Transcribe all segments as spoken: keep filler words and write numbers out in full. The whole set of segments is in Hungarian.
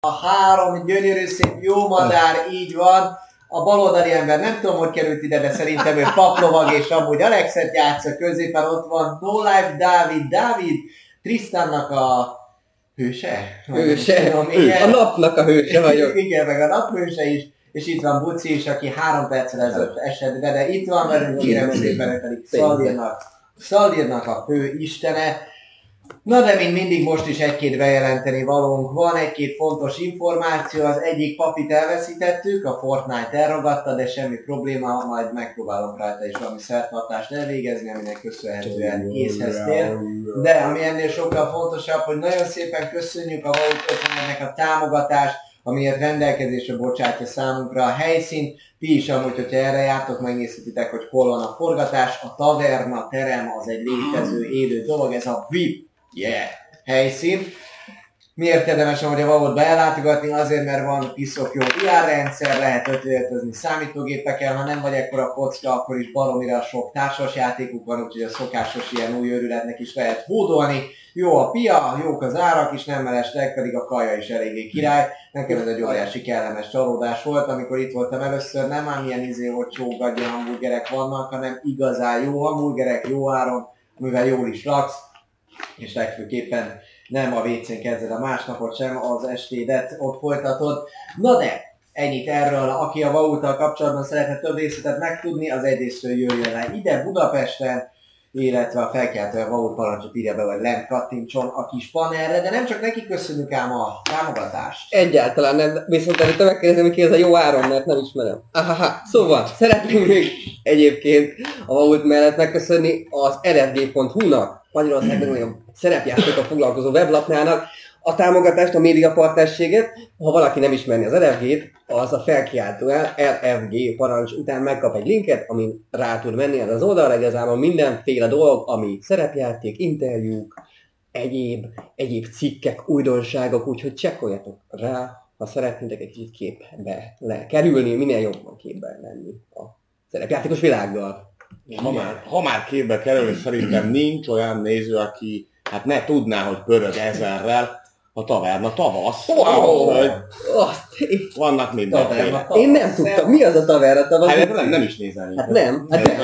A három gyönyörű szép jó madár, így van. A baloldali ember nem tudom, hogy került ide, de szerintem ő paplovag, és amúgy Alexet játsza, középen ott van No Life Dávid, Dávid, Tristannak a hőse? Hőse, tudom, a napnak a hőse vagyok. Igen, meg a naphőse is, és itt van Buci is, aki három perccel ezelőtt esett be, de itt van velünk, kérem szépen, ő pedig Szaldírnak, Szaldírnak a fő istene. Na de mint mindig most is egy-két bejelenteni valónk van, egy-két fontos információ, az egyik papit elveszítettük, a Fortnite elragadta, de semmi probléma, majd megpróbálom rajta is valami szertartást elvégezni, aminek köszönhetően észhez tér. De ami ennél sokkal fontosabb, hogy nagyon szépen köszönjük a Vault ötvennek a támogatást, amiért rendelkezésre bocsátja számunkra a helyszínt. Ti is amúgy, hogyha erre jártok, megnézhetitek, hogy hol van a forgatás. A taverna terem az egy létező, élő dolog, ez a vé i pé yeah. helyszín. Miért érdemes amúgy a Vault belátogatni? Azért, mert van piszok jó i er rendszer, lehet ötöltözni számítógépekkel, ha nem vagy ekkora kocka, akkor is baromira sok társasjátékuk van, úgyhogy a szokásos ilyen új őrületnek is lehet hódolni. Jó a pia, jók az árak is, nem mellesleg pedig a kaja is eléggé király. Nekem ez egy óriási kellemes csalódás volt, amikor itt voltam először, nem ám ilyen izé olcsó gagya hamburgerek vannak, hanem igazán jó hamburgerek, jó áron, amivel jól is laksz, és legfőképpen nem a vécén kezded a másnapot sem, az estédet ott folytatod. Na de, ennyit erről, aki a Vaulttal kapcsolatban szeretne több részletet megtudni, az egyrésztről jöjjön le ide Budapesten, illetve a felkeltő a Vault parancsot írja be, vagy lent kattintson a kis panelre, de nem csak neki köszönjük ám a támogatást. Egyáltalán nem, viszont előtte megkérdezem, hogy ki ez a jó áron, mert nem ismerem. Ahaha, szóval szeretném még egyébként a Vault mellett megköszönni az er ef gé pont hú-nak, Magyarországon olyan szerepjátékkal foglalkozó weblapnának a támogatást, a médiapartnerséget. Ha valaki nem ismerni az er ef gét, az a felkiáltó el, er ef gé parancs után megkap egy linket, amin rá tud menni erre az oldalra, igazából mindenféle dolog, ami szerepjáték, interjúk, egyéb, egyéb cikkek, újdonságok, úgyhogy csekkoljatok rá, ha szeretnétek egy kicsit képbe lekerülni, minél jobban képbe lenni a szerepjátékos világgal. Ha már, ha már képbe kerül, szerintem nincs olyan néző, aki hát ne tudná, hogy pörög ezerrel a taverna tavasz. Wow. Vannak mindenféle. Én nem tudtam, mi az a taverna tavasz? Hát nem, nem is nézel. Hát nem. Hát nem.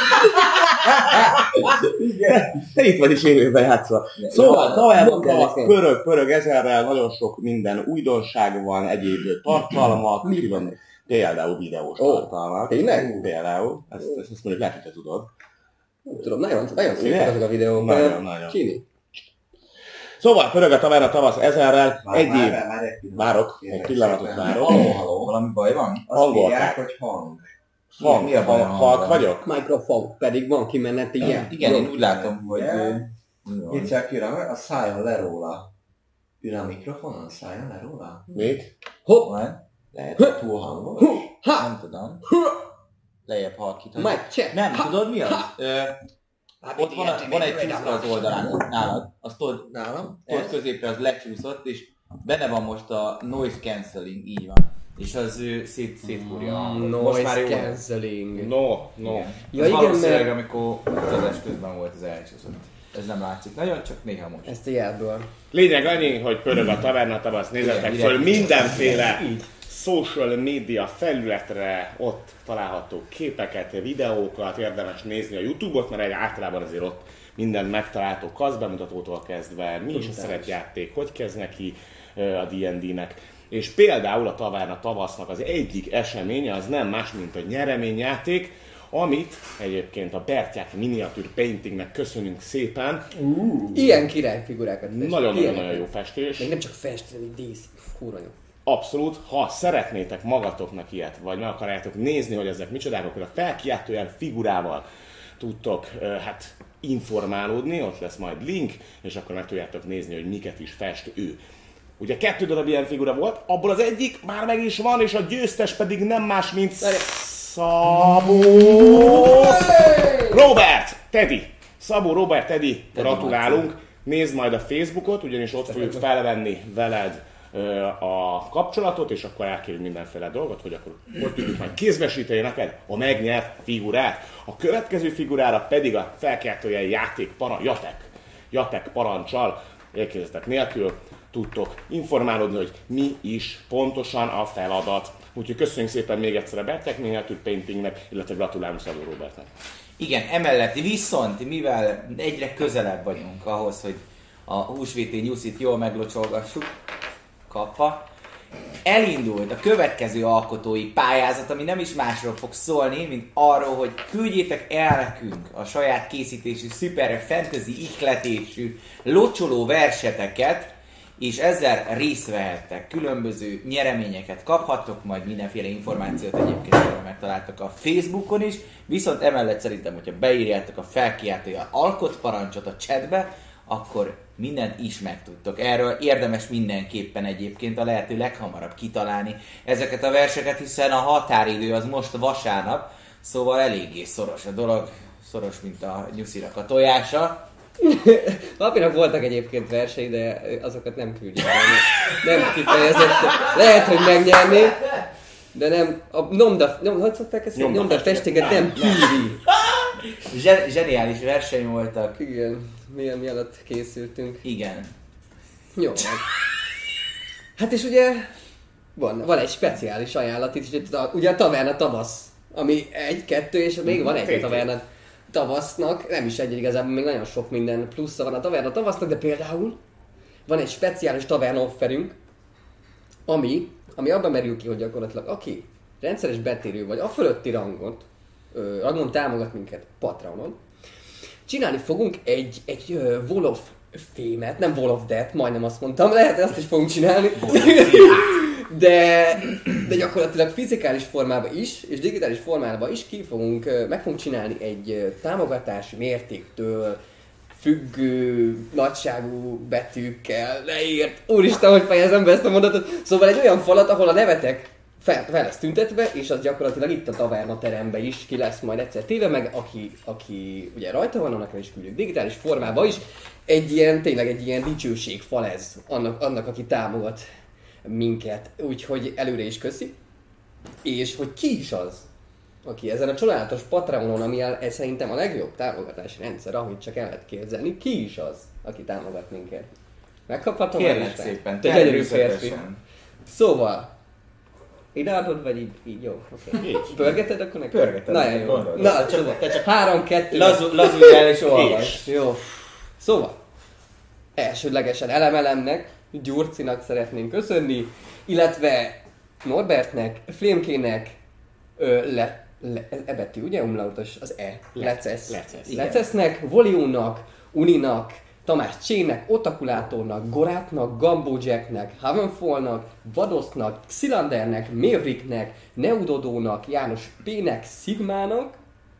Te itt vagy is élőben játszva. Szóval taverna tavasz, pörög, pörög ezerrel, nagyon sok minden újdonság van, egyéb tartalmak. Mi van? Például videós oh, tartalmak. Tényleg? Például. Ezt, ezt, ezt mondjuk lehet, hogy te tudod. Nem tudom, nagyon, nagyon szép azok a videók. Nagyon, nagyon. Csini. Szóval pörög a taverna tavasz ezerrel, egyéb... Várok, egy pillanatot várok. Halló, halló, valami baj van? Azt írják, hogy hang. Hang, mi a baj? Halk vagyok? Mikrofon, pedig van kimeneti ilyen. Igen, én úgy látom, hogy... Itt csak jön, a szálljon le róla. Jön a mikrofonon, szálljon le róla? Mit? Hopp! Lehet, hogy túl hangos. Nem tudom. Lejjebb halkítani. Nem, tudod mi az? Ott van, van egy csúszka az oldalán, nálad. Azt tudod, nálam? ott középre az lecsúszott, és benne van most a noise cancelling, így van. És az ő szét, szétfúrja a hangot. Noise már cancelling. No, no. Ja, igen, valószínűleg, mert... amikor utazás közben volt, az elcsúszott. Ez nem látszik nagyon, csak néha most. Ezt a jelből. Lényeg annyi, hogy pörög a taverna tavasz, nézzetek föl mindenféle social media felületre, ott található képeket, videókat, érdemes nézni a YouTube-ot, mert egy általában azért ott mindent megtaláltok, kaszbemutatótól kezdve, mi is a szerepjáték, hogy kezd neki a dé end dé-nek. És például a taverna tavasznak az egyik eseménye az nem más, mint a nyereményjáték, amit egyébként a Bertyák Miniatűr Paintingnek köszönünk szépen. Uh, ilyen királyfigurákat fest. Nagyon-nagyon jó festés. Még nem csak festeni, dísz. Kurva jó. Abszolút, ha szeretnétek magatoknak ilyet, vagy meg akarjátok nézni, hogy ezek micsodák, akkor a felkiáltójel figurával tudtok hát informálódni, ott lesz majd link, és akkor meg tudjátok nézni, hogy miket is fest ő. Ugye kettő darab ilyen figura volt, abból az egyik már meg is van, és a győztes pedig nem más, mint Szabó Robert Teddy. Szabó Robert Teddy, gratulálunk. Nézd majd a Facebookot, ugyanis ott fogjuk felvenni veled a kapcsolatot, és akkor elkérjük mindenféle dolgot, hogy akkor hogy tudjuk majd kézbesíteni neked a megnyert figurát. A következő figurára pedig a felkeltőjel játék para, jatek, jatek parancsal, érkezetek nélkül tudtok informálódni, hogy mi is pontosan a feladat. Úgyhogy köszönjük szépen még egyszer a Bettek Miniature Paintingnek, illetve gratulálunk Szabó Robertnek. Igen, emellett viszont, mivel egyre közelebb vagyunk ahhoz, hogy a húsvéti nyuszit jól meglocsolgassuk, kapva, elindult a következő alkotói pályázat, ami nem is másról fog szólni, mint arról, hogy küldjétek el nekünk a saját készítésű, szuper fantasy ihletésű locsoló verseteket, és ezzel részt vehettek, különböző nyereményeket kaphattok, majd mindenféle információt egyébként megtaláltak a Facebookon is, viszont emellett szerintem, hogyha beírjátok a felkiáltójel alkot parancsot a chatbe, akkor mindent is megtudtok. Erről érdemes mindenképpen egyébként a lehető leghamarabb kitalálni ezeket a verseket, hiszen a határidő az most vasárnap, szóval eléggé szoros a dolog, szoros, mint a nyuszinak a tojása. Papinak voltak egyébként versei, de azokat nem küldjük. Nem, nem kifejezett. Lehet, hogy megnyerné, de nem. A nyomda, nyom, hogy szokták ezt? Nyomda, nyomda festéket nem küldi. Zsen, zseniális verseny voltak. Igen, milyen mi alatt készültünk. Igen. Jó. Hát és ugye van, van egy speciális ajánlat itt, ugye a Taverna Tavasz, ami egy, kettő, és még van egy a Taverna Tavasznak, nem is egy, igazából még nagyon sok minden plusza van a Taverna Tavasznak, de például van egy speciális taverna offerünk, ami, ami abban merül ki, hogy gyakorlatilag aki rendszeres betérő vagy a fölötti rangot, ö, rangon támogat minket Patreonon, csinálni fogunk egy, egy uh, Wall of Fame-et, nem Wall of Death, majdnem azt mondtam, lehet, hogy azt is fogunk csinálni, de, de gyakorlatilag fizikális formában is, és digitális formában is ki fogunk, uh, meg fogunk csinálni egy uh, támogatási mértéktől függő, nagyságú betűkkel leírt, úristen, hogy fejezem be ezt a mondatot, szóval egy olyan falat, ahol a nevetek fel, fel lesz tüntetve, és az gyakorlatilag itt a taverna teremben is ki lesz majd egyszer téve, meg aki, aki ugye rajta van, annak is küldjük digitális formában is. Egy ilyen, tényleg egy ilyen dicsőségfal ez annak, annak, aki támogat minket, úgyhogy előre is köszi. És hogy ki is az, aki ezen a csodálatos Patreonon, ami a, ez szerintem a legjobb támogatási rendszer, ahogy csak el lehet képzelni, ki is az, aki támogat minket? Megkaphatom? Kérlek szépen, te gyönyörű férfi. Szóval, ide adod, vagy így? Így, jó, oké. Okay. Pörgeted akkor neki? Pörgeted. Na, jó. Na, csak, te csak három, kettő. Lazul, lazulj el és olvasd. Jó. Szóval, elsődlegesen Elemelemnek, Gyurcinak szeretnénk köszönni, illetve Norbertnek, Flémkének, ö, le, le, e betű, ugye umlautos az E, Lecesz. Lecesz. Lecesznek, Voliónak, Uninak, Tamás Csének, Otakulátornak, Gorátnak, Gambó Jacknek, Havenfallnak, Vadosznak, Xilandernek, Maveriknek, Neudodónak, János P-nek, Sigmának,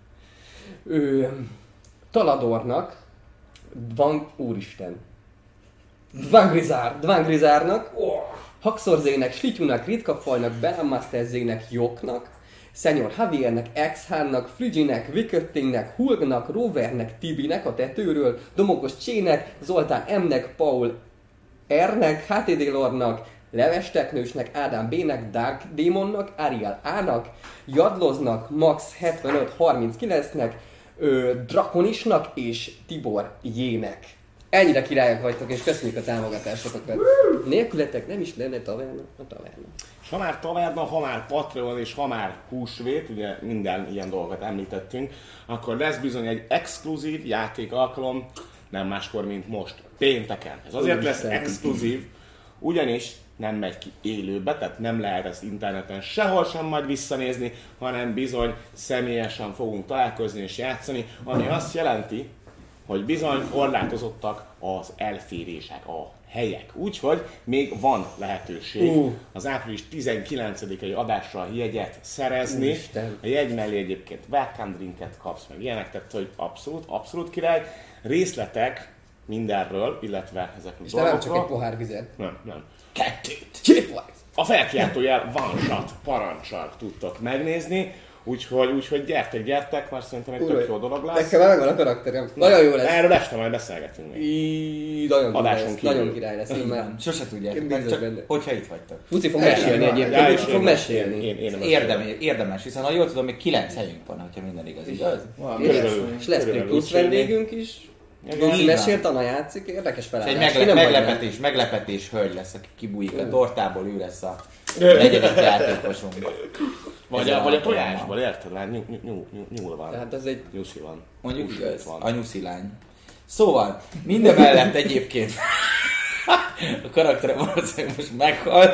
ö, Taladornak, Dvang, úristen, Dvangrizár, Dvangrizárnak, Haxorzének, Slityunak, Ritkafajnak, Belamasterzének, Joknak, Szenyor Javiernek, Exhánnak, Friginek, Viköttingnek, Hulgnak, Rovernek, Tibinek a tetőről, Domokos Csének, Zoltán M-nek, Paul R-nek, há té dé Lordnak, Leves Teknősnek, Ádám B-nek, Dark Demonnak, Ariel A-nak, Jadloznak, Max hetvenöt harminckilencnek, ö, Drakonisnak és Tibor J-nek. Ennyire királyok vagytok, és köszönjük a támogatásokat. Nélkületek nem is lenne taverna, a taverna. És ha már taverna, ha már Patreon és ha már húsvét, ugye minden ilyen dolgot említettünk, akkor lesz bizony egy exkluzív játékalkalom, nem máskor, mint most, pénteken. Ez azért lesz exkluzív, ugyanis nem megy ki élőbe, tehát nem lehet ezt interneten sehol sem majd visszanézni, hanem bizony személyesen fogunk találkozni és játszani, ami azt jelenti, hogy bizony korlátozottak az elférések, a helyek. Úgyhogy még van lehetőség uh. az április tizenkilencedikei adásra jegyet szerezni. Isten. A jegy mellé egyébként welcome drinket kapsz, meg ilyenek, tehát hogy abszolút, abszolút király. Részletek mindenről, illetve ezekről és dolgokról. És nem csak egy pohár vizet. Nem, nem. Kettőt. Két pohár. A felkiáltójel one shot parancsal tudtok megnézni. Úgyhogy, úgyhogy gyertek, gyertek, mert szerintem egy tök jó dolog lesz. Nekem megvan a karakterem. Nagyon jó lesz. Erről este majd beszélgetünk még. I... Nagyon király lesz. Kívül. Nagyon király lesz. Én már sose tudjátok, csak hogyha itt vagytok. Puci fog mesélni egyébként. Puci fog mesélni. Én, én, én érdemes, érdemes, hiszen ha jól tudom, még kilenc helyünk van, hogyha minden igaz, igaz? És lesz még plusz vendégünk is. Laci mesélt, Anna játszik, érdekes Egy felállás. megle- meglepetés, meglepetés hölgy lesz, aki kibújik a tortából, ő lesz a negyedik játékosunk. Vagy a, vagy a tojásból, érted? Lát, nyúl, nyúl, nyúl, nyúl van. Tehát ez egy... Nyuszi van. Mondjuk Nyuszi igaz, van. a nyuszi lány. Szóval, mindemellett egyébként a karaktere valószínűleg most meghalt.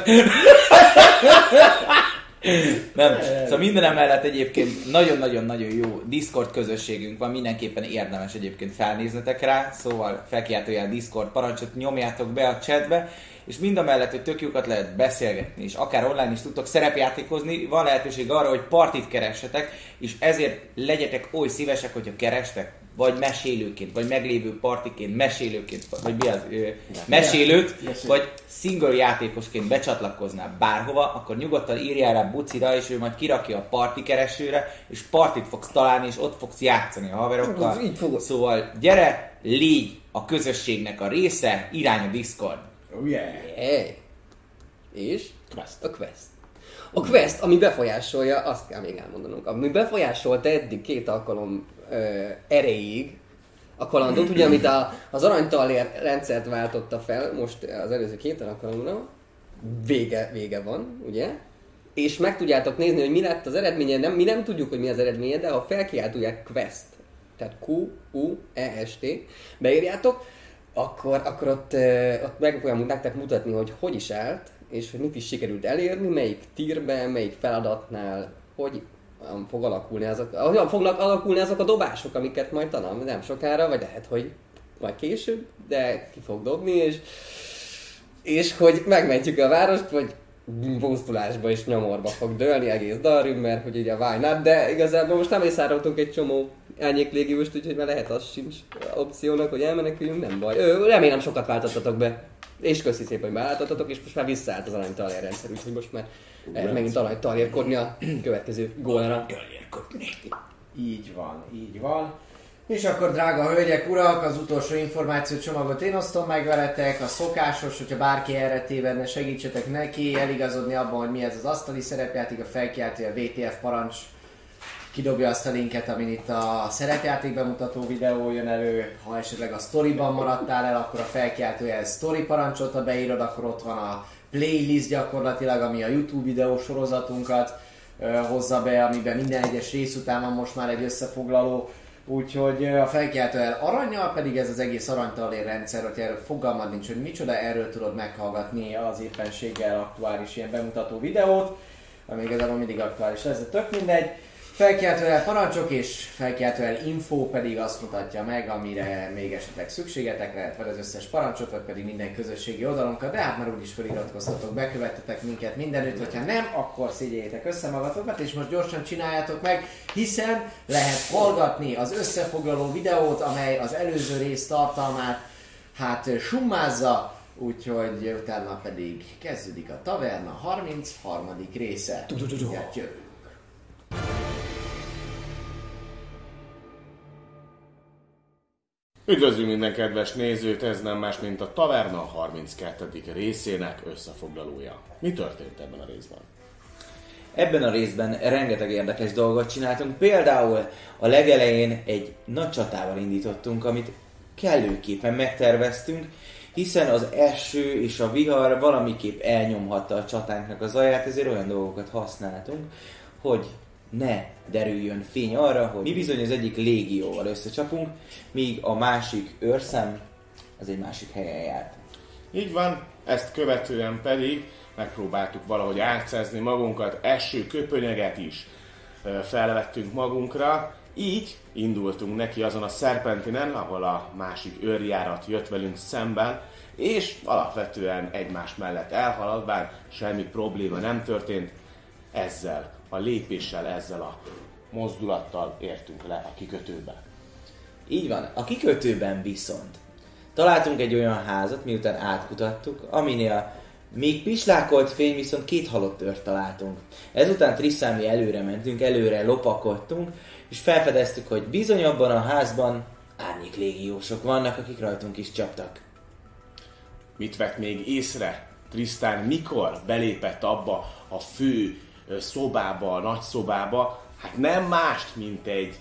Nem, szóval minden mellett egyébként nagyon-nagyon-nagyon jó Discord közösségünk van, mindenképpen érdemes egyébként felnéznetek rá, szóval felkiáltójál Discord parancsot nyomjátok be a chatbe, és mind a mellett, hogy tök jókat lehet beszélgetni, és akár online is tudtok szerepjátékozni, van lehetőség arra, hogy partit keressetek, és ezért legyetek oly szívesek, hogyha kerestek, vagy mesélőként, vagy meglévő partiként, mesélőként, vagy mi az, ö, mesélőt, vagy single játékosként becsatlakoznál bárhova, akkor nyugodtan írjál rá Bucira, és ő majd kirakja a parti keresőre, és partit fogsz találni, és ott fogsz játszani a haverokkal. Szóval gyere, légy a közösségnek a része, irány a Discord. Oh yeah. Hey. És? Quest. A Quest. A Quest, ami befolyásolja, azt kell még elmondanunk, ami befolyásolta eddig két alkalom ö, erejéig a kalandot, ugye, amit a, az aranytalér rendszert váltotta fel most az előző két alkalomra, vége, vége van, ugye? És meg tudjátok nézni, hogy mi lett az eredménye, nem, mi nem tudjuk, hogy mi az eredménye, de ha felkiáltják Quest, tehát Q U E S T, beírjátok, akkor, akkor ott, ott meg fogom nektek mutatni, hogy hogy is állt, és hogy mit is sikerült elérni, melyik tírben, melyik feladatnál, hogy fog alakulni azok, hogyan fognak alakulni azok a dobások, amiket majd talán nem sokára, vagy lehet, hogy majd később, de ki fog dobni, és, és hogy megmentjük a várost, vagy pusztulásba és nyomorba fog dőlni egész Darwin, mert hogy ugye why not, de igazából most nem észároltunk egy csomó árnyéklégióst, úgyhogy már lehet az sincs opciónak, hogy elmeneküljünk, nem baj. Ö, remélem sokat váltottatok be, és köszi szépen, hogy beálltatok, és most már visszaállt az aranytalér rendszer, úgyhogy most már lehet megint aranytalérkodni a következő gólra. Így van, így van. És akkor, drága hölgyek, urak, az utolsó információcsomagot én osztom meg veletek. A szokásos, hogyha bárki erre tévedne, segítsetek neki eligazodni abban, hogy mi ez az asztali szerepjáték, a felkiáltója a vé té ef parancs. Kidobja azt a linket, amin itt a szerepjáték bemutató videó jön elő. Ha esetleg a storyban maradtál el, akkor a felkiáltója story parancsot, ha beírod, akkor ott van a playlist gyakorlatilag, ami a YouTube videó sorozatunkat hozza be, amiben minden egyes rész után van most már egy összefoglaló. Úgyhogy a felkiáltó el arannyal, pedig ez az egész aranytalér rendszer, hogy erről fogalmad nincs, hogy micsoda, erről tudod meghallgatni az éppenséggel aktuális ilyen bemutató videót, ami igazából mindig aktuális lesz, de tök mindegy. Felkiáltó el parancsok és felkiáltó el info pedig azt mutatja meg, amire még esetleg szükségetek lehet, vagy az összes parancsot, vagy pedig minden közösségi oldalunkat, de hát már úgyis feliratkoztatok, bekövettetek minket mindenütt, hogyha nem, akkor szégyeljétek össze magatokat, és most gyorsan csináljátok meg, hiszen lehet hallgatni az összefoglaló videót, amely az előző rész tartalmát hát summázza, úgyhogy utána pedig kezdődik a Taverna harmincharmadik része. Mindjárt jövünk. Üdvözlünk minden kedves nézőt, ez nem más, mint a Taverna harminckettedik részének összefoglalója. Mi történt ebben a részben? Ebben a részben rengeteg érdekes dolgot csináltunk, például a legelején egy nagy csatával indítottunk, amit kellőképpen megterveztünk, hiszen az eső és a vihar valamiképp elnyomhatta a csatánknak az zaját, ezért olyan dolgokat használtunk, hogy ne derüljön fény arra, hogy mi bizony az egyik légióval összecsapunk, míg a másik őrszem az egy másik helyen járt. Így van, ezt követően pedig megpróbáltuk valahogy átszerzni magunkat, eső köpönyeget is felvettünk magunkra, így indultunk neki azon a szerpentinen, ahol a másik őrjárat jött velünk szemben, és alapvetően egymás mellett elhaladván semmi probléma nem történt, ezzel a lépéssel, ezzel a mozdulattal értünk le a kikötőbe. Így van, a kikötőben viszont találtunk egy olyan házat, miután átkutattuk, aminél még pislákolt fény, viszont két halott őrt találtunk. Ezután Trisszán mi előre mentünk, előre lopakodtunk, és felfedeztük, hogy bizony abban a házban árnyéklégiósok vannak, akik rajtunk is csaptak. Mit vett még észre Tristan, mikor belépett abba a fő szobába, a nagy szobába? Hát nem mást, mint egy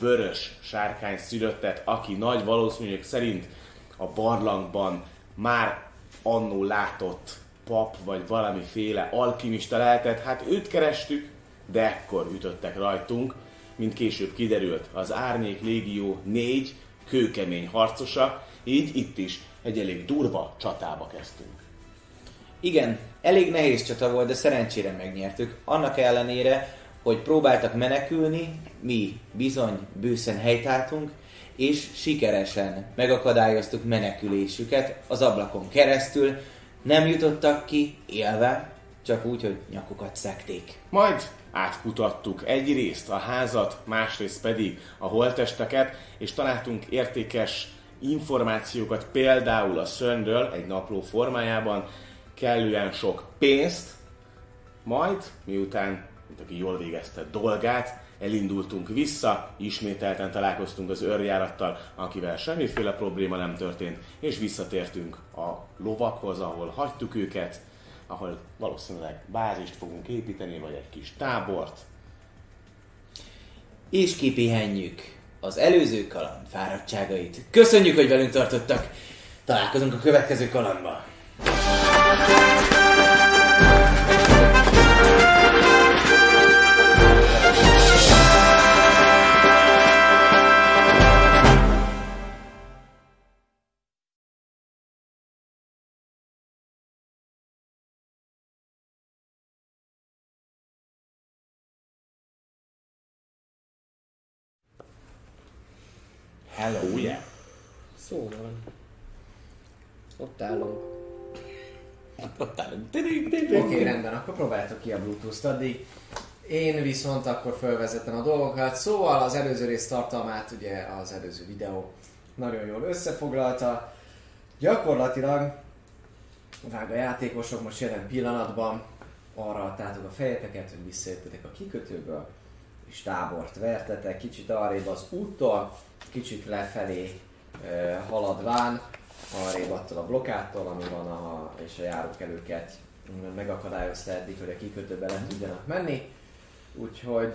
vörös sárkány szülöttet, aki nagy valószínűség szerint a barlangban már annó látott pap vagy valamiféle alkimista lehetett. Hát őt kerestük, de ekkor ütöttek rajtunk, mint később kiderült, az Árnyék Légió négy kőkemény harcosa, így itt is egy elég durva csatába kezdtünk. Igen, elég nehéz csata volt, de szerencsére megnyertük. Annak ellenére, hogy próbáltak menekülni, mi bizony bőszen helytáltunk, és sikeresen megakadályoztuk menekülésüket az ablakon keresztül. Nem jutottak ki élve, csak úgy, hogy nyakukat szekték. Majd átkutattuk egyrészt a házat, másrészt pedig a holttesteket, és találtunk értékes információkat, például a Szörnről egy napló formájában, kellően sok pénzt, majd miután, mint aki jól végezte dolgát, elindultunk vissza, ismételten találkoztunk az őrjárattal, akivel semmiféle probléma nem történt, és visszatértünk a lovakhoz, ahol hagytuk őket, ahol valószínűleg bázist fogunk építeni, vagy egy kis tábort. És kipihenjük az előző kaland fáradtságait. Köszönjük, hogy velünk tartottak! Találkozunk a következő kalandban! Hello, oh, yeah. Szóval. Ott állunk. Ott állunk. Oké, okay, rendben, akkor próbáljátok ki a Bluetooth-t addig. Én viszont akkor felvezetem a dolgokat. Szóval az előző rész tartalmát, ugye az előző videó nagyon jól összefoglalta. Gyakorlatilag vág a játékosok most jelen pillanatban arra adtátok a fejeteket, hogy visszajöttetek a kikötőből, és tábort vertetek, kicsit arrébb az úttól, kicsit lefelé uh, haladván, arrébb attól a blokkától, ami van, a, és a járókelőket megakadályozta eddig, hogy a kikötőbe le tudjanak menni. Úgyhogy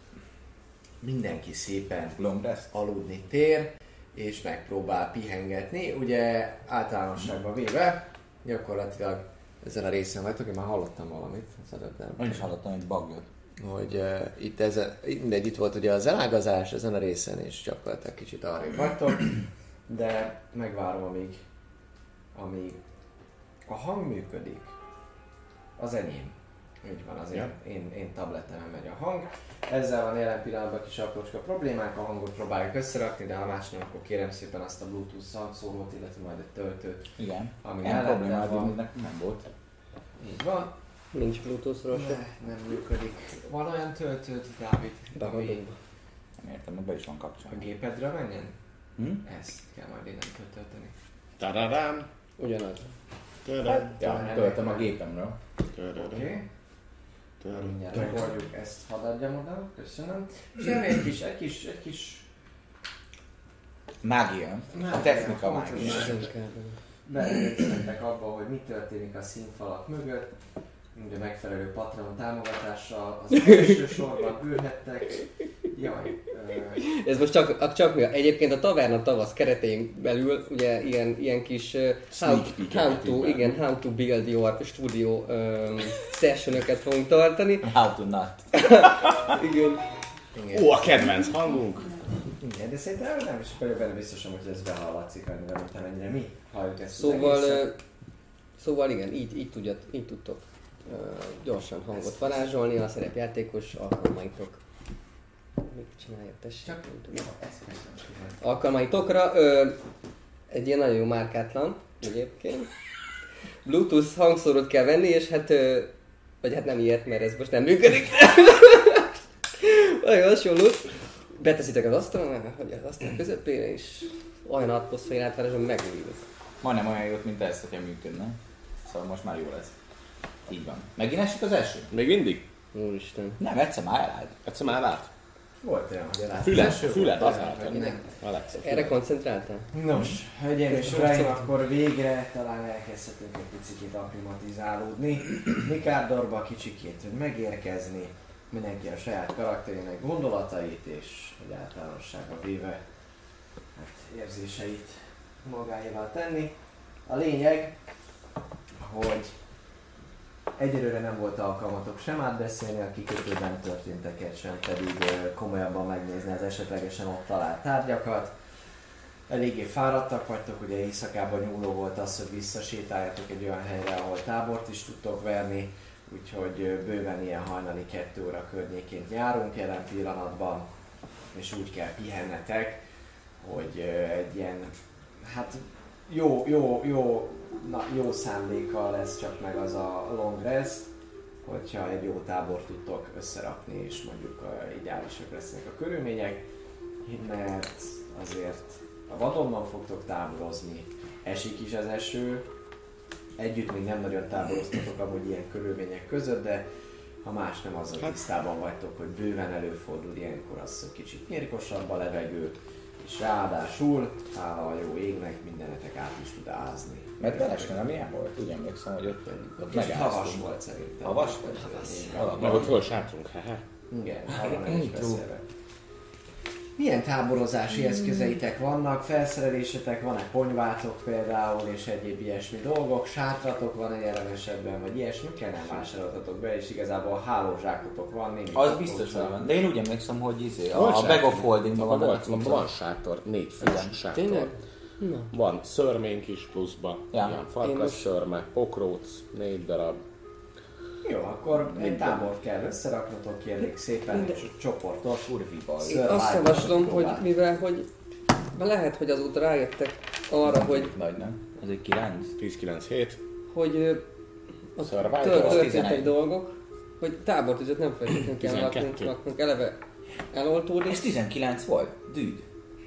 mindenki szépen aludni tér, és megpróbál pihengetni. Ugye általánosságban véve, gyakorlatilag ezen a részen vagytok, én már hallottam valamit az előbb. Én is hallottam egy bugot. Hogy uh, itt, ez a, mindegy, itt volt ugye az elágazás ezen a részen, és gyakorlatilag kicsit arrébb vagytok, de megvárom, amíg, amíg a hang működik. Az enyém. Így van, az ja. én, én, én tabletemen megy a hang. Ezzel van jelen pillanatban kis aprócska problémák, a hangot próbáljuk összerakni, de ha más nem, akkor kérem szépen azt a Bluetooth szangszórót, illetve majd egy töltőt. Igen, ami ilyen problémád nem volt. Így van. Nincs Bluetooth-ról se. Ne, nem működik. Van olyan töltőd, Dávid? Ami... Nem értem, hogy be is van kapcsolva. A gépedre menjen? Hm? Ezt kell majd innen tölteni. Tadadám! Ugyanaz. Tadadám! Ja, töltöm a gépemről. Oké. Mindjárt megoldjuk ezt, hadd adjam oda. Köszönöm. Semmi egy kis, egy kis, egy kis... Mágia. A technika mágia. Belegyetek abba, hogy mi történik a színfalak mögött. Ugye megfelelő Patreon támogatással az első sorban ülhettek. Jaj. Ez most csak, csak mi? Egyébként a Taverna Tavasz keretein belül ugye ilyen, ilyen kis uh, how, how, to, igen, how to build your studio um, sessionöket fogunk tartani. How to not. Igen. Igen. Ó, a kedvenc hangunk! Igen, de szerintem nem is benne biztosan, hogy ez behallatszik annyira, mint amennyire mi halljuk ezt. Szóval, uh, szóval igen, így, így, tudjat, így tudtok uh, gyorsan hangot varázsolni, a szerepjátékos alkalmaitok. Mit csinálja, tessék? Csak nem tudom. Alkalmaitokra ö, egy ilyen nagyon jó márkátlan egyébként. Bluetooth hangszórót kell venni, és hát, ö, vagy hát nem ilyet, mert ez most nem működik. Nagyon hasonlót. Beteszitek az asztalon, hogy az asztal közepére, és olyan atmoszférát varázsol, megújul. Majdnem olyan jót, mint ez, hogyha működne. Szóval most már jó lesz. Így van. Megint esik az eső? Még mindig? Úristen. Nem, egyszer már elállt. Egyszer már elállt? Volt olyan, hogy elállt. Fület, fület, az állt. Alex, erre koncentráltál? Nos, hölgyeim és uraim, akkor végre talán elkezdhetünk egy picit akklimatizálódni. Mikárdorba kicsikét megérkezni, mindenki a saját karakterének gondolatait és hogy általánosságban véve hát, érzéseit magáévá tenni. A lényeg, hogy egyelőre nem volt alkalmatok sem átbeszélni a kikötőben történteket, sem pedig komolyabban megnézni az esetlegesen ott talált tárgyakat. Eléggé fáradtak vagytok, ugye éjszakában nyúló volt az, hogy visszasétáljatok egy olyan helyre, ahol tábort is tudtok verni, úgyhogy bőven ilyen hajnali kettő óra környéként járunk jelen pillanatban, és úgy kell pihennetek, hogy egy ilyen, hát jó, jó, jó, na, jó szándékkal lesz csak meg az a long rest, hogyha egy jó tábort tudtok összerakni, és mondjuk ideálisak lesznek a körülmények, mert azért a vadonban fogtok táborozni, esik is az eső, együtt még nem nagyon táboroztatok amúgy ilyen körülmények között, de ha más nem azzal Hát- tisztában vagytok, hogy bőven előfordul ilyenkor az, hogy kicsit nyírkosabb a levegő, és ráadásul, hála a jó égnek, mindenetek át is tud ázni. Mert Belesne nem ilyen volt, úgy emlékszem, hogy ott, ott Kicsit havas megálltunk. volt szerintem. Havas volt? Valami. Meg ott volt sátrunk, hehe. Igen, arra nem is beszélve. Milyen táborozási eszközeitek vannak, felszerelésetek, van-e ponyvátok például, és egyéb ilyesmi dolgok, sátratok van-e jelen esetben, vagy ilyesmikkel nem vásároltatok be, és igazából hálózsákotok van, némi Az biztos, hogy van. De én úgy emlékszem, hogy izé, Volt a, a sátor. Bag of Holdingban Van, van. volt, van, van sátor, négy fős Igen. sátor. Tényleg? Na. Van szörménk is pluszba, Ja. ilyen Én farkas most- szörme, pokróc, négy darab. Jó, akkor egy tábort kell összeraknotok, kérnék szépen, egy csoportos Urvival. Én azt javaslom, hogy mivel, hogy lehet, hogy azóta rájöttek arra, hogy, Nagy, nem? Az egy kilenc. tíz kilenc hét. hogy ö, ott Survival tör- az történtek tizenegy. dolgok, hogy tábortüzet nem feltétlenül kell tizenkettő. laknunk, laknunk eleve eloltódik. Ez tizenkilenc volt? Dűd.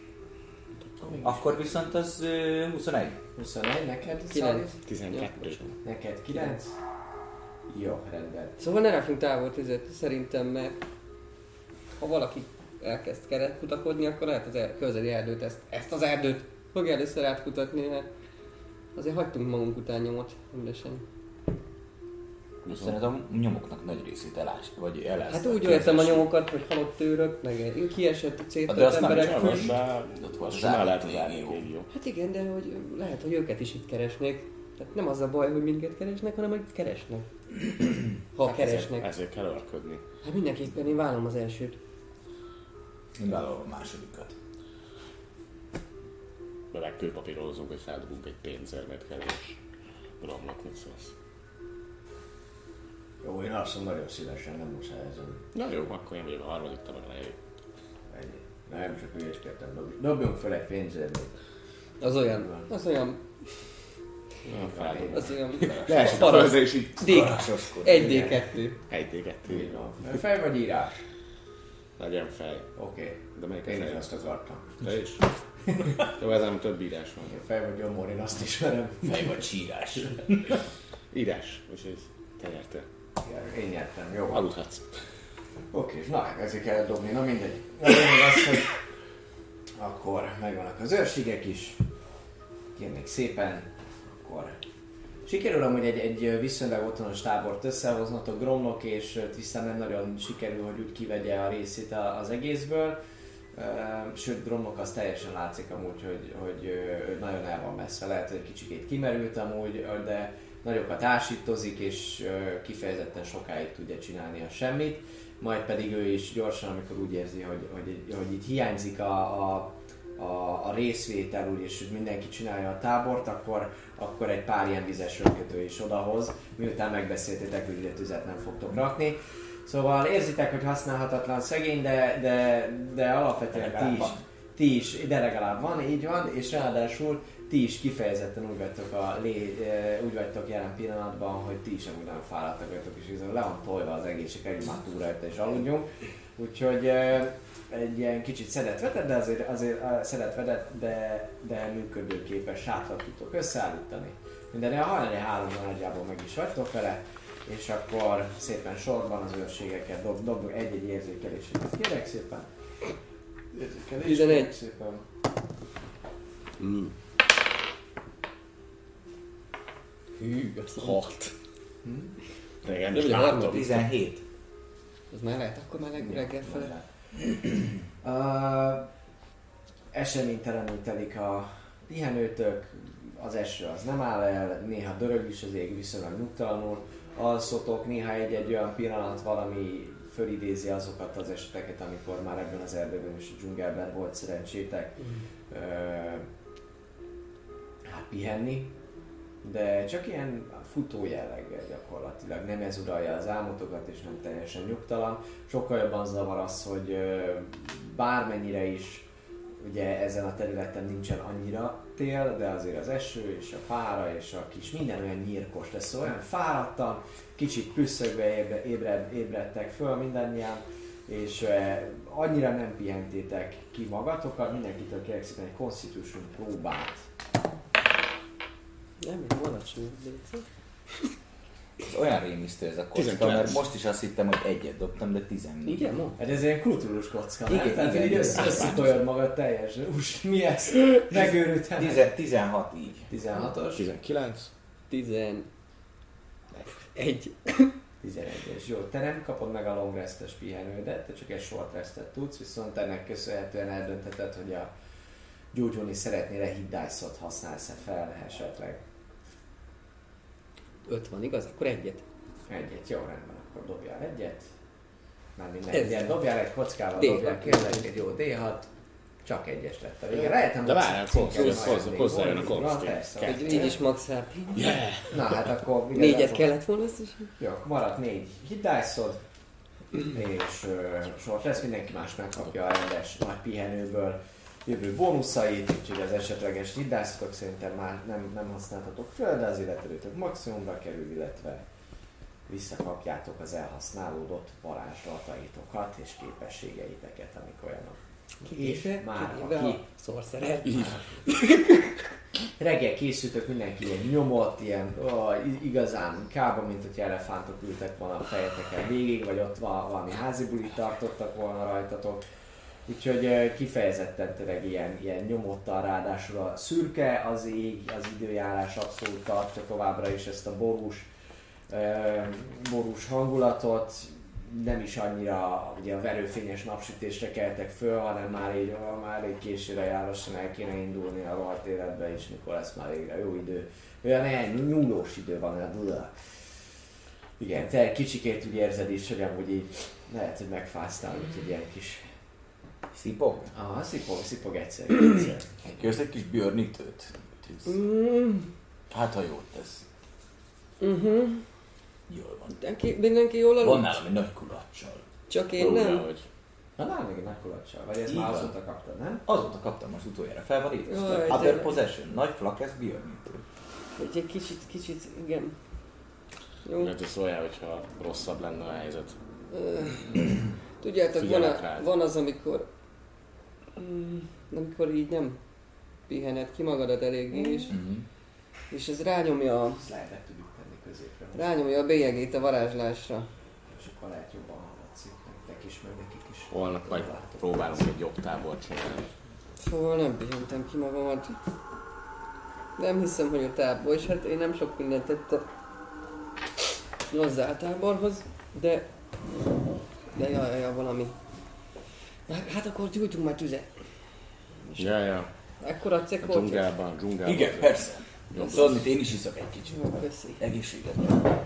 Akkor viszont az ö, huszonegy. huszonegy, neked Kilenc. Szali? tizenkettő. Neked kilenc? Jó, rendben. Szóval ne rakjunk tábortüzet szerintem, mert ha valaki elkezd keret kutakodni, akkor lehet az el, közeli erdőt, ezt, ezt az erdőt fogja először átkutatni, mert azért hagytunk magunk után nyomot rendesen. Szerintem a nyomoknak nagy részét elás, vagy elázták. Hát úgy értem a nyomokat, hogy halott őrök, meg kiesett, De széttört azt nem emberek. csinálom. föl. Hozzá, Ott volt az simán lehet állat várni légió. légió. Hát igen, de hogy lehet, hogy őket is itt keresnék. Tehát nem az a baj, hogy minket keresnek, hanem hogy keresnek. Ha keresnek. Ezért, ezért kell örködni. Hát mindenképpen én vállom az elsőt. Én vállalom a másodikat. De megkőpapírozunk, hogy feldobunk egy pénzérmet kell, és romlok, mit szólsz. Jó, én azt mondom, nagyon szívesen, nem muszáj ezen. Na jó, akkor én vagyok a harmadik, te meg a negyedik. Ennyi. Nem, csak hülyeskedtem, dobj- dobjunk fel egy pénzérmét. Az olyan, az olyan, Na, feldobom. az olyan Leesik a Paraszt. földre, és így D, egy dé kettő. egy dé kettő. Így van. Fej vagy írás? Legyen fej. Oké. De melyik a Én is fej? azt akartam. Te is? Jó, ez nem több írás van. Fej vagy gyomor, én azt ismerem. Fej vagy sírás. Írás, úgyhogy te nyertél. Igen, én nyertem, jó. Aludhatsz. Oké, na ezért kell dobni, na mindegy. Na lényeg az, hogy akkor megvannak az őrségek is. Kérnék szépen, akkor sikerül amúgy egy, egy viszonylag otthonos tábort összehoznotok, Gromnok és Tristan nem nagyon sikerül, hogy úgy kivegye a részét a- az egészből. Ö, Sőt, Gromnok az teljesen látszik amúgy, hogy, hogy ő nagyon el van messze. Lehet, hogy egy kicsikét kimerült amúgy, de nagyokat ásítozik, és ö, kifejezetten sokáig tudja csinálni a semmit. Majd pedig ő is gyorsan, amikor úgy érzi, hogy, hogy, hogy itt hiányzik a, a, a, a részvétel, úgy, és hogy mindenki csinálja a tábort, akkor, akkor egy pár ilyen vizes rögkötő is odahoz, miután megbeszéltétek, hogy ide tüzet nem fogtok rakni. Szóval érzitek, hogy használhatatlan szegény, de, de, de alapvetően ti is, ti is, de legalább van, így van, és ráadásul ti is kifejezetten úgy vagytok, a lé, úgy vagytok jelen pillanatban, hogy ti is amúgy nem fáradtak vagytok, és igazából le van tolva az egész, csak egy már túl rajta és aludjunk. Úgyhogy egy ilyen kicsit szedett vetett, de azért, azért szedett vetett, de, de működőképes sátrat tudtok összeállítani. Mindenre a hajnali háromban nagyjából meg is vagytok vele, és akkor szépen sorban az őrségeket dob, dobjuk egy-egy érzékeléseket. Kérek szépen. Érzékelés, tizenegy. kérek szépen. Mm. Hű, az Hat. Régen De is ugye látom. harmadik. tizenhét. Az már lehet, akkor már leg- reggel fele. Uh, eseménytelenül telik a pihenőtök, az eső az nem áll el, néha dörög is az ég, viszonylag nyugtalanul alszotok, néha egy-egy olyan pillanat valami fölidézi azokat az eseteket, amikor már ebben az erdőben és a dzsungelben volt szerencsétek uh, hát pihenni, de csak ilyen futó jelleggel gyakorlatilag, nem ez uralja az álmotokat és nem teljesen nyugtalan. Sokkal jobban zavar az, hogy uh, bármennyire is ugye ezen a területen nincsen annyira tél, de azért az eső és a pára és a kis minden olyan nyírkos lesz, szóval olyan fáradtan, kicsit püsszögve ébre, ébred, ébredtek föl mindannyian, és uh, annyira nem pihentétek ki magatokat, mindenkitől kérek szépen egy Constitution próbát. Nem, még alacsony. Ez olyan rémisztő ez a kocka, tizenkilenc. mert most is azt hittem, hogy egyet dobtam, de tizennégy. Igen, ma? Hát ez ilyen kultúrus kocka, nem? Igen, Tehát igen, így igen. össze- összetoljad magad teljesen. Úst, mi ez? Megőrültem. Tizen, tizenhat így. tizenhatos. tizenkilenc. Tizen... Egy. tizenegyes. Jó, te nem kapod meg a long restes pihenődet, te csak egy short restet tudsz, viszont ennek köszönhetően eldöntheted, hogy a gyógyulni szeretnél hit dice-ot használsz-e fel esetleg. Öt van, igaz? Akkor egyet. Egyet, jó, rendben, akkor dobjál egyet. Mármint Ez egyet, jó. dobjál egy kockával, dé hat. dobjál kérlek egy jó dé hat. Csak egyes lett a vége. Rájöttem, De hogy várjál, cinkelni hozzá- majd hozzá- még hozzájön a volt. Van, konstin. persze. Kettő. Így is max há pé. Yeah. Na hát akkor... Négyet kellett volna, ezt is. Jó, akkor maradt négy hit dice-od, és uh, sort lesz, mindenki más megkapja a rendes nagy pihenőből jövő bónuszait, úgyhogy az esetleges hit dice-otok szerintem már nem, nem használtatok föl, de az életerőtök maximumra kerül, illetve visszakapjátok az elhasználódott varázslataitokat és képességeiteket, amik olyanok. És már Kivéve aki a sorcerer. reggel készültök, mindenki ilyen nyomott, ilyen ó, igazán kába, mint hogy elefántok ültek volna a fejeteken végig, vagy ott val- valami házi bulit tartottak volna rajtatok. Úgyhogy ö, kifejezetten tényleg ilyen, ilyen nyomottan, ráadásul a szürke az ég, az időjárás abszolút tartja továbbra is ezt a borús, ö, borús hangulatot. Nem is annyira ugye a verőfényes napsütésre keltek föl, hanem már így, már egy későre járosan el kéne indulni a rohadt életbe is, mikor lesz már végre jó idő. Olyan ilyen nyúlós idő van, olyan igen, te kicsikét úgy érzed is, hogy amúgy így lehet, hogy megfáztál, úgyhogy ilyen kis... Szipog? Aha, szipog, szipog egyszer, egyszer. Kérsz egy kis björnítőt? Mm, Hát ha jót tesz. uh-huh. Jól van. Mindenki, mindenki jól Van aludt? nálam egy nagy kulacsal. Csak én nem? Hogy Na, nálam még egy nagy kulacsal, vagy ezt Így már van. azóta kaptad, nem? Azóta kaptam most utoljára, fel van Jaj, ébresztve. Other tényleg. possession, nagy flak lesz björnítő. Hogy egy kicsit, kicsit, igen. Jó. mert szóljál, hogyha rosszabb lenne a helyzet. Ö, Tudjátok, van, Figyelek a, rád. van az, amikor... Mm, amikor így nem pihened ki magadat eléggé, és, Mm-hmm. és ez rányomja, Ezt lehetett tudjuk tenni középre. rányomja a bélyegét a varázslásra. És akkor lehet jobban hallatszik, nektek is, meg nekik is. Holnap majd próbálunk egy jobb tábort csinálni. Szóval nem pihentem ki magamat. Nem hiszem, hogy a tábor, és hát én nem sok mindent tettem az táborhoz, de... De jaj, jaj, jaj, valami. Hát akkor gyújtunk már tüzet. Ja, ja. Ekkora A cek volt. dzsungelben, a dzsungelben. Igen, persze. Tudod, mit én is iszok egy kicsit. Jó, köszi. Egészséget.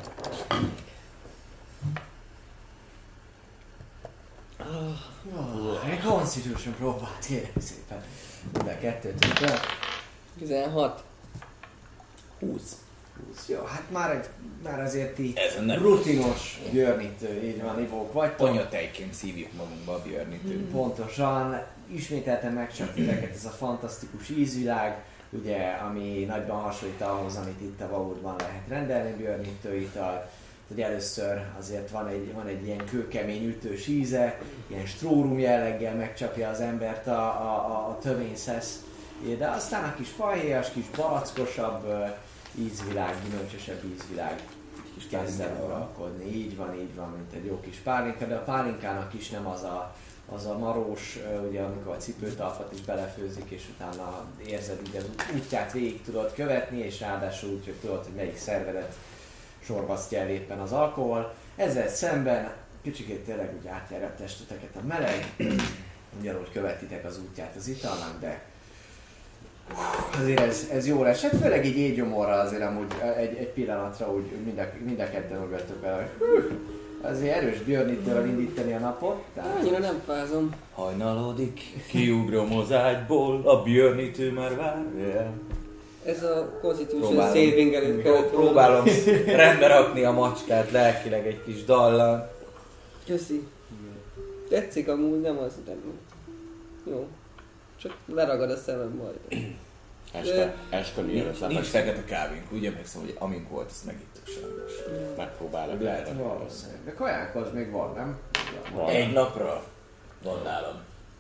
Oh, egy Constitution próbát, kérem szépen. Mind a kettőt be. tizenhat. húsz. húsz. Jó, hát már, egy, már azért ti Ezen nem. rutinos björnítő, így van, ivók vagytok. Tanyatejként szívjuk magunkba a björnítőt. Pontosan, ismételten megcsap titeket ez a fantasztikus ízvilág, ugye, ami nagyban hasonlít ahhoz, amit itt a Vaultban lehet rendelni björnítőitalt. Hogy először azért van egy, van egy ilyen kőkemény ütős íze, ilyen strórum jelleggel megcsapja az embert a, a, a, a tövényszesz, de aztán a kis fahéjas, kis balackosabb ö, ízvilág, gyümölcsösebb ízvilág is kezd el uralkodni. Így van, így van, mint egy jó kis pálinka, de a pálinkának is nem az a, az a marós, ö, ugye amikor a cipőtalpat is belefőzik, és utána érzed így az útját végig tudod követni, és ráadásul úgy, hogy tudod, hogy melyik szervedet sorbasztja el éppen az alkohol. Ezzel szemben kicsikét tényleg úgy átjárja a testeteket a meleg, ugyanúgy követitek az útját az italnak, de azért ez, ez jó lesz. Hát főleg így éjgyomorra azért amúgy egy, egy pillanatra úgy mind a, mind a ketten úgy vettek el, hogy azért erős Björnitől indítani a napot. Tehát... Annyira nem fázom. Hajnalodik, kiugrom az ágyból, a Björnitő már várja. Ez a Constitution saving előtt kellett. Próbálom rendbe rakni a macskát lelkileg egy kis dallal. Köszi. Tetszik amúgy, nem az, nem. Jó. Csak leragad a szemem majd. Este, este mielőtt Nincs, nincs fekete kávénk, úgy emlékszem, hogy amink volt, azt megittük sajnos. Megpróbálok. Lehet valószínűleg. De kajánk az még van, nem? Van. Egy napra van nálam.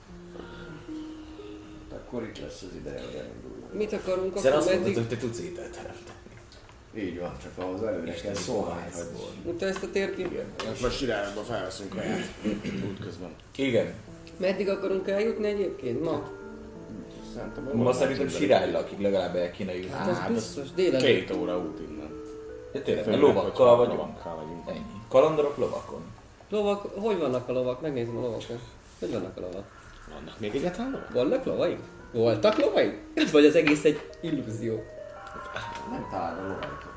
Akkor itt lesz az ideje, hogy elindulunk. Mit akarunk Hiszen akkor azt mondtad, meddig? hogy te tudsz ételt teremteni. Így van, csak ahhoz előre kell szólni, hogy... Mutta ezt a térképet? Most most irányba felveszünk kaját útközben. Igen. Meddig akarunk eljutni egyébként? Ma? Szerintem Ma szerintem Sirály-lakig legalább el kéne jutni. Hát az Hát, biztos, délelőtt. Két óra út innen. De tényleg, Főleg, lovakkal hogyha vagyunk. Lovakkal vagyunk. Ennyi. Kalandorok lovakon. Lovak, hogy vannak a lovak? Megnézem a lovakat. Hogy vannak a lovak? Vannak még egyáltalán lovak? Vannak lovaik? Voltak lovaik? Vagy az egész egy illúzió? Nem találom a lovatokat.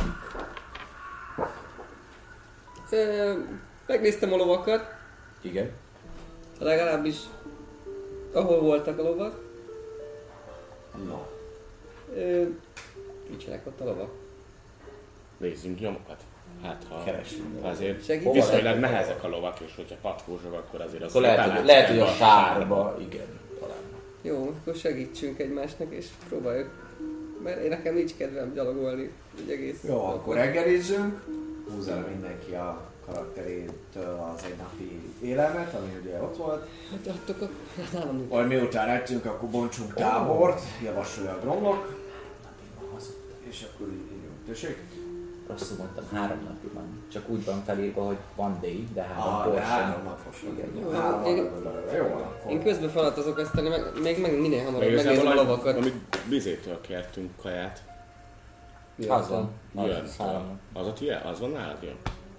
Ö, megnéztem a lovakat, Igen. legalábbis ahol voltak a lovak. No. Ö, nincsenek ott a lovak. Nézzünk nyomokat. Hát ha Keressünk. azért Segít. viszonylag nehezek a lovak, és hogyha patkózsok, akkor azért az Akkor lehet, hogy, lehet, hogy a sárba, igen, talán. Jó, akkor segítsünk egymásnak és próbáljuk. Mert én nekem nincs kedvem gyalogolni egy egész Jó, napot. akkor reggelizzünk. Húzza le mindenki a karakterétől az egynapi élelmet, ami ugye ott volt. Hát adtok a... nálam nincs. Majd miután ettünk, akkor bontsunk tábort, javasolja a Gromlok. És akkor így ígyunk. Tessék? Rosszul mondtam, három napig van. Csak úgy van felírva, hogy one day, de három Ah, de portion. három napos. Igen. Jó, Három én- napos belőle. Jó van, akkor. Én közben falatozok aztán, meg, meg, meg minél hamarabb Meg megnézem a valami, lovakat. valami bizétől kértünk kaját. Mi Az van. Jön. Az három nap. Az a tiéd? Az van nálad? Jön?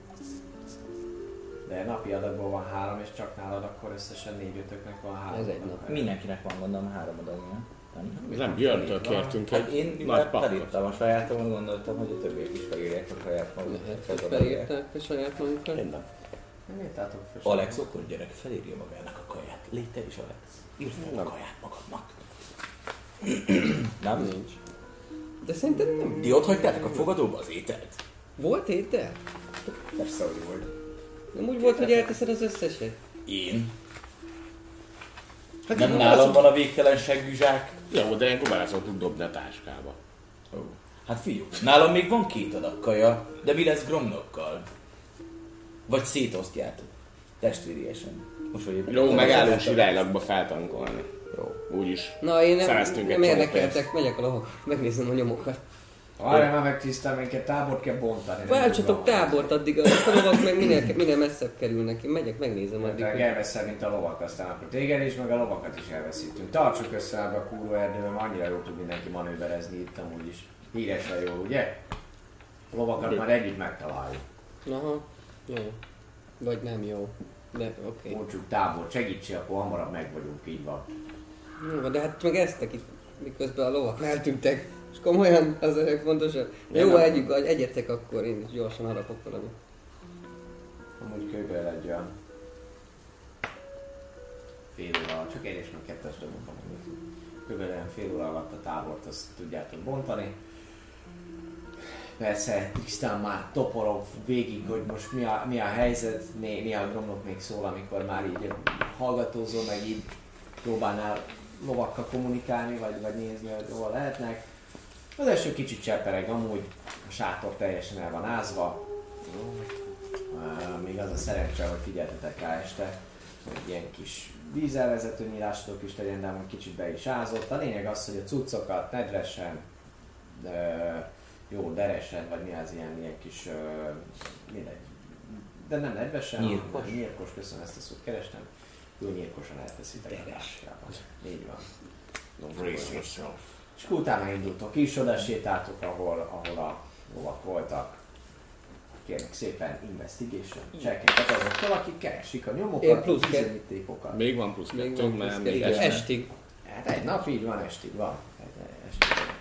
De napi adagból van három, és csak nálad akkor összesen négy-ötöknek van három. Ez egy nap. Mindenkinek van gondolom három adagja. Nem? Nem, Björntől kértünk Hát egy én nagy mivel pakkot. felírtam a sajátomon, gondoltam, hogy a többiek is felírják a saját Lehet, magukat. hogy felírták a saját magukat. Minden. Nem írtátok fel. Alex, akkor gyerek, felírja magának a kaját. Légy te is, Alex. Írd fel a kaját magadnak. Nem? Nincs. De szerintem nem. Ti ott hagytátok a fogadóba az ételt? Volt étel? Persze, hogy volt. Nem úgy volt, hogy elteszed az összeset? Én? Hát Nem jó, nálam az- van a végtelen seggűzsák? Jó, de ilyenkor bele szoktuk dobni a táskába. Oh. Hát fiúk, nálam még van két adag kaja, de mi lesz Gromnokkal? Vagy szétosztjátok? Testvériesen. Most vagy Jó, megállunk Sirálylakba feltankolni. Jó. Úgyis Na, én nem, szereztünk nem egy csomó érdekeltek, megyek a lovak, megnézem a nyomokat. Várj már meg tisztán, minket tábort kell bontani. Váltsatok tábort addig, a lovak meg minél, minél messzebb kerülnek. Én megyek, megnézem addig. Meg hogy- elveszel, mint a lovak, aztán akkor téged is, meg a lovakat is elveszítünk. Tartsuk össze ebbe a kurva erdőben, annyira jól tud mindenki manőverezni itt amúgy is. Híresen jól, ugye? A lovakat már együtt megtaláljuk. Aha, jó. Vagy nem jó. De oké. Okay. Bontsuk tábort, segítsél, akkor hamarabb meg vagyunk, így van. Jó, van, de hát meg eztek itt, miközben a lovak eltűntek. És komolyan, az a legfontosabb. Jó, nem. együk, egyetek akkor, én is gyorsan harapok valamit. Amúgy körülbelül egy olyan fél óra alatt, csak én és meg kettes dobunk amúgy. Körülbelül olyan fél óra alatt a tábort azt tudjátok bontani. Persze, tisztán már toporog végig, hogy most mi a, mi a helyzet, né, néha a Gromlok még szól, amikor már így hallgatózol, meg így próbálnál lovakkal kommunikálni, vagy, vagy nézni, hogy hol lehetnek. Az első kicsit csepereg amúgy, a sátor teljesen el van ázva. Uh, még az a szerencse, hogy figyeltetek rá este, hogy ilyen kis vízelvezető nyílásotok is legyen, de amúgy kicsit be is ázott. A lényeg az, hogy a cuccokat nedvesen, de jó, deresen, vagy mi az ilyen, ilyen kis, uh, mindegy. De nem nedvesen, Nyírkos? hanem nyírkos, köszönöm, ezt a szót kerestem. Jó nyírkosan elteszitek a táskába. Így van. Brace yourself. És akkor utána indultok is, oda sétáltok, ahol, ahol a lovak voltak. kérlek szépen investigation checkeket azoktól, akik keresik a Én nyomokat, a plusz kettő. bizonyítékokat. Még van plusz Még kettő, van mert plusz még kettő. este. Estig. Hát egy nap így van, estig van. Egy- estig van.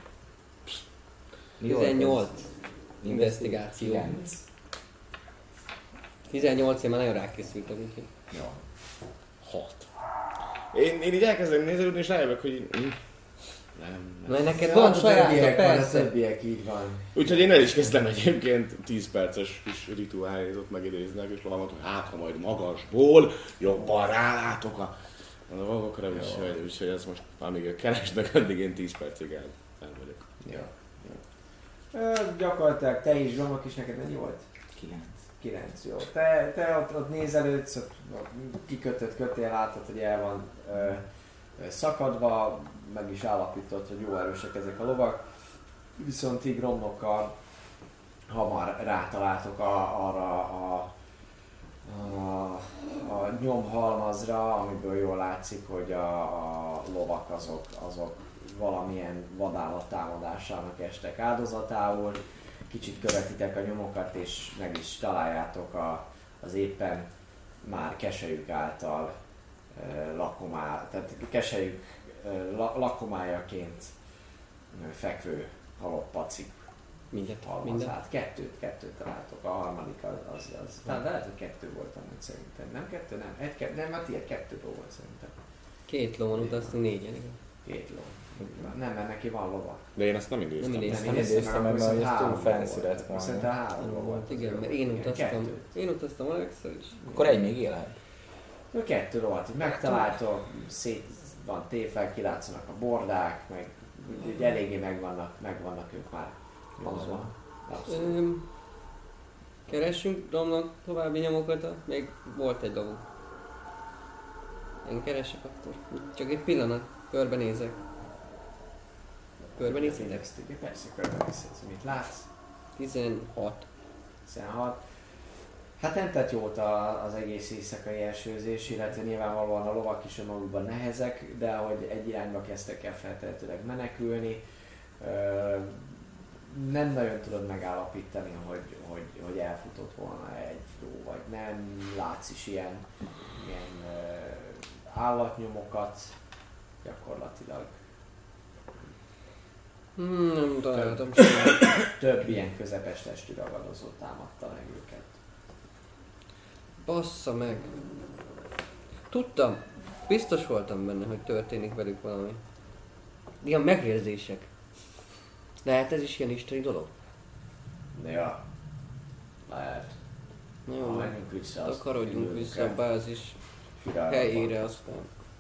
tizennyolc. Investigáció. kilenc. tizennyolc, én már nagyon rákészültem, úgyhogy. Jó. hat. Én, én így elkezdem nézelődni, és rájövök, hogy... mm, Nem, nem. Mert neked Ja, van a saját, többiek van, a persze. többiek így van. Úgyhogy én el is kezdem egyébként tíz perces kis rituálétot megidéznek, és valamit, hogy hát ha majd magasból jobban rálátok a, a dolgokra, úgyhogy, úgyhogy ez most, amíg ők keresnek, addig én tíz percig el, el vagyok. Jó. Jó. Ö, gyakorlatilag te is, Zsomok is neked mennyi volt? kilenc. kilenc, jó. Te, te ott, ott nézelődsz, ott kikötött kötél, látod, hogy el van ö, ö, szakadva, meg is állapított, hogy jó erősek ezek a lovak. Viszont így Gromnokkal hamar rátaláltok a, arra a, a, a nyomhalmazra, amiből jól látszik, hogy a, a lovak azok, azok valamilyen vadállat támadásának estek áldozatául. Kicsit követitek a nyomokat, és meg is találjátok a, az éppen már keselyük által uh, lakomá, tehát keselyük uh, la, lakomájaként uh, fekvő halott pacik Mindent, mindent. halmazát. Kettőt, kettőt találtok, a harmadik az, az, az. Tehát lehet, hogy kettő volt amúgy szerintem. Nem kettő? Nem, egy, kettő, nem, hát ilyet kettő ló volt szerintem. Két lovon utaztunk, négyen. igen. Két ló. Nem, mert neki van lova. De én ezt nem idéztem. Nem idéztem. Nem idéztem idéztem meg, meg, mert viszont ez túl három fancy volt. lett volna. Szerintem három Volt, volt. igen, mert én utaztam. Kettő. Én utaztam a legször is. Akkor egy még élhet. Ő kettő lovat, hogy megtaláltok, szét van téfel, kilátszanak a bordák, meg úgy eléggé megvannak, megvannak ők már nyomva. Abszolút. Öm, Keressünk Domnak további nyomokat, még volt egy lovunk. Én keresek akkor. Csak egy pillanat, körbenézek. Körbenézitek? Investigate, persze körbenézhetsz, mit látsz. tizenhat. tizenhat. Hát nem tett jót a, az egész éjszakai elsőzés, illetve nyilvánvalóan a lovak is önmagukban nehezek, de ahogy egy irányba kezdtek el feltehetőleg menekülni, ö, nem nagyon tudod megállapítani, hogy, hogy, hogy elfutott volna egy ló, vagy nem. Látsz is ilyen, ilyen ö, állatnyomokat, gyakorlatilag. Hmm, nem találtam semmit. Több ilyen közepes testű ragadozó támadta meg őket. Bassza meg. Tudtam, biztos voltam benne, hogy történik velük valami. Ilyen megérzések. Lehet ez is ilyen isteni dolog? Ja, lehet. Na Ha jó, menjünk vissza, azt takarodjunk ülünk vissza el. a bázis Sirálóban. helyére aztán.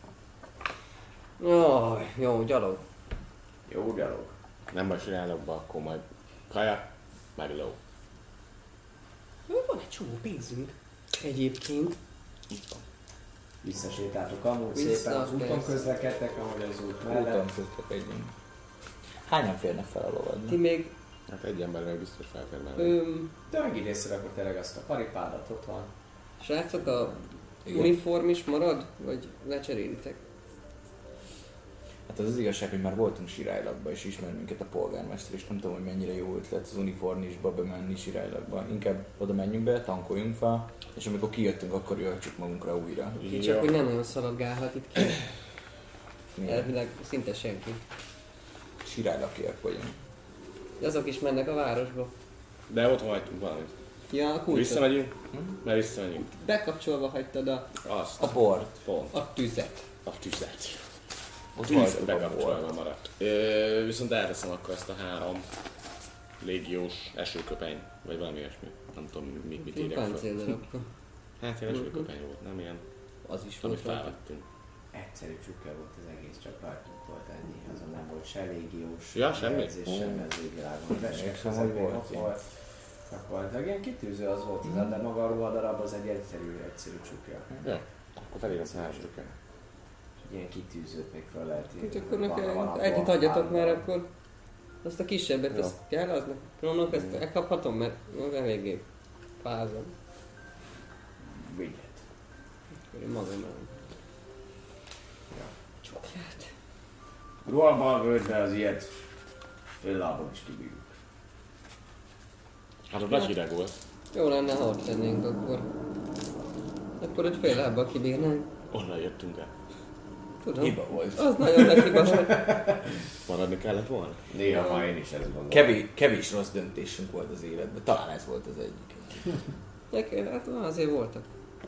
Jaj, jó, gyalog. Jó gyalog. Nem baj, csinálok, akkor majd kaja, meg ló. Van egy csomó pénzünk. Egyébként. Visszasétáltok amúgy Vissza, szépen, az úton persze. közlekedtek, ahogy az út Úton mellett. közlekedjünk. Hányan férnek fel a Ti lovadni? még Hát egy ember meg biztos felfér mellé. öm, De megidézted akkor tényleg azt a paripádat, ott van. srácok, a Igen. uniform is marad? Vagy lecserélitek? Hát az az igazság, hogy már voltunk Sirálylakba, és ismer minket a polgármester, és nem tudom, hogy mennyire jó ötlet az uniformisba bemenni Sirálylakba. Inkább oda menjünk be, tankoljunk fel, és amikor kijöttünk, akkor jöhetjük magunkra újra. Ki csak, hogy nem nagyon szaladgálhat itt ki. Miért? Elvileg szinte senki. Sirálylakiak vagyunk. De azok is mennek a városba. De ott hagytunk valamit. Ja, a kulcsot. Visszamegyünk? Mert visszamegyünk. Bekapcsolva hagytad a, Azt. A bort. Pont. a tüzet. A tüzet. Ott Tűz hagytuk a bekapcsolva bort. maradt. Ö, viszont elveszem akkor ezt a három légiós esőköpeny, vagy valami ilyesmi. Nem tudom, mit, mit írják fel. Páncéldarabka. Hát ilyen esőköpeny volt, nem ilyen, Az is amit volt rajta. felvettünk. Egyszerű csukja volt az egész, csak rajtunk volt ennyi. Azon nem volt se légiós, Ja, semmi? jelzés, sem ez végvilágon. De se Emlékszem, hogy közepén volt ott ilyen. volt. Gyakorlatilag ilyen kitűző az volt, az, de maga a ruhadarab az egy egyszerű, egyszerű csukja. Ja, akkor felírom a esőköpeny. Ilyen kitűzőt még fel lehet írni. Hát akkor Van- van nekem abból egyet adjatok már három. akkor. Azt a kisebbet, Jó. azt kell aznak? Krónok, ezt elkaphatom, mert az eléggé fázom. Vigyet. Akkor én magam nem. Csukját. Ruhalban a völgybe az ilyet fél lábon is kibírjuk. Hát ott nagy hideg volt. Jó lenne, ha ott lennénk akkor. Akkor egy fél lábbal kibírnánk. Onnan jöttünk el. Tudom. Hiba volt. Az nagyon nagy hiba volt. Maradni kellett volna? Néha már én is ezt gondolom. Kevés, kevés rossz döntésünk volt az életben. Talán ez volt az egyik. Nekem, hát azért voltak.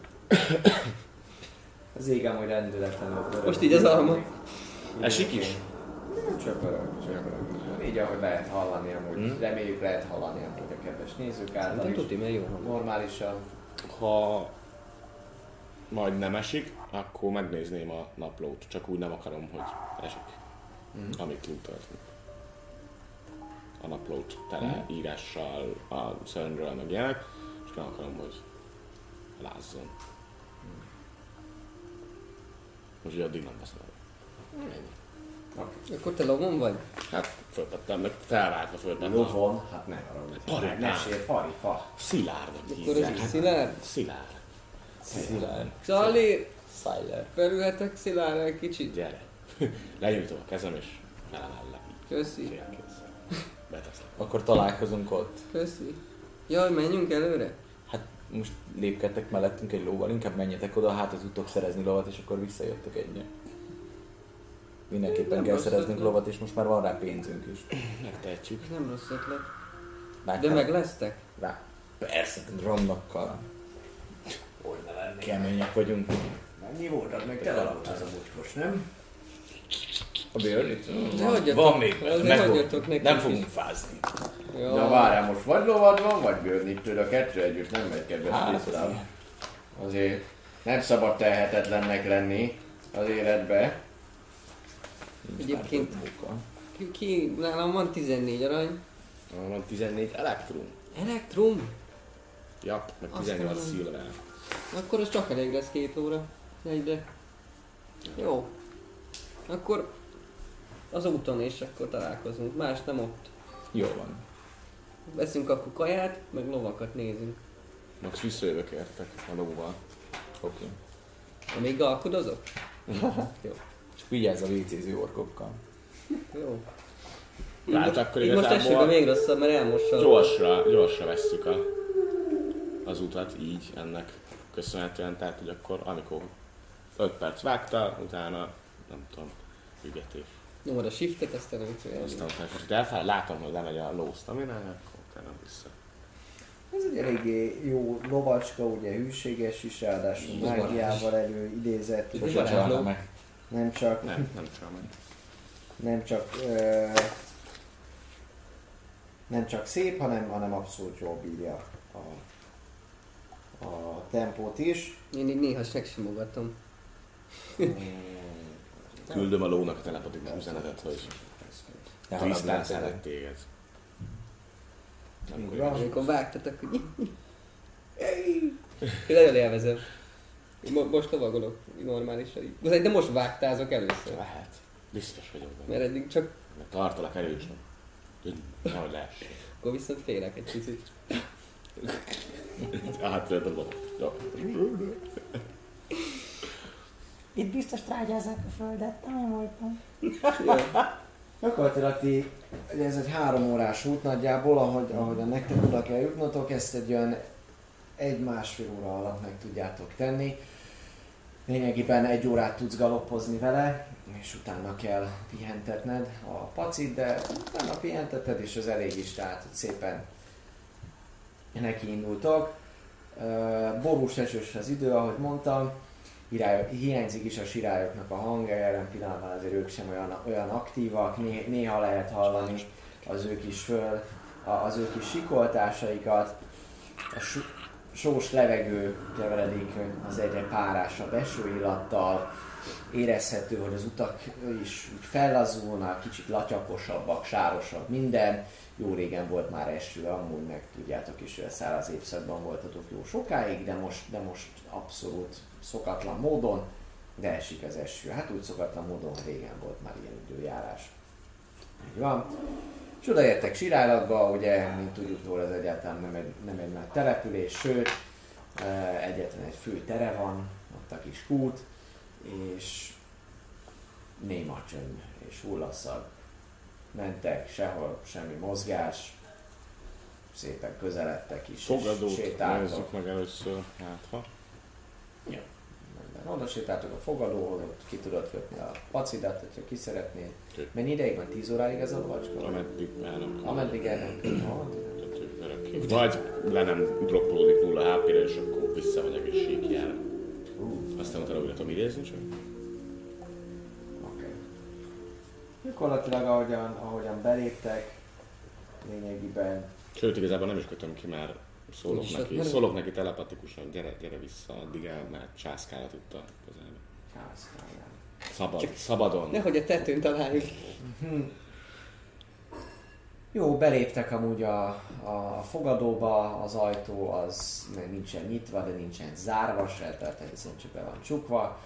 Az égen majd rendületlenül. Most így az alma. Esik is? Csak arra, csak arra. Így ahogy lehet hallani amúgy. Hmm? Reméljük lehet hallani amúgy a kedves nézők által Nem is. tudni, mert jó hang. Normálisan. Ha majd nem esik, akkor megnézném a naplót. Csak úgy nem akarom, hogy esik. Mm. Amit looteltünk. A naplót tele mm. írással, a szörnyről meg ilyenek, és nem akarom, hogy lázzon. Mm. Most addig nem veszem el. Ennyi. Okay. Akkor te lovon vagy? Hát föltettem, meg felváltva föltettem. Lovon? Hát ne arra. Paripám. Ne sér, paripa. Szilárd. Akkor ez is szilárd? Szilárd. Szilárd. Zali! Szilárd. Felülhetek szilárd egy kicsit? Gyere. Lenyújtom a kezem és felemellek. Köszi. Félkész. Beteszlek. Akkor találkozunk ott. Köszi. Jaj, menjünk előre? Hát most lépkedtek mellettünk egy lóval, inkább menjetek oda, hát az tudtok szerezni lovat, és akkor visszajöttök egynél. Mindenképpen kell szereznünk lovat, és most már van rá pénzünk is. Megtehetjük. Ez nem rossz ötlet. Rá De kell- meg lesztek? Rá. Persze, rannakkal. Kemények vagyunk. Mennyi voltak meg tele volt az a mocskos, nem? A bőrlit? De hagyjatok- Van még, azért meg hagyjatok nekik nem is. fogunk fázni. Jó. Na várjál, most vagy lovad van, vagy bőrnitőd, a kettő együtt nem megy, kedves Hát, Krisztál. azért. Azért nem szabad tehetetlennek lenni az életbe. Egyébként ki, ki, nálam van tizennégy arany. Van tizennégy elektrum. Elektrum? Ja, meg Azt tizennyolc mondom. szilver. Akkor az csak elég lesz két óra. Egyre. Jó. Akkor az úton és akkor találkozunk. Más nem ott. Jó van. Veszünk akkor kaját, meg lovakat nézünk. Max visszajövök értek a lóval. Oké. Amíg alkudozok? Jó. Csak vigyázz a vécéző orkokkal. Jó. Hát akkor Így most esünk a igazából még rosszabb, mert elmossa. gyorsra, gyorsra vesszük a, az utat így ennek köszönhetően, tehát hogy akkor amikor öt perc vágta, utána nem tudom, ügetés. Nyomod a shiftet, aztán a viccelni. Aztán utána kicsit elfáll, látom, hogy lemegy a ló sztaminája, akkor utána vissza. Ez egy eléggé jó lovacska, ugye hűséges is, ráadásul mágiával előidézett. Ez ugye egy varázsló. meg. Nem csak, Nem, nem csak meg. nem csak, ö, nem csak szép, hanem, hanem abszolút jól bírja a, a tempót is. Én így néha megsimogatom. Küldöm a lónak a telepatikus üzenetet, hogy Ne haragudj, Krisztál tényleg. szeret téged. Így Akkor van. Amikor vágtatok, hogy... Én nagyon élvezem. Én mo- most lovagolok normálisan így. De most vágtázok először. lehet. Biztos vagyok benne. Mert eddig csak... Mert tartalak erősen. Nehogy leessék. Akkor viszont félek egy picit. Átvered a lovat. Jó. Itt biztos trágyázzák a földet, nem voltam. Gyakorlatilag ti, ugye ez egy három órás út nagyjából, ahogy, ahogyan nektek oda kell jutnotok, ezt egy olyan egy-másfél óra alatt meg tudjátok tenni. Lényegében egy órát tudsz galoppozni vele, és utána kell pihentetned a pacit, de utána pihenteted, és az elég is, tehát hogy szépen neki indultok. Borús esős az idő, ahogy mondtam, Hirály, hiányzik is a sirályoknak a hangja, jelen pillanatban azért ők sem olyan, olyan aktívak, Né, néha lehet hallani az ők is föl, a- az ők is sikoltásaikat. A so, sós levegő keveredik az egyre párásabb esőillattal, érezhető, hogy az utak is úgy fellazulnak, kicsit latyakosabbak, sárosabb minden. Jó régen volt már eső, amúgy meg tudjátok is, hogy a száraz évszakban voltatok jó sokáig, de most, de most abszolút szokatlan módon, de esik az eső. Hát úgy szokatlan módon, hogy régen volt már ilyen időjárás. Így van. És odaértek Sirállatba, ugye, mint tudjuk róla, ez egyáltalán nem egy, nem egy nagy település, sőt, eh, egyetlen egy fő tere van, ott a kis kút, és néma csönd és hullaszag. Mentek, sehol semmi mozgás, szépen közeledtek is, Fogadót és sétáltak. nézzük meg először, hát ha. Ja. Oda sétáltok a fogadóhoz, ott ki tudod kötni a pacidat, hogyha ki szeretnéd. Oké. Mennyi ideig van? tíz óráig ez a lovacska? Ameddig el nem kell. Ameddig el nem kell. Tehát, hogy örökké. Vagy le nem droppolódik nulla há pére, és akkor visszamegyek és síkjára. Aztán utána újra tudom idézni csak. Oké. Gyakorlatilag ahogyan, ahogyan beléptek, lényegében Sőt, igazából nem is kötöm ki, már szólok Úgyis neki. ott nem- Szólok neki telepatikusan, gyere, gyere vissza, addig el, mert császkálat itt a közelben. kászkálják. Szabad, Csak- szabadon. Nehogy a tetőn találjuk. Jó, beléptek amúgy a, a fogadóba, az ajtó az nincsen nyitva, de nincsen zárva se, tehát egyszerűen csak be van csukva.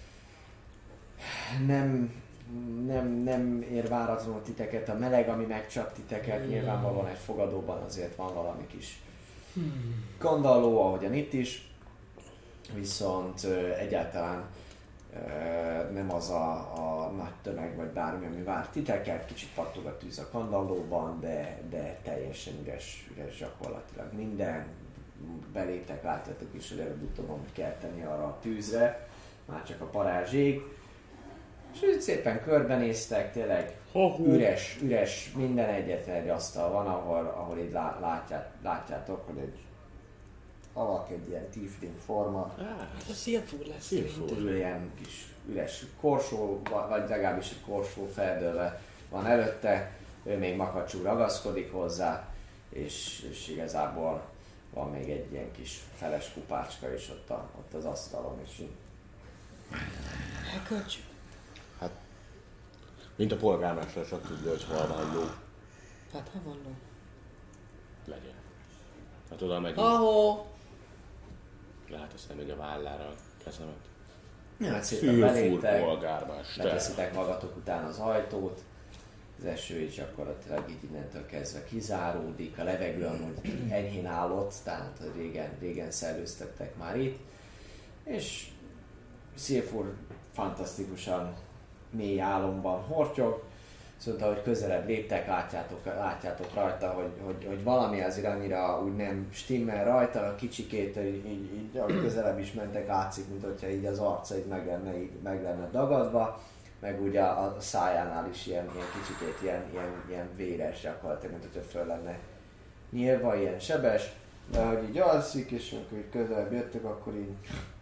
Nem, nem, nem ér váratlanul titeket a meleg, ami megcsap titeket, nyilvánvalóan egy fogadóban azért van valami kis kandalló, ahogyan itt is, viszont ö, egyáltalán ö, nem az a, a nagy tömeg vagy bármi, ami vár titeket, kicsit pattog a tűz a kandallóban, de, de teljesen üres, üres gyakorlatilag minden. Beléptek, látjátok is, hogy előbb-utóbb amit kell tenni arra a tűzre, már csak a parázség. És úgy szépen körbenéztek, tényleg üres, üres, minden egyetlen egy asztal van, ahol, ahol így lá, látját, látjátok, hogy egy alak, egy ilyen tiefling forma, A szilfúr lesz. Szilfúr. ül ilyen kis üres korsó, vagy legalábbis egy korsó feldőlve van előtte, ő még makacsú ragaszkodik hozzá, és, és igazából van még egy ilyen kis feles kupácska is ott, a, ott az asztalon, és így Elköltsük. Mint a polgármester csak tudja, hogy hol van ló. Hát ha van ló. Legyen. Hát oda megyünk. Ahó! Ráteszem még a vállára a kezemet. ja, hát szépen Szilfúr beléptek, polgármester. leteszitek magatok után az ajtót, az eső is gyakorlatilag így innentől kezdve kizáródik, a levegő amúgy enyhén állott, tehát hogy régen, régen szellőztettek már itt, és Szilfúr fantasztikusan mély álomban hortyog, szóval ahogy közelebb léptek, látjátok, látjátok rajta, hogy, hogy, hogy valami azért annyira úgy nem stimmel rajta, a kicsikét, így, így, így ahogy közelebb is mentek, látszik, mint hogyha így az arca így meg lenne, így meg lenne dagadva, meg ugye a szájánál is ilyen, ilyen kicsikét ilyen, ilyen, ilyen véres gyakorlatilag, mint hogyha föl lenne nyílva, ilyen sebes, de hogy így alszik, és amikor így közelebb jöttök, akkor így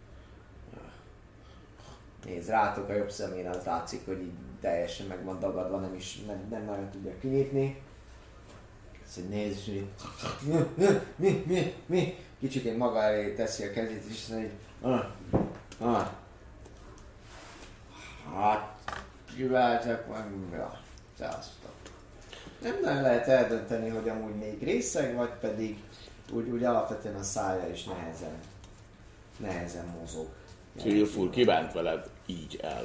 néz rátok a jobb szemén, az látszik, hogy így teljesen meg van dagadva, nem is, nem, nem nagyon tudja kinyitni. Ezt így néz, és így mi, mi, mi, mi? Kicsikén maga elé teszi a kezét, és így ah, ah. Hát, kiváltak, van, ja, száztak. Nem nagyon lehet eldönteni, hogy amúgy még részeg, vagy pedig úgy, úgy alapvetően a szája is nehezen, nehezen mozog. Szilfúr kibánt veled így el.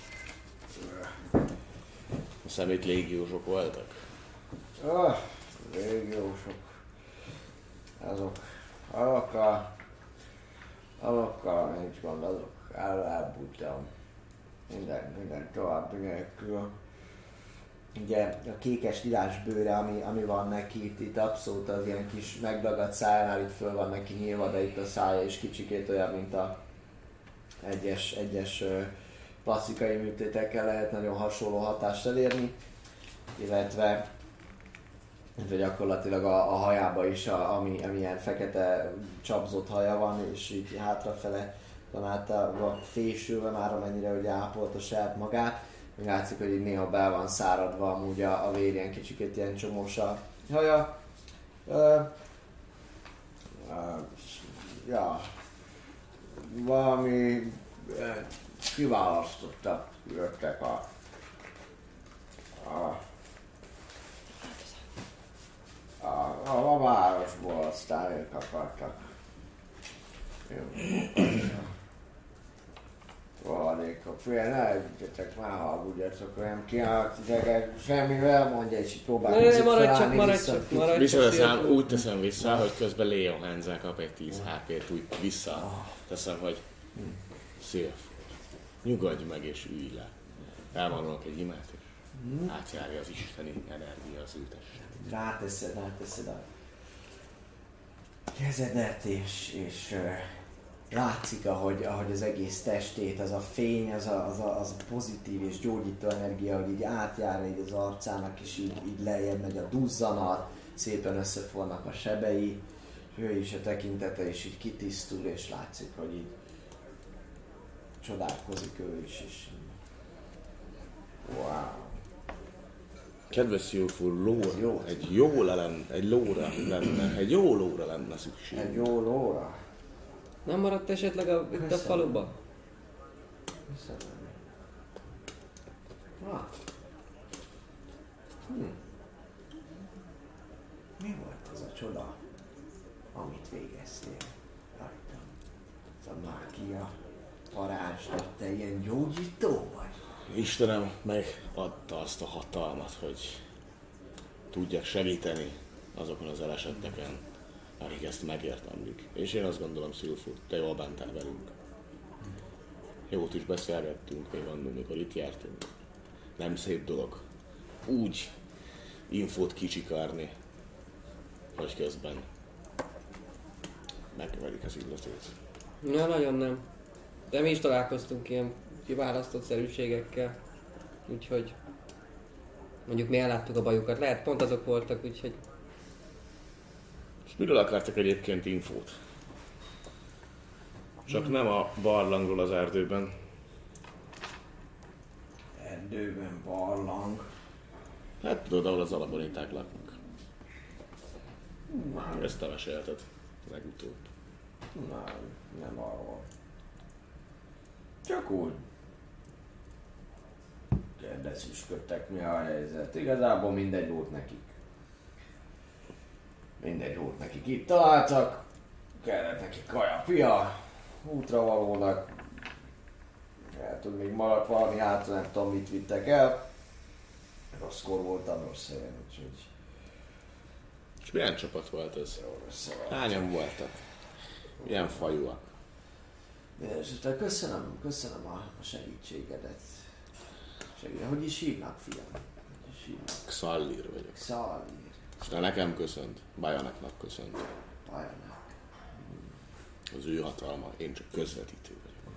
A szemét légiósok voltak. Ah, légiósok. Azok, azokkal, azokkal nincs gond, azok el, elbújtam. Minden, minden további nélkül. Ugye a kékes lilás bőre, ami, ami van neki, itt, itt abszolút az ilyen kis megdagadt szájánál itt föl van neki nyilva, de itt a szája is kicsikét olyan, mint a egyes, egyes ö, plastikai műtétekkel lehet nagyon hasonló hatást elérni, illetve, illetve gyakorlatilag a, a hajába is, a, ami, ami ilyen fekete csapzott haja van, és így hátrafele van általában fésülve már, amennyire ugye ápolta saját magát. Még látszik, hogy így néha be van száradva amúgy a, a vér, ilyen kicsikét ilyen csomós a haja. Ö, ö, ja, valami ö, kiválasztottak, jöttek a, a, a, a, a városból, aztán ők akartak. Valadékok, fél, ne ügyetek már, haragudjatok, nem kínálok titeket semmivel, mondja, és így próbálkozik Ne, maradj csak, felállni maradj vissza. csak, maradj csak. Visszateszem, Szilfúr. úgy teszem vissza, hogy közben Leon Hanzel kap egy tíz há pét, úgy vissza. Teszem, hogy Szilfúr, nyugodj meg és ülj le. Elmondok egy imát, és átjárja az isteni energia az ültessen. Ráteszed, ráteszed a kezedet, és, és uh, látszik, ahogy, ahogy az egész testét, az a fény, az a, az, a, az a pozitív és gyógyító energia, hogy így átjár így az arcának, és így, így lejjebb megy a duzzanat, szépen összefornak a sebei, és ő is a tekintete is így kitisztul, és látszik, hogy így csodálkozik ő is, és wow. Kedves Szilfur, ló, Jó. egy jó lenne, egy lóra lenne, egy jó lóra lenne szükség. Egy jó lóra. Nem maradt esetleg a, itt a Köszönöm. faluba? Köszönöm. Ah. Hm. Mi volt az a csoda, amit végeztél rajtam? Ez a mágia varázslat, te ilyen gyógyító vagy? Istenem megadta azt a hatalmat, hogy tudjak segíteni azokon az elesetteken, akik ezt megértemlik. És én azt gondolom, Szilfur, te jól bántál velünk. Jót is beszélgettünk még annól, mikor itt jártunk. Nem szép dolog úgy infót kicsikarni, hogy közben megverik az illetőt. Na, nagyon nem. De mi is találkoztunk ilyen kiválasztott szerűségekkel. Úgyhogy mondjuk mi elláttuk a bajukat. Lehet pont azok voltak, úgyhogy... És miről akartak egyébként infót? Csak nem a barlangról az erdőben. Erdőben barlang. Hát tudod, ahol az alaboniták laknak. Ezt te mesélted legutóbb. Nem, nem arról. Csak úgy kérdezősködtek, mi a helyzet. Igazából mindegy volt nekik. Mindegy volt nekik. Itt találtak, kellett nekik kaja, pia, útra valónak. Lehet, hogy még maradt valami hátra, nem tudom mit vittek el. Rosszkor voltam, rossz helyen, úgyhogy És milyen csapat volt ez? jól összevallt. Hányan voltak? Milyen fajúak? Mindenesetre köszönöm, köszönöm a, a segítségedet. Segít, hogy is hívnak, fiam? Hogy is hívnak? Xallír vagyok. Xallír, És ne nekem köszönt, Bajaneknak köszönt. Bajanak. Az ő hatalma, én csak közvetítő vagyok.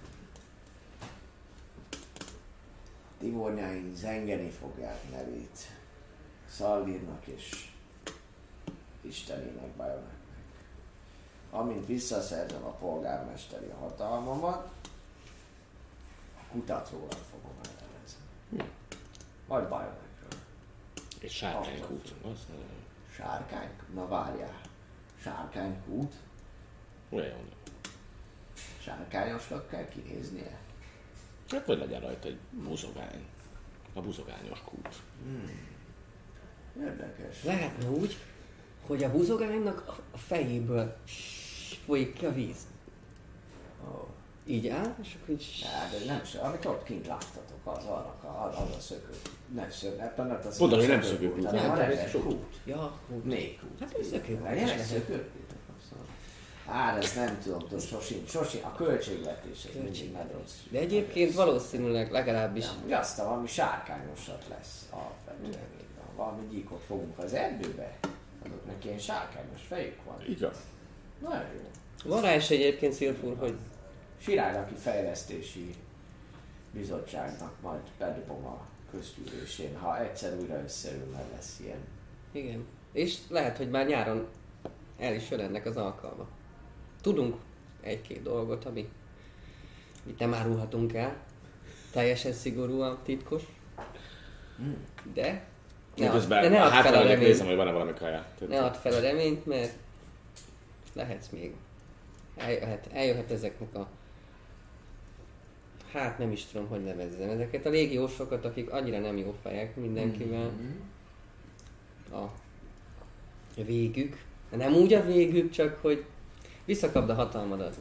Tivornyáink zengeni fogják nevét. Xallírnak és Istenének, Bajaneknek. Amint visszaszerzem a polgármesteri hatalmamat, a kutat rólad fogom elnevezni. Vagy Bajanekről. És sárkánykút. Azt mondom. Sárkány? Na várjál. Sárkánykút? Olyan. Sárkányosnak kell kinéznie? Hát vagy legyen rajta egy buzogány. A buzogányos kút. Érdekes. Lehetne úgy, hogy a buzogánynak a fejéből folyik ki a víz. Oh. Így áll, és akkor így... Hát, de nem se, amit ott kint láttatok, az annak a, az, az a szökő. Nem szökő, nem, nem, az Pont, ami nem szökőkút, szökőkút. hanem a Nem, rendes sok. kút. Ja, úgy. Még kút. Hát ez szökőkút. Legyen egy is lehet. szökőkút? Hát ezt nem tudom, tudom, sosin, sosin, a költségvetés ez mindig nagy rossz. De egyébként valószínűleg legalábbis... Nem, aztán valami sárkányosat lesz alapvetően. Valami gyíkot fogunk az erdőbe, azoknak ilyen sárkányos fejük van. Igaz. Nagyon jó. Van rá is egyébként, Szilfur, hogy Sirálylaki Fejlesztési Bizottságnak majd bedobom a közgyűlésén, ha egyszer újra összeül, mert lesz ilyen. igen. És lehet, hogy már nyáron el is jön ennek az alkalma. Tudunk egy-két dolgot, ami itt nem árulhatunk el. Teljesen szigorúan titkos. De ne, ad, de Közben ne add fel a hátra megyek, reményt. nézem, hogy van-e valami kaja. Ne add fel a reményt, mert lehetsz még. Eljöhet, eljöhet ezeknek a... Hát nem is tudom, hogy nevezzem. Ezeket a légiósokat, akik annyira nem jó fejek mindenkivel. A végük. Nem úgy a végük, csak hogy visszakapd a hatalmadat.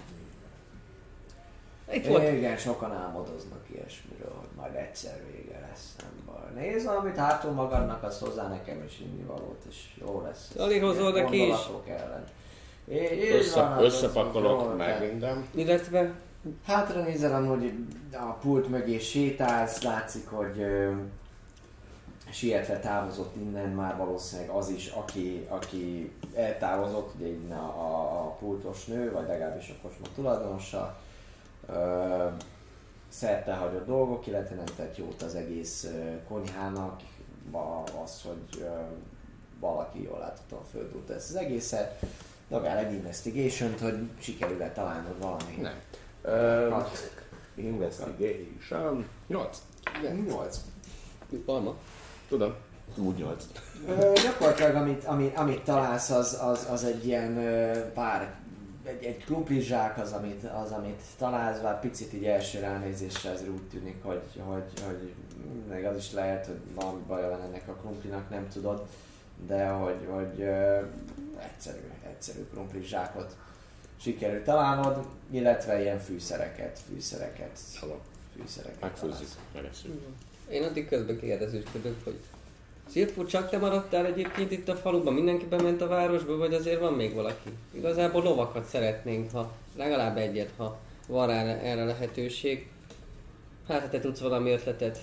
Itt volt. Igen, sokan álmodoznak ilyesmiről, hogy majd egyszer vége lesz, nem baj. Nézd valamit hátul magadnak, azt hozzá nekem is innivalót, és jó lesz. Alig hozol oda ki is. Gondolatok ellen. É, így Össze, van, az- összepakolok jól, meg tehát minden. Illetve Hátra nézel, hogy a pult mögé sétálsz, látszik, hogy ö, sietve távozott innen már valószínűleg az is, aki, aki eltávozott ugye így a, a, a pultos nő, vagy legalábbis a kocsma tulajdonosa. Ö, szerte hagyott dolgok, illetve nem tett jót az egész ö, konyhának, az, hogy ö, valaki jól láthatóan földúlta ezt az egészet. Dobjál egy investigation-t, hogy sikerül-e találnod valami. Nem. Uh, investigation. nyolc. nyolc. Palma. Tudom. Úgy nyolc. Ö, gyakorlatilag amit, amit, amit találsz az, az, az egy ilyen ö, pár, egy, egy krumplizsák az amit, az, amit találsz, bár picit így első ránézésre ez úgy tűnik, hogy, hogy, hogy még az is lehet, hogy valami baja van ennek a krumplinak, nem tudod, de hogy, hogy ö, egyszerű, egyszerű krumplizsákot sikerült találnod, illetve ilyen fűszereket, fűszereket, fűszereket Megfőzzük, találsz. megesszük. Én addig közben kérdezősködök, hogy Szilfú, csak te maradtál egyébként itt a faluban? Mindenki bement a városba, vagy azért van még valaki? Igazából lovakat szeretnénk, ha legalább egyet, ha van rá, erre lehetőség. Hát, ha te tudsz valami ötletet.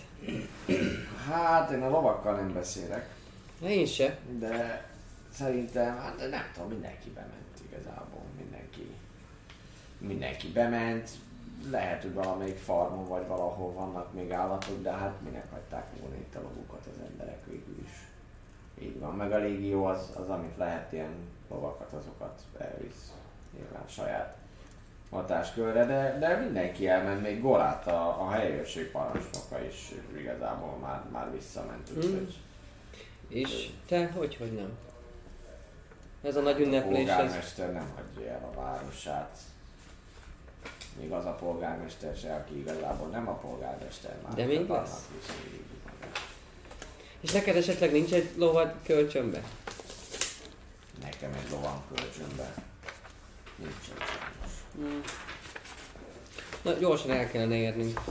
Hát én a lovakkal nem beszélek, Ne, én se. de szerintem, hát de nem tudom, mindenki bement igazából, mindenki, mindenki bement. Lehet, hogy valamelyik farmon vagy valahol vannak még állatok, de hát minek hagyták volna itt a lovukat az emberek végül is. Így van, meg a légió az, az amit lehet ilyen lovakat, azokat elvisz nyilván saját hatáskörre, de, de mindenki elment, még Gorát a, a helyőrség parancsnoka is igazából már, már visszament, úgyhogy És te, hogy, hogy nem? Ez a nagy a ünneplés, ez... polgármester nem hagyja el a városát. Még az a polgármester se, aki igazából nem a polgármester már. De még csak lesz? annak viszonyít. És neked esetleg nincs egy lovad kölcsönbe? Nekem egy lovan kölcsönbe. Nincs egy sajnos. Hmm. Na, gyorsan el kellene érnünk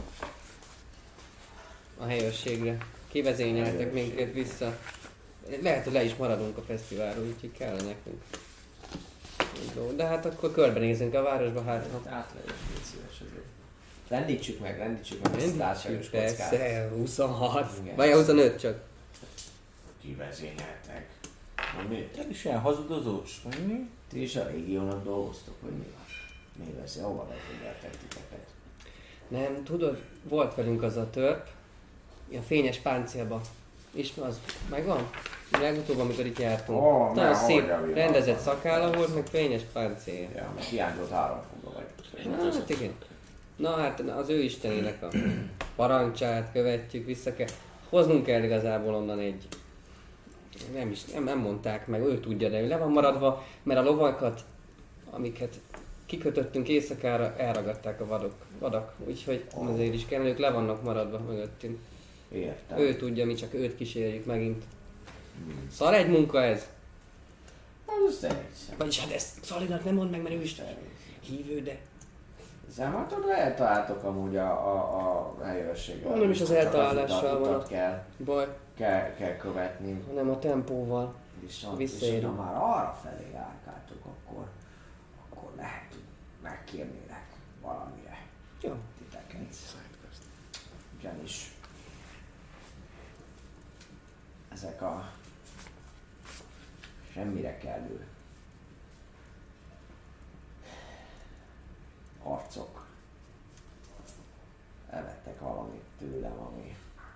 a helyőrségre. Kivezényeltek minket vissza. Lehet, hogy le is maradunk a fesztiválról, úgyhogy kellene nekünk. De hát akkor körbenézünk a városba, hát ha... Átlegyek, légy szíves azért. Rendítsük meg, rendítsük meg ezt a társadalmas Rendítsük, kockát. persze, huszonhat. Igen. Vagy huszonöt csak. Kivezényeltek. Na miért? Te is ilyen hazudozós, vagy mi? Ti is a régiónak dolgoztok, hogy mi van? Mi lesz? Hova vezényeltek titeket? Nem, tudod, volt velünk az a törp, ilyen fényes páncélba. Ismer, az megvan? Legutóbb, amikor itt jártunk. Ó, Nagyon mert szép, hogy a rendezett világban. szakálla volt, meg fényes páncél. Ja, meg hiányzott három foga vagy. Na, hát igen. Na hát az ő istenének a parancsát követjük, vissza kell. Hoznunk kell igazából onnan egy... Nem is, nem, nem mondták meg, ő tudja, de ő le van maradva, mert a lovakat, amiket kikötöttünk éjszakára, elragadták a vadok, vadak, úgyhogy azért is kell, ők le vannak maradva mögöttünk. Értem. Ő tudja, mi csak őt kísérjük megint. Szar egy munka ez? Az teljesen. Vagyis hát ezt Szalinak nem mondd meg, mert ő is hívő, de... Zematod eltaláltok amúgy a, a, a helyőrséggel. Nem is az Csak eltalálással utat- van. utat kell, Baj, kell, kell követni. hanem a tempóval. Viszont, Visszaérünk. viszont ha már arra felé járkáltok, akkor, akkor lehet, hogy megkérnélek valamire Jó. titeket. Ugyanis ezek a semmire kellő arcok elvettek valamit tőlem, ami,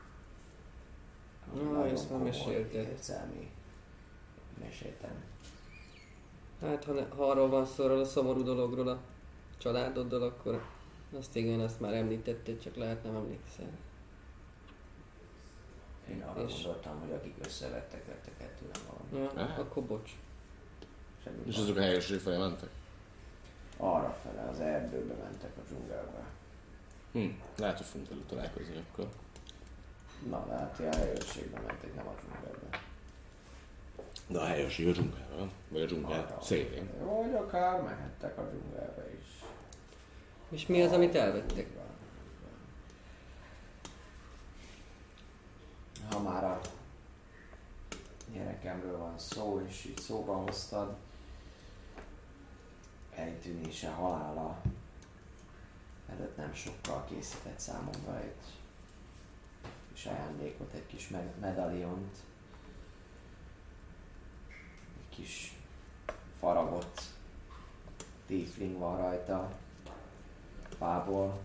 ami Na, nagyon ezt már komoly mesélted. érzelmi. Meséltem. Hát ha, ne, ha arról van szó, arról a szomorú dologról, a családoddal, akkor azt igen, azt már említetted, csak lehet nem emlékszel. Én arra És- gondoltam, hogy akik összevettek, vettek el tőlem valamit. Ja, Aha. akkor bocs. Semmi És baj. azok a helyőrség felé mentek? Arra fele, az erdőbe mentek a dzsungelbe. Hm, lehet, hogy fogunk velük találkozni akkor. Na, de hát a helyőrségbe mentek, nem a dzsungelbe. De a helyőrség a dzsungelben van? Vagy a dzsungel Arra. szélén? Vagy akár mehettek a dzsungelbe is. És mi az, amit elvettek? Így van, így van. Ha már a gyerekemről van szó, és így szóba hoztad, eltűnése, halála előtt nem sokkal készített számomra egy kis ajándékot, egy kis med- medaljont, egy kis faragott tiefling van rajta. Fából.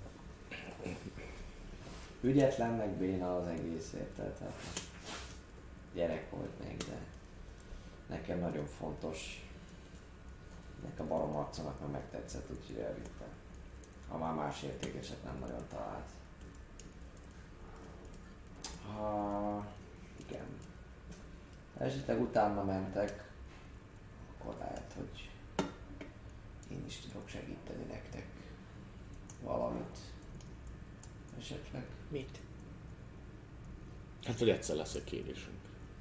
Ügyetlen meg béna az egész, érted? Tehát gyerek volt még, de nekem nagyon fontos. Nek a barom arconak meg megtetszett, úgyhogy elvittem. Ha már más értékeset nem nagyon talált. Ha... igen. Ha esetleg utána mentek, akkor lehet, hogy én is tudok segíteni nektek valamit. Esetleg. Mit? Hát, hogy egyszer lesz egy kérésünk.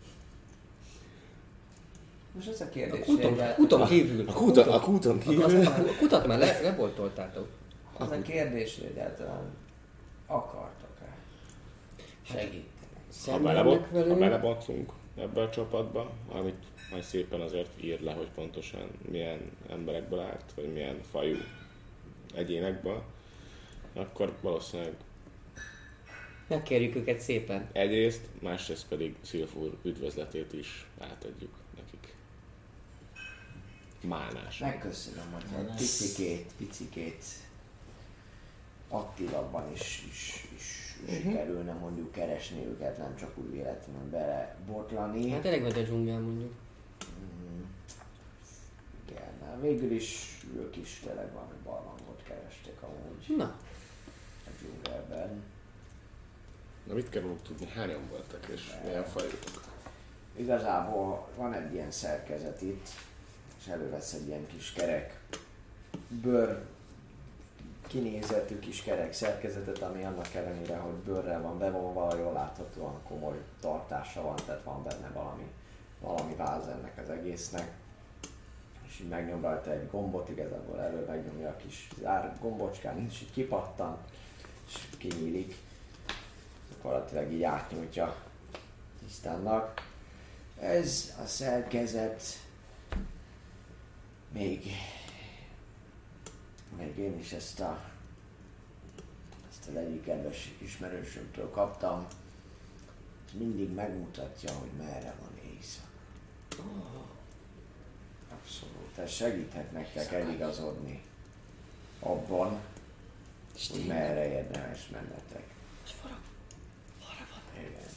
Most ez a kérdés. A kúton, egyáltalán- kúton kívül. A kúton, a kúton kívül. A kutat már le, leboltoltátok. Az a kérdés, hogy egyáltalán akartok-e segíteni? Ha Szemben belebot, vannak ha velünk. belebotlunk ebbe a csapatba, amit majd szépen azért ír le, hogy pontosan milyen emberekből állt, vagy milyen fajú egyénekből, akkor valószínűleg Megkérjük őket szépen. egyrészt, másrészt pedig Szilfúr üdvözletét is átadjuk nekik. Málnás. Megköszönöm, hogy egy picikét, picikét aktívabban is, is, is uh-huh. sikerülne mondjuk keresni őket, nem csak úgy véletlenül belebotlani. Hát elég nagy a dzsungel mondjuk. Mm, igen, hát végül is ők is tényleg valami barlangot keresték amúgy Na, a dzsungelben. Na mit kell róluk tudni? Hányan voltak és milyen fajutok? Igazából van egy ilyen szerkezet itt, és elővesz egy ilyen kis kerek bőr kinézetű kis kerek szerkezetet, ami annak ellenére, hogy bőrrel van bevonva, jól láthatóan komoly tartása van, tehát van benne valami, valami váz ennek az egésznek. És így megnyom rajta egy gombot, igazából elő megnyomja a kis zár gombocskán, és így kipattan, és kinyílik. Gyakorlatilag így átnyújtja tisztánnak. Ez a szerkezet még, még én is ezt a ezt a egyik kedves ismerősömtől kaptam, és mindig megmutatja, hogy merre van éjszak. Abszolút, ez segíthet nektek eligazodni abban, hogy merre érdemes mennetek. Igen.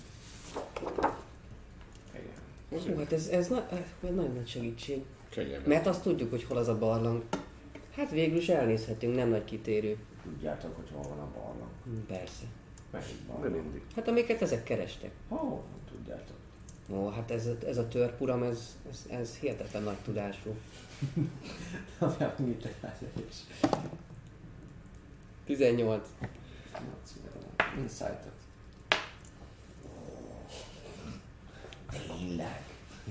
Igen. hú, hát ez, ez, na, ez nagyon nagy segítség. Könnyebben. Mert azt tudjuk, hogy hol az a barlang. Hát végül is elnézhetünk, nem nagy kitérő. Tudjátok, hogy hol van a barlang? Hm, persze. Melyik De barlang? mindig. Hát amiket ezek kerestek. Ó, oh, tudjátok. Ó, hát ez, a- ez a törpuram, ez, ez, ez hihetetlen nagy tudású. Mit is? tizennyolc. Insight-ot. Tényleg?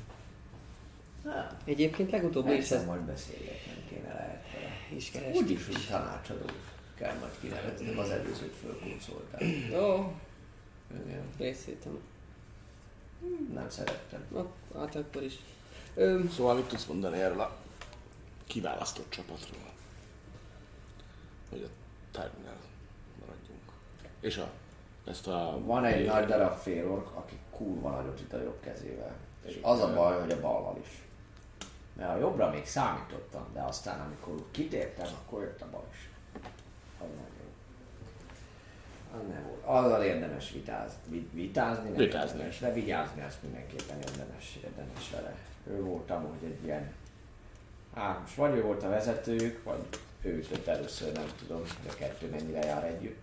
Egyébként legutóbb mi is Egyszer ezt majd beszélgetnem kéne lehet vele. is kerestük. Úgyis, hogy tanácsadó kell majd kinevezni, az előzőt fölkuncoltál. Ó, Igen. részítem. Nem szerettem. Na, hát akkor is. Ö, Szóval mit tudsz mondani erről a kiválasztott csapatról? Hogy a tárgynál maradjunk. És a, ezt a... Van egy nagy darab félork, aki kurva nagyot üt a jobb kezével. És az a baj, hogy a ballal is. Mert a jobbra még számítottam, de aztán amikor úgy kitértem, akkor jött a bal is. Az nem jó. Az nem volt. Azzal érdemes vitázni, vi- vitázni, nem Vitázni. érdemes, de vigyázni azt mindenképpen érdemes, érdemes vele. Ő volt amúgy egy ilyen... Á, most vagy ő volt a vezetőjük, vagy ő ütött először, nem tudom, hogy a kettő mennyire jár együtt.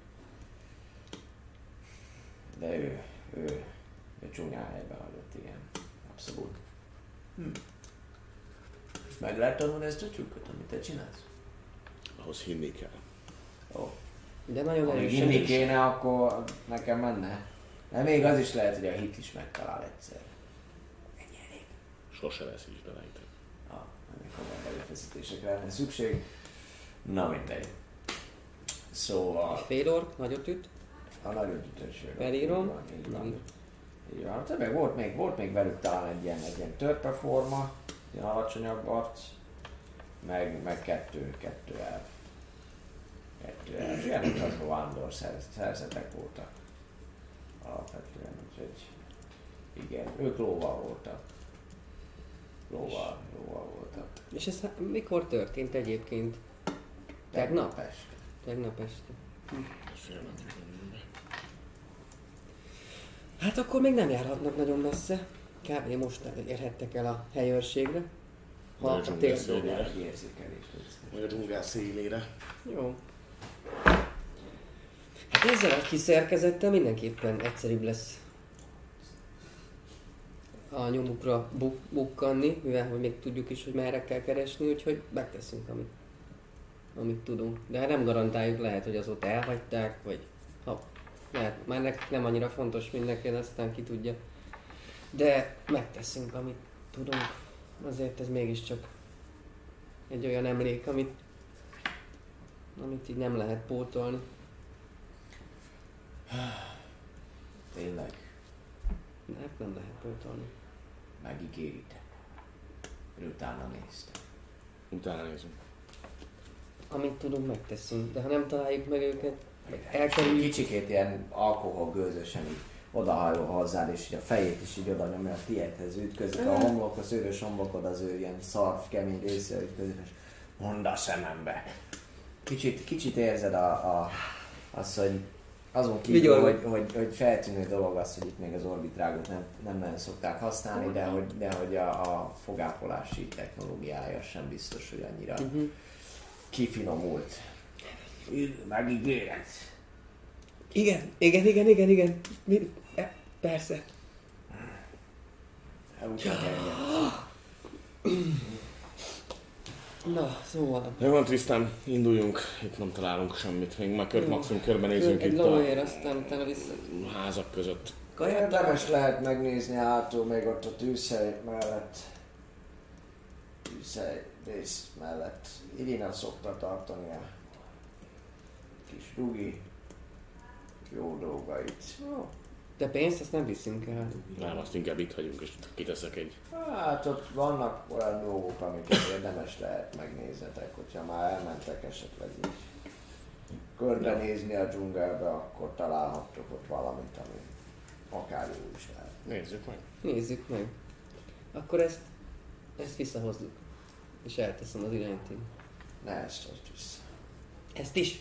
De ő, ő, ő csúnyán helyben hagyott, igen. Abszolút. Hm. És meg lehet tanulni ezt a trükköt, amit te csinálsz? Ahhoz hinni kell. Ó. de nagyon Ha még erősen hinni is. kéne, akkor nekem menne. De még az is lehet, hogy a hit is megtalál egyszer. Ennyi elég. Sose lesz is bele itt. Ah, ennek a erőfeszítésekre lenne szükség. Na mindegy. Szóval Félork, nagyot üt. a nagyon ütőség. Felírom. Így van, így van. Így van. Hát, meg volt még, volt még velük talán egy ilyen, egy ilyen törpeforma, ilyen alacsonyabb arc, meg, meg kettő, kettő elf. Kettő elf. Ilyenek azok vándor szerz- szerzetek voltak. Alapvetően, úgyhogy igen, ők lóval voltak. lóval, lóval voltak. És ez hát mikor történt egyébként? Tegnap? Este. Tegnap este. Hát akkor még nem járhatnak nagyon messze. Kb. Most érhettek el a helyőrségre. Ha Vagy a a dzsungel tél... szélére. Érzékelést. Vagy a dzsungel szélére. Jó. Hát ezzel a kiszerkezettel mindenképpen egyszerűbb lesz a nyomukra buk- bukkanni, mivel hogy még tudjuk is, hogy merre kell keresni, úgyhogy megteszünk, amit, amit tudunk. De hát nem garantáljuk, lehet, hogy azóta elhagyták, vagy ha lehet, már nek- nem annyira fontos mindenki, aztán ki tudja. De megteszünk, amit tudunk. Azért ez mégiscsak egy olyan emlék, amit, amit így nem lehet pótolni. Tényleg, Hát nem lehet pótolni. megígéritek. Utána néztem. Utána nézünk. Amit tudunk, megteszünk. De ha nem találjuk meg őket, elkerüljük. Kicsikét ilyen alkoholgőzösen így odahajol hozzád, és így a fejét is így oda nyomja a tiédhez ütközik. A homlok, a szőrös homlokod az ő ilyen szarv, kemény részre ütközik, és mondd a szemembe. Kicsit, kicsit érzed a, a, azt, hogy azon kívül, hogy, hogy, hogy feltűnő dolog az, hogy itt még az orbitrágot nem, nem nagyon szokták használni, de hogy, de hogy a, a fogápolási technológiája sem biztos, hogy annyira Uh-huh. kifinomult. Megígéred. Igen, igen, igen, igen, igen. Mi? E, persze. Elútják engem. Na, szóval. Jó van, Tristan, induljunk. Itt nem találunk semmit. Még már kör, maximum körbenézünk Egy itt lóér, a aztán utána vissza. házak között. Érdemes lehet megnézni hátul még ott a tűzhely mellett. Tűzhely rész mellett. Irina szokta tartani a kis rugi jó dolgait. De pénzt azt nem viszünk el. Nem, azt inkább itt hagyunk, és kiteszek egy... Hát ott vannak olyan dolgok, amiket érdemes lehet megnézzetek, hogyha már elmentek esetleg így körbenézni a dzsungelbe, akkor találhattok ott valamit, ami akár jó is lehet. Nézzük meg. Nézzük meg. Akkor ezt, ezt visszahozzuk. És elteszem az irányt én. Ne ezt hozd vissza. Ezt is?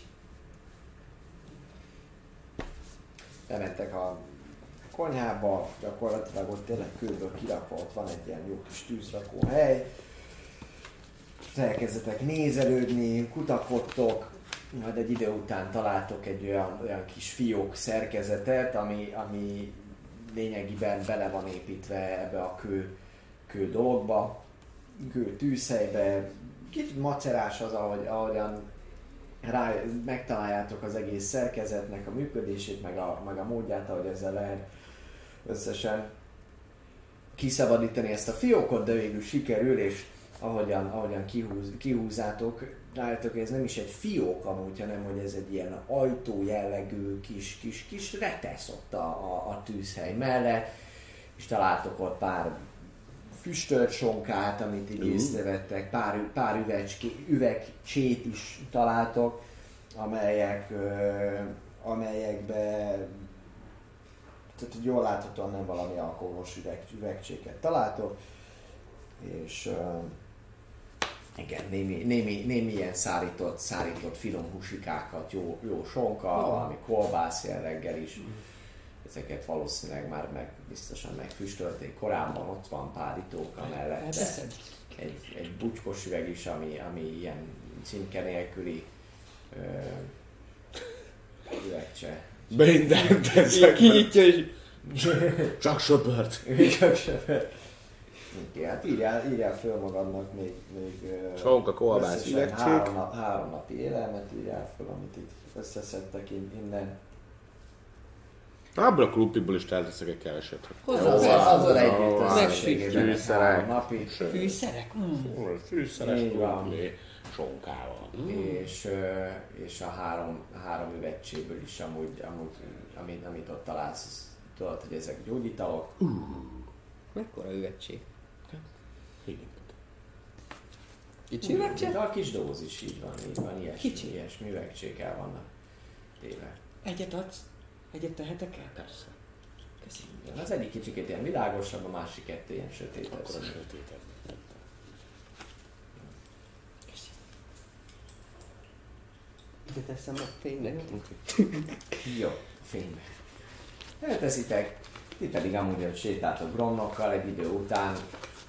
Bementek a konyhába, gyakorlatilag ott tényleg kőből kirakva, ott van egy ilyen jó kis tűzrakó hely. Elkezdetek nézelődni, kutakodtok, majd egy idő után találtok egy olyan, olyan kis fiók szerkezetet, ami, ami lényegében bele van építve ebbe a kő, kő dologba, kő tűzhelybe. Kicsit macerás az, ahogy, ahogyan rá, megtaláljátok az egész szerkezetnek a működését, meg a, meg a módját, ahogy ezzel lehet összesen kiszabadítani ezt a fiókot, de végül sikerül, és ahogyan, ahogyan kihúz, kihúzzátok, rájöttök, hogy ez nem is egy fiók amúgy, hanem hogy ez egy ilyen ajtó jellegű kis, kis, kis retesz ott a, a, a tűzhely mellett, és találtok ott pár füstölt sonkát, amit így észrevettek, pár, pár üvegcsé, üvegcsét is találtok, amelyek, ö, amelyekbe, tehát hogy jól láthatóan nem valami alkoholos üveg, üvegcséket találtok, és ö, igen, némi, némi, némi ilyen szárított, szárított finom húsikákat, jó, jó sonka, oh. valami kolbász jelleggel is. Ezeket valószínűleg már meg, biztosan megfüstölték korábban, ott van pár itóka mellette. Egy, egy bucskos üveg is, ami, ami ilyen címke nélküli ö, üvegcse. Beindelt ezek. Kinyitja és... Csak söpört. Csak söpört. Okay, hát írjál, írjál föl magadnak még, még Sonka, kolbász, összesen üvegcsék. három, nap, három napi élelmet írjál föl, amit itt összeszedtek innen. Abból a klubbiból is elteszek egy keveset. Azzal együtt Meg összességében egy három napi. Fűszerek? Fűszeres Így van. krumpli sonkával. És, ö, és a három, három üvegcséből is amúgy, amúgy amit, amit ott találsz, az, tudod, hogy ezek gyógyitalok. Mekkora üvegcség? Igen. Kicsi De üvegcség? a kis dózis, így van, így van, ilyesmi, Kicsi. ilyesmi üvegcsék el vannak téve. Egyet adsz? Egyet tehetek el? Persze. Köszönöm. Az egyik kicsikét ilyen világosabb, a másik kettő ilyen sötétebb. Akkor a sötétebb. Ide teszem a fénynek. Jó, fénybe. Elteszitek, ti pedig amúgy, hogy sétáltok Gromnokkal egy idő után,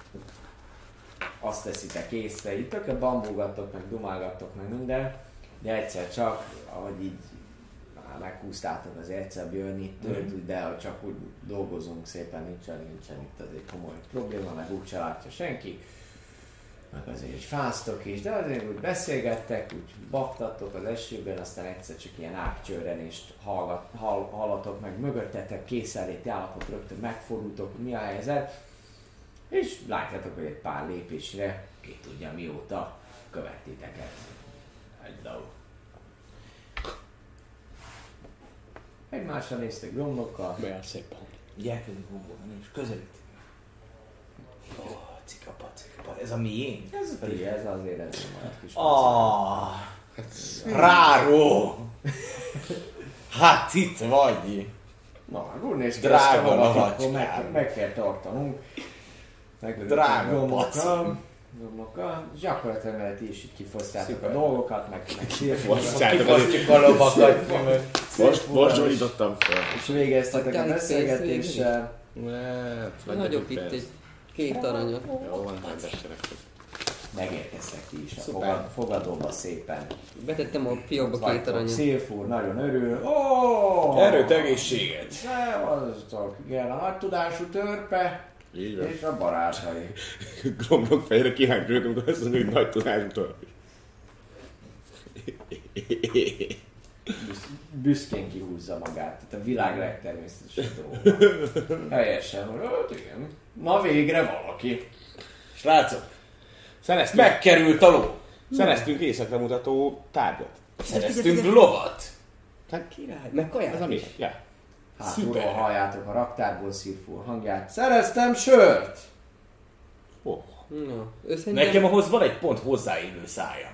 azt teszitek észre, itt tökre bambulgattok, meg dumálgattok, meg minden, de egyszer csak, ahogy így már meghúztátok az egyszer jönni, itt tört úgy, de hogy csak úgy dolgozunk szépen, nincsen, nincsen itt azért komoly probléma, meg úgyse látja senki. Meg azért is fáztok is, de azért úgy beszélgettek, úgy baktattok az esőben, aztán egyszer csak ilyen ágcsörrenést hall, hallatok meg mögöttetek, készenléti állapot, rögtön megfordultok, hogy mi a helyzet, és látjátok, hogy egy pár lépésre, ki tudja mióta követtiteket. Egy dolog. Egymásra néztek Gromnokkal. Olyan szép hang. Gyerkedünk gombolni, és közelít. Ó, oh, cikapa, cikapa, ez a miénk? Ez a ti, ez azért ez nem olyan kis Ah, ráró! Hát itt vagy! Na, úgy néz ki, Drága ezt a macskám. akkor meg, meg kell tartanunk. Drága Gomnokkal. Gomnokkal. És gyakorlatilag mert ti is itt kifosztátok a dolgokat, meg, meg szélfordulok. Kifosztjuk a lovakat. Most, most gyógyítottam fel. És végeztetek a beszélgetéssel. Nagyobb itt egy két aranyat. Jó van, rendessenek. Megérkeztek ti is a fogad, fogadóba szépen. Betettem a fiókba két aranyat. Szilfúr nagyon örül. Ó! Erőt, egészséget! Ne, aztok, igen, a nagy tudású törpe Így van. és a barátai. Gromnok fejre kihányt amikor azt mondja, hogy nagy tudásútól. Büsz, büszkén kihúzza magát, tehát a világ legtermészetesebb dolga. Helyesen, hogy hát igen. Na végre valaki. Srácok, Szereztünk, megkerült a ló! szereztünk éjszakra mutató tárgyat. Szereztünk lovat! Hát Király, meg ez kaját a mi? is. Ja. Hátulról halljátok a raktárból Szilfúr hangját. Szereztem sört! Ó. Na, ő szerintem... Nekem ahhoz van egy pont hozzáillő szájam.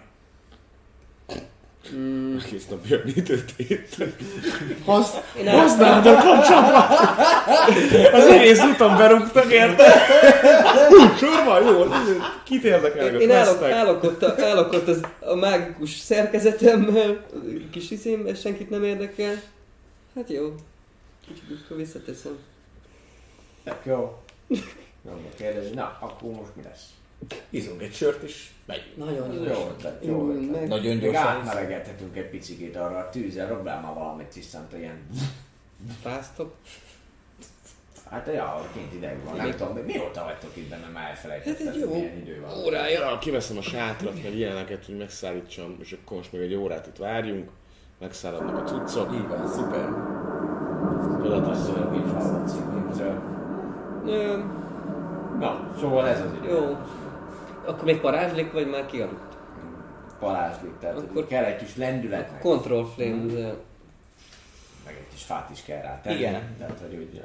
Mm, Egész nap jön, mi történt? Hasz... Én el... Használd a kapcsolat! Az egész úton berúgtak, érted? Hú, sorban, jó, kit érdekelnek Én a állok, questek? állok, ott a, állok ott az, a mágikus szerkezetemmel, kis izémben, senkit nem érdekel. Hát jó, kicsit akkor visszateszem. Jó. Jó, kérdezi, na, akkor most mi lesz? Ízunk egy sört és megyünk. Nagyon jó. Jó ötlet, jó Mm, ötlet. meg- Nagyon Még gyorsan. átmelegedhetünk egy picit arra a tűzzel, rablál már valamit tisztánt, ilyen... Fáztok? Hát ja, kint ideg van, nem Még- tudom, de mióta vagytok itt benne, már elfelejtettem, Hát egy jó milyen idő van. órája. Ja, kiveszem a sátrat, meg ilyeneket, hogy megszállítsam, és akkor most még egy órát itt várjunk, megszálladnak a cuccok, Így van, szuper. oda Azt tesszük. mondom, nincs hallatszik, nincs. Ö, Na, szóval ez az idő. jó. Akkor még parázslik, vagy már kialudt? Parázslik, tehát Akkor- Akkor... kell egy kis lendület, meg, Control flame, de... meg egy kis fát is kell rá tenni. Igen. Tehát, hogy úgy...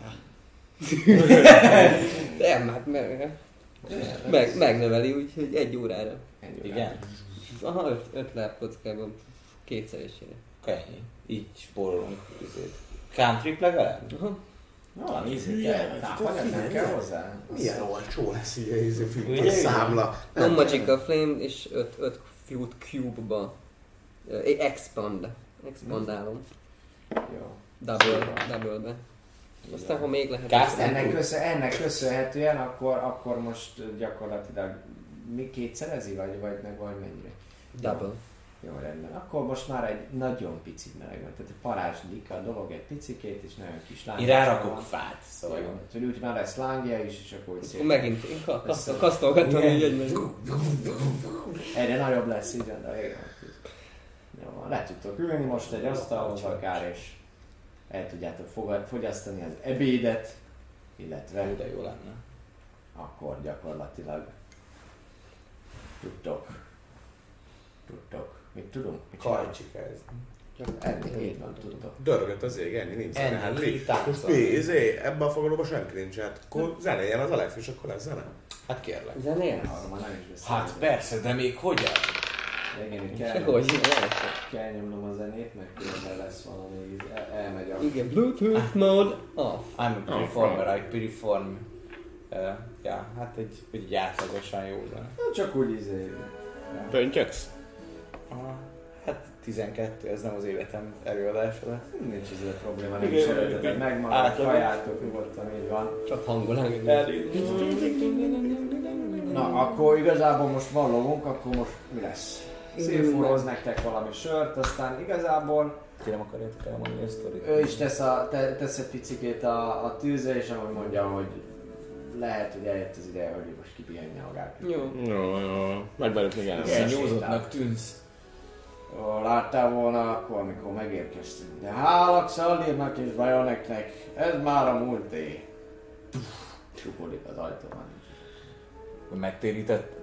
Nem, hát meg, meg, megnöveli, úgyhogy egy órára. ennyi Igen. Aha, öt, öt lábkockában kétszeresére. Ennyi. Így spórolunk. Country legalább? Aha. Na, nézzük el. Tápanyag nem kell hozzá? Milyen olcsó lesz így a izé Ugye? a számla. Non Magical Flame és öt Food Cube-ba. Ö, Expand. Expandálom. Jó. Double, double-be. Aztán, ha még lehet... Gázt nem Ennek, tud. köszön, ennek köszönhetően akkor, akkor most gyakorlatilag mi kétszerezi, vagy, vagy meg vagy mennyire? Double. Jó, rendben. Akkor most már egy nagyon picit meleg van. Tehát parázslik a dolog egy picikét, és nagyon kis lángja. Én rárakok fát, szóval Jó. jó. Úgyhogy úgy már lesz lángja is, és akkor úgy Akkor szépen. megint én ka- ka- Össze- kasztolgatom Igen. így egymás. Egyre nagyobb lesz, így van, de igen. Jó, le tudtok ülni most egy asztalhoz akár, és el tudjátok fogad, fogyasztani az ebédet, illetve De jó lenne. akkor gyakorlatilag tudtok. Tudtok. Mit tudunk? Mit csinálunk? Kajcsikázni. Enni, így van, tudtok. Dörgött az ég, enni nincs Enni, zene. Hát mi? táncolni. Most mi, izé, ebben a fogadóban senki nincs, hát akkor zenéjen az Alex, és akkor lesz zene. Hát kérlek. Zenélsz? Arra már nem is beszélünk. Hát persze, de még hogyan? Igen, itt kell, Sehogy, lehet. kell nyomnom a zenét, meg különben lesz valami, így el, elmegy a... Igen, Bluetooth mode off. I'm a performer, I perform. Uh, ja, hát egy, egy átlagosan jó zene. Csak úgy izé... Pöntjöksz? Aha. Hát tizenkettő, ez nem az életem előadása lesz. Nincs ezzel probléma, nem is szereteted meg magad, kajátok, nyugodtan így van. Csak hangolán. Na, akkor igazából most van lovunk, akkor most mi lesz? Szélfúrhoz nektek valami sört, aztán igazából Kérem, akarjátok elmondani a sztorit? ő is tesz, a, te, tesz egy picikét a, a tűzre, és ahogy mondja, hogy lehet, hogy eljött az ideje, hogy most kipihenje magát. Jó. Jó, jó. Megverjük még el. Ilyen nyúzottnak tűnsz. Ó, láttál volna akkor, amikor megérkeztünk. De hálak Szallírnak és Bajoneknek, ez már a múlté. Csukodik az ajtóban. Megtérített?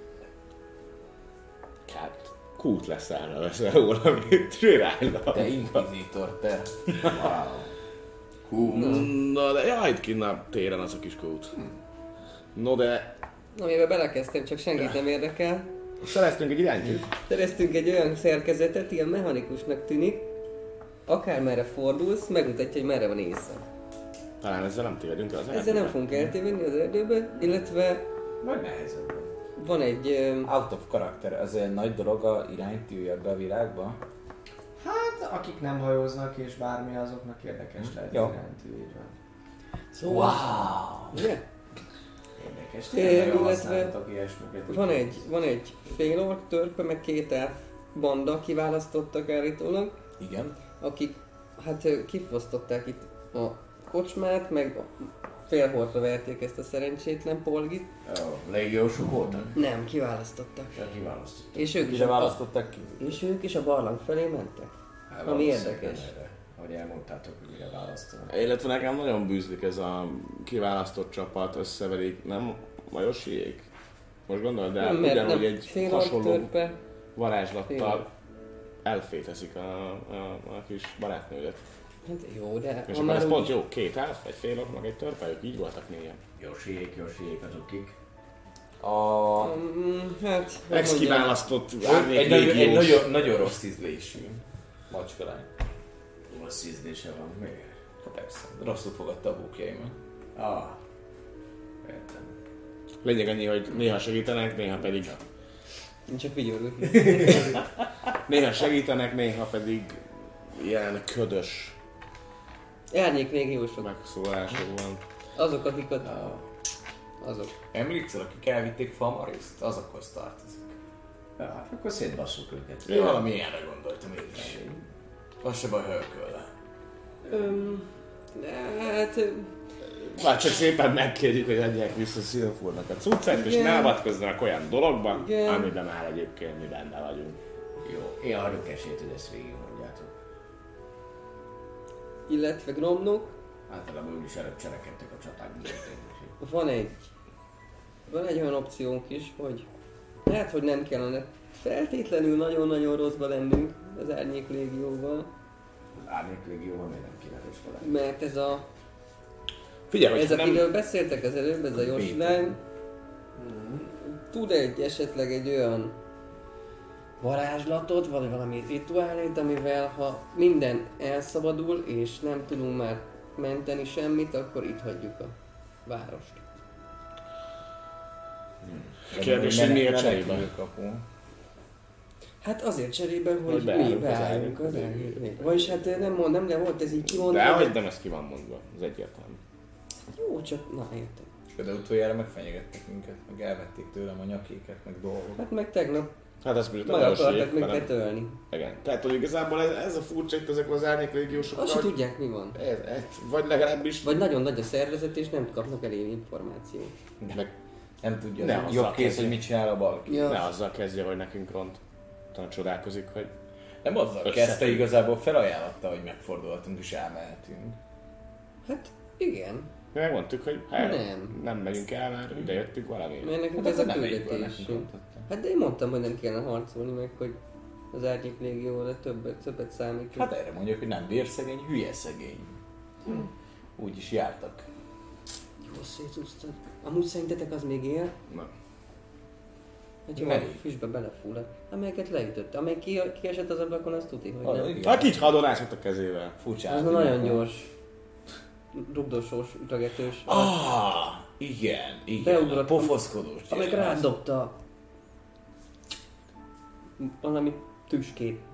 Hát, kút lesz állna veszel valamit, csinálna. Te inkvizitor, te. Wow. Cool. Na de, ja, itt kinn a téren az a kis kút. No de, Amivel belekezdtem, csak senkit nem érdekel. szereztünk egy iránytűt. Szereztünk egy olyan szerkezetet, ilyen mechanikusnak tűnik. Akármerre fordulsz, megmutatja, hogy merre van észre. Talán ezzel nem tévedünk el az Ezzel nem fogunk eltévedni az erdőbe, illetve Majd nehezebb. van egy... ö, Out of character, ez egy nagy dolog a iránytű ebbe a világba. Hát, akik nem hajóznak és bármi, azoknak érdekes lehet Jó. iránytű, így van. Szóval... Wow! Ugye? Érdekes, É, tényleg nagyon illetve használtatok ilyesmiket. Van egy, van egy félork törpe, meg két elf banda kiválasztottak állítólag, Igen. akik hát ö, kifosztották itt a kocsmát, meg a félhortra verték ezt a szerencsétlen polgit. Jó, légiósok voltak? Nem, kiválasztottak. Csak kiválasztottak. És ők, is Ide a, választották ki. és ők is a barlang felé mentek. Hát, Ami valószínűleg érdekes. erre, Ahogy elmondtátok, hogy mire választanak. Illetve nekem nagyon bűzlik ez a kiválasztott csapat, összeverik, nem Majosiék? Most gondolod, de Nem, mert ugyanúgy nem egy félork hasonló törpe. varázslattal Félork. elféteszik a, a, a kis barátnődet. Hát jó, de És ha akkor már ez úgy- pont jó, két elf, egy félork, meg egy törpe, ők így voltak négyen. Jósiék, jósiék, azok kik? A... Mm, hát, hogy mondjam, Ex-kiválasztott Egy, árnyék nagyon, egy légiós. nagyon, nagyon rossz ízlésű macskalány. Rossz ízlése van, miért? Hát persze, rosszul fogadta a búkjaimat. Ah, értem. Lényeg annyi, hogy néha segítenek, néha pedig... én csak vigyorgok. Néha segítenek, néha pedig ilyen ködös Árnyék légiósok. megszólások van. Azok, akik ott... Ah, Azok. Emlékszel, akik elvitték Famariszt? Azokhoz tartozik. ja, hát akkor szétbasszuk őket. Én valami ilyenre gondoltam én is. Az se baj, hölköl. Öm, hát... ö, Már csak szépen megkérjük, hogy adják vissza Szilfúrnak a cuccát, és Igen. ne avatkozzanak olyan dologba, Igen. amiben már egyébként mi benne vagyunk. Jó, én adok esélyt, hogy ezt végig mondjátok. Illetve Gromnok. Általában úgyis előbb cselekedtek a csatákban. Van egy... Van egy olyan opciónk is, hogy... Lehet, hogy nem kellene feltétlenül nagyon-nagyon rosszba lennünk az Árnyék légióval, Árnyék légióban miért nem kéne rosszba lenni? mert ez a... Figyelj, Ez, hogy nem... akiről beszéltek az előbb, ez a Joslány, tud egy esetleg egy olyan varázslatot, vagy valami rituálét, amivel ha minden elszabadul, és nem tudunk már menteni semmit, akkor itt hagyjuk a várost. Kérdés, hogy miért cserébe? Kapu. Hát azért cserébe, hogy, Hogy mi beállunk az beálljunk az árnyék árnyék. Vagyis hát nem mond, nem, de volt ez így kimondva. De hogy nem ez ki van mondva, ez egyértelmű. Jó, csak na értem. És de utoljára megfenyegettek minket, meg elvették tőlem a nyakéket, meg dolgok. Hát meg tegnap Hát azt mondjuk, meg a akartak Majosiék, minket hanem... ölni. Igen. Tehát, hogy igazából ez, ez a furcsa itt ezekkel az árnyék légiósokkal. Azt se tudják mi van. Ez, ez, vagy legalábbis... Vagy nagyon nagy a szervezet, és nem kapnak elég információt. Meg Nem tudja, Ne az azzal jobb kész, kezdje. hogy mit csinál a balki. Ja. ne azzal kezdje, hogy nekünk ront. Talán csodálkozik, hogy... Nem azzal Összefügg. kezdte, igazából felajánlotta, hogy megfordulhatunk és elmehetünk. Hát igen, Mi megmondtuk, hogy hát, Nem. nem megyünk el, mert ide jöttünk valami. mert nekünk Hát ez a akkor nem így van, küldetés. nekünk mondhatta. Hát de én mondtam, hogy nem kellene harcolni meg, hogy az Árnyék légióra többet, többet számít. Hát erre mondjuk, hogy nem vérszegény, hülye szegény. Úgy is jártak. Jó szétúztad. Amúgy szerintetek az még él? Na. Hát jó, a Melyik? füstbe belefullad. Amelyeket leütött. Amely ki, kiesett az ablakon, azt tudni, hogy Ah, nem. igen. Hát így hadonászott a kezével. Furcsán. Az nagyon gyors. Rugdosós, ütögetős. Ah, igen, igen. Beugrott. Pofoszkodós. Amelyik gyerek. rádobta valami tüskét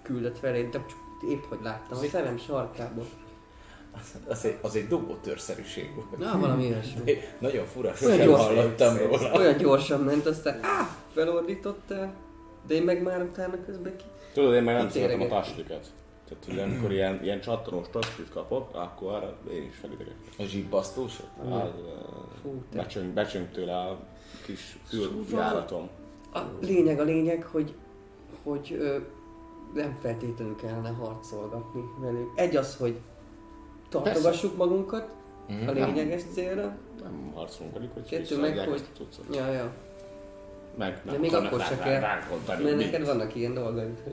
küldött felé, de csak épp hogy láttam, a szemem sarkából. Az, az, egy, az egy dobótörszerűség volt. Na, valami ilyesmi. Nagyon fura, Olyan sosem gyors- hallottam róla. Olyan gyorsan ment, aztán áh, felordítottál, de én meg már utána közben ki... Tudod, én meg nem Kitérek. szeretem a tasliket. Tehát, hogy amikor ilyen, ilyen csattanós taslit kapok, akkor arra én is felidegesek. A zsibbasztósok? Fú, te. Becsönk, becsönk tőle a kis Szóval- füljáratom. A lényeg a lényeg, hogy, hogy ö, nem feltétlenül kellene harcolgatni velük. Egy az, hogy tartogassuk magunkat a lényeges célra. Nem harcolunk velük, hogy Kettő visszaadják meg, hogy... ezt a cuccot. Ja, ja. Meg De nem még akarnak akkor se rá- kell, ránk rontani, mert mi? neked vannak ilyen dolgaid, hogy...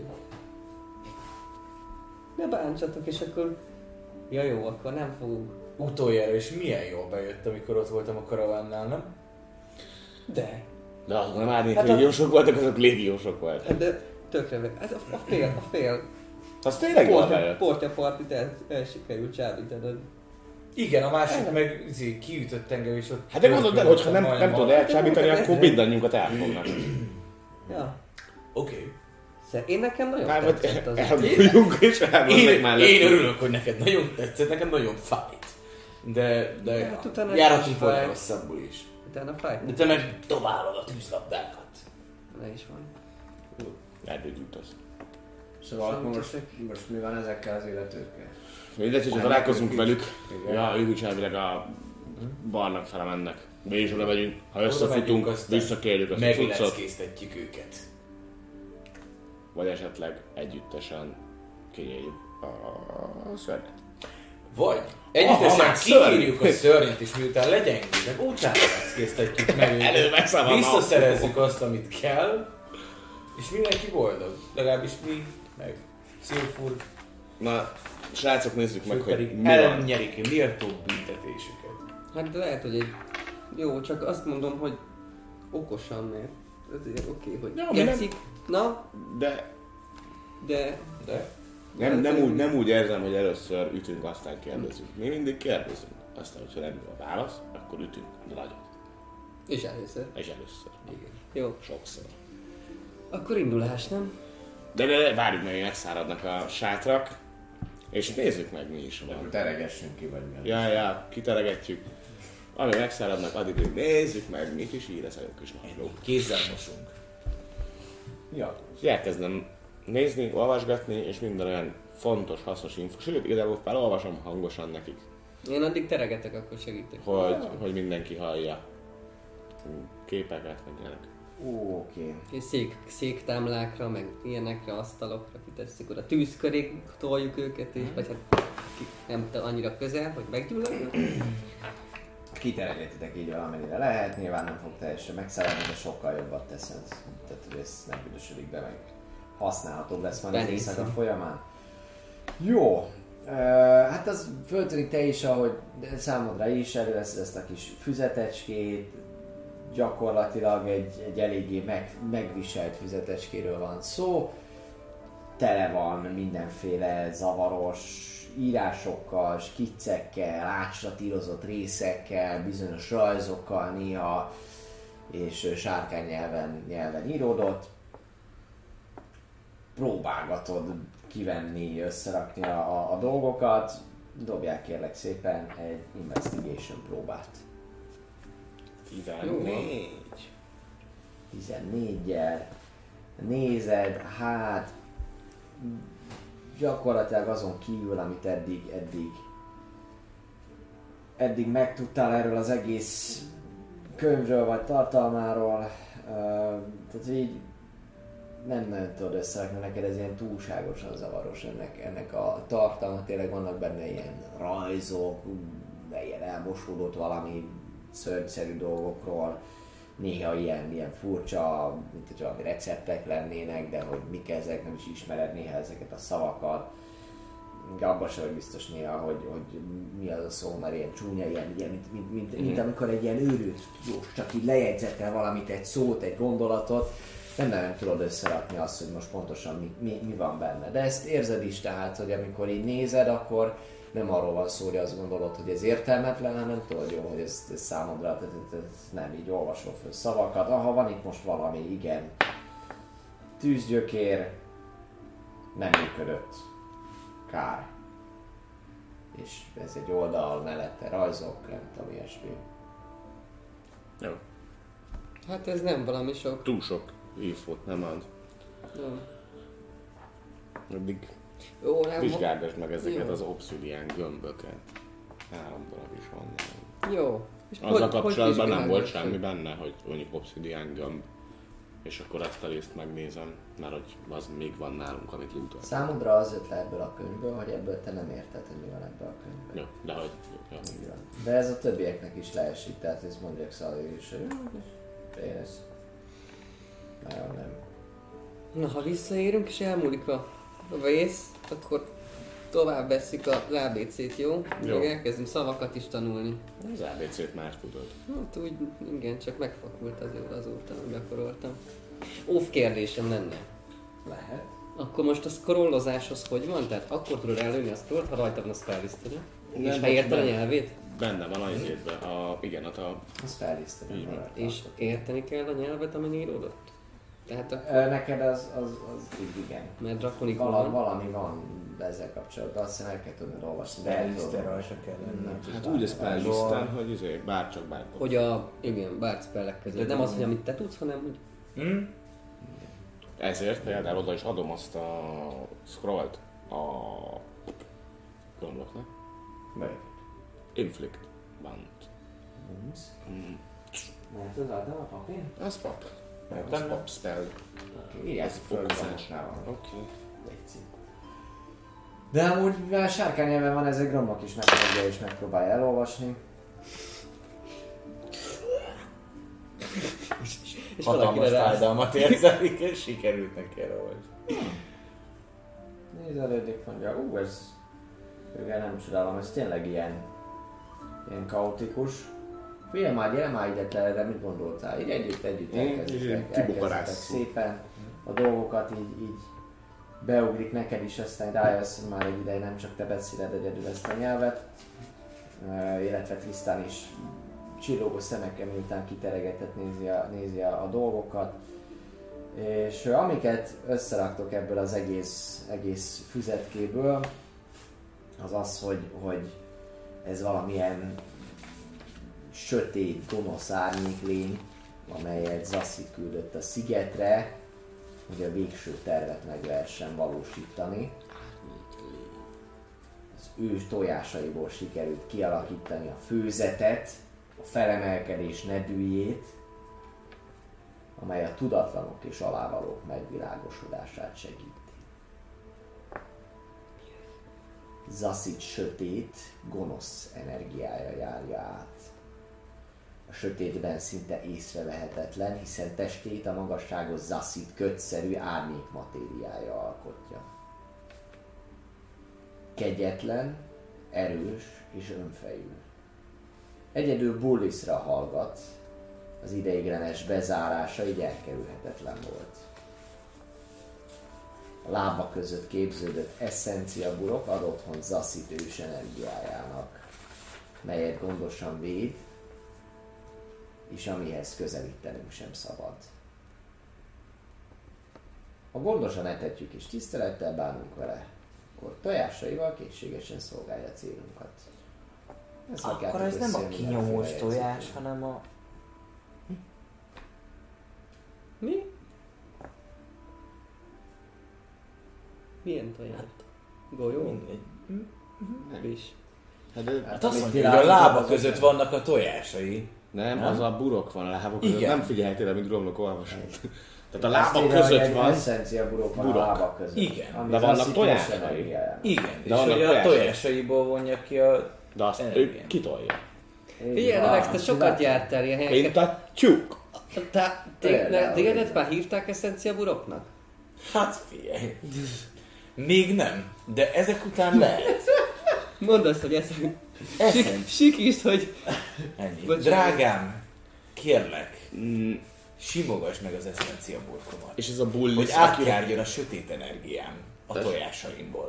Ne bántsatok, és akkor... Ja jó, akkor nem fogunk. Utoljára is milyen jól bejött, amikor ott voltam a karavánnál, nem? De. De azok nem árnyék Hát a- légiósok voltak, azok légiósok voltak. Hát de tökre meg. Hát a, a fél, a fél Az tényleg jól portya, bejött. portya partit el, el sikerült csábítanod. Igen, a másik meg izé, kiütött engem és ott... Hát de gondold el, hogyha nem, nem majdnem tudod a- elcsábítani, Hát, akkor ez- mindannyiunkat elfognak. Ja. Oké. Szer- Én nekem nagyon Hát, vagy tetszett az. elbújjunk és elmennek Én, mellett. én örülök, hogy neked nagyon tetszett, nekem nagyon fájt. De, de Hát utána járhatunk is volna fáj. rosszabbul is. Utána fájt. De te meg dobálod a tűzlabdákat. Ne is van. Erdőgyűjt az. Szóval akkor most, Semmi most mi van ezekkel az illetőkkel? Mindegy, hogyha Hát találkozunk nekünk velük, Igen. ja, ők is elvileg a barnak fele mennek. Mi is oda megyünk, ha megyünk, összefutunk, aztán visszakérjük azt a cuccot, megleckéztetjük őket. vagy esetleg együttesen kinyírjuk a szörnyet. Vagy Aha, együttesen már szörny. kiírjuk a szörnyt, és miután legyengülnek, utána leckéztetjük meg Elő őket. megszállom. Visszaszerezzük azt, amit kell, és mindenki boldog. Legalábbis mi, meg Szilfur, Na, srácok, nézzük és meg, ők hogy pedig mi van. elnyerik méltó büntetésüket. Hát de lehet, hogy egy... Jó, csak azt mondom, hogy okosan, mert azért oké, okay, hogy Ja, mi nem- getszik. Na, De de... De nem, nem, úgy, nem úgy érzem, hogy először ütünk, aztán kérdezünk. Mi mindig kérdezünk. Aztán, hogyha nem jó a válasz, akkor ütünk nagyot. És először. És először. igen. Jó. Sokszor. Akkor indulás, nem? De, de, de várjuk meg, hogy megszáradnak a sátrak, és nézzük meg, mi is van. Teregessünk ki, vagy mi? Ja, ja, kiteregetjük. Ami megszáradnak, addig nézzük meg, mit is ír ez a kis napló. Kézzel mosunk. Ja. És elkezdem nézni, olvasgatni, és minden olyan fontos, hasznos info. Sőt, igazából felolvasom hangosan nekik, Én addig teregetek, akkor segítek. hogy, hogy mindenki hallja képeket, meg ilyenek. Ó, oké. És szék, széktámlákra, meg ilyenekre, asztalokra kitesszük oda. Tűz köré toljuk őket, és, vagy hát ki- nem t- annyira közel, hogy meggyulladnak. Kiteregetitek így valamennyire lehet, nyilván nem fog teljesen megszállni, de sokkal jobbat tesz ez. Tehát, hogy ez nem büdösödik be, meg használhatóbb lesz majd az Benézem. éjszaka folyamán. Jó. Uh, hát az föltűnik te is, ahogy számodra is előveszed ezt a kis füzetecskét, gyakorlatilag egy, egy eléggé meg, megviselt füzetecskéről van szó. Tele van mindenféle zavaros írásokkal, skiccekkel, átsratírozott részekkel, bizonyos rajzokkal néha, és sárkány nyelven, nyelven íródott. Próbálgatod kivenni, összerakni a, a, a dolgokat. Dobják kérlek szépen egy investigation próbát. tizennégy. tizennégyel nézed, hát gyakorlatilag azon kívül, amit eddig, eddig eddig megtudtál erről az egész könyvről vagy tartalmáról, uh, tehát így nem nagyon tudod összerakni, neked ez ilyen túlságosan zavaros ennek, ennek a tartalma, tényleg vannak benne ilyen rajzok, ilyen elmosódott valami szörnyszerű dolgokról, néha ilyen, ilyen furcsa, mint hogy valami receptek lennének, de hogy mik ezek, nem is ismered néha ezeket a szavakat. Abban sem vagy biztos néha, hogy, hogy mi az a szó, mert ilyen csúnya, ilyen, ilyen mint, mint, mint, mint amikor egy ilyen őrült tudós csak így lejegyzetel valamit, egy szót, egy gondolatot, nem nagyon tudod összerakni azt, hogy most pontosan mi, mi, mi van benne. De ezt érzed is tehát, hogy amikor így nézed, akkor nem arról van szó, hogy azt gondolod, hogy ez értelmetlen, hanem tudod jó, hogy ez, ez számodra, tehát ez nem így olvasol föl szavakat. Aha, van itt most valami, igen. Tűzgyökér, nem működött. Kár. És ez egy oldal mellette rajzok, nem tudom, ilyesmi. Jó. Hát ez nem valami sok. Túl sok infót nem ad. Jó. Addig Jó, nem. vizsgálgasd meg ezeket Jó. az obszidián gömböket. Három darab is van. nálam. Jó. És Azzal hogy- kapcsolatban hogy nem volt vizsgálod? semmi benne, hogy mondjuk obszidián gömb. És akkor ezt a részt megnézem, mert hogy az még van nálunk, amit lootoltam. Számodra az jött le ebből a könyvből, hogy ebből te nem érted, hogy mi van ebből a könyvben. Jó, de hogy... Jó. Így van. De ez a többieknek is leesik, tehát ezt mondják Szalai is, hogy én ezt nagyon nem. Na, ha visszaérünk és elmúlik a a vész, akkor tovább veszik az á bé cét, jó? Jó. Még elkezdünk szavakat is tanulni. Az á bé cét már tudod. Hát úgy, igen, csak megfakult azért azóta, hogy gyakoroltam. Off kérdésem lenne. Lehet. Akkor most a scrollozáshoz hogy van? Tehát akkor tudod előni a scrollt, ha rajta van a spellliszteden. Igen, És ha érted a benne. nyelvét? Benne van az izétben, a, igen, ott a... Az felliszteni. Így van. És érteni kell a nyelvet, amin íródott? Tehát a... Neked az, az, az így igen. Mert drakonikon Vala, van. valami van ezzel kapcsolatban, azt hiszem el kell tudnod olvasni. de el Spellliszten tudod rajta olvasni. kell lenni. Nem tudsz Hát úgy a találni. spell-listen, hogy izé, bárcsak bárkod. Hogy a, igen, bárc spellek között. Nem az, hogy amit te tudsz, hanem hogy... Hm? Ezért például oda is adom azt a scrollt a gömblöknek. Melyik? Inflict Band. Nincs. Mm. Mert az adtam a papír? Az pap. Értem, Az nem? pap spell. Oké, írják Az föl fokuszás. maguknál van. Oké. Légy. De amúgy, mivel sárkány nyelven van, ezek Gromnak is megpróbálja és megpróbálja elolvasni. És Hatalmas valakire rá... fájdalmat érzelik, és sikerült neki elolvasni. Nézelődik, mondja, ú, ez... Igen, nem csodálom, ez tényleg ilyen... Ilyen kaotikus. Figyelj már, gyere már ide te, de mit gondoltál? Így együtt, együtt Mm, elkezditek, így elkezditek kibukarásszuk. szépen a dolgokat így, így beugrik neked is, aztán rájössz, hogy már egy ideje nem csak te beszéled egyedül ezt a nyelvet, uh, illetve Tristan is csillogó szemekkel, miután kiteregetett nézi a, nézi a, a dolgokat. És uh, amiket összeraktok ebből az egész, egész füzetkéből, az az, hogy, hogy ez valamilyen sötét, gonosz árnyéklény, amelyet Zassit küldött a szigetre, hogy a végső tervet meg lehessen valósítani. Az ő tojásaiból sikerült kialakítani a főzetet, a felemelkedés nedűjét, amely a tudatlanok és alávalók megvilágosodását segíti. Zassit sötét, gonosz energiája járja át. A sötétben szinte észrevehetetlen, hiszen testét a magasságos Zassit kötszerű árnyék matériája alkotja. Kegyetlen, erős és önfejű. Egyedül Bullisra hallgat, az ideiglenes bezárása így elkerülhetetlen volt. A lába között képződött eszencia burok ad otthon Zassit ős energiájának, melyet gondosan véd, és amihez közelítenünk sem szabad. Ha gondosan etetjük és tisztelettel bánunk vele, akkor tojásaival készségesen szolgálja célunkat. Ezt Akkor ez nem a kinyomós tojás, hanem a... Mi? Milyen tojás? Golyó? Mindegy. Vis. Hát, de, Hát azt mondja, hogy a lába között vannak a tojásai. nem, Nem? az a burok van a lábak között. Igen. Nem figyeltél, mint Gromlok olvasott. Tehát a lábak között van. Eszencia burok van burok. a lábak között. Igen. ami De az vannak Zassit tojásai. ős energiájának. Igen, De és vannak hogy a tojásai. tojásaiból vonja ki a... De azt Energia. ő kitolja. Figyelj, Alex, te sokat jártál ilyen Mint helyeket. a tyúk. Te, Például, te, tégedet igen. már hívták eszencia buroknak? Hát figyelj. Még nem, de ezek után lehet. Mondd azt, hogy ez... Eszent. Sikítsd, hogy... Ennyi. Bocsánat. Drágám, kérlek, Mm, simogass meg az eszencia burkomat. és ez a bullis, Hogy aki... átjárjon a sötét energiám a Tess. tojásaimból.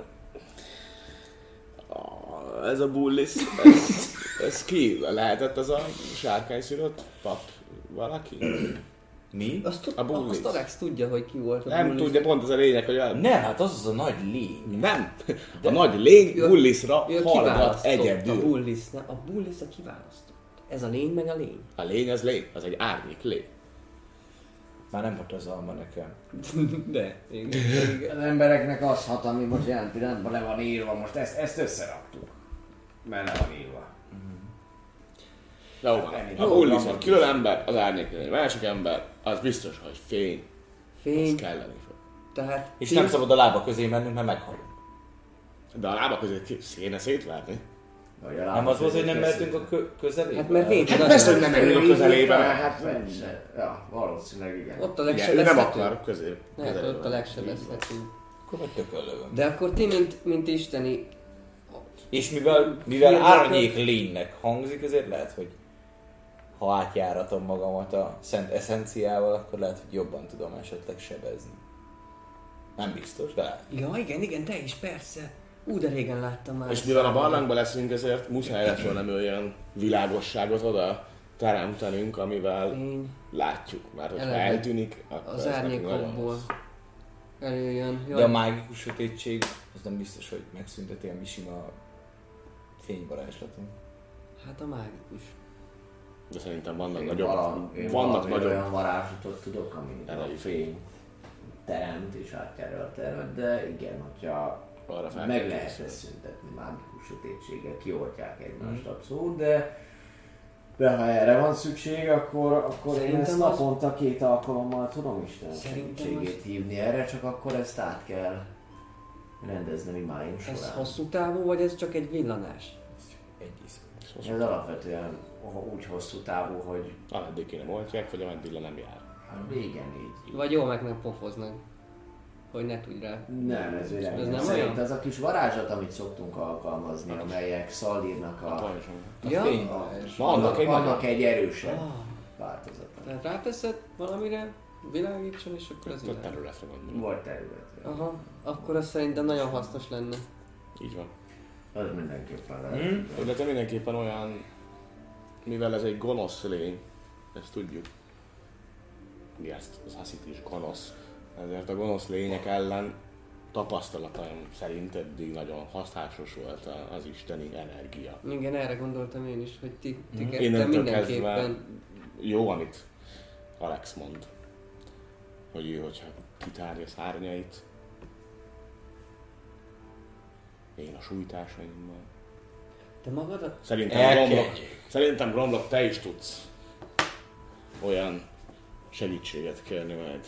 Ah, ez a bullis, ez, ez ki? Lehetett ez a sárkányszínott pap valaki? Mi? Azt, tud, A Bullis. azt Alex tudja, hogy ki volt a Nem Bullis. tudja, pont az a lényeg, hogy a... Nem, hát az az a nagy lény. Nem! A nagy lény Ő- Bullisra Ő hallgat kiválasztott a egyedül. Bullis, ne? A Bullis a kiválasztott. Ez a lény meg a lény. A lény az lény, az egy árnyék lény. Már nem volt az alma nekem. De, igen. Az embereknek az hat, ami most jelen pillanatban le van írva, most ezt, ezt összeraktuk. Mert le van írva. Jó van. A Bullis egy külön ember, az árnyék lény egy másik ember, az biztos, hogy fény. Az Fény, kelleni fog. tehát... És nem szabad a lába közé mennünk, mert meghalunk. De a lába közé kéne szétverni. Nem az volt, hogy nem mehetünk a kö- közelébe? Hát mert védjük Hát az persze, hogy nem embert. merül a közelébe. Hát persze. Ja, valószínűleg igen. Ott a Igen, ő nem legsebezhetőbb. akar közé. Lehet, közelébe. ott a legsebezhetőbb. Akkor meg tököllövöm. De akkor ti, mint, mint isteni... És mivel, mivel Figyelj, árnyék lénynek hangzik, ezért lehet, hogy ha átjáratom magamat a szent eszenciával, akkor lehet, hogy jobban tudom esetleg sebezni. Nem biztos, de lehet. Ja, igen, igen, te is, persze. Ú, de régen láttam már. És mivel a barlangban leszünk, ezért muszáj lesz valami olyan világosságot oda teremtenünk, amivel Fény látjuk. Mert ha Eleve. eltűnik, akkor az ez nekünk nagyon árnyékokból rossz. előjön. De a mágikus sötétség, az nem biztos, hogy megszünteti a mi sima fényvarázslatunk. Hát a mágikus. De szerintem vannak Én nagyobb, valami- én vannak valami nagyobb. olyan varázslatot tudok, ami a Erejű. fény teremt és átjárja a termet, de igen, hogyha Arra fel meg kell lehet készülni. ezt szüntetni mágikus sötétséggel, kioltják egymást abszolút, de de ha erre van szükség, akkor, akkor én Szerintem ezt az- naponta két alkalommal tudom Isten Szerintem segítségét hívni erre, csak akkor ezt át kell rendezni mi májunk Ez során. hosszú távú, vagy ez csak egy villanás? Egy iszó. Ez alapvetően úgy hosszú távú, hogy Ameddig ki nem oltják, vagy ameddig le nem jár. hát régen így. Vagy jól meg nem pofoznak. Hogy ne tudj rá. Nem, ez Ez véleményem nem szerint olyan? az a kis varázslat, amit szoktunk alkalmazni, amelyek Szalírnak A a, pajzsom. A Ja? fényvarázs. Na, annak egy annak nagyon... egy erősebb Ah, változata. tehát ráteszed valamire, világítson, és akkor az A világ. területre gondolom. Volt területre. Aha, akkor az szerintem nagyon hasznos lenne. Így van. Az mindenképpen lehet. Hmm? De te mindenképpen olyan, mivel ez egy gonosz lény, ezt tudjuk. Mi ezt, az Hasit is gonosz. Ezért a gonosz lények ellen tapasztalataim szerint eddig nagyon hatásos volt a- az isteni energia. Igen, erre gondoltam én is, hogy ti, ti Mhm. ketten Innentől mindenképpen... kezdve jó, amit Alex mond. Hogy ő, hogyha kitárja szárnyait, én a sújtásaimmal. Te magadat? Szerintem Elkenjük. Gromlok, szerintem Gromlok, te is tudsz olyan segítséget kérni majd.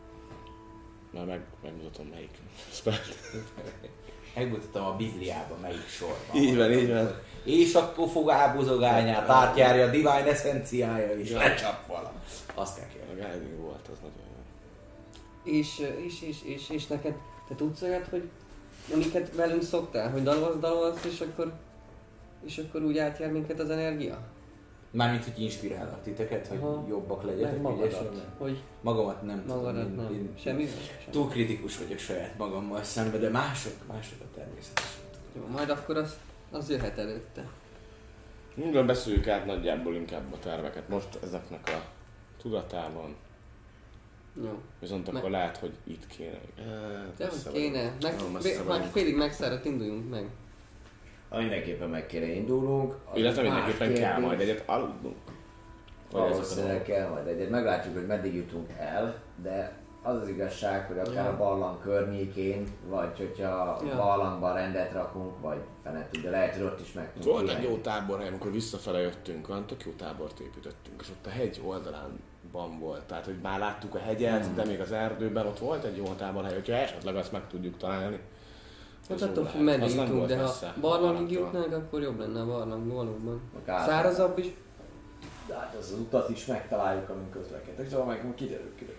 Már meg, megmutatom melyik spellt. Megmutatom a Bibliában melyik sorban. Így van, így van. És akkor fog ábozogányát átjárja a Divine eszenciája is. Lecsap vala. Azt kell kérni. A guiding volt, az nagyon jó. És, és, és, és, és neked, te tudsz olyat, hogy amiket velünk szoktál, hogy dalolsz, dalolsz, és akkor, és akkor úgy átjár minket az energia? Mármint, hogy inspirálnak titeket, hogy Aha. jobbak Meg legyetek. magadat, ügyesek. hogy Magamat nem tudom. magadat Én- nem. én- Semmi? Túl kritikus vagyok saját magammal szemben, de mások, mások a természetes. Jó, majd akkor az, az jöhet előtte. Minden beszéljük át nagyjából inkább a terveket. Most ezeknek a tudatában. Jó. Viszont Me- akkor lehet, hogy itt kéne. De hogy kéne, meg, Nagyon messze bé- már vagyunk. félig megszáradt, induljunk meg. Ha mindenképpen meg kéne indulnunk. az Illetve más mindenképpen kell kérdés. majd egyet aludnunk. Vagy ezek a Valószínűleg dolgok. kell majd egyet. Meglátjuk, hogy meddig jutunk el, de az az igazság, hogy akár Ja. a barlang környékén, vagy hogyha Ja. barlangban rendet rakunk, vagy fene tudja, lehet, hogy ott is meg tudunk Volt egy pihenni. jó táborhely, amikor visszafele jöttünk, olyan tök jó tábort építettünk, és ott a hegy oldalánban volt. Tehát, hogy már láttuk a hegyet, Hmm. de még az erdőben ott volt egy jó táborhely, hogyha esetleg azt meg tudjuk találni. Hát az jó attól lehet. függ, meddig Az nem jutunk, volt de ha messze barlangig barlangtól. jutnánk, akkor jobb lenne a barlang valóban. Meg át- Szárazabb is. De hát az utat is megtaláljuk, amink közlekedünk, szóval meg kiderül, kiderül.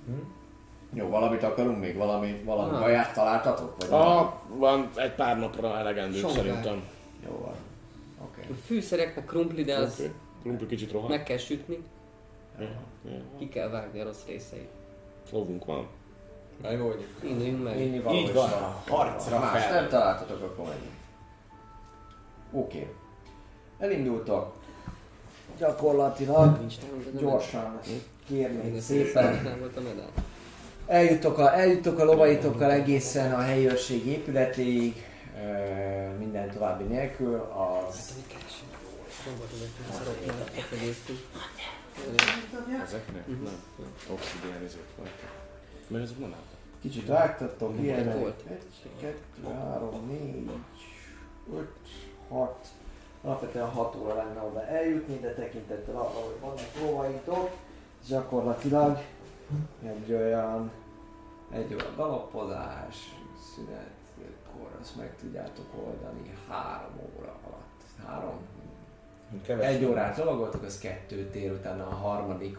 Jó, valamit akarunk még? Valami, valami Ah. baját találtatok? Vagy Ah, van egy pár napra elegendő Sonkár. szerintem. Jó van. Oké. A fűszerek, meg krumpli, de az Oké. Krumpli kicsit rohan. meg kell sütni, Ja, ja. ki kell vágni a rossz részeit. Lovunk van. Megoldjuk. Induljunk meg. Inni való Így is van, van. harcra Más fel. nem találtatok, akkor menjünk. Oké. Elindultok. gyakorlatilag Nincs nálunk, de nem gyorsan kérnék Még szépen. nem volt a medál. Eljuttok a, eljuttok a lovaitokkal egészen a helyi őrség épületéig, minden további nélkül. Az... Nem volt az egy szaroknál, megnéztük. Ezeknek? Nem. Obszidiánizők voltak. Mert ezek nem álltak. Kicsit vágtattok, ilyenek. volt. egy, kettő, három, négy, öt, hat. Alapvetően hat óra lenne oda eljutni, de tekintettel arra, hogy vannak lovaitok, gyakorlatilag egy olyan egy óra galopozás, szünetkor azt meg tudjátok oldani három óra alatt. Három. Keves. Egy órát lovagoltok, az kettő tér, utána a harmadik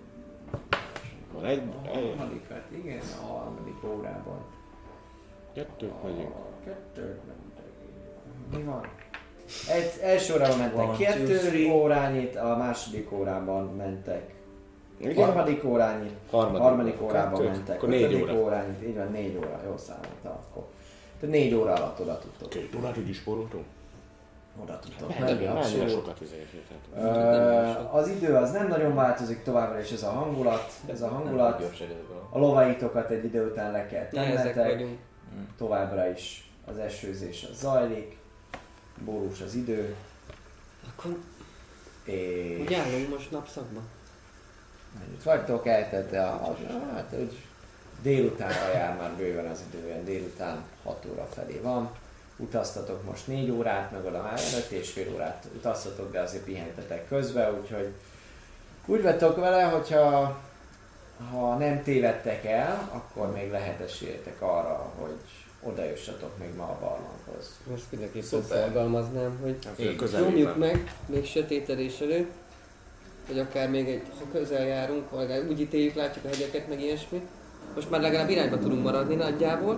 Van egy, A harmadik, hát igen, a harmadik órában. kettőt megyünk. A kettőt mentek. Mi van? Egy, első órában mentek One, kettő two, three. órányit, a második órában mentek Igen? harmadik órányit, Harmadik, harmadik órában kettőt, mentek akkor négy ötödik óra. órányit, így van, négy óra, jó számolta akkor. Tehát négy óra alatt oda tudtok. Két órát így is spóroltunk? Oda tudtok Nem, menni, nem, nem abszolút. sokat ezért. Ö, Az idő az nem nagyon változik továbbra is, ez a hangulat, ez a hangulat. A lovaitokat egy idő után le kell Nehezek tennetek, vagyunk. továbbra is az esőzés az zajlik, borús az idő, Akkor és úgy állunk most napszakban. mennyit vagytok, eltette a, a hát, hogy délutánra jár már bőven az idő, olyan délután hat óra felé van. Utaztatok most négy órát, meg oda már öt és fél órát utaztatok, de azért pihentetek közben, úgyhogy úgy vettek vele, hogyha ha nem tévedtek el, akkor még lehet esélyetek arra, hogy oda jussatok még ma a barlanghoz. Most mindenképpen Szuper. szorgalmaznám, hogy Így, nyomjuk meg, még sötétedés előtt, vagy akár még egy, ha közel járunk, vagy úgy ítéljük, látjuk a hegyeket, meg ilyesmi. Most már legalább irányba tudunk maradni nagyjából.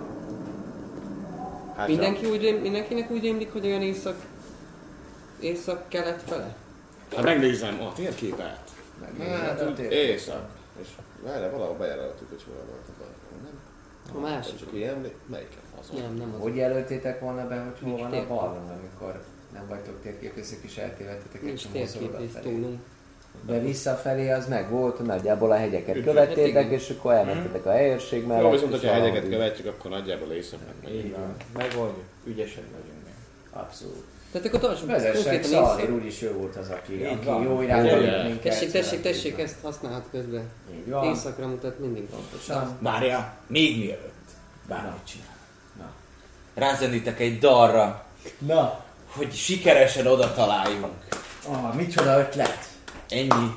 Hát Mindenki úgy, rém- mindenkinek úgy rémlik, hogy olyan észak, észak-kelet fele? Ha megnézem a térképet. Hát, úgy éjszak. És várjál, valahol bejelöltük, hogy hol volt a barlang, nem? A másik. Csak ilyen emlék, melyiken azon? Nem, nem az. Hogy jelöltétek volna be, hogy hol Nincs van a térkép. barlang, amikor nem vagytok térképészek és eltévedtetek egy Nincs csomószor térképész odafelé? túlunk. De visszafelé az meg volt, nagyjából a hegyeket Hát követtétek, igen. és akkor elmentetek a helyőrség mellett. Jó, viszont, és hogyha a hegyeket valahogy- követjük, akkor nagyjából éjszak meg Így megyünk. van. Megoldjuk. Ügyesek vagyunk még. Abszolút. Tehát akkor tartsunk Vezessek, konkrétan Szalír észak. úgyis ő volt az, aki, Így aki van. jó irányba Gyere. vitt minket. Tessék, tessék, Szóval tessék, így van. ezt használhat közben. Így van. Északra mutat mindig. Pontosan. Várjál, még mielőtt bármit csinál. Na. Rázenítek egy dalra, Na. hogy sikeresen oda találjunk. Ah, micsoda ötlet. Ennyi.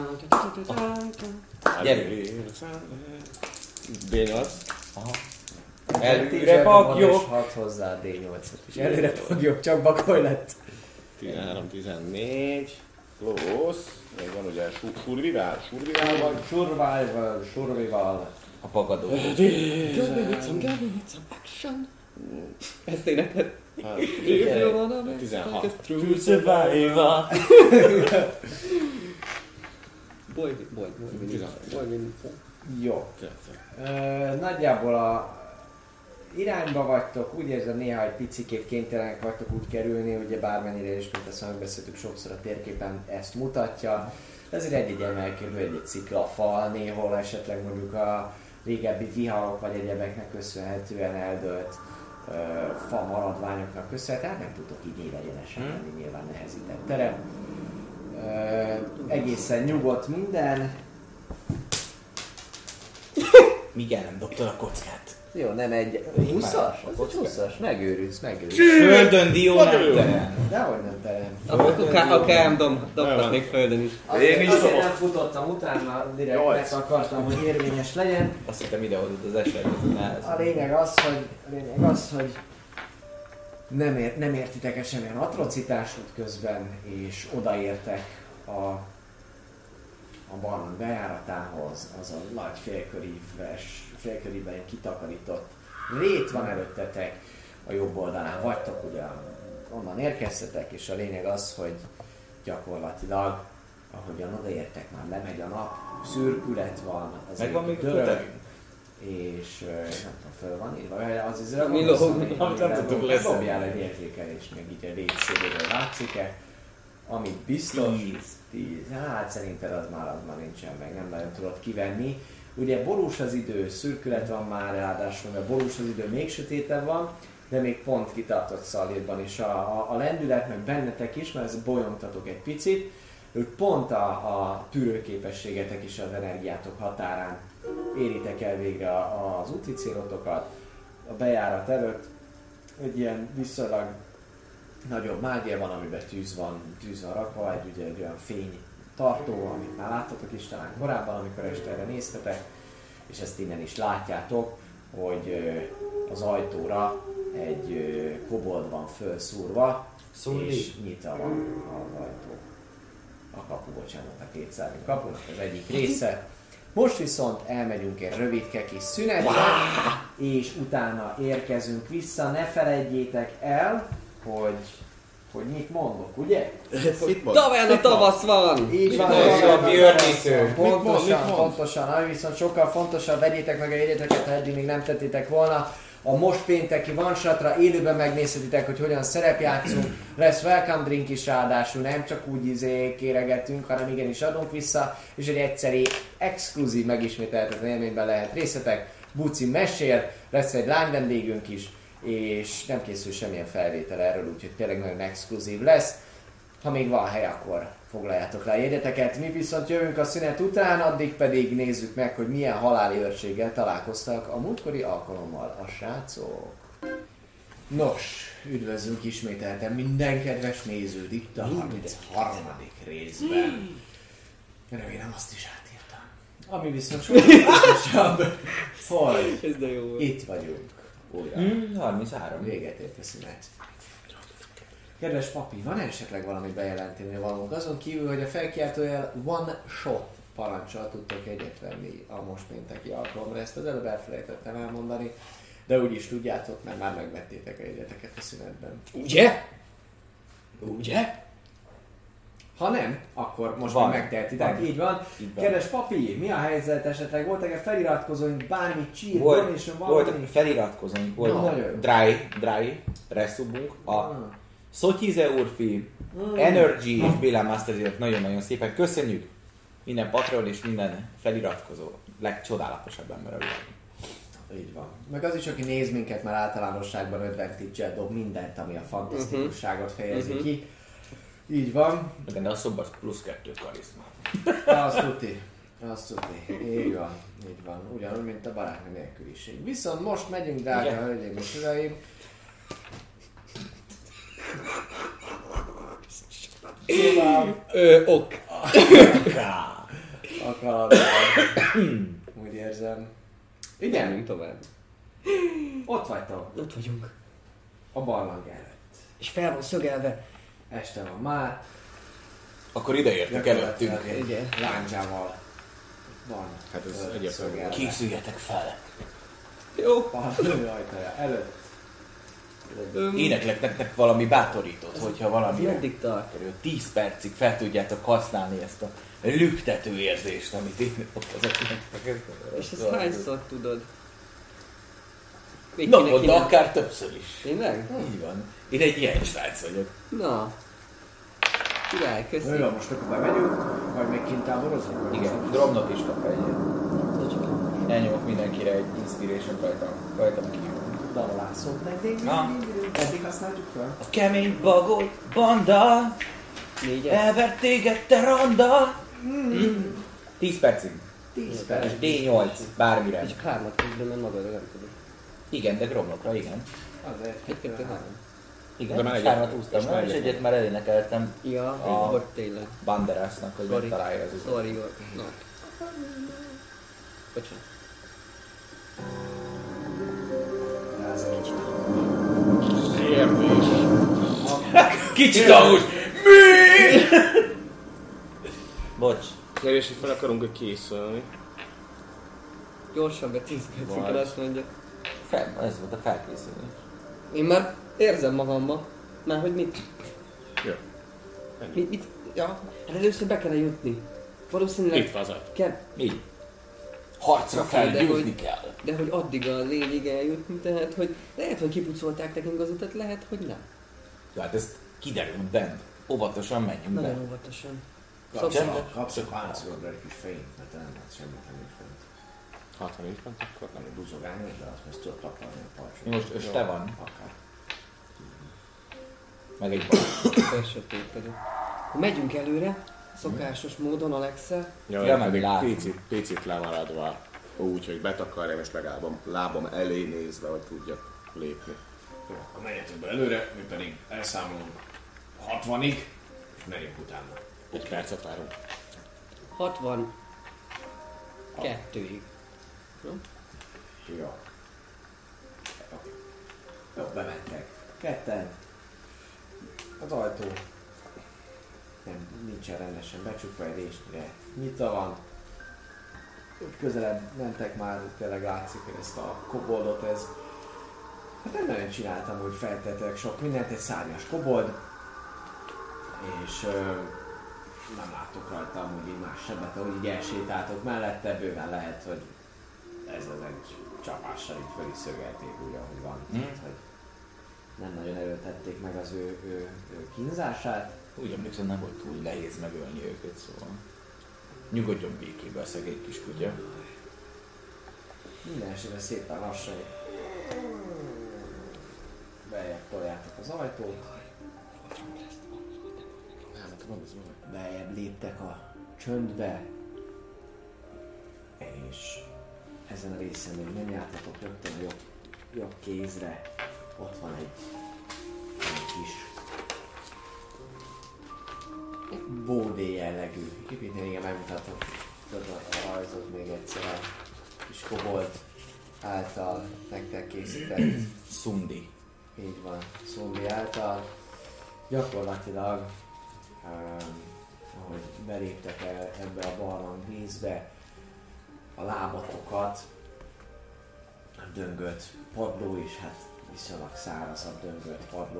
Gyerünk. dé nyolc. Aha. Előre Előre pagyok. Hadd hozzá a dé nyolcot is. Előre pagyok, csak bakoly lett. tizenhárom tizennégy. Plusz. Még van ugye sur- survival, survival vagy. Survival, survival. A pagadó. Ezt énekled. Hát, If tizenhat. True survivor. Boly, boly, boly, tizenhat. boly, Jó. Ö, nagyjából a irányba vagytok, úgy érzem néha egy picikét kénytelenek vagytok úgy kerülni, ugye bármennyire is, mint ezt megbeszéltük sokszor a térképen ezt mutatja. Ezért egy-egy emelkedő, egy-egy sziklafal, néhol esetleg mondjuk a régebbi viharok vagy egyebeknek köszönhetően eldőlt ö, fa maradványoknak köszönhetően, hát nem tudtok így élegyenesen menni, nyilván nehezített terem. Ö, egészen nyugodt minden. Miguel nem dobtad a kockát. Jó, nem egy húszas? Az egy húszas, megőrülsz, megőrülsz. Földön dió nem terem. Dehogy nem terem. A K M dom, dobtak még földön is. Azért, is azért dobok. nem futottam utána, direkt Nyolc. meg akartam, hogy érvényes legyen. Azt hittem ide hozott az eset. A lényeg az, hogy, a lényeg az, hogy nem, ér, nem értitek el semmilyen atrocitást közben, és odaértek a, a barlang bejáratához, az a nagy félköríves, félköríben kitakarított rét van előttetek, a jobb oldalán vagytok, ugye onnan érkeztetek, és a lényeg az, hogy gyakorlatilag, ahogyan odaértek, már lemegy a nap, szürkület van, az Megvan ég még a dörög, kötelünk? és ö, nem tudom, föl van írva, vagy az izra Mi lóg? Amit nem tudtuk leszedni. Dobjál egy értékelést, meg így a létszéléről látszik-e. Amit biztos, tíz. tíz. Hát szerinted az már, az már nincsen meg, nem nagyon tudod kivenni. Ugye borús az idő, szürkület van már ráadásul, mert borús az idő, még sötétebb van, de még pont kitartott Szalírban is a, a, a lendület, meg bennetek is, mert ezt bolyongtatok egy picit. Ők pont a, a tűrőképességetek is az energiátok határán éritek el végre a, az úti célotokat. A bejárat előtt egy ilyen viszonylag nagyobb mágia van, amiben tűz van, tűz van rakva, egy, ugye, egy olyan fénytartó, amit már láttatok is talán korábban, amikor este erre néztetek, és ezt innen is látjátok, hogy az ajtóra egy kobold van felszúrva, Szúrni? és nyitva van az ajtó. A kapu, bocsánat, a kétszárnyú kapunak az egyik része. Most viszont elmegyünk egy rövidke kis szünetre, és utána érkezünk vissza. Ne felejtjétek el, hogy, hogy mit mondok, ugye? Tavern a tavasz van! Így van, mond? van, A bőrnéző. pontosan, pontosan, ami viszont sokkal fontosabb, vegyétek meg a jegyeteket, ha eddig még nem tettétek volna. A most pénteki vansatra élőben megnézhetitek, hogy hogyan szerepjátszunk. Lesz welcome drink is ráadásul, nem csak úgy izé kéregetünk, hanem igenis adunk vissza. És egy egyszeri, exkluzív megismételhetetlen élményben lehet részletek. Buci mesél, lesz egy lány vendégünk is, és nem készül semmilyen felvétel erről, úgyhogy tényleg nagyon exkluzív lesz. Ha még van hely, akkor foglaljátok le a jegyeteket. Mi viszont jövünk a szünet után, addig pedig nézzük meg, hogy milyen haláli őrséggel találkoztak a múltkori alkalommal a srácok. Nos, üdvözlünk ismételten minden kedves nézőt itt a harmincharmadik részben. Remélem azt is átírtam. Ami viszont sokkal fontosabb, hogy Ez de jó. itt vagyunk újra. Hmm, harminchárom. Véget ért a szünet. Kedves papi, van esetleg valami bejelenteni valónk? Azon kívül, hogy a felkiáltójel One Shot parancsal tudtok egyet venni a most pénteki alkalomra. Ezt az előbb elfelejtettem elmondani, de úgy is tudjátok, mert már megvettétek a jegyeteket a szünetben. Ugye? Ugye? Ha nem, akkor most Van. már megtehetitek. Van. Így van. Így van. Kedves papi, mi a helyzet esetleg? Voltak-e feliratkozóink, bármi cheer, Volt, donation, volt valami? feliratkozóink, volt Nagyon jó. Dry, Dry, Resubunk, a Ah. Szotyize Urfi, Mm. Energy és Bélán Masterzilok nagyon-nagyon szépen köszönjük minden Patreon és minden feliratkozó, legcsodálatosabb ember a világon. Így van. Meg az is, aki néz minket, már általánosságban ötven tippet dob mindent, ami a fantasztikusságot fejezi Mhm. ki. Így van. De a szoba az plusz kettő karizma. Azt tuti. Azt tuti. Így van. Így van. Ugyanúgy, mint a barátnő nélküliség. Viszont most megyünk, drága Igen. hölgyeim és uraim. Tovább. Ö, ok. A kalandban. Úgy érzem. Igen, Menjünk tovább. ott vagytok. Ott vagyunk. A barlang előtt. És fel van szögelve. Este van már. Akkor ide értek előttünk. Gyakorlatilag Igen. egy lándzsával van. Hát ez ö, egyértelmű. szögelve. Készüljetek fel. Jó. Barlang ajtaja előtt. Öm, Éneklek nektek valami bátorítót, hogyha valami Meddig tart? kerül. tíz percig fel tudjátok használni ezt a lüktető érzést, amit én okozok nektek. És ezt hányszor tudod? Még Naponta kinek- akár többször is. Tényleg? Így van. Én egy ilyen srác vagyok. Na. Király, köszi. Jó, most akkor bemegyünk, vagy még kint táborozunk? vagy Igen, most? Dromnok is kap egy. Elnyomok mindenkire egy inspiration rajtam, rajtam kívül. Dalalászót meg, Na. eddig használjuk fel? A kemény bagoly banda, Négyet. elvert téged te ronda. Mm. tíz percig. tíz perc. És dé nyolc, bármire. És csak hármat közben, mert magadra nem tudod. Igen, de gromlokra, igen. Azért. Egy, kettő, három. Igen, De már és egyet- hármat úsztam, és nem? már És egyet egyet már elénekeltem Ja, A- vagy tényleg. Banderasnak, hogy Sorry. megtalálja az utat. Sorry, jó. Na. Bocsánat. Kérdés. Kicsit ahús! Mi? Bocs. Kérdés, hogy fel akarunk-e készülni? Gyorsan, mert tíz percig Vagy. azt mondja. Fel, ez volt a felkészülés. Én már érzem magamba. Már hogy mit? Jó. Ennyi. Mit? mit? Ja, hát először be kellene jutni. Valószínűleg Itt van az ajtó. kell, Így. Harcra Oké, fel, de győzni hogy- kell. de hogy addig a lényig eljutni, tehát hogy lehet, hogy kipucolták nekünk az utat, lehet, hogy nem. Jó, hát ez kiderül bent. óvatosan menjünk Nagyon be. óvatosan. Kapsz Csendben. a, kapsz a páncélodra egy kis fényt, mert te nem látsz semmit, ha nincs bent. Hát, ha nincs bent, akkor nem. Egy buzogálni, de azt most tudod takarni a parcsot. Most öste van, Akár. meg egy bal. Besötétedünk. Megyünk előre, szokásos módon Alexa. Ja, Ja, ja meg pedig látom. picit, picit lemaradva, úgy, hogy betakarjam, és legalább a lábam elé nézve, hogy tudjak lépni. Jó, akkor menjetek be előre, mi pedig elszámolunk hatvanig, és megyünk utána. Egy percet várunk. hatvankettőig. Jó. Oké. Jó, bementek. Ketten. Az ajtó nem, nincsen rendesen becsukva, egy résnyire nyitva van. Úgy közelebb mentek már, tényleg látszik, hogy ezt a koboldot, ez... Hát nem nagyon csináltam, hogy feltettek sok mindent, egy szárnyas kobold. És ö, nem látok rajta amúgy így más sebet, ahogy így elsétáltok mellette, bőven lehet, hogy ez az egy csapással így föl is szögelték úgy, ahogy van. Mm. Tehát, hogy nem nagyon erőltették meg az ő, ő, ő kínzását. Úgy emlékszem, nem volt túl nehéz megölni őket, szóval nyugodjon békébe a szegény kis kutya. Minden esetre szépen lassan bejebb toljátok az ajtót. Bejebb léptek a csöndbe. És ezen a részen még nem jártatok rögtön a jobb, jobb kézre. Ott van egy, egy kis bódé jellegű. Építeni, igen, megmutatom a rajzot még egyszer a kis kobold által nektek készített. Szundi. Így van, Szundi által. Gyakorlatilag, um, ahogy beléptek el ebbe a barlang vízbe, a lábatokat a döngölt padló is, hát viszonylag szárazabb döngölt padló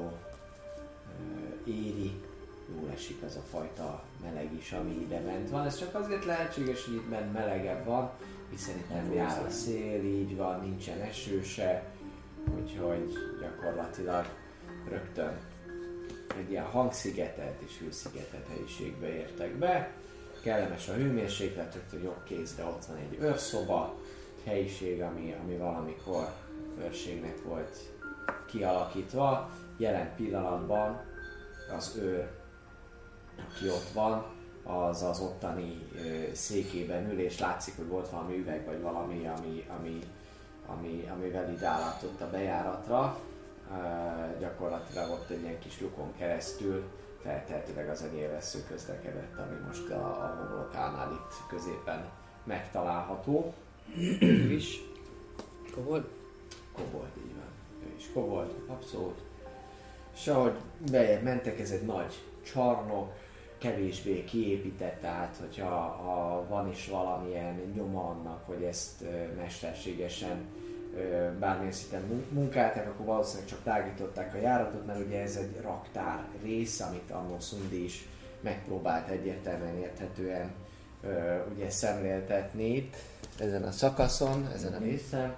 uh, éri. Jól esik az a fajta meleg is, ami ide bent van. Ez csak azért lehetséges, hogy itt bent melegebb van, hiszen itt nem jár a szél, így van, nincsen eső se, úgyhogy gyakorlatilag rögtön egy ilyen hangszigetelt és hőszigetelt helyiségbe értek be. Kellemes a hőmérséklet, rögtön jobb kézre ott van egy őrszoba, helyiség, ami, ami valamikor őrségnek volt kialakítva. Jelen pillanatban az őr, aki ott van, az az ottani ö, székében ül, és látszik, hogy volt valami üveg vagy valami, ami, ami, ami, amivel ide állátott a bejáratra. Uh, gyakorlatilag ott egy ilyen kis lukon keresztül feltehetőleg az a nyilvessző közlekedett, ami most a, a homlokánál itt középen megtalálható. Ő is. Kobold? Kobold, így van. Ő is kobold, abszolút. És ahogy bejebb mentek, ez egy nagy csarnok, kevésbé kiépített, tehát hogyha ha van is valamilyen nyoma annak, hogy ezt uh, mesterségesen bármilyen szinten munkálták, akkor valószínűleg csak tágították a járatot, mert ugye ez egy raktár rész, amit annó Szundi is megpróbált egyértelműen érthetően ö, ugye szemléltetni ezen a szakaszon, ezen a részen.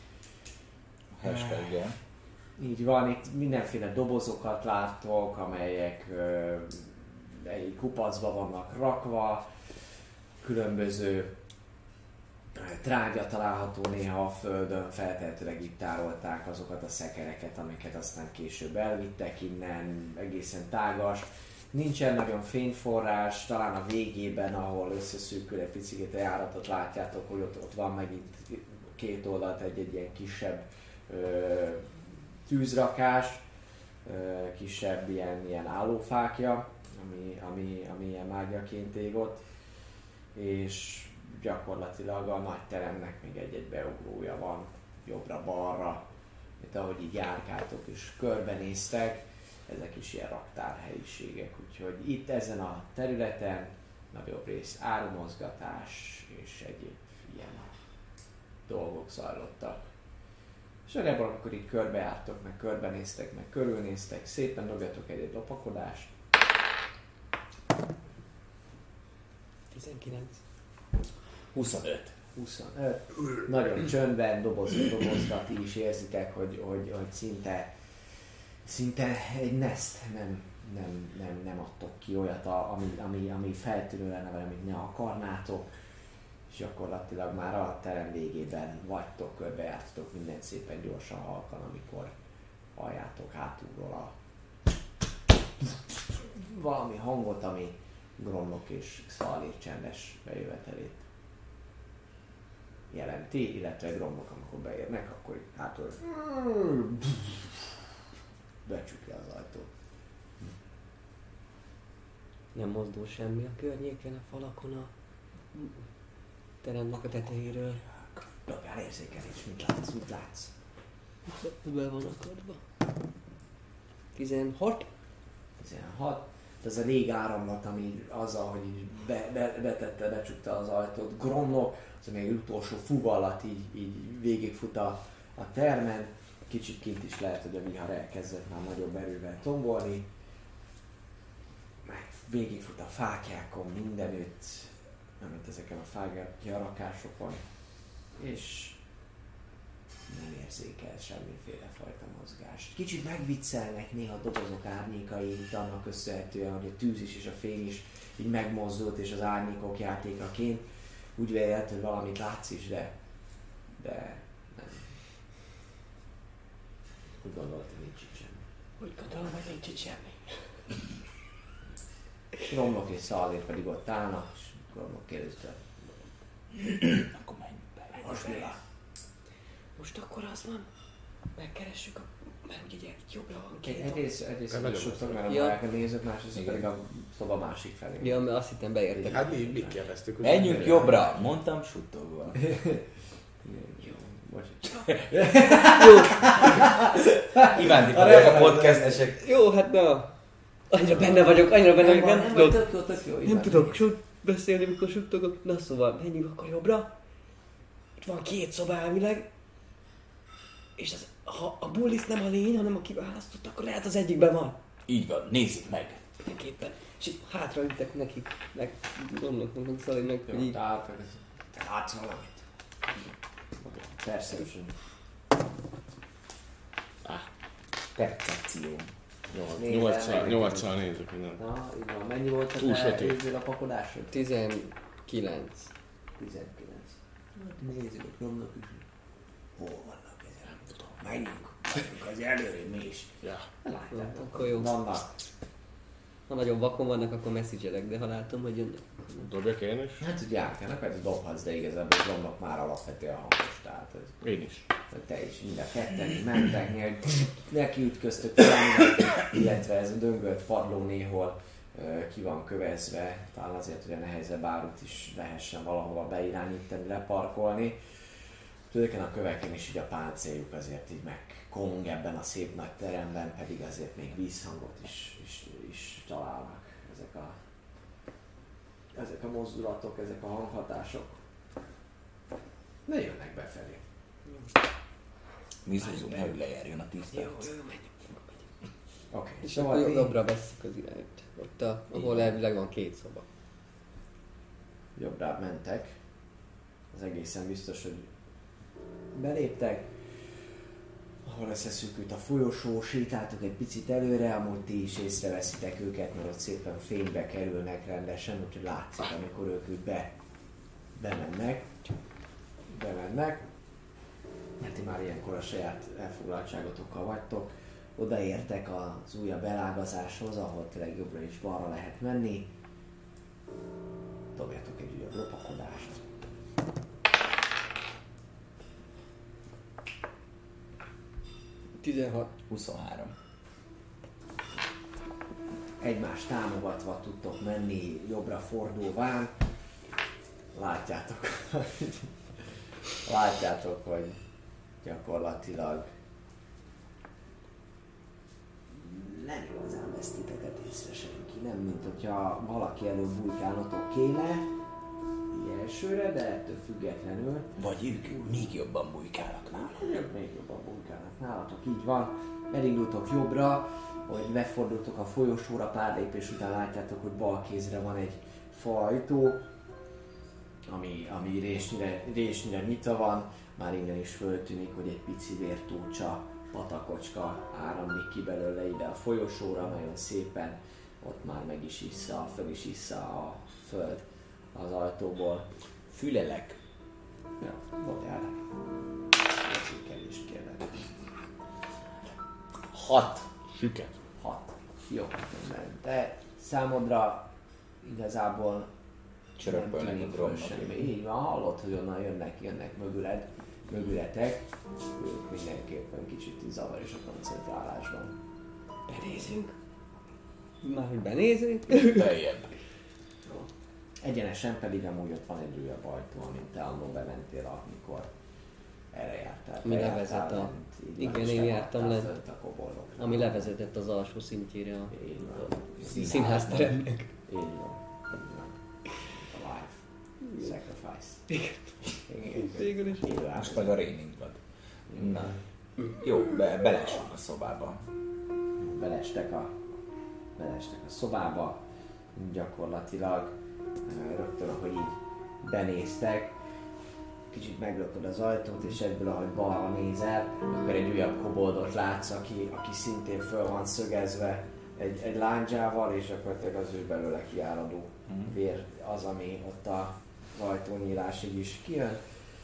Hashtaggel. Így van, itt mindenféle dobozokat láttok, amelyek ö, egy kupacba vannak rakva, különböző trágya található néha a földön, feltehetőleg itt tárolták azokat a szekereket, amiket aztán később elvittek innen, egészen tágas. Nincsen nagyon fényforrás, talán a végében, ahol összeszűkül egy picit a járatot, látjátok, hogy ott, ott van megint két oldalt egy-egy ilyen kisebb ö, tűzrakás, ö, kisebb ilyen, ilyen állófákja, ami, ami, ami ilyen mágiaként ég ott, és gyakorlatilag a nagy teremnek még egy-egy beugrója van, jobbra-balra, mint ahogy így járkáltok és körbenéztek, ezek is ilyen raktárhelyiségek, úgyhogy itt ezen a területen nagyobb rész árumozgatás és egyéb ilyen dolgok zajlottak. És nagyjából amikor így körbejártok, meg körbenéztek, meg körülnéztek, szépen dobjatok egy-egy lopakodást. tizenkilenc. huszonöt. huszonöt. Nagyon csöndben, doboz, dobozra ti is érzitek, hogy, hogy, hogy szinte szinte egy nest, nem, nem, nem, nem adtok ki olyat, a, ami, ami, ami feltűnő lenne, vagy amit ne akarnátok. És gyakorlatilag már a terem végében vagytok, körbejártatok mindent szépen gyorsan, halkan, amikor halljátok hátulról a valami hangot, ami Gromlok és Xalir csendes bejövetelét jelenti, illetve Gromlok, amikor beérnek, akkor hátul becsukja az ajtót. Nem mozdul semmi a környéken, a falakon, a teremnek a tetejéről. Dobjál érzékelés, mit látsz, mit látsz? Be van akadva. tizenhat. tizenhat. Ez a légáramlat, ami azzal, hogy így be, be, betette, becsukta az ajtót. Gromlok, az még utolsó fuvallat így, így végigfut a, a termen. Kicsit kint is lehet, hogy a vihar elkezdett már nagyobb erővel tombolni. Meg végigfut a fákjákon mindenütt, amit ezeken a fákjarakásokon. És nem érzékel semmiféle fajta mozgást. Kicsit megviccelnek néha dobozok árnyékai, annak köszönhetően, hogy a tűz is és a fény is így megmozdult, és az árnyékok játékaként úgy vélt, hogy valamit látsz is, de, de nem. Úgy gondoltam, hogy nincs itt semmi. Úgy gondolom, hogy nincs itt semmi. Gromlok és Xalir pedig ott állnak, és Gromlok kérdezte. Akkor menjünk be. Most mi van? Most akkor az van, megkeressük a... Mert ugye jobbra van két. Egyrészt, egyrészt nagyon suttog, mert a Ja. baják a nézők, másrészt pedig a szoba másik felé. Ja, mert azt hittem beértek. Hát mi, mi kérdeztük? hogy- Menjünk jobbra, mondtam suttogva. Jó, bocs. Imádni fogják a podcastesek. Jó, hát na. Annyira benne vagyok, annyira benne vagyok, nem, nem, tudok. tök jó, tök jó. Nem tudok sut beszélni, mikor suttogok. Na szóval, menjünk akkor jobbra. Itt van két szoba elvileg. És az, ha a bullis nem a lény, hanem a kiválasztott, akkor lehet az egyikben van. Így van, nézzük meg. Mindenképpen. És így hátra ütek nekik, meg gondolok, meg Xalirnek, hogy Jó, így. te álltak, te látsz valamit? Persze, hogy Percepció. Nyolccal, nyolccal nézzük mindent. Na, így van. Mennyi volt a Túl te sötét. őzől a pakodásod? tizenkilenc. tizenkilenc. Hát nézzük, hogy vannak is. Hol vannak ezek? Nem tudom. Menjünk. Menjünk az előre, mi is. Ja. Látjátok, Akkor jó. vannak. Ha nagyon vakon vannak, akkor messzigelek, de ha látom, hogy jönnek. Dobjak én is? Hát ugye átkelnek, mert dobhatsz, de igazából vannak már alapvetően hangos, tehát ez... Én is. Te is mind a ketten mentek, néha neki ütköztök valamivel, illetve ez a döngölt padló néhol uh, ki van kövezve, talán azért, hogy a nehezebb árut is lehessen valahova beirányítani, leparkolni. Ezeken a köveken is így a páncéljuk azért így megkong ebben a szép nagy teremben, pedig azért még vízhangot is, is, is találnak ezek a, ezek a mozdulatok, ezek a hanghatások. Ne jönnek befelé. Mizuzum, nehogy lejárjon a tíz Jó, perc. jó, menjünk. Oké, És szóval akkor ti jobbra vesszük az irányt. Ott, a, ahol elvileg van két szoba. jobbra mentek. Az egészen biztos, hogy beléptek. Ahol összeszűkült a folyosó, sétáltok egy picit előre, amúgy ti is észreveszitek őket, mert ott szépen fénybe kerülnek rendesen, úgyhogy látszik, amikor ők úgy be, bemennek. Bemennek. Mert ti már ilyenkor a saját elfoglaltságotokkal vagytok. Odaértek az újabb elágazáshoz, ahol tényleg jobbra és balra lehet menni. Dobjatok egy újabb lopakodást. tizenhat. huszonhárom. Egymást támogatva tudtok menni jobbra fordulván. Látjátok, látjátok, hogy gyakorlatilag nem igazán vesz titeket észre senki. Nem, mint hogyha valaki előbb bujkálnotok kéne, így elsőre, de ettől függetlenül Vagy ők még jobban bujkálnak nála. ők még jobban bujkálnak nálatok, így van. Elindultok jobbra, hogy lefordultok a folyosóra, pár lépés után látjátok, hogy bal kézre van egy faajtó, ami, ami résnyire, résnyire nyitva van, már innen is föltűnik, hogy egy pici vértúcsa patakocska áramlik ki belőle ide a folyosóra, nagyon szépen, ott már meg is issza, föl is issza a föld az ajtóból. Fülelek. Ja, dobjál. Értékelést kérlek. Hat. Süket. Hat. Jó, rendben. De számodra igazából Csörömpölnek nem a tűnik dromnak. föl semmi. Így van, hallod, hogy onnan jönnek, jönnek mögüled, mögületek. Ők mindenképpen kicsit zavar is a koncentrálásban. Benézünk. Már hogy benézünk? Beljebb. Egyenesen pedig amúgy ott van egy újabb ajtó, amint te annól bementél, amikor erre jártál. Ami Te levezet jártál a- lent, így igen, van, és én te jártam haladtál lent. fönt a koboldokra. Ami levezetett az alsó szintjére a Így van. színházteremnek. Így van. Így van. A life. Sacrifice. Igen. Végül is. Élőállás. Most meg a raining van. Na. Jó, be, belesünk a szobába. Belestek a, belestek a szobába, gyakorlatilag eh, rögtön, ahogy így benéztek, kicsit meglököd az ajtót, és egyből, ahogy balra nézel, akkor egy újabb koboldot látsz, aki, aki szintén föl van szögezve egy, egy lándzsával, és gyakorlatilag az ő belőle kiáradó vér az, ami ott a az ajtónyílásig is kijön.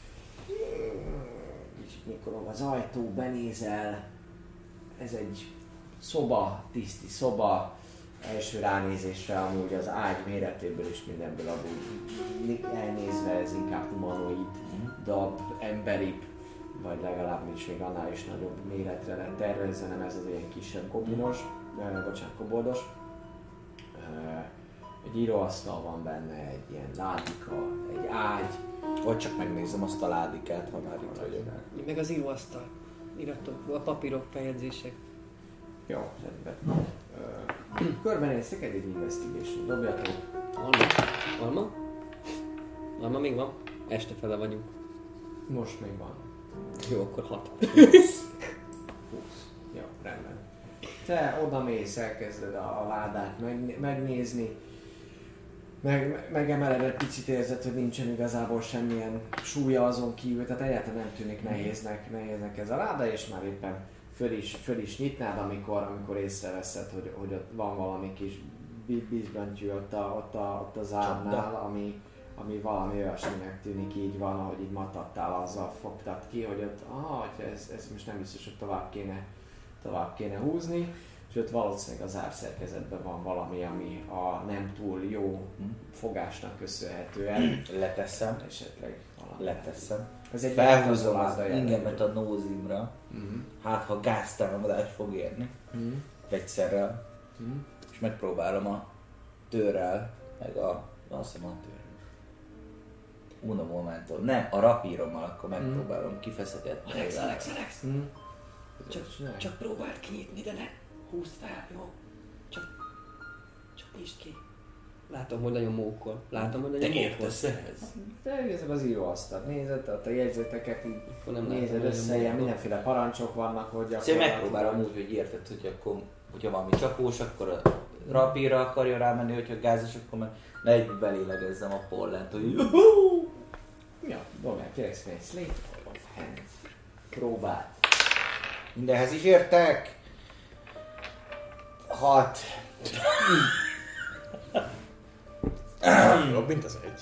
Kicsit nyikorog az ajtó, benézel, ez egy szoba, tiszti szoba, első ránézésre amúgy az ágy méretéből és mindenből amúgy elnézve ez inkább humanoid, dab, emberibb, vagy legalábbis még annál is nagyobb méretre lett tervezve, nem ez az ilyen kisebb goblinos, eh, bocsánat, koboldos. Eh, egy íróasztal van benne, egy ilyen ládika, egy ágy. Vagy csak megnézem azt a ládikát, ha már itt vagyok. Meg az íróasztal. Iratok, a papírok, feljegyzések. Jó, rendben. Ö, Körbenéztek egy egy investigation. Dobjatok. Alma? Alma? Alma még van? Este fele vagyunk. Most még van. Jó, akkor hat. húsz. Jó, rendben. Te oda mész, elkezded a, a ládát meg, megnézni. Meg, megemeled egy picit, érzed, hogy nincsen igazából semmilyen súlya azon kívül, tehát egyáltalán nem tűnik nehéznek, nehéznek ez a láda, és már éppen föl is, föl is nyitnád, amikor, amikor észreveszed, hogy, hogy ott van valami kis bizbentyű ott, a, ott, a, ott az árnál, ami, ami valami olyasminek tűnik, így van, ahogy így matattál, azzal fogtad ki, hogy ott, aha, ez, ez most nem biztos, hogy tovább kéne, tovább kéne húzni, és ott valószínűleg az árszerkezetben van valami, ami a nem túl jó fogásnak köszönhetően. Leteszem. Esetleg valami. Leteszem. Ez egy Felhúzom az láda ingemet a nózimra. Uh-huh. Hát, ha gáztámadás fog érni. Uh-huh. Vegyszerrel. Uh-huh. És megpróbálom a tőrrel, meg a... Azt hiszem a tőr. Uno momento. Nem, a rapírommal akkor megpróbálom kifeszegetni. Alex, Alex, Alex! Uh-huh. Csak, csak próbáld kinyitni, de ne húzd fel, jó? Csak, csak nyisd ki. Látom, hogy nagyon mókol. Látom, hogy Te nagyon mókol. értesz ehhez? Te nézed az íróasztalt, nézed ott a jegyzeteket, így Akkor nem látom, nézed hogy össze, nagyon ilyen mókol. mindenféle parancsok vannak, hogy Szóval gyakorlatilag... megpróbálom úgy, hogy érted, hogy akkor, hogyha valami csapós, akkor a rapírra akarja rámenni, hogyha gázos, akkor meg ne egyből belélegezzem a pollent, hogy juhú! Ja, dobjál, kérek szépen egy slate of hand. Próbál. Mindenhez is értek! Hat. Jobb, mint az egy.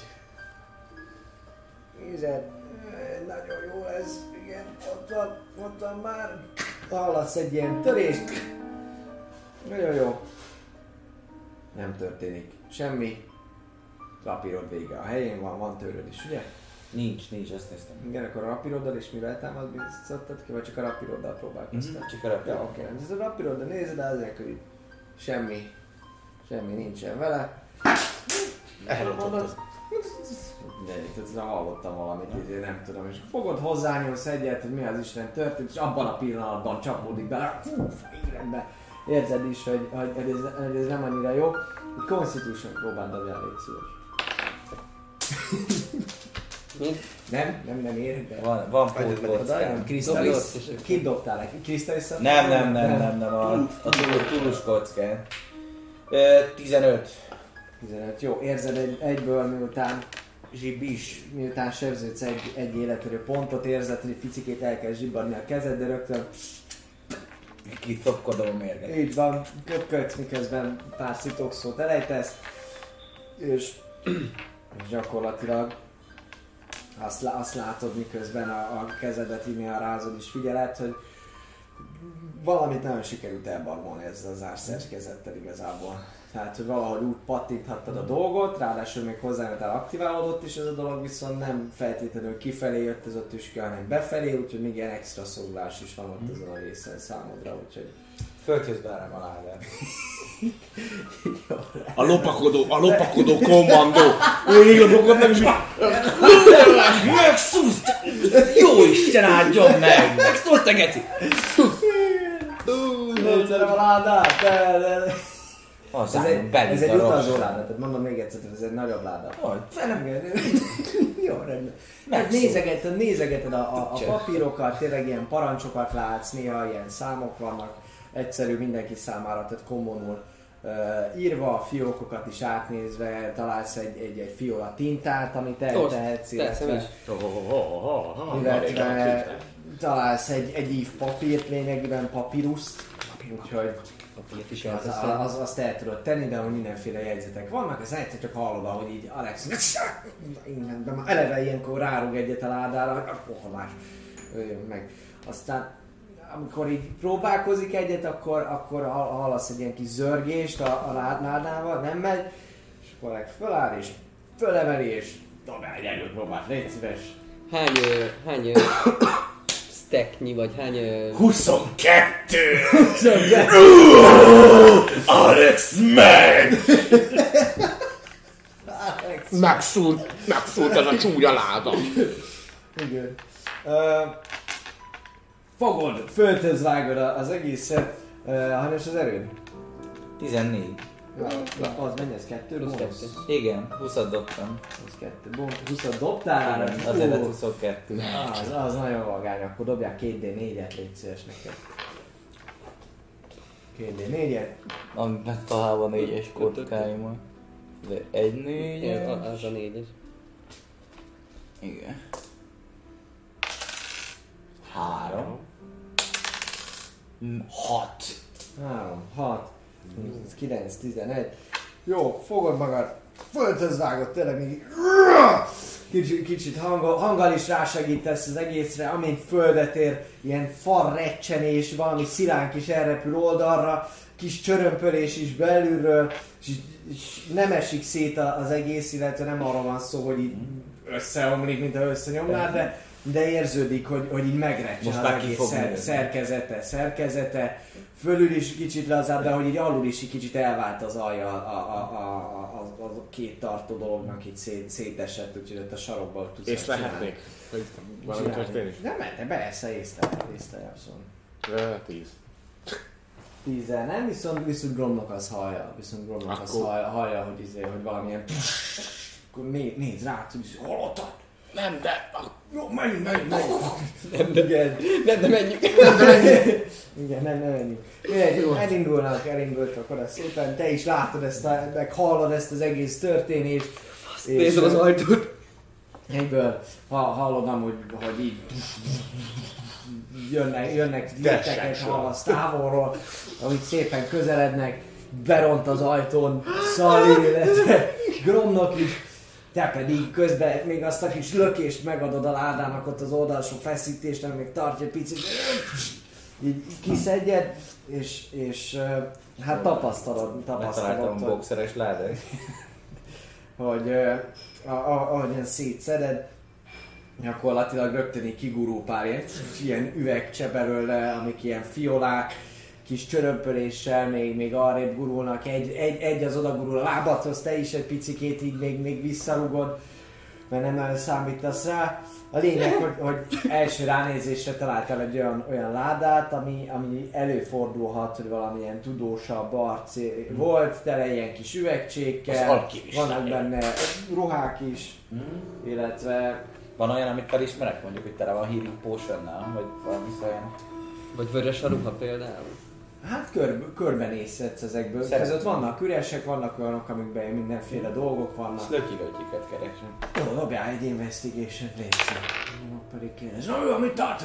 Nézed, nagyon jó ez, igen, ott van, ott van már. Hallasz egy ilyen törést. Nagyon jó. Nem történik semmi. Rapírod vége a helyén van, van tőröd is, ugye? Nincs, nincs, azt néztem. Igen, akkor a rapíroddal és mivel támadtad ki, vagy csak a rapíroddal próbálkoztál? Mm, csak a rapíroddal. Ja, oké, okay. Ez a rapíroddal nézed, de azért, hogy semmi, semmi nincsen vele. Elrontottad. De itt hallottam valamit, ezért nem tudom, és fogod hozzányúlsz egyet, hogy mi az Isten történt, és abban a pillanatban csapódik bele, fú, életbe. Érzed is, hogy, hogy, hogy, ez, hogy ez nem annyira jó. Egy Constitution próbán dobjál, légy szíves. Nem, nem, nem ér, de... Van, van Oda, nem, pótkockám. Krisztalis. Kit dobtál neki? Krisztalis? Nem, nem, nem, nem, nem, a, a túl, túlus kockán. Ö, tizenöt. tizenöt. Jó, érzed egy, egyből, miután, Zsibis. miután sebződsz egy, egy életörő pontot, érzed, hogy egy picikét elkezd zsibbadni a kezed, de rögtön Kitopkodom a mérget. Így van, köpködsz, miközben pár szitokszót elejtesz, és, és gyakorlatilag azt, azt látod, miközben a, a kezedet így néha rázod és figyeled, hogy valamit nagyon sikerült elbarmolni ezzel az árszerkezettel igazából. Tehát, hogy valahogy úgy pattinthattad a dolgot, ráadásul még hozzájött el aktiválódott is ez a dolog, viszont nem feltétlenül kifelé jött ez a tüske, hanem befelé, úgyhogy még ilyen extra szorulás is van ott ezen a részen számodra, úgyhogy... Földhöz bárám a ládát. A lopakodó, a lopakodó kommandó. Ő így lopakod meg is. Megszúzt! Jó Isten áldjon meg! Megszúzt te geci! Lőtszerem a ládát! De, de. Az Ez egy, ez egy a utazó láda, tehát mondom még egyszer, ez egy nagyobb láda. Hogy? Jó, rendben. Hát nézegeted, nézegeted a, a, a papírokat, tényleg ilyen parancsokat látsz, néha ilyen számok vannak, egyszerű mindenki számára, tehát kommunul uh, írva, a fiókokat is átnézve, találsz egy, egy, egy fiola tintát, amit eltehetsz, illetve, illetve találsz egy, egy ív papírt, lényegében papíruszt, úgyhogy Is az, az, azt el tudod tenni, de hogy mindenféle jegyzetek vannak, ez egyszer csak hallod, ahogy így Alex mindenben már eleve ilyenkor rárug egyet a ládára, hogy a pohalás jöjjön meg. Aztán amikor így próbálkozik egyet, akkor, akkor hallasz egy ilyen kis zörgést a, a ládával, nem megy, és akkor Alex föláll és fölemeli és dobál egy előtt próbált, légy szíves. Hány, ö, hány ö, stacknyi, vagy hány... Ö... huszonkettő! Alex meg! Megszúrt, megszúrt ez a csúnya láda. Igen. Uh, fogod, földhöz vágod az egészet. Uh, hányos az erőd? tizennégy. Ja, az mennyi, ez kettő? Bónusz? Igen, húszat dobtam. Az kettő. húszat dobtál? Igen, azért lett huszonkettő. Az, az nagyon vagány, akkor dobjál két dé négyet, légy szíves neked. két dé négyet. Amit megtalálva négyes kockáimmal. De egy négyes. Az a négyes. Igen. Három. Hat. három, hat, kilenc, tizenegy. Jó, fogod magad, földhöz vágod, tényleg még kicsit, kicsit hanggal, hanggal is rásegítesz az egészre, amint földet ér, ilyen farrecsenés, valami szilánk is elrepül oldalra, kis csörömpölés is belülről, és, és nem esik szét az egész, illetve nem arra van szó, hogy így összeomlik, mint ha összenyomnád, de, de érződik, hogy, hogy így megrecsen az egész szer, szerkezete, szerkezete. Fölül is kicsit lazább, de hogy így alul is kicsit elvált az alja a, a, a, a, a, a két tartó dolognak, így szét, szétesett, úgyhogy ott a sarokban tudsz És lehetnék, hogy valami történik? Nem, de persze, észlelhet, észlelhet, abszolút. Tíz. Tízzel nem, viszont, viszont Gromnak az hallja, viszont Gromnak az Akkor... hallja, hallja, hogy, izé, hogy valamilyen... Akkor néz, néz rá, hogy hallottad? Nem, de... Jó, menjünk, menjünk, menjünk! Nem, de, Igen. nem, de menjük! Igen, nem, nem menjünk. Jó, elindulnak, elindultak oda szépen, te is látod ezt, a, meg hallod ezt az egész történést. Nézem az ajtót. Egyből ha, hallod amúgy, hogy így jönnek, jönnek lépteket, hallasz távolról, ahogy szépen közelednek, beront az ajtón Sully, illetve Gromnak is, te pedig közben még azt a kis lökést megadod a ládának ott az oldalsó feszítést, ami még tartja egy picit, így kiszedjed, és, és hát tapasztalod, tapasztalod, Megtaláltam a boxeres ládát. hogy ahogyan szétszeded, gyakorlatilag rögtön így kigurul pár ilyen, ilyen üvegcse belőle, amik ilyen fiolák, kis csörömpöléssel még, még arrébb gurulnak, egy, egy, egy az oda gurul a lábadhoz, te is egy picikét így még, még visszarugod, mert nem nagyon számítasz rá. A lényeg, hogy, hogy első ránézésre találtál egy olyan, olyan ládát, ami, ami előfordulhat, hogy valamilyen tudósabb arcé volt, tele ilyen kis üvegcsékkel, vannak benne ruhák is, mm. illetve... Van olyan, amit felismerek, mondjuk, hogy tele van healing potionnál, vagy valami olyan. Vagy vörös a ruha például? Hát kör, körbenézhetsz ezekből, között vannak üresek, vannak olyanok, amikben mindenféle dolgok vannak. Szlöki-lötyiket keresem. Jó, dobjál egy investigation létszik. Jó, pedig kérdez, na jó, mit tartotok?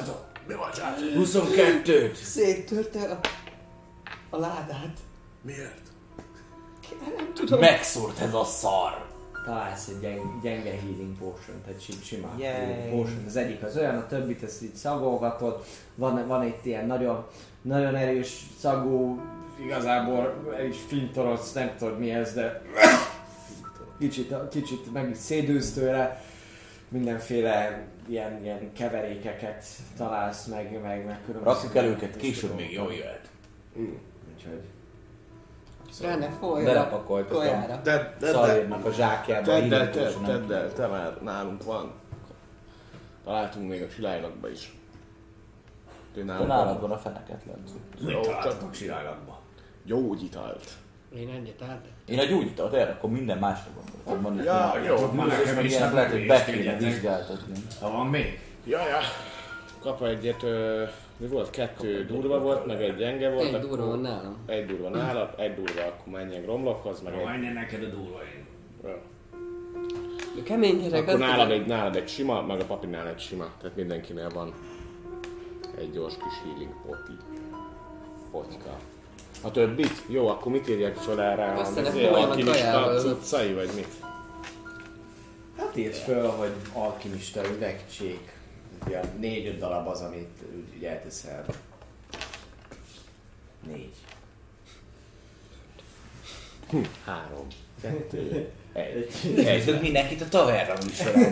Mi van, csát? huszonkettőt! Széttörte a, a ládát. Miért? Nem tudom. Megszúrt ez a szar! Találsz egy gyeng, gyenge healing potion, tehát sim, sima Yay. healing potion. Az egyik az olyan, a többit ezt így szagolgatod. Van, van egy ilyen nagyon, nagyon erős szagú, igazából el is fintorodsz, nem tudod mi ez, de kicsit, kicsit meg is szédülsz tőle. Mindenféle ilyen, ilyen keverékeket találsz meg, meg, meg különböző... Rakjuk el őket, később még jól jöhet. Úgyhogy... Rá ne folyjon. Belepakoltatom. Kajára. Tedd, tedd el, Szalérnak a zsákjába. tedd el, hívatosan tedd, nem tedd el, te már nálunk van. Találtunk még a silálylakba is. Te Te nálunk nálad van a feneket, Lenci. Jó, csak Találtatok silállatba. gyógyitalt. Én egyet átadok. Én a gyógyítat erre, akkor minden másra gondoltam. Van itt Ja, ilyen- jó. Már És nekem meg is ilyenek nem lehet, hogy be kéne vizsgáltatni. Ha van még? Ja, ja. Kap egyet, ö, mi volt? Kettő durva volt, meg egy gyenge volt. Egy akkor- durva van nálam. Egy durva nálad, egy durva, akkor menjen romlokhoz, meg egy... Menjen neked a durva én. Ja. De kemény gyerek. Akkor az nálad tudom. egy, nálad egy sima, meg a papinál egy sima. Tehát mindenkinél van egy gyors kis healing poti. Potyka. A többit? Jó, akkor mit írjak fel erre? Aztán A a izé, folyam a alkimista kajával. cuccai, vagy mit? Hát írd föl, hogy alkimista üvegcsék. Ugye négy-öt darab az, amit úgy, úgy elteszel. Négy. Három, kettő, egy. Kezdjük mindenkit a taverna műsorán.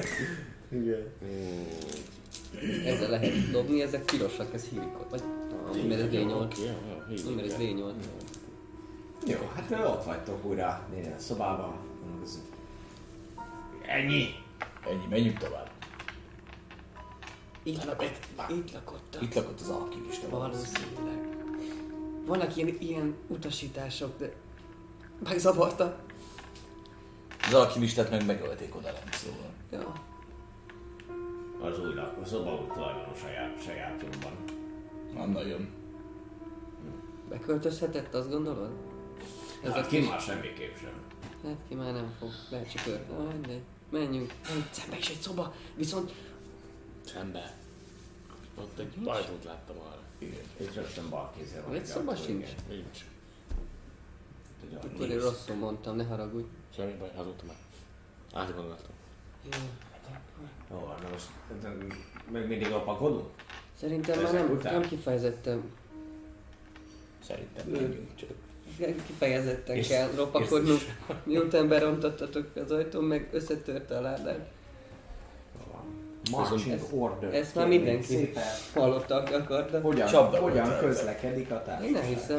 Ezzel lehet dobni, ezek pirosak, ez hírikot. Vagy nem, mert ez dé nyolc. Oké, jó, jó, healing. Nem, mert ez dé nyolc. Jó, hát ö, ott vagytok újra néhány szobában. Ennyi! Ennyi, menjünk tovább. Itt lakott, itt lakottak. Itt lakott az alkimista. Valószínűleg. Vannak ilyen, ilyen utasítások, de megzavarta. Az alkimistát meg megölték oda lent, szóval. Ja. Az új lakó szoba úgy tulajdonos saját, sajátjukban. Nem nagyon. Beköltözhetett, azt gondolod? Ez Hát a ki kis... már semmiképp sem. Hát ki már nem fog, lehet csak őr. Ah, mindegy. Menjünk. Menjünk. Szembe is egy szoba, viszont Szembe. Ott egy ajtót láttam arra. Igen. Itt rögtön bal kézzel van egy szoba ajtó, sincs. igen. Nincs. akkor én rosszul mondtam, ne haragudj. Semmi baj, hazudtam el. Átgondoltam. Jó. Jó, na most meg mindig lopakodunk? Szerintem már Ezek nem, után? nem kifejezetten, Szerintem menjünk csak. kifejezetten És- kell lopakodnunk. Miután berontottatok az ajtón, meg összetörte a ládát. Marching Ez- order. ezt már Kérlek mindenki szépen. hallotta akarta. Hogyan, Csapda hogyan volt közlekedik a Én társaság? nem hiszem.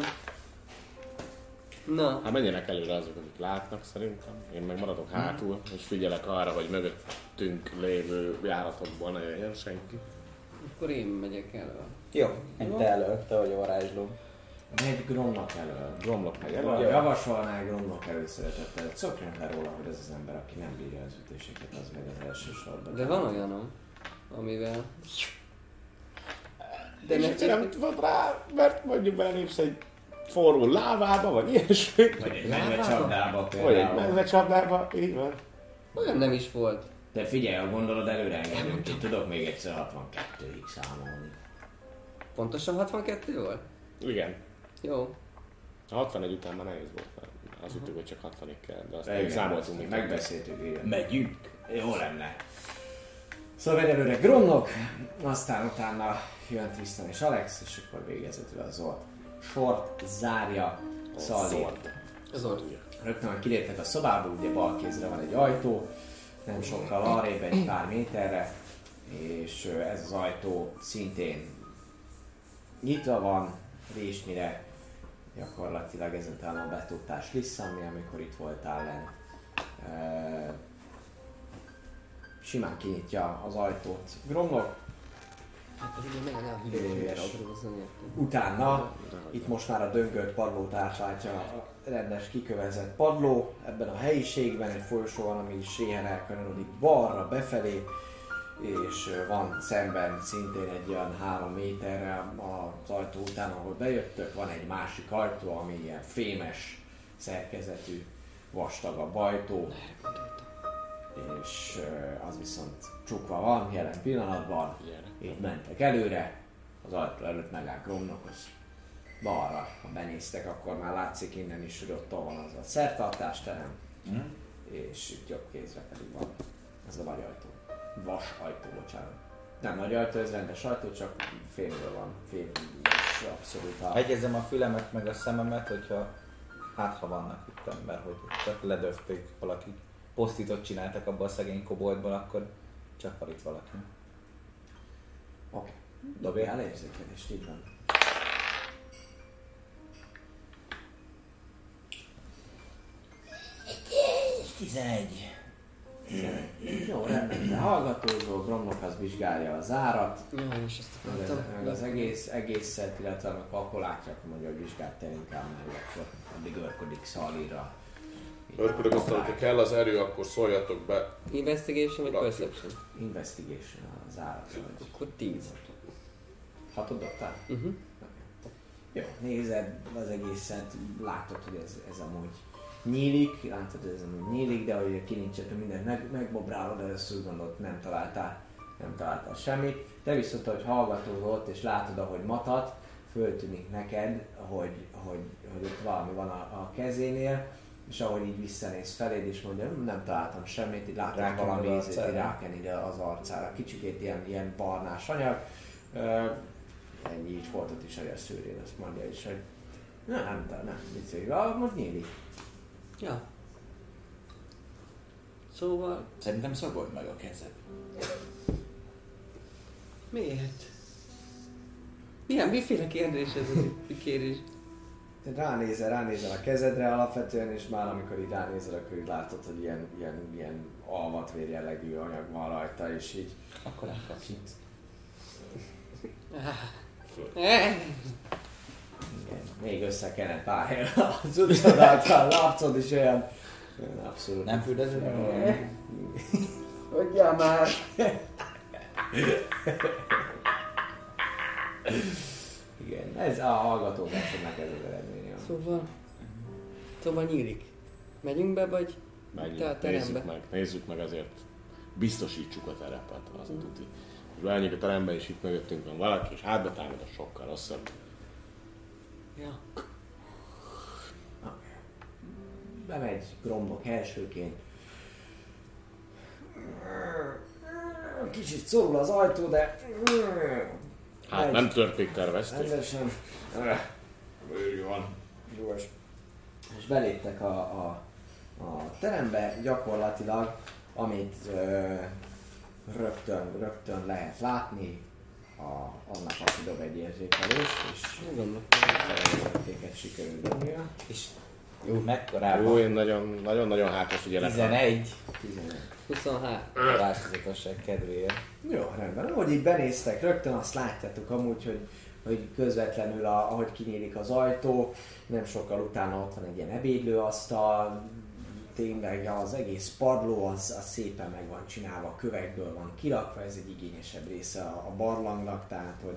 Na, Hát menjenek előre azok, akik látnak szerintem. Én meg maradok hátul, és figyelek arra, hogy mögöttünk lévő járatokból ne jöjjön senki. akkor én megyek el. Jó, te elő, te vagy a varázsló. Megy Gromnak elő. Romlok meg Java- elő. Javasolnál Gromnak előszeretettel. Szokjunk le róla, hogy ez az ember, aki nem bírja az ütéseket, az meg az első sorban. De van olyanom, amivel... De És ne egyszer nem tudod rá, mert mondjuk belelépsz egy forró lávába, vagy ilyesmi. Vagy egy medvecsapdába Vagy egy például. medvecsapdába, így van. olyan nem is volt. De figyelj, ha gondolod, előre engedünk, én tudok még egyszer hatvankettőig számolni. Pontosan hatvankettő volt? Igen. Jó. A hatvanegy után már nehéz volt, mert azt hittük, hogy csak hatvanig kell, de azt Igen, még számoltunk még. megbeszéltük, igen. Megyünk. Jó lenne. Szóval megy előre Gromnok, aztán utána jön Tristan és Alex, és akkor végezetül az Zolt. Sort zárja Szaldi. Ez volt. Rögtön, hogy kiléptek a szobába, ugye bal kézre van egy ajtó, nem sokkal arrébb, egy pár méterre, és ö, ez az ajtó szintén nyitva van, résnyire gyakorlatilag ezután a be tudtál slisszanni, amikor itt voltál lent. E, simán kinyitja az ajtót Gromlok, Hát pedig én meg nem hívjuk, hogy elragrózzon értem. utána itt most már a döngölt padlót átváltja a rendes kikövezett padló. Ebben a helyiségben egy folyosó van, ami séhen elkanyarodik balra, befelé, és van szemben szintén egy olyan három méterre az ajtó után, ahol bejöttök, van egy másik ajtó, ami ilyen fémes szerkezetű, vastagabb ajtó. és az viszont csukva van jelen pillanatban. Így mentek előre, az ajtó előtt megáll Gromnak, az balra, ha benéztek, akkor már látszik innen is, hogy ott van az a szertartásterem, mm. és itt jobb kézre pedig van ez a nagy ajtó. Vas ajtó, bocsánat. Nem nagy ajtó, ez rendes ajtó, csak félből van, félből is abszolút a... Hegyezem a fülemet meg a szememet, hogyha hát ha vannak itt ember, hogy csak ledöfték valaki. Posztítot csináltak abban a szegény koboldból, akkor csak van itt valaki. Oké. Okay. Dobjál érzékelést, így van. tizenegy. Jó, rendben, de hallgatózol, Gromnak az vizsgálja az árat, Jó, és ezt meg, akartam. meg az egész, egészet, illetve amikor akkor látják, mondja, hogy vizsgált te inkább, mert addig örködik Szalira. Örködök, aztán, hogyha kell az erő, akkor szóljatok be. Investigation vagy Lakjuk. Perception? Investigation az árat, vagy Akkor tíz. hatod dobtál? Uh-huh. Jó, nézed az egészet, látod, hogy ez, ez amúgy nyílik, látod, hogy ez amúgy nyílik, de hogy kilincsetől mindent meg, megbobrálod, de ezt úgy gondolod, nem találtál, nem találtál semmit. Te viszont, hogy hallgatózol ott és látod, ahogy matat, föltűnik neked, hogy, hogy, hogy ott valami van a, a kezénél, és ahogy így visszanéz feléd és mondja, hm, nem találtam semmit, így látod Ráken valami az ízét, arcára. ráken ide az arcára, kicsikét ilyen, ilyen barnás anyag. Uh, ennyi így foltot is a szőrén, azt mondja is, hogy nem, nem, nem, nem, viccelj, ah, most nyílik. Ja. Szóval, Szerintem szagold meg a kezed. miért? Milyen, miféle kérdés ez az itt kérés? Te ránézel, ránézel a kezedre alapvetően, és már amikor így ránézel, akkor így látod, hogy ilyen, ilyen, ilyen almatvér jellegű anyag van rajta, és így... Akkor elkacsint. Eh, Igen, még összekenett pár helyen az utcadat, az arcod is olyan... olyan abszolút... Nem fürdező meg? Hagyjál már! Igen, ez a hallgatózásodnak ez az eredménye. Szóval, szóval nyílik. Megyünk be, vagy Menjünk, te a terembe? nézzük meg, nézzük meg azért. Biztosítsuk a terepet, az mm. tuti. És bemenjünk a terembe, és itt mögöttünk van valaki, és hátba támad, a sokkal rosszabb. Ja. Bemegy Grombok elsőként. Kicsit szorul az ajtó, de... Hát Megy. nem törték tervezték. Rendesen. Ő van. Gyors. És beléptek a, a, a terembe, gyakorlatilag, amit ö, rögtön, rögtön lehet látni, a, annak, aki dob egy érzékelést, és értéket sikerül dobnia. És jó, mekkorában? Jó, én nagyon, nagyon, nagyon hátra figyelek. tizenegy. tizenegy. huszonhárom. Változatosság kedvéért. Jó, rendben. Ahogy így benéztek, rögtön azt látjátok amúgy, hogy, hogy közvetlenül, a, ahogy kinyílik az ajtó, nem sokkal utána ott van egy ilyen ebédlőasztal, tényleg az egész padló az, az szépen meg van csinálva, kövekből van kirakva, ez egy igényesebb része a, a barlangnak, tehát hogy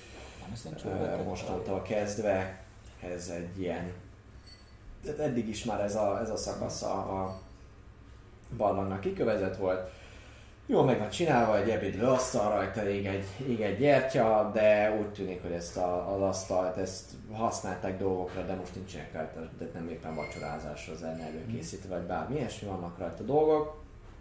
uh, mostantól kezdve ez egy ilyen, tehát eddig is már ez a, ez a szakasz a, a barlangnak kikövezett volt. Jól meg van csinálva, egy ebédlő asztal rajta, ég egy, ég egy gyertya, de úgy tűnik, hogy ezt a, az asztalt ezt használták dolgokra, de most nincsenek rajta, de nem éppen vacsorázásra az lenne előkészítve, vagy bármi ilyesmi, vannak rajta dolgok.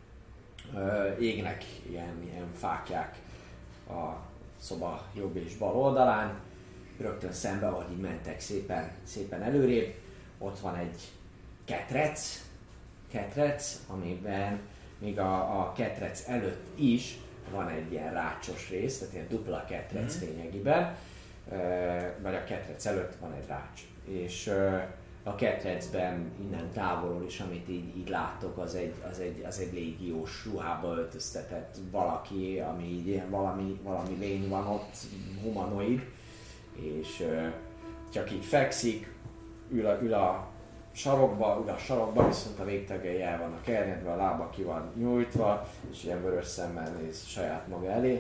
Ö, égnek ilyen, ilyen fáklyák a szoba jobb és bal oldalán, rögtön szembe, ahogy így mentek szépen, szépen előrébb, ott van egy ketrec, ketrec, amiben még a, a ketrec előtt is van egy ilyen rácsos rész, tehát ilyen dupla ketrec mm. lényegében, e, vagy a ketrec előtt van egy rács. És e, a ketrecben innen távolról is, amit így, így láttok, az egy, az, egy, az egy légiós ruhába öltöztetett valaki, ami így ilyen valami, valami lény van ott, humanoid, és e, csak így fekszik, ül a, ül a sarokba, ül a sarokba, viszont a végtagjai el vannak elnyedve, a lába ki van nyújtva, és ilyen vörös szemmel néz saját maga elé.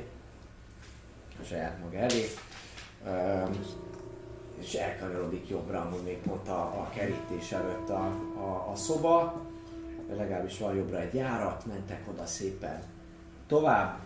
Saját maga elé. Um, és elkanyarodik jobbra, amúgy még pont a, a kerítés előtt a, a, a szoba. legalábbis van jobbra egy járat, mentek oda szépen tovább,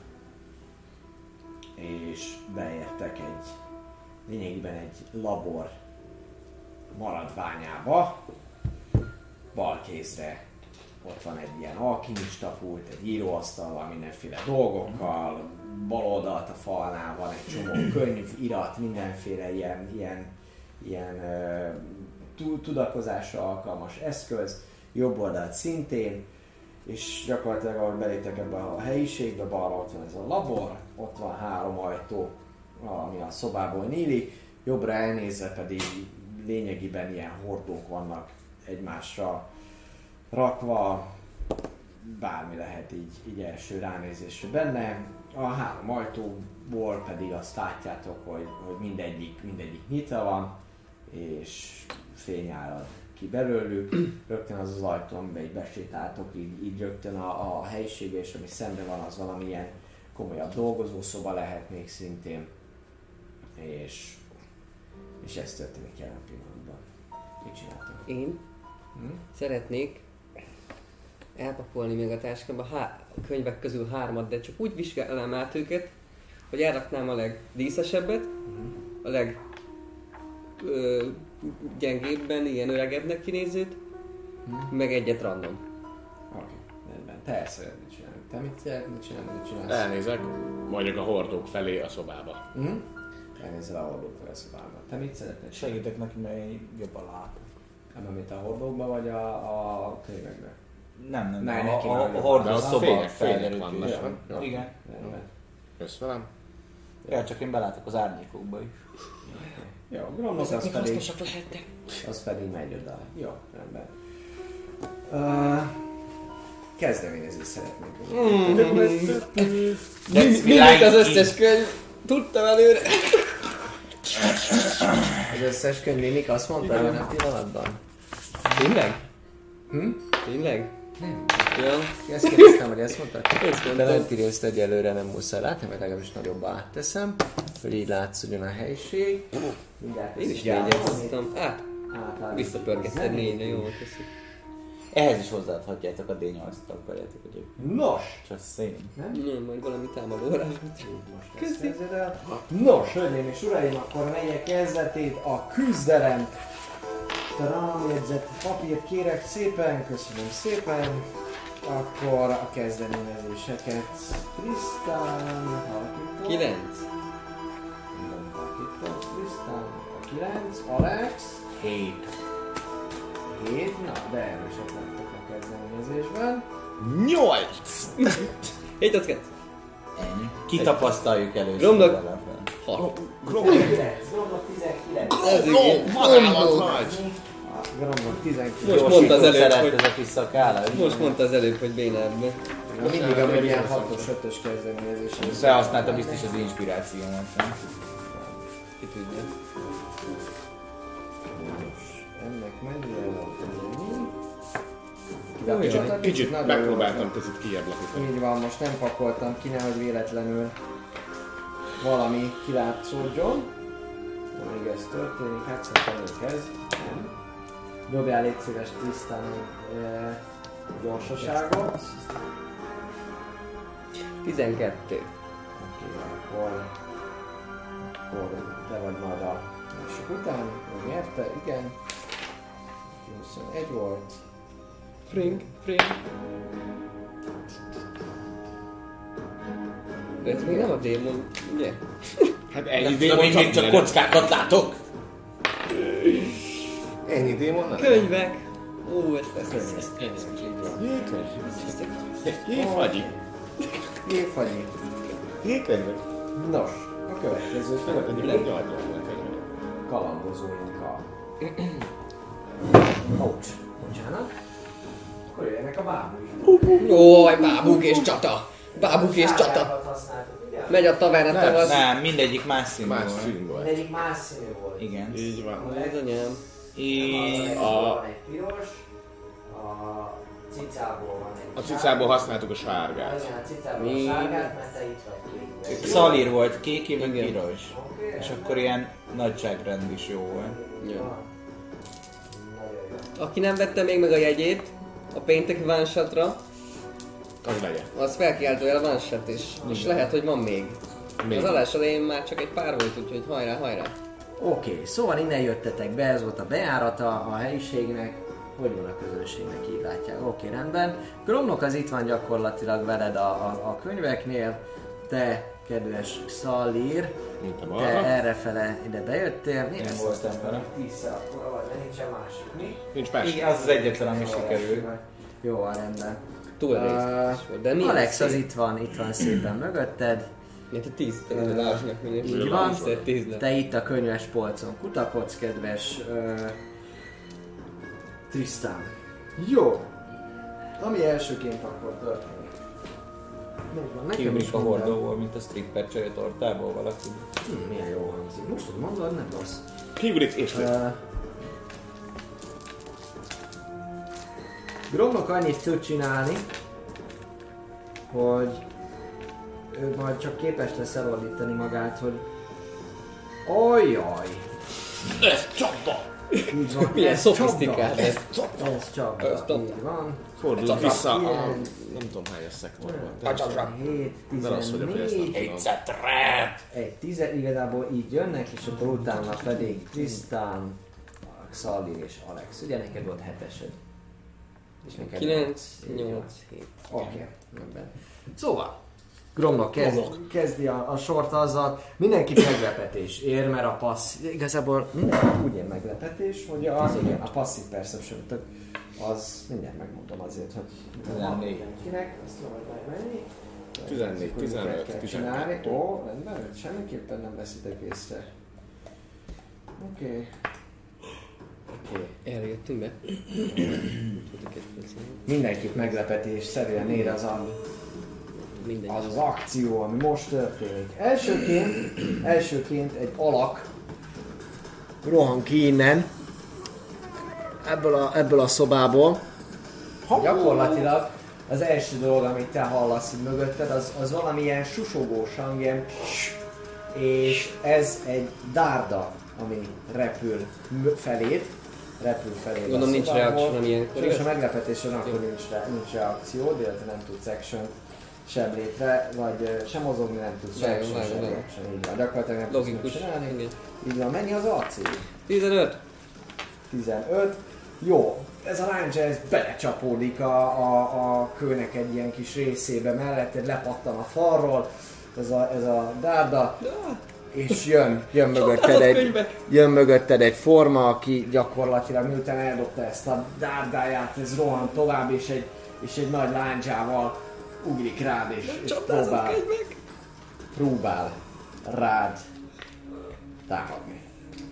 és beértek egy, lényegében egy labor maradványába. Bal kézre ott van egy ilyen alkimista pult, egy íróasztallal, mindenféle dolgokkal, bal oldalt a falnál van egy csomó könyv, irat, mindenféle ilyen, ilyen, ilyen uh, tudakozásra alkalmas eszköz, jobb oldalt szintén, és gyakorlatilag ahogy beléptek ebbe a helyiségbe, balra ott van ez a labor, ott van három ajtó, ami a szobából nyílik, jobbra elnézve pedig lényegében ilyen hordók vannak egymásra rakva, bármi lehet így, így első ránézésre benne. A három ajtóból pedig azt látjátok, hogy, hogy mindegyik, mindegyik nyitva van, és fény árad ki belőlük. Rögtön az az ajtó, amiben így besétáltok, így, így rögtön a, a helyiségbe, és ami szemben van, az valamilyen komolyabb dolgozószoba lehet még szintén. És, és ez történik jelen pillanatban. Mit csináltok? Én Hm? szeretnék elpakolni még a táskámba há- a könyvek közül hármat, de csak úgy vizsgálnám át őket, hogy elraknám a legdíszesebbet, a leg ö, gyengébben, ilyen öregebbnek kinézőt, Hm? meg egyet random. Oké, okay, rendben. Te ezt szeretnéd csinálni. Te mit szeretnéd csinálni, mit csinálsz? Elnézek, mondjuk a hordók felé a szobába. Hm? Elnézel a hordókra a szobába. Te mit szeretnéd csinálni? Segítek neki, mert én jobban látok. Ebben, mint a hordókban, vagy a, a könyvekben? Nem, nem, Ne, a, neki a, nagyon a hordó De ott szoba fények- fények felderítős. vannak. Ja. Igen. Rendben. Jössz velem? Ja, csak én belátok az árnyékokba is. Jó, Gromnak az Ezek pedig, hasznosak lehetnek. az pedig megy oda. Jó, rendben. Uh, kezdeményezést szeretnék. That's Mi like az it. összes könyv? Tudtam előre. Az összes könyv mimik azt mondta ebben a pillanatban? Tényleg? Hm? Tényleg? Nem. Ja. Ezt kérdeztem, hogy ezt mondta? Ezt De mondtam. lenti részt egyelőre nem muszáj látni, mert legalábbis nagyobb átteszem, hogy így látszódjon a helység. Mindjárt Én is ezt négyet gyárom, hoztam. Á, átállítom visszapörgetted a négyre, jó, zenét. köszi. Ehhez is hozzáadhatjátok a dé nyolcat, akarjátok, hogy Nos! just saying. Nem, majd valami támadórás. Most ezt kezded el. Nos, hölgyeim és uraim, akkor melyek kezdetét a küzdelem. Talán jegyzett papírt kérek szépen, köszönöm szépen. Akkor a kezdeményezéseket Trisztán, Halkitól. Kilenc. Minden Halkitól, Trisztán, a kilenc, Alex. Hét. hét, na, de erősek lettek a kezdeményezésben. Nyolc! hét öt kettő. Ennyi. Kitapasztaljuk először. Romlok. vele fel. hat. tizenkilenc, Gromnak tizenkilenc. Ez Ó, igen. vadállat vagy! A Gromnak tizenkilenc. Most Jó, mondta az sikor előbb, szeret hogy- ez a kis szakála. Most mondta az előbb, hogy bénább. Mindig a ilyen hatos ötös kezdeményezés. Felhasználta biztos az inspirációmat. nem? Ki tudja. Ennek mennyire volt az ennyi? Jó, Kicsit- jaj. Kicsit nagyon megpróbáltam jó. picit kijebb lapítani. Így van, most nem pakoltam ki, nehogy véletlenül valami kilátszódjon. De még ez történik, hát szerintem ő kezd. Nem. Dobjál légy szíves tisztán e, gyorsaságot. tizenkettő. Oké, akkor, akkor te vagy majd a másik után. Ő nyerte, igen. huszonegy volt. Frink, frink. De ez még nem a démon, ugye? Hát ennyi De démon még, még csak csak nyerek. kockákat látok. Ennyi démon nem? Könyvek! Ó, ezt ezt ezt ezt ezt Jégfagyi. Jégfagyi. Jégkönyvek. Nos, a következő kalandozóink a... Ouch, bocsánat. Akkor jöjjenek a bábúink. Jaj, bábuk és csata! Bábuk és csata! Sárgákat használtuk, ugye? Megy a taverna tavasz. Nem, mindegyik más színű Más volt. szín volt. Mindegyik más színű volt. Igen. Így van. Ez anyám. Én... A- Van egy piros, a cicából van egy A cicából használtuk a sárgát. Igen, a cicából a Mi? sárgát, mert te itt vagy kék. Szalír volt, kék, meg Igen. piros. Oké. És akkor ilyen nagyságrend is jó volt. Ja. Nagyon jó. Aki nem vette még meg a jegyét, a a pénteki one-shotra, Az legyen. az felkiáltójel a one-shot is, és lehet, hogy van még. Még. Az adás elején már csak egy pár volt, úgyhogy hajrá, hajrá. Oké, okay, szóval innen jöttetek be, ez volt a bejárata a helyiségnek. Hogy van a közönségnek, így látják. Oké, okay, rendben. Gromnok az itt van gyakorlatilag veled a, a, a könyveknél. Te, kedves Szallír, te errefele ide bejöttél. Én voltam vele. Tízszer akkora vagy, de nincsen másik, mi? Nincs más. Igen, az az egyetlen, ami sikerül. Jó, van, rendben. Túl Uh, részletes volt, de mi Alex az itt van, itt van szépen mögötted. Mint a tíz tanulásnak minőség. Így van. tíz lett. Te itt a könyves polcon kutakodsz, kedves uh, Tristan. Jó. Ami elsőként akkor történik. Megvan, nekem is Kiugrik a minden. hordóból, mint a stripper csajı tortából valaki. Hm, milyen jó hangzik. Most, hogy mondod, nem rossz. Kiugrik és lőtt. Uh, Gromnok annyit tud csinálni, hogy ő majd csak képes lesz elordítani magát, hogy ajjaj! Ez csapda! Így van, Milyen ez szofisztikált csapda. ez. Ez csapda, Ez csapda. így van. Fordul vissza a... Ilyen. nem tudom hányas szektorban. tizenhét, De rossz vagyok, hogy ezt nem tizennégy, tudom. egy tíze, igazából így jönnek, és akkor utána pedig Tristan, Szalír és Alex. Ugye neked volt hetesed? És neked kilenc, nyolc, hét. Oké, rendben. Szóval, Gromnok kezd, kezdi a, a sort azzal, mindenki meglepetés ér, mert a passz, igazából mindenki úgy ér meglepetés, hogy a, a passzív perception az, mindjárt megmondom azért, hogy tizennégy. mindenkinek, azt tudom, hogy majd mennyi. tizennégy, tizenöt, Kell tizenkettő. csinálni. Ó, rendben, semmiképpen nem veszitek észre. Oké. Okay. Okay. Eljöttünk be. Mindenkit meglepetés szerűen ér az a Mindegy. az az akció, ami most történik. Elsőként, elsőként egy alak rohan ki innen, ebből a, ebből a szobából. Gyakorlatilag az első dolog, amit te hallasz így mögötted, az, az valamilyen susogós hang, ilyen és ez egy dárda, ami repül felét, repül felét. Gondolom nincs reakció, nem ilyenkor, És a igaz? meglepetésen akkor nincs, re, nincs reakció, de te nem tudsz action sem létre, vagy sem mozogni nem tudsz, sem Vágom, action, vágom, sem vágom. reaction, így van. Gyakorlatilag nem Logikus. tudsz mit csinálni. Igen. Így van, mennyi az á cé? tizenöt. tizenöt. Jó, ez a láncsa ez belecsapódik a, a, a kőnek egy ilyen kis részébe, melletted lepattan a falról, ez a, ez a dárda, és jön, jön mögötted egy, jön mögötted egy forma, aki gyakorlatilag miután eldobta ezt a dárdáját, ez rohan tovább, és egy, és egy nagy láncsával ugrik rád, és, és próbál, próbál rád támadni.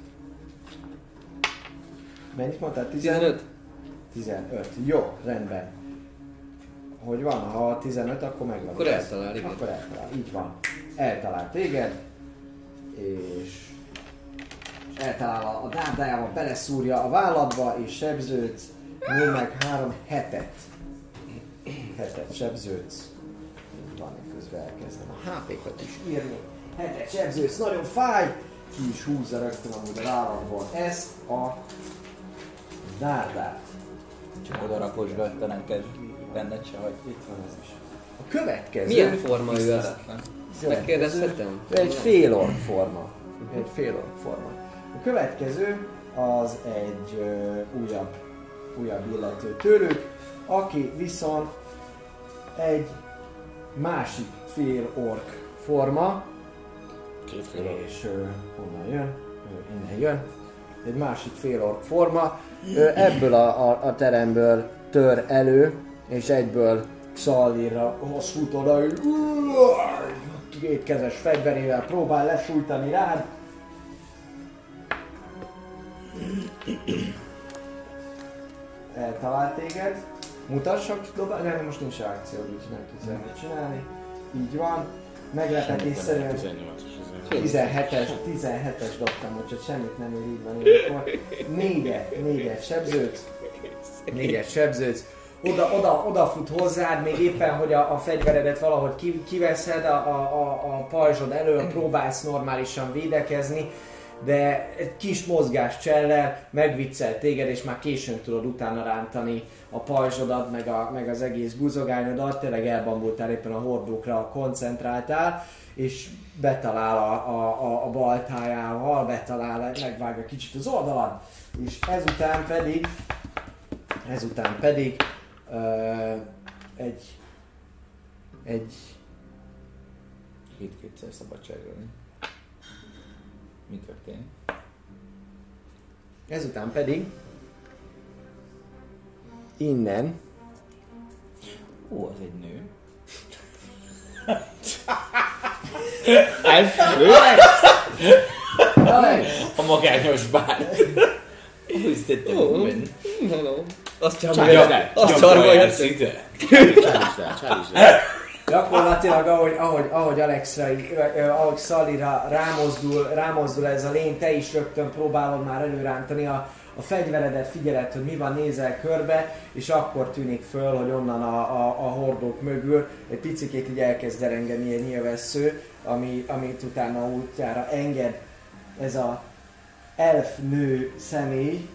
Mennyit mondtál? tizenöt. tizenöt. Jó, rendben. Hogy van? Ha tizenöt, akkor megvan. Akkor ez? eltalál, igen. Akkor eltalál, így van. Eltalál téged, és eltalál a, a dárdájával, beleszúrja a válladba, és sebződsz. Négy meg három, hetet. Hetet sebződsz. Így van, közben elkezdem a há pékat is írni. Hetet sebződsz, nagyon fáj. Ki is húzza rögtön amúgy a válladból ezt a dárdát. Csak oda rakosgatta neked, benned se hagy. Itt van ez is. A következő... Milyen forma ő az? Tiszteletlen. Megkérdezhetem? Ő egy félork forma. Egy félork forma. A következő az egy ö, újabb, újabb illető tőlük, aki viszont egy másik félork forma. Két fél. És ö, honnan jön? Ő innen jön. Egy másik félork forma. Ő ebből a, a, a teremből tör elő, és egyből Szallírra fut oda, hogy kétkezes fegyverével próbál lesújtani rád. Eltalált téged. Mutassak dobál, nem, most nincs reakció, úgyhogy nem tudsz semmit csinálni. Így van. Meglepetésszerűen tizennyolc és ezért. tizenhetes, tizenhetes dobtam, úgyhogy semmit nem ér, így van, így akkor négyet, négyet sebződsz, négyet sebződsz, oda, oda, odafut hozzád, még éppen, hogy a, a fegyveredet valahogy ki, kiveszed a, a, a, a pajzsod elől, próbálsz normálisan védekezni, de egy kis mozgás csellel megviccel téged, és már későn tudod utána rántani a pajzsodat, meg, a, meg az egész buzogányodat, tényleg elbambultál, éppen a hordókra koncentráltál, és betalál a, a, a, a baltájával, betalál, megvágja kicsit az oldalad, és ezután pedig, ezután pedig uh, egy, egy Hét-kétszer szabadságra. Mi történik? ezután pedig innen Ó, az egy nő. A magányos bárt. Úgy tettem, hogy Hello. Azt Csárolja. Azt csarolja. gyakorlatilag ahogy, ahogy, ahogy Alexra, ahogy Sullyra rámozdul, rámozdul ez a lény, te is rögtön próbálod már előrántani a, a fegyveredet, figyeled, hogy mi van, nézel körbe, és akkor tűnik föl, hogy onnan a, a, a hordók mögül egy picikét így elkezd derengeni egy nyilvessző, ami, amit utána útjára enged ez a elf nő személy,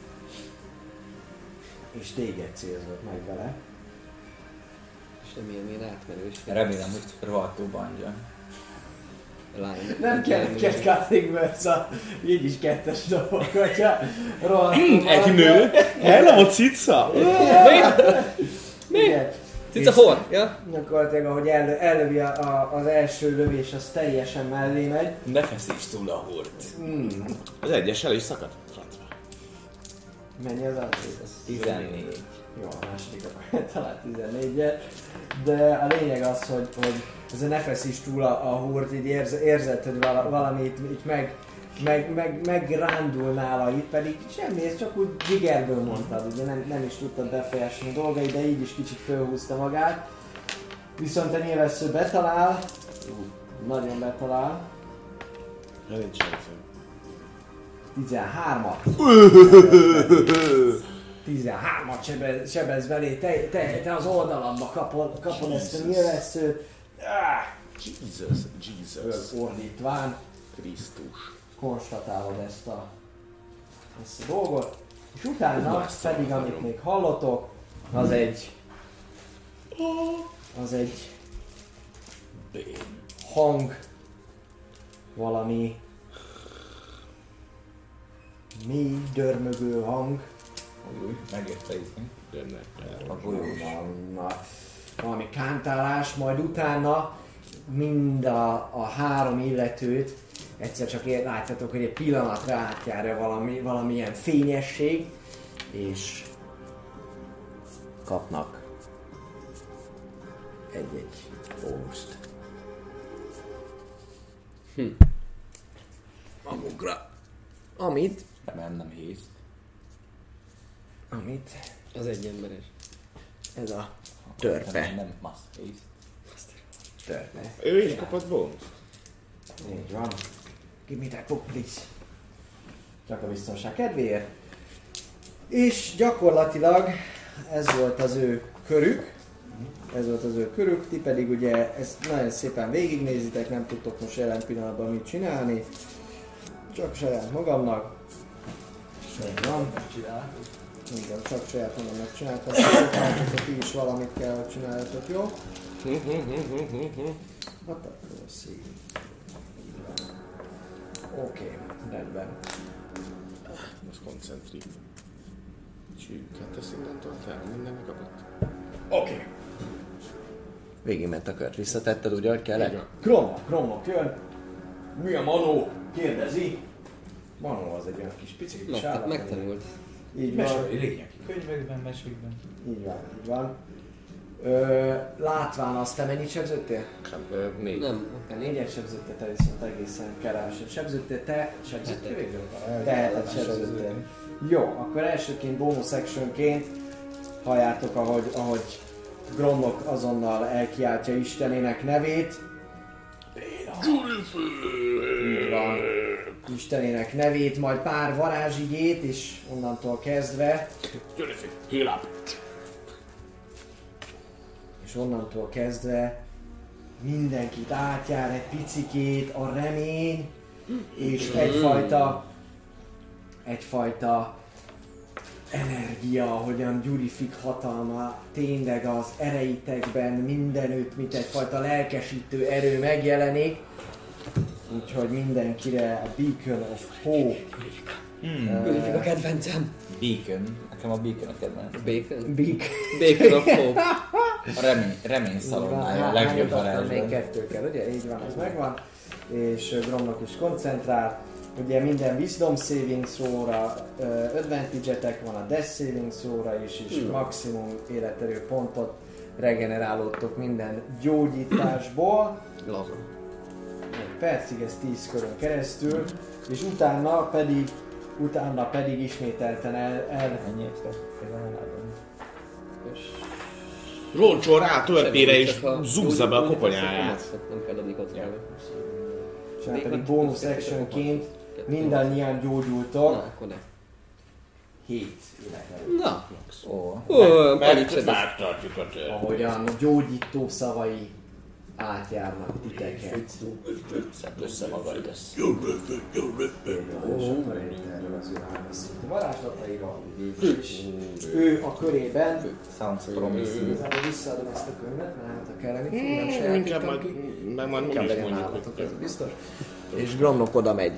és téged célzott meg vele. És remélem ilyen átmenős. remélem, hogy rohadtó banja. Lány. Nem kell két cutting a így is kettes dolgok, hogyha rohadt. Egy nő? Hello, cica! Igen. Cica hol? Ja? Gyakorlatilag, ahogy ellö, ellövi a, a, az első lövés, az teljesen mellé megy. Ne feszíts túl a hort. Mm. Az egyes el is szakad. Francba. Mennyi az az? tizennégy. Jó, a második akkor talán tizennégyet. De a lényeg az, hogy, hogy ez a ne feszíts túl a, a húrt, így érz, érzed, hogy vala, valami itt, itt meg, meg, meg, megrándul nála, itt pedig semmi, ez csak úgy zsigerből mondtad, ugye nem, nem is tudtad befolyásolni a dolgai, de így is kicsit fölhúzta magát. Viszont a nyilvessző betalál, nagyon betalál, Nincs sem. tizenhármat. tizenhármat sebez, sebez belé, te, te, te az oldalamba kapod, kapod ezt a nyilvesszőt. Jesus, Jesus. Fölfordítván Krisztus. konstatálod ezt a, ezt a dolgot, és utána pedig, amit még hallotok, az egy az egy hang, valami mély, dörmögő hang, Új, megérte izé. Jönnek. A golyós. Na, valami kántálás, majd utána mind a, a három illetőt egyszer csak ér- látjátok, hogy egy pillanatra átjárja valami, valamilyen fényesség, és kapnak egy-egy bónuszt. Hm. Magukra. Amit, Nem, nem hész. amit Az egy emberes. ez a törpe. Nem, nem masz hész. Törpe. Ő is kapott bónuszt. Így van. Give me that book, please. Csak a biztonság kedvéért. És gyakorlatilag ez volt az ő körük. Ez volt az ő körük, ti pedig ugye ezt nagyon szépen végignézitek, nem tudtok most jelen pillanatban mit csinálni. Csak saját magamnak. Így van. Igen, csak saját magamnak csináltam. Szóval ti is valamit kell, hogy csináljatok, jó? Hát akkor szép. Oké, okay, rendben. Most koncentrálj. Csűket tesz innentől kell, minden megkapott. Oké. Okay. Végigment a kört, visszatetted úgy, ahogy kellett? Kromok, kromok jön. Mi a Manó? Kérdezi. Manó az egy olyan kis pici kis Meg, állat. megtanult. Így van, Mesélj, lényeg. Könyvekben, mesékben. így van, így van. Ö, látván azt, te mennyit sebződtél? Ö, négy. Nem. Te négyet sebződtél, te viszont egészen keveset sebződtél, te sebződtél végül? Te hetet sebződtél. Jó, akkor elsőként bonus actionként halljátok, ahogy, ahogy Gromlok azonnal elkiáltja Istenének nevét. Így van. Istenének nevét, majd pár varázsigét, és onnantól kezdve, Heal up. és onnantól kezdve mindenkit átjár egy picikét a remény, és egyfajta egyfajta energia, hogyan Gyurifik hatalma tényleg az ereitekben mindenütt, mint egyfajta lelkesítő erő megjelenik. Úgyhogy mindenkire a Beacon of Hope. Hmm. Gyurifik a kedvencem. Beacon. Nekem a Beacon a kedvenc. Bacon? Beacon. Bacon of Hope. A remény, remény szalonnája a legjobb varázsban. Még varázsban. kettő kell, ugye? Így van, ez megvan. És Gromnak is koncentrál. Ugye minden Wisdom Saving Throw-ra uh, advantage-etek van, a Death Saving Throw-ra is, és maximum életerő pontot regenerálódtok minden gyógyításból. Laza. Egy percig, ez tíz körön keresztül, és utána pedig, utána pedig ismételten el... el Ennyi? és Loncsol rá a törpére és Csak ha zúzza be a gyógyítás, koponyáját. akkor Nem kell adni kockával. és hát pedig bónusz actionként mindannyian gyógyultok. Na, akkor ne. hét életerő. Na. Ó. Ó, annyit se tesz. Megtartjuk a tört. Ahogyan gyógyító szavai átjárnak titeket. Szedd össze magad, ez. És akkor ennyit erről az ő hármaszintű varázslatairól. És ő a körében... Sounds promising. Igazából visszaadom ezt a könyvet, mert nálatok kelleni fog, nem Inkább sajátítom majd, ki. meg majd Inkább úgy is legyen mondjuk, nálatok, hogy ez biztos. És Gromnok oda megy.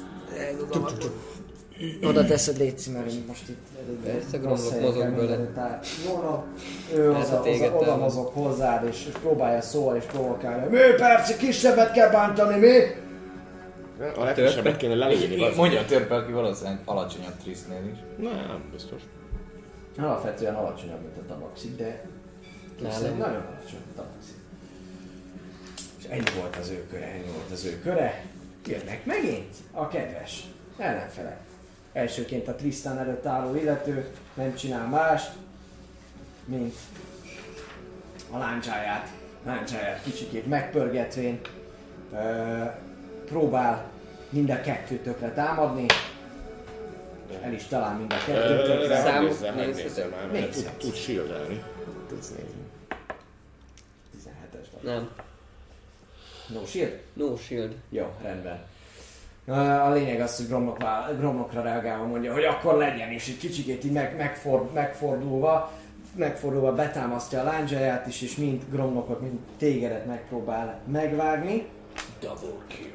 Oda teszed, légy mert én most itt Persze, rossz Gromnok helyen mozog kell bele. mindenütt át. Jó, no, ő Lehet, az a, a az a, téged oda támad. mozog hozzád, és, és próbálja szólni, és provokálni. Mi perci kisebbet kell bántani, mi? a legkisebbet kéne lelépni. az- Mondja a törpe, aki valószínűleg alacsonyabb Trisznél is. Nem, biztos. Alapvetően alacsonyabb, mint a tabaxi, de Nálam. nagyon alacsony a tabaxi. És ennyi volt az ő köre, ennyi volt az ő köre. Jönnek megint a kedves ellenfelek. Elsőként a Tristan előtt álló illető nem csinál mást, mint a láncsáját, láncsáját kicsikét megpörgetvén ö, próbál mind a kettőtökre támadni. El is talál mind a kettőtökre. Szám- Megnézzem, nézd, megnézzem már, mert nézd. tud, tud shieldelni. Tudsz nézni. tizenhetes vagy. Nem. No shield? No shield. Jó, rendben. A lényeg az, hogy Gromnok vál- Gromnokra reagálva mondja, hogy akkor legyen, és egy kicsikét így meg, megford, megfordulva, megfordulva betámasztja a lándzsáját is, és mind Gromnokot, mind tégedet megpróbál megvágni. Double kill.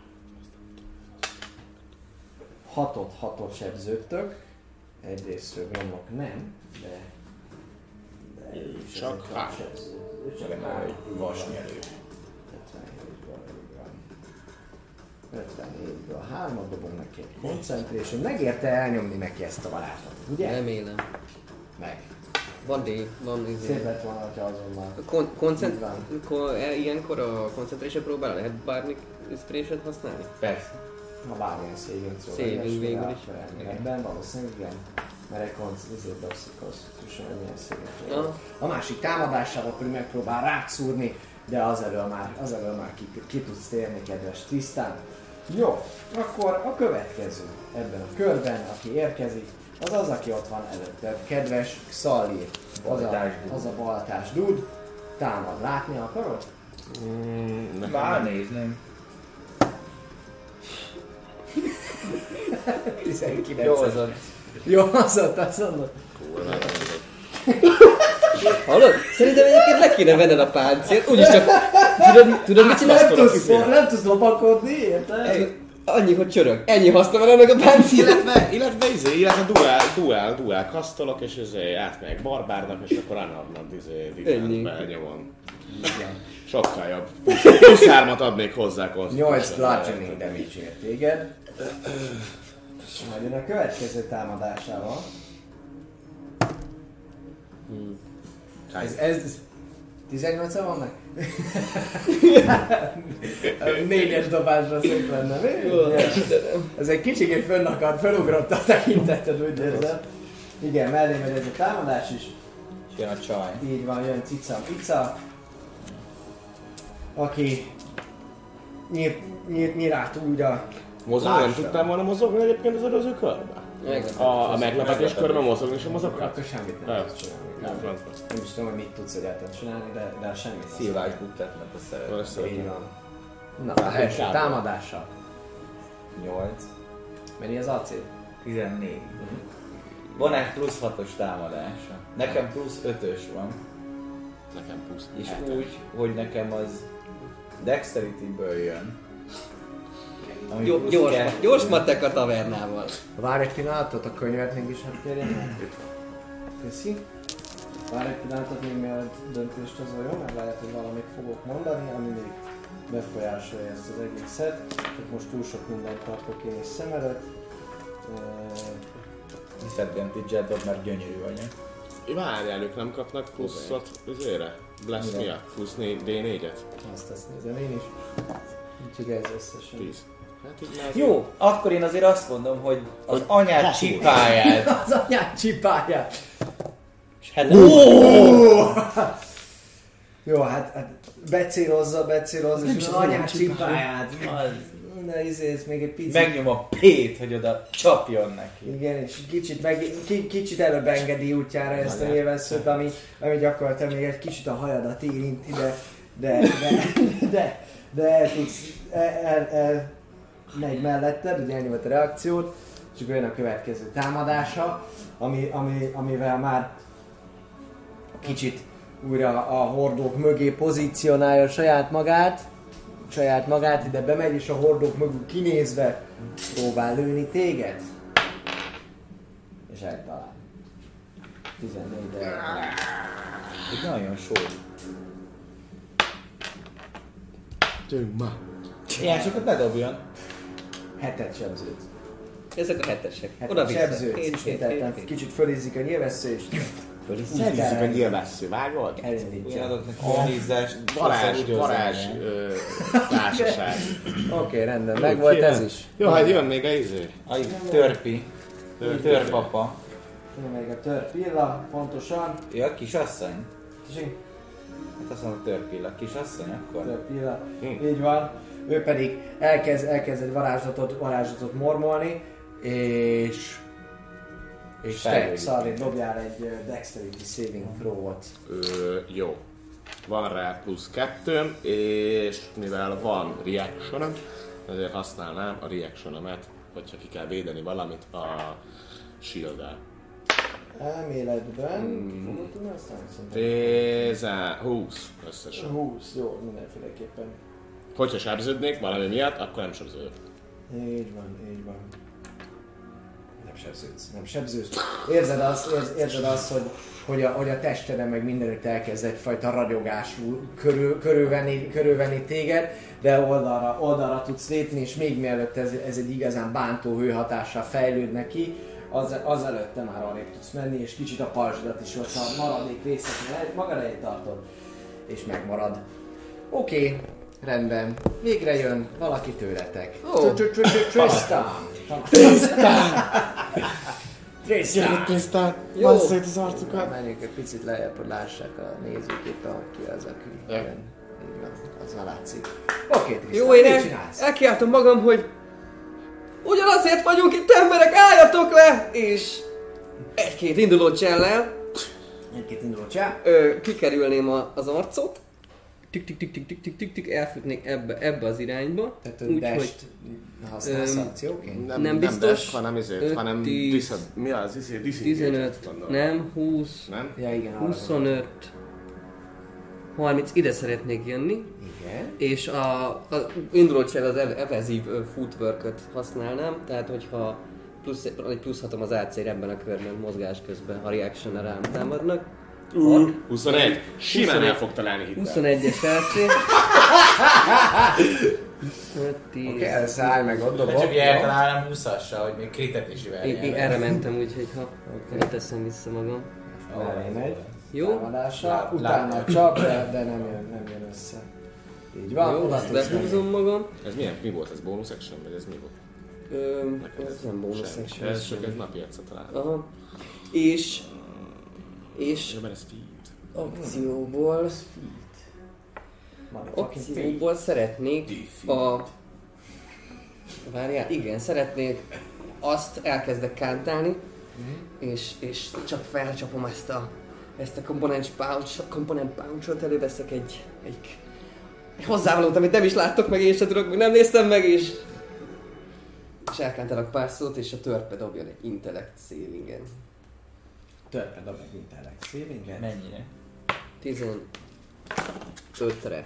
Hatot, hatot sebződtök. Egyrésztről Gromnok nem, de... de Ő is csak ezek a három. sebződő. Ő csak Igen, három. egy vasnyelő. ötvenhétből, így van. ötvenhétből hármat dobunk neki egy concentration. Megérte elnyomni neki ezt a varázslatot, ugye? Remélem. Meg. Van D, van izé. Szép lett volna, ha azonnal. Kon- koncent- Így van. ko- e- ilyenkor a concentration próbára lehet bármi inspiration használni? Persze. Ha bármilyen saving throw. Saving ilyesmi végül rá, is. akkor Ebben valószínűleg igen. Mert egy concentration dobszik constitution, hogy milyen saving throw. Aha. A másik támadásával pedig megpróbál rátszúrni, de az elől már, az elől már ki, ki tudsz térni, kedves Tristan. Jó, akkor a következő ebben a körben, aki érkezik, az az, aki ott van előtte. Kedves Xalir, az a, Baltás dude. az a baltás dude. Támad, látni akarod? Mm, nekem Bár nem. nézném. tizenkilenc. Jó, az a... Jó, az ott, az ott. Kurva, nem tudok. Hallod? Szerintem egyébként le kéne venned a páncélt, úgyis csak... Tudod, tudod mit csinálsz? Nem tudsz, nem tudsz lopakodni, érted? Annyi, hogy csörög. Ennyi haszna van ennek a páncél. Illetve, illetve izé, illetve duál, duál, duál kasztolok, és izé átmegyek barbárnak, és akkor unarmed izé, Ennyi. defense-be nyomom. Sokkal jobb. Plusz hármat adnék hozzá konszolásra. nyolc bludgeoning damage ért téged. Majd jön a következő támadásával. Ez, ez... tizennyolc van meg? Négyes dobásra szép lenne, mi? Ez egy kicsikét fönnakart, felugrott a tekinteted, úgy érzed. Igen, mellé megy ez a támadás is. És jön a csaj. Így van, jön Cica Pica, aki nyírt, nyírt, nyírt át újra. Mozog, nem tudtam volna mozogni egyébként az előző körbe? A, a meglepetés körben mozogni sem mozoghat? Akkor semmit nem Nem. tudsz csinálni. Nem, Nem, francba. nem is tudom, hogy mit tudsz egyáltalán csinálni, de, de semmit. Szilvás buktatnak a szeret. Össze. Így van. Na, a első támadással. nyolc. Mennyi az á cé? tizennégy. Van egy plusz hatos támadása. Nekem plusz ötös van. Nekem plusz És hetes. úgy, hogy nekem az Dexterity-ből jön. Ami Jó, plusz gyors, kettő. gyors matek a tavernával. Várj egy pillanatot, a könyvet mégis nem kérjem meg. Köszi. Várj egy pillanatot, még mielőtt döntést hozol, mert lehet, hogy valamit fogok mondani, ami még befolyásolja ezt az egészet. Csak most túl sok mindent tartok én is szem előtt. Disadvantage-et dob, mert gyönyörű vagy. Várjál, ők nem kapnak pluszot azért? Bless Mire? miatt? Plusz dé négyet? Azt ezt nézem én is. Úgyhogy ez összesen. tíz. Hát így már Jó, akkor én azért azt mondom, hogy az anyád csipáját. Az anyád csipáját! És hát Jó, hát, hát becélozza, becélozza, és az anyád csipáját. Na izé, ez még egy picit. megnyom a P-t, hogy oda csapjon neki. Igen, és kicsit, meg, ki, kicsit előbb engedi útjára ezt a nyilvesszőt, ami, ami gyakorlatilag még egy kicsit a hajadat érinti, de, de, de, de, de el tudsz, el, el, el megy melletted, ugye ennyi volt a reakciót, és akkor jön a következő támadása, ami, ami, amivel már kicsit újra a hordók mögé pozícionálja saját magát, saját magát ide bemegy, és a hordók mögül kinézve próbál lőni téged. És eltalál. tizennégyre eltalál. Egy nagyon só. Gyerünk ma! Ilyen sokat ne dobjon. Hetet sebzőt. Ezek a hetesek. Hetet Oda vissza. sebzőt. Én- én- Ismételten én- én- kicsit fölizzik a nyilvessző, és Fölizzik a nyilvessző, vágod? elindítja. Adok neki hízás. Varázs, varázs, ö, társaság. Oké, rendben, meg volt ez is. Jó, hát jön még a izé. A törpi. Törpapa. Jön még a törpilla, pontosan. Ő a kisasszony? Tessék? Hát azt mondom, törpilla. Kisasszony akkor? Törpilla. Hm. Így van. Ő pedig elkezd, elkezd egy varázslatot, varázslatot mormolni, és... És te, Fejlődik. Szarri, dobjál egy uh, Dexterity Saving Throw-ot. Ö, jó. Van rá plusz kettőm, és mivel van reactionom, ezért használnám a reactionomet, hogyha ki kell védeni valamit a shield-el. Elméletben... Hmm. Fogod tudni aztán? Szerintem. Tizen... húsz összesen. húsz, jó, mindenféleképpen. Hogyha sebződnék valami miatt, akkor nem sebződök. Így van, így van. Nem sebződsz, nem sebződsz. Érzed azt, érz, érzed azt hogy, hogy, a, hogy a testeden meg mindenütt elkezd egyfajta ragyogású körül, körülvenni, körülvenni téged, de oldalra, oldalra tudsz lépni, és még mielőtt ez, ez egy igazán bántó hőhatással fejlődne ki, az, az előtte már arrébb tudsz menni, és kicsit a pajzsodat is ott a maradék részeket magad elé tartod, és megmarad. Oké, rendben. Végre jön valaki tőletek. Ó. Tristan! Tristan! Tisztán, Jó. basszd szét az arcukat! Menjünk egy picit lejjebb, hogy lássák a nézők éppen, hogy ki az, aki Ja. jön. Így van, az már látszik. Oké, Tristan, Jó, én mit el, csinálsz? elkiáltom magam, hogy ugyanazért vagyunk itt emberek, álljatok le! És egy-két induló csellel Egy-két induló csá. ö, kikerülném a, az arcot, tik tik tik tik tik tik tik tik elfutnék ebbe, ebbe az irányba. Tehát Úgyhogy dest használsz Öm, akcióként? Nem, Nem nem biztos. dash, hanem izét, Öt, hanem tíz, diszad, mi az, izé, diszad, tizenöt, nem, húsz, Nem? Ja, igen, arra huszonöt, harminc, ide szeretnék jönni. gondolom. Igen. És a, a induló csel az ev- evazív footwork-öt használnám, tehát hogyha plusz, egy plusz hatom az á cé ebben a körben mozgás közben, ha reaction-nel rám támadnak. Uh, huszonegy. Simán huszonegy. el fog találni hittel. huszonegyes á cé. öt, tíz. Oké, elszállj meg, ott De dobok. csak eltalálnám húszassal, hogy még kritet is Én, verjen. én erre mentem, úgyhogy ha okay. teszem vissza magam. Mellé megy. Jó? Támadása, Lát- utána lát- csap, de, de nem, jön, nem jön össze. Így van, Jó, oda ezt tudsz menni. behúzom magam. Ez milyen, mi volt? Ez bonus action, vagy ez mi volt? Ö, Neked ez nem bonus semmi. action. Ez csak egy napi egyszer találom. Aha. És... És És mert ez feed. akcióból... Motherfucking feed. Akcióból szeretnék a... Várjál, igen, szeretnék azt elkezdek kántálni, és, és csak felcsapom ezt a ezt a component pouch, component pouchot, előveszek egy, egy, egy hozzávalót, amit nem is láttok meg, én sem tudok, meg nem néztem meg, és és elkántelak pár szót, és a törpe dobjon egy intellect savingen. Törpe dob egy intellect savinget. Mennyire? tizenötre.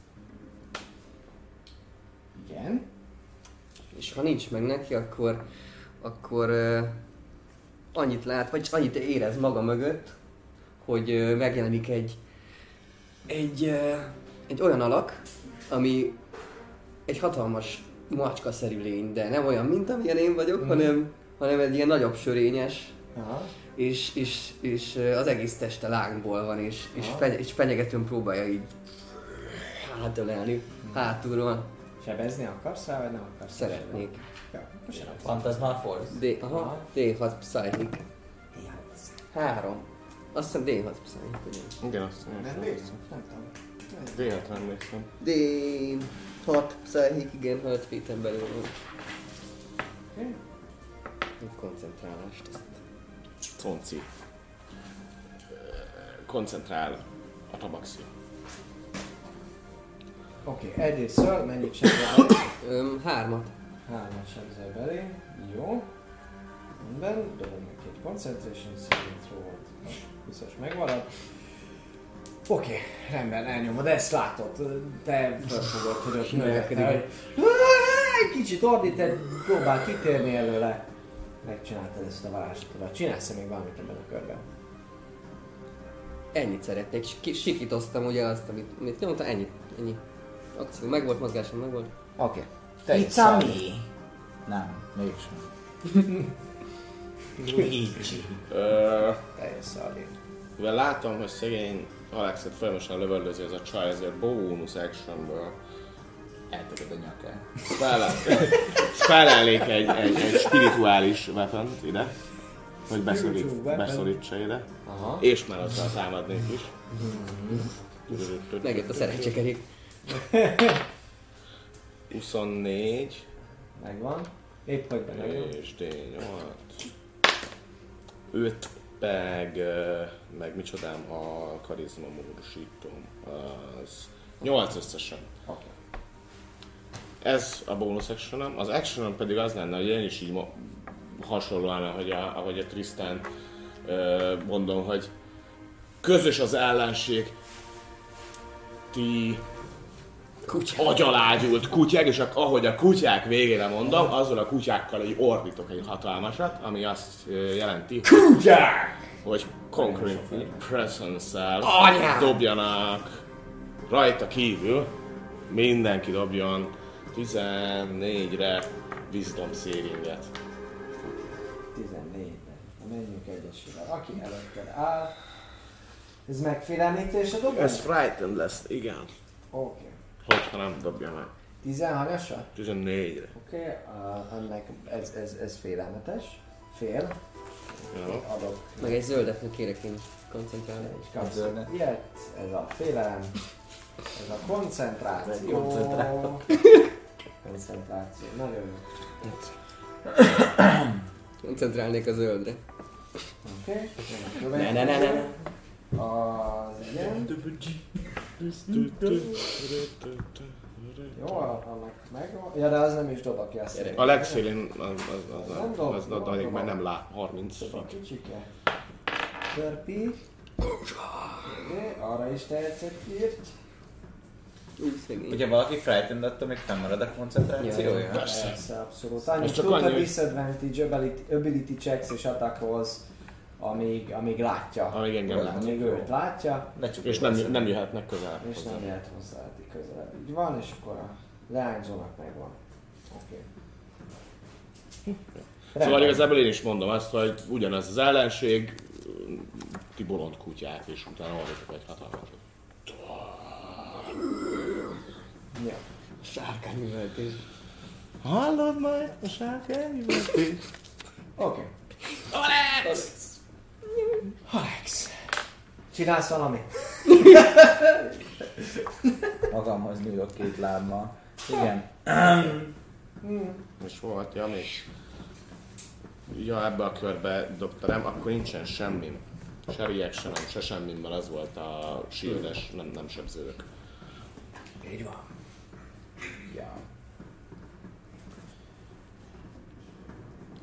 Igen. És ha nincs meg neki, akkor, akkor uh, annyit lát, vagy annyit érez maga mögött, hogy uh, megjelenik egy, egy, uh, egy olyan alak, ami egy hatalmas macskaszerű lény, de nem olyan, mint amilyen én vagyok, mm. hanem, hanem egy ilyen nagyobb sörényes, Aha. és, és, és uh, az egész teste lángból van, és, és, feny- és fenyegetően próbálja így hátölelni, mm. hátulról. Sebezni akarsz rá, vagy nem akarsz? Szeretnék. Ja, akkor sebezz. Phantasmal Force? D, aha, D hat Psychic. Három. Azt hiszem D hat Psychic, ugye? Igen, azt Nem, mondom. még? Nem tudom. D hatra emlékszem. D hat Psychic, igen, hat feet-en belül van. Oké. Koncentrálást ezt. Conci. Koncentrál a tabaxi. Oké, egyrésztről mennyit sebzel belé? Öm, hármat. Hármat sebzel belé. Jó. Rendben, dobom neki egy concentration saving throw-ot. Biztos megmarad. Oké, rendben, elnyomod, ezt látod. Te felfogod, hogy ott növekedik. Egy kicsit ordít, egy próbál kitérni előle. Megcsináltad ezt a varázslatodat. Csinálsz még valamit ebben a körben? Ennyit szeretnék. Ki- Sikítoztam ugye azt, amit, amit nyomta, ennyit. Ennyi. Akció megvolt, mozgásom megvolt. Oké. It's a me! Nem, mégsem. Luigi. Ö, Teljes szarvé. mivel látom, hogy szegény Alexet folyamatosan lövöldözi ez a csaj, ezért bonus actionből Eltököd a nyakát. felelnék egy, egy, egy spirituális weapont ide, hogy beszorít, Spiritual weapon. beszorítsa ide, Aha. és már azzal támadnék is. Megjött a szerencsekerék. huszonnégy, Megvan. Épp hogy benne jó. és D nyolc. öt meg, ö, meg micsodám a karizma módosítom, az nyolc összesen. Oké. Ez a bonus actionom, az actionom pedig az lenne, hogy én is így mo- hasonlóan, ahogy a, ahogy a Tristan ö, mondom, hogy közös az ellenség, ti agyalágyult kutyák, és ak- ahogy a kutyák végére mondom, azzal a kutyákkal egy ordítok egy hatalmasat, ami azt ö, jelenti, Kutyák! hogy Conquering Presence-szel Anyám! dobjanak rajta kívül, mindenki dobjon tizennégyre Wisdom savinget. tizennégyre. Menjünk egyesével. Aki előtted áll. Ez megfélemlítés a dobja? Ez frightened lesz, igen. Oké. Hogyha nem dobja meg. tizenhányasra? tizennégyre. Oké, uh, ennek ez, ez, ez félelmetes. Fél. Jó. Adok. Meg egy zöldet, hogy kérek én is koncentrálni. És kapsz zöldet. ilyet. Ez a félelem. Ez a koncentráció. Koncentrálok. Koncentráció. Nagyon jó. Koncentrálnék a zöldre. Oké. Ne, ne, ne, ne, ne. Az igen. Jó, annak megvan. Ja, de az nem is dob ki azt. A legszélén az, az, az, Nem az, dob, az, dob, az, az dob. már nem lát, harminc Dob a feet. kicsike. Törpi. Oké, arra is tehetsz egy írt. Úgy szegény. Hogyha valaki frightened, attól még fennmarad a koncentrációja? Persze. Persze, abszolút. Annyit csak tudta annyi, hogy- disadvantage, ability, ability checks és attack rolls, amíg, amíg látja. Amíg engem lát. Amíg őt látja, Lecsukjuk És nem, a nem jöhetnek közel. és hozzá. nem lehet hozzáadni közelebb. Így van, és akkor a leányzónak megvan. Oké. Szóval igazából én is mondom azt, hogy ugyanaz az ellenség, ti bolond kutyák, és utána orvítok egy hatalmasat. Ja. Sárkányműveltés. Hallod majd a sárkányüvetés? Oké. Alex! Alex! Csinálsz valamit? Magamhoz nyúlok két lábmal. Igen. És volt, ja még. Ja, ebbe a körbe dobtam, akkor nincsen semmi. Se reactionom, se semmiben az volt a shield-es, nem, nem sebződök. Így van. Ja.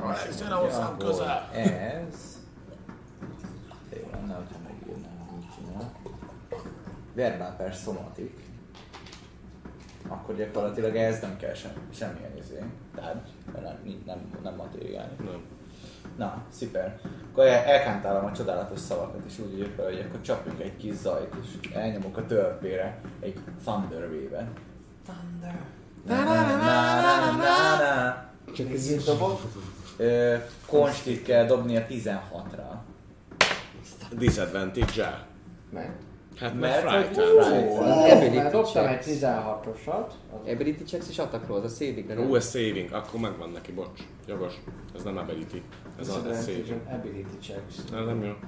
Alex, gyere hozzám közel! Ez... Jó lenne, hogyha megírnám, hogy mit csinál. Verbal per somatic. Akkor gyakorlatilag ez nem kell sem, semmilyen izé. Tehát nem, nem, nem materiális. Nem. Na, szuper. Akkor el- elkántálom a csodálatos szavakat, és úgy írjuk fel, hogy akkor csapjunk egy kis zajt, és elnyomok a törpére egy Thunder Wave-et. Thunder. Na na na na na na na. Csak ez így dobok. Ö, Konstit kell dobni a tizenhatra. Disadvantage-el. Meg. Hát Mert mert hogy- frightened. Ó, Ability mert dobtam egy checks. tizenhatosat. Ability checks és attack rolls, a saving, de nem? Ó, ez saving, akkor megvan neki, bocs. Jogos. Ez nem ability. Ez a saving. Ability checks. Ez nem jó.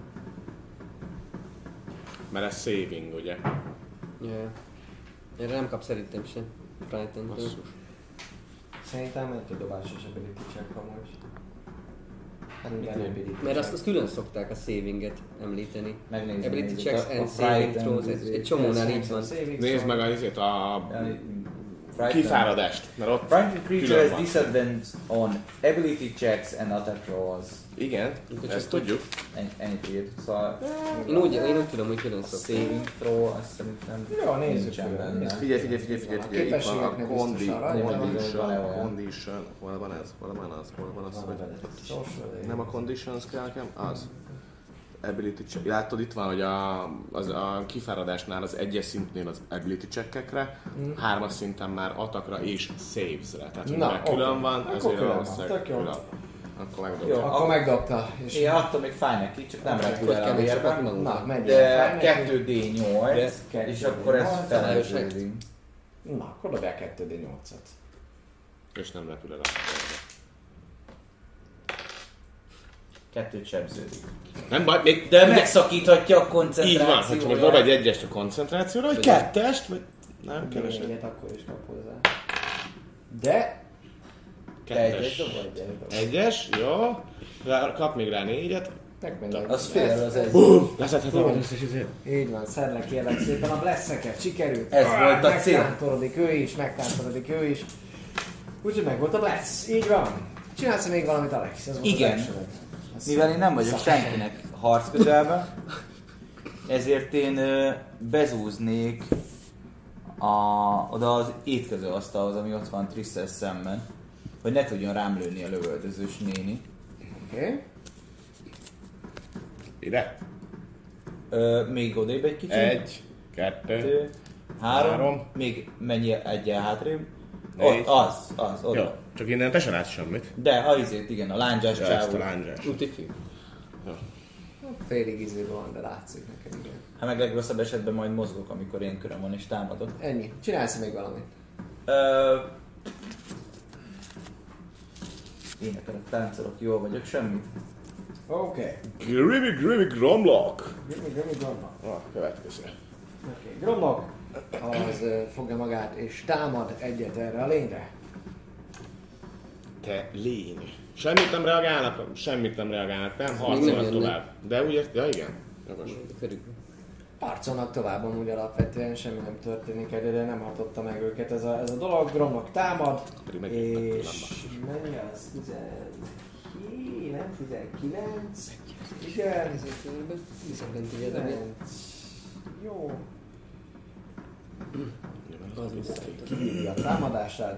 Mert ez saving, ugye? Yeah. Erre nem kap szerintem sem. Frightened. Basszus. Szerintem egy dobásos ability check amúgy. Hát igen, mit ability Mert azt, check. azt külön szokták a savinget említeni. Megnézzük. Ability nézzük checks a- a and saving Frightened throws, egy, izé. egy csomónál így van. Saving Nézd throw. meg a izét, a Frightened. kifáradást, mert ott Frightened creature külön has van. disadvantage on ability checks and attack rolls. Igen, ezt tudjuk. En- Ennyit írt. Szóval Én úgy, én úgy tudom, hogy külön a szokták. saving throw, azt szerintem Jó, nézzük nincsen külön. benne. Figyelj, figyelj, figyelj, figyelj, A figyelj, itt van a képességeknél condi, biztosan rajta van. condition, Van-e olyan? condition, hol van ez, hol van az, hol van az, Van hogy veled. Social nem a conditions kell nekem, az. Ability check. Látod, itt van, hogy a, az, a kifáradásnál az egyes szintnél az ability checkekre, hármas szinten már atakra és savesre. Tehát, hogy Na, már külön oké. van, Akkor ezért külön van. valószínűleg Tök jó. külön. Akkor Jó. megdobja. Akkor megdobta. És Igen, attól még fáj neki, csak nem repül Hogy el a kell még vérbe. sokat magunkra. Na, menj. De kettő dé nyolc, kettő és dé akkor ez nyolc. felemződik. Na, akkor dobják kettő dé nyolcat. És nem repül el a vérbe. Kettőt sebződik. Nem baj, még De megszakíthatja a koncentrációt. így van, hogyha most dob egy egyest a koncentrációra, vagy kettest, vagy nem keveset. Négyet akkor is kap hozzá. De... Kettes. Egyes dob, vagy egy dob. Egyes, jó. Rá, kap még rá négyet. Megmegyek. Az fél az egy. Leszedhetem az összes izét. Így van, szedlek kérlek szépen a blesseket, sikerült. Ez volt a cél. Megtántorodik ő is, megtántorodik ő is. Úgyhogy meg volt a bless, így van. Csinálsz még valamit, Alex? Ez volt Igen. az actioned. Azt Mivel én nem vagyok szak- senkinek harc közelben, ezért én ö, bezúznék a, oda az étkező asztalhoz, ami ott van Trisszel szemben, hogy ne tudjon rám lőni a lövöldözős néni. Oké. Okay. Ide. Ö, még odébb egy kicsit. Egy, kettő, Kettő, három, három. még mennyi egyel hátrébb? Négy. Ott, az, az, oda. jó. Csak innen te sem látsz semmit. De, ha izét, igen, a lándzsás Ja, ezt a csávó. lándzsás. Utifi. Félig izéből van, de látszik nekem, igen. Hát meg legrosszabb esetben majd mozgok, amikor én köröm van és támadok. Ennyi. Csinálsz még valamit? Ö... Énekelek, táncolok, jól vagyok, semmit. Oké. Okay. Grimmy, Grimmy Gromlock. Gyere, gyere, gyere. A következő. Oké, Gromlok az ö, fogja magát és támad egyet erre a lényre. Te lény. Semmit nem reagálnak, semmit nem reagálnak, nem nem harcolnak jönnek. tovább. De úgy ért, ja igen. Jogos. Körülbelül. Harcolnak tovább, amúgy alapvetően semmi nem történik egyre, nem hatotta meg őket ez a, ez a dolog. Gromlok támad, Pedig megjöttek és különben. mennyi az? tizenkilenc, tizenkilenc, igen, tizenkilenc, jó. Kivédi a támadását.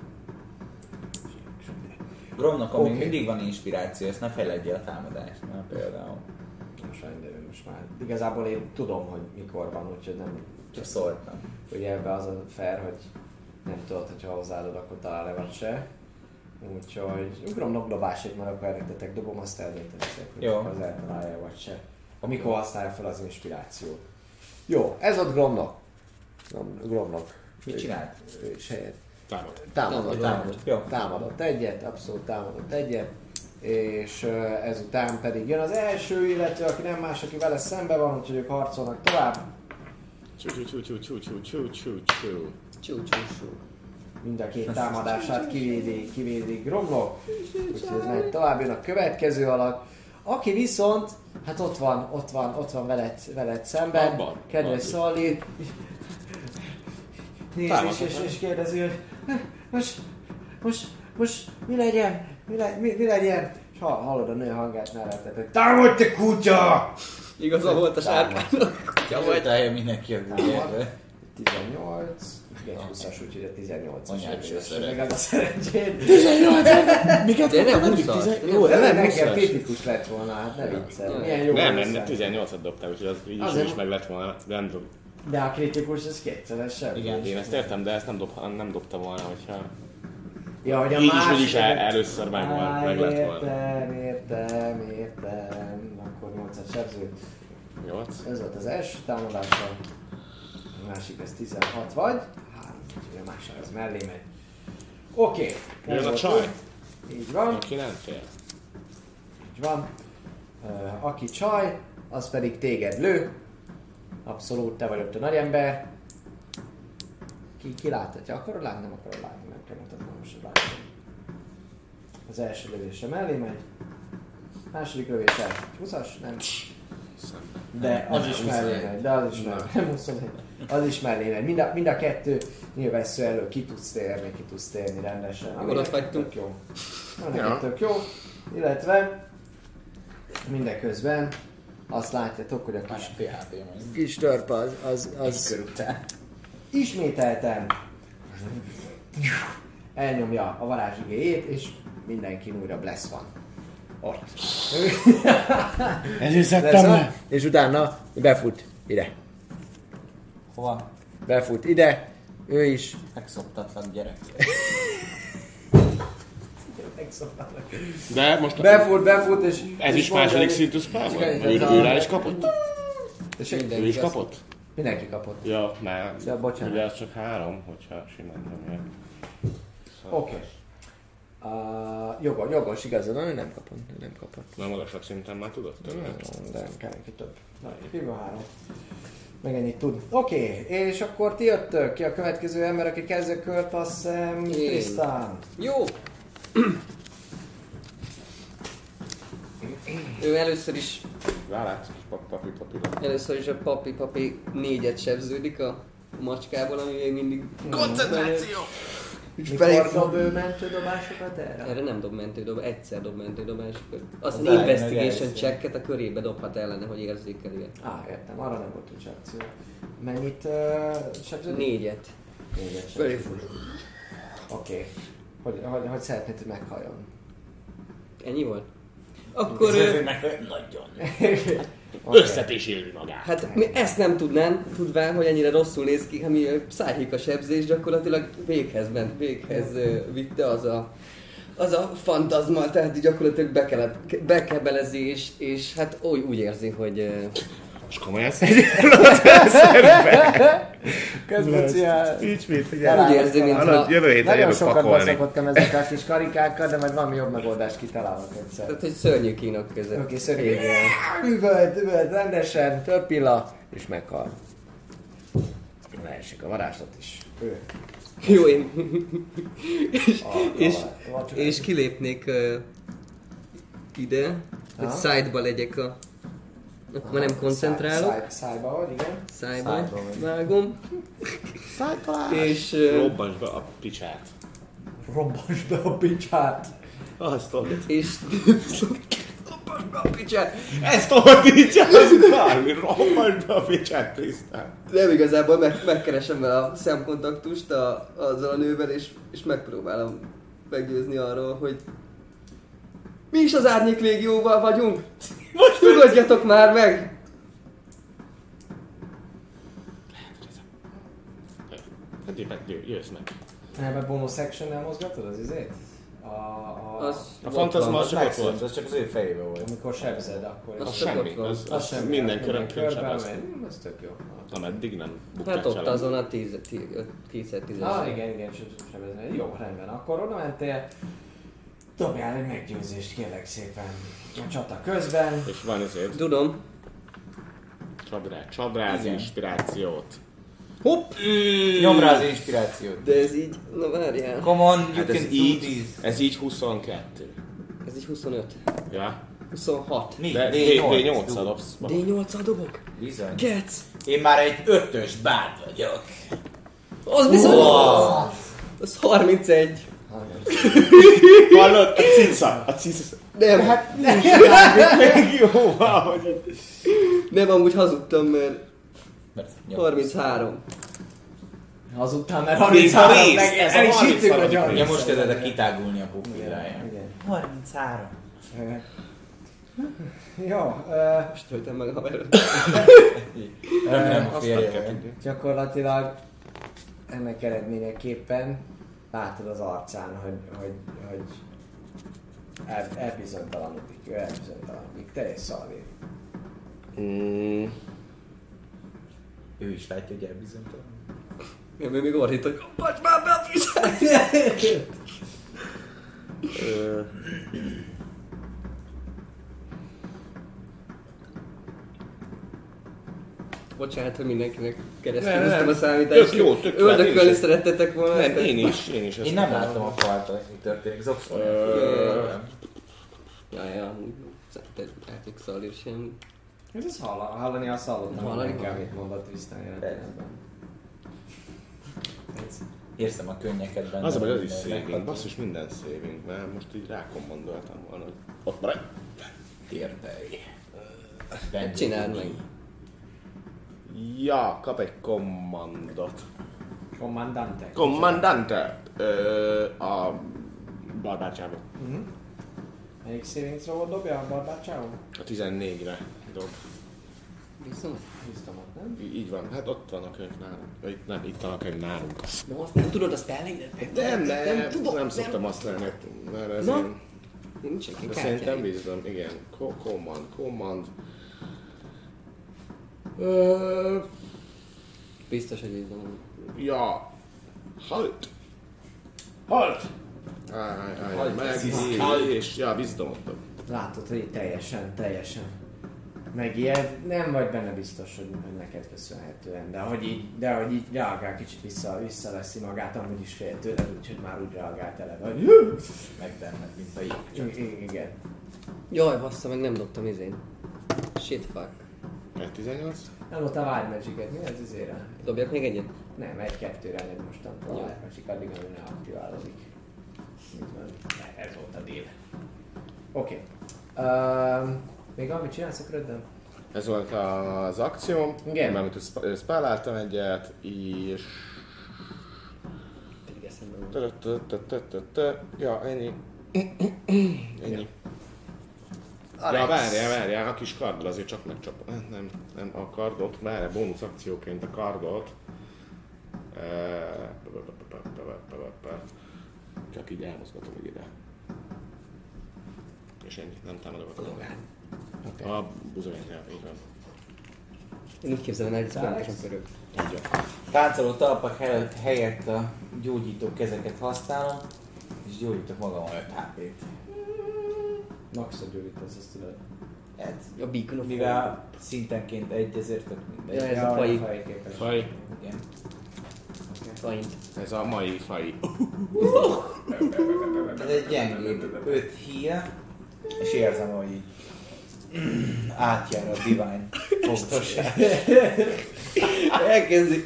Gromnak, amíg Oké. mindig van inspiráció, ezt ne feledje a támadást, na például. Most már, de most már igazából én tudom, hogy mikor van, úgyhogy nem Csak szóltam. ugye ebbe az a fair, hogy nem tudod, hogyha hozzáadod, akkor talál-e vagy se. Úgyhogy ugromnak dobásig, mert akkor eredtetek dobom, azt eldöntetek, hogy Jó. az eltalálja vagy se. Amikor használja fel az inspirációt. Jó, ez ott Gromnak. Gromnak. Mit csinált? És helyett. Támad. Támadott, támadott, Jó. támadott egyet, abszolút támadott egyet, és ö, ezután pedig jön az első, illetve aki nem más, aki vele szembe van, úgyhogy ők harcolnak tovább. Csú, csú, csú, csú, csú, csú, csú, csú, csú. Csú, csú, csú. Mind a két támadását kivédi, kivédi Gromlok, úgyhogy ez megy tovább, jön a következő alak, aki viszont, hát ott van, ott van, ott van veled, veled szemben, Abban, kedves abban. Szalli, néz és, Támadhatom. és, és kérdezi, hogy most, most, most mi legyen, Mi, le, mi, mi legyen? És ha, hallod a nő hangját melletted, hogy támadj te kutya! Igaza volt a sárkánynak. Ja, vagy te mindenki a hülyébe. tizennyolc, egy húszas, úgyhogy a tizennyolcas. Anyád se szeret. Meg az a szerencsét. Miket de nem húszas. Jó, de nem, nekem húszas. kritikus lett volna, hát ne viccel. Milyen jó Nem, volt nem, a tizennyolcat dobtál, úgyhogy az így Azért- is meg lett volna. De nem dob. De a kritikus az kétszeresebb. Igen. Én ezt értem, de ezt nem, dob, nem dobtam volna, hogyha... Ja, hogy a Így is, másik... úgy is el, először meg, Á, meg lett volna. Értem, értem, értem. Akkor nyolcas sebző. nyolc. Ez volt az első támadása. A másik ez tizenhat vagy. három, úgyhogy a másik az mellé megy. Oké. Jön ez a volt csaj. ő. Így van, Aki nem fél. így van. Uh, aki csaj, az pedig téged lő. Abszolút, te vagy ott a nagyember. Ki, ki láthatja? Akarod látni? Nem akarod látni, nem kell mutatnom most a látni. Az első lövése mellé megy. Második lövése húszas, nem. De az is mellé megy, de az is mellé megy. Nem huszonegy. Az is mellé megy. Mind a, mind a kettő nyilvessző elő ki tudsz térni, ki tudsz térni rendesen. Ami Ott neked vagytunk. tök jó. Ami Ja. neked tök jó. Illetve mindeközben azt látjátok, hogy a kis, Fél há pé majd. kis törp az, az, az Kör után. ismételten elnyomja a varázsigéjét, és mindenkin újra bless van. Ott. Ezért szedtem Bless van, le. és utána befut ide. Hova? Befut ide, ő is. Megszoktatlan gyerek. De most Befut, befut, és... ez és is mondja, második hogy- szintű spell volt? Igen, Ő, igen. ő rá is kapott? Tessék? Ő is kapott? Mindenki kapott. Ja, mert Ja, bocsánat. ugye az csak három, hogyha simán nyomja. Szóval Oké. Uh, jogos, jogos, igazad van, ő nem kapott, ő nem kapott. Na, magasabb szinten már tudod többet? De nem kell neki több. Na, kívül három. Meg ennyit tud. Oké, okay, és akkor ti jöttök ki a következő ember, aki kezdő a kört, azt hiszem Tristan. Jó. Ő először is, Rálátsz, kis pap- papi papi. először is a papi papi négyet sebződik a macskából, ami még mindig... Koncentráció! Mikor dob ő mentődobásokat erre? Erre nem dob mentődob, egyszer dob mentődobásokat. Azt Az az elején investigation megelőző. checket a körébe dobhat ellene, hogy érzékelje. Á, értem, arra nem volt úgy akció. Mennyit uh, sebződik? Négyet. Négyet Fölé sebződik. Oké. Hogy, hogy, hogy szeretnéd, hogy meghalljon? Ennyi volt? Akkor ő... Nagyon. Okay. Összetéséli magát. Hát mi ezt nem tudnánk, tudván, hogy ennyire rosszul néz ki, ami szájhik a sebzés, gyakorlatilag véghez ment, véghez ö, vitte az a, az a fantazma, tehát így gyakorlatilag bekele, bekebelezi, és, és hát úgy, úgy érzi, hogy... ö, Most komolyan szedjél a szerbe. Közbeciál. Így mit, úgy érzi, mintha... Hallod, jövő héten Nagyon jövök sokat pakolni. baszakodtam ezekkel a kis karikákkal, de majd valami jobb megoldást kitalálok egyszer. Tehát, hogy szörnyű kínok között. Oké, okay, szörnyű. Üvölt, üvölt rendesen, törpilla, és meghal. Leesik a varázslat is. Ő. Jó, én... A, és, a, a, és kilépnék uh, ide, hogy Aha. side-ba legyek a... Akkor már nem koncentrálok, Száj, szájba vagy, igen. szájba Szájba vagy. vágom, és... uh, Robbans be a picsát. Robbans be a picsát. Azt tudod. és... Robbasd be a picsát! Ezt ordítja, az bármi. Robbans be a picsát, Trisztán. Nem igazából meg, megkeresem vele a szemkontaktust a, azzal a nővel, és, és megpróbálom meggyőzni arról, hogy mi is az Árnyék Légióval vagyunk! Most nyugodjatok már meg! Hát éppen jössz meg. Ebben bonus action-nel mozgatod az izét? A, a, Az A ott fantazma van. az csak ott Megszűnt, volt. az csak az ő fejébe volt. amikor sebzed, akkor... Az Az csak semmi. ott van. Az, Az az semmi, minden az körön minden körben körcsebesz. megy. Hm, ez tök jó. Ameddig nem Hát bukkás ott ellen. azon a kétszer-tízes. Ah, igen, igen, sebezni. Jó, rendben. Akkor oda mentél. Dobjál egy meggyőzést, kérlek szépen. A csata közben. És van ezért Tudom. csabráz, csabráz Igen. inspirációt. Hopp! Nyom rá az inspirációt. De ez így, na várjál. Come on, you Hát can ez do így, this. ez így huszonkettő. Ez így huszonöt. Ja? huszonhat. Mi? De D D nyolc nyolc. dobsz. D nyolc-al dobok? Bizony. Gec! Én már egy ötös bárd vagyok. Az viszont... Az harmincegy. Hallod? A cica. A cica. Nem, Hát Még jó, valahogy. nem, amúgy hazudtam, mert Mert harminchárom. Hazudtál, mert harminc harminchárom, rész, meg ez a el is hittük, harminc hogy Ja, harminc. most kezdett kitágulni a pupillája. Igen. harminchárom. Igen. Jó, ö, Most töltem meg a haverot. Remélem a azt férje kell vagy. tudni. gyakorlatilag ennek eredményeképpen látod az arcán, hogy, hogy, hogy el, elbizonytalanodik, ő elbizonytalanodik, te és Szalvér. Mm, Ő is látja, hogy elbizonytalan. Én még ordít, hogy kapcs már be a fizet! ö, Bocsánat, hogy mindenkinek Nem, keresztülöztem nem. a számítást. Tök jó, tök jó. Öldökölni szerettetek volna. nem, én is, én is. ezt Én nem akarom. láttam a falta, hogy mi történik. Zokszor. Ö, Ja, ja, amúgy szerinted játék Szalír sem. Ez az hall, hallani azt hallottam, Hallani hallani kell. amit mondott Visztán jelenetben. Érzem a könnyeket benne. Az a baj, az is minden saving. megható. Basszus, minden saving. Mert most így rákommandoltam volna, hogy ott maradj. Térdei. Hát csináld meg. Ja, kap egy kommandot. Commandante. Kommandante! Ö, a barbárcsába. Uh-huh. Melyik saving throw-ot dobja a barbárcsáó? A tizennégyre dob. Viszont? Biztomot, nem? Í- így van, hát ott van a könyv nálunk. Vagy nem, itt van a könyv nálunk. No, azt nem tudod, azt elengedni? Nem, nem, nem, nem, tudom, nem szoktam használni, mert ez Na? ilyen... Nincsenek De szerintem kártyáim. bízom, igen. Co- Command, command. Ö, Biztos, hogy bízom. ja. Halt! Halt! Állj, állj, Halt, meg, halt. és ja, bizdomot dob. Látod, hogy így teljesen, teljesen megijed. Nem vagy benne biztos, hogy, hogy neked köszönhetően, de hogy így, de hogy így reagál, kicsit vissza, visszaveszi magát, amúgy is fél tőled, úgyhogy már úgy reagált ele, hogy Megdermed, mint a jég. I- i- igen. Jaj, bassza, meg nem dobtam izén. Shit, fuck. egy tizennyolc? Nem volt a Wild Magic-et, mi ez izére? Dobjak még egyet? Nem, egy-kettőre megy mostantól a Wild Magic, addig, amíg ne aktiválódik. Mit van? Ez volt a deal. Oké. Okay. Um, még valamit csinálsz a köröddel? Ez volt az akcióm. Igen. Mármint sp- spelláltam egyet, és... Pedig eszembe van. Tö-tö-tö-tö-tö-tö. Ja, ennyi. Ennyi. Ja, várjál, várjál, a kis karddal azért csak megcsapom. Hát nem, nem a kardot, várjál, bónusz akcióként a kardot. Eh, Csak így elmozgatom így ide. És ennyi, nem támadok a kardot. A buzogány, így van. Én úgy képzelem el, hogy ez pontosan pörög. Így van. Táncoló talpak helyett, helyett a gyógyító kezeket használom, és gyógyítok magam öt há pét. Maxot gyógyítasz, azt tudod. Hát, A Beacon of mivel szintenként egy, ezért tök mindegy. Ja, ez a fai. fai képes. Faj, Igen. Faint. ez a mai faj. Ez egy gyengébb öt hír, és érzem, hogy így átjár a divine fontosság. Elkezdi.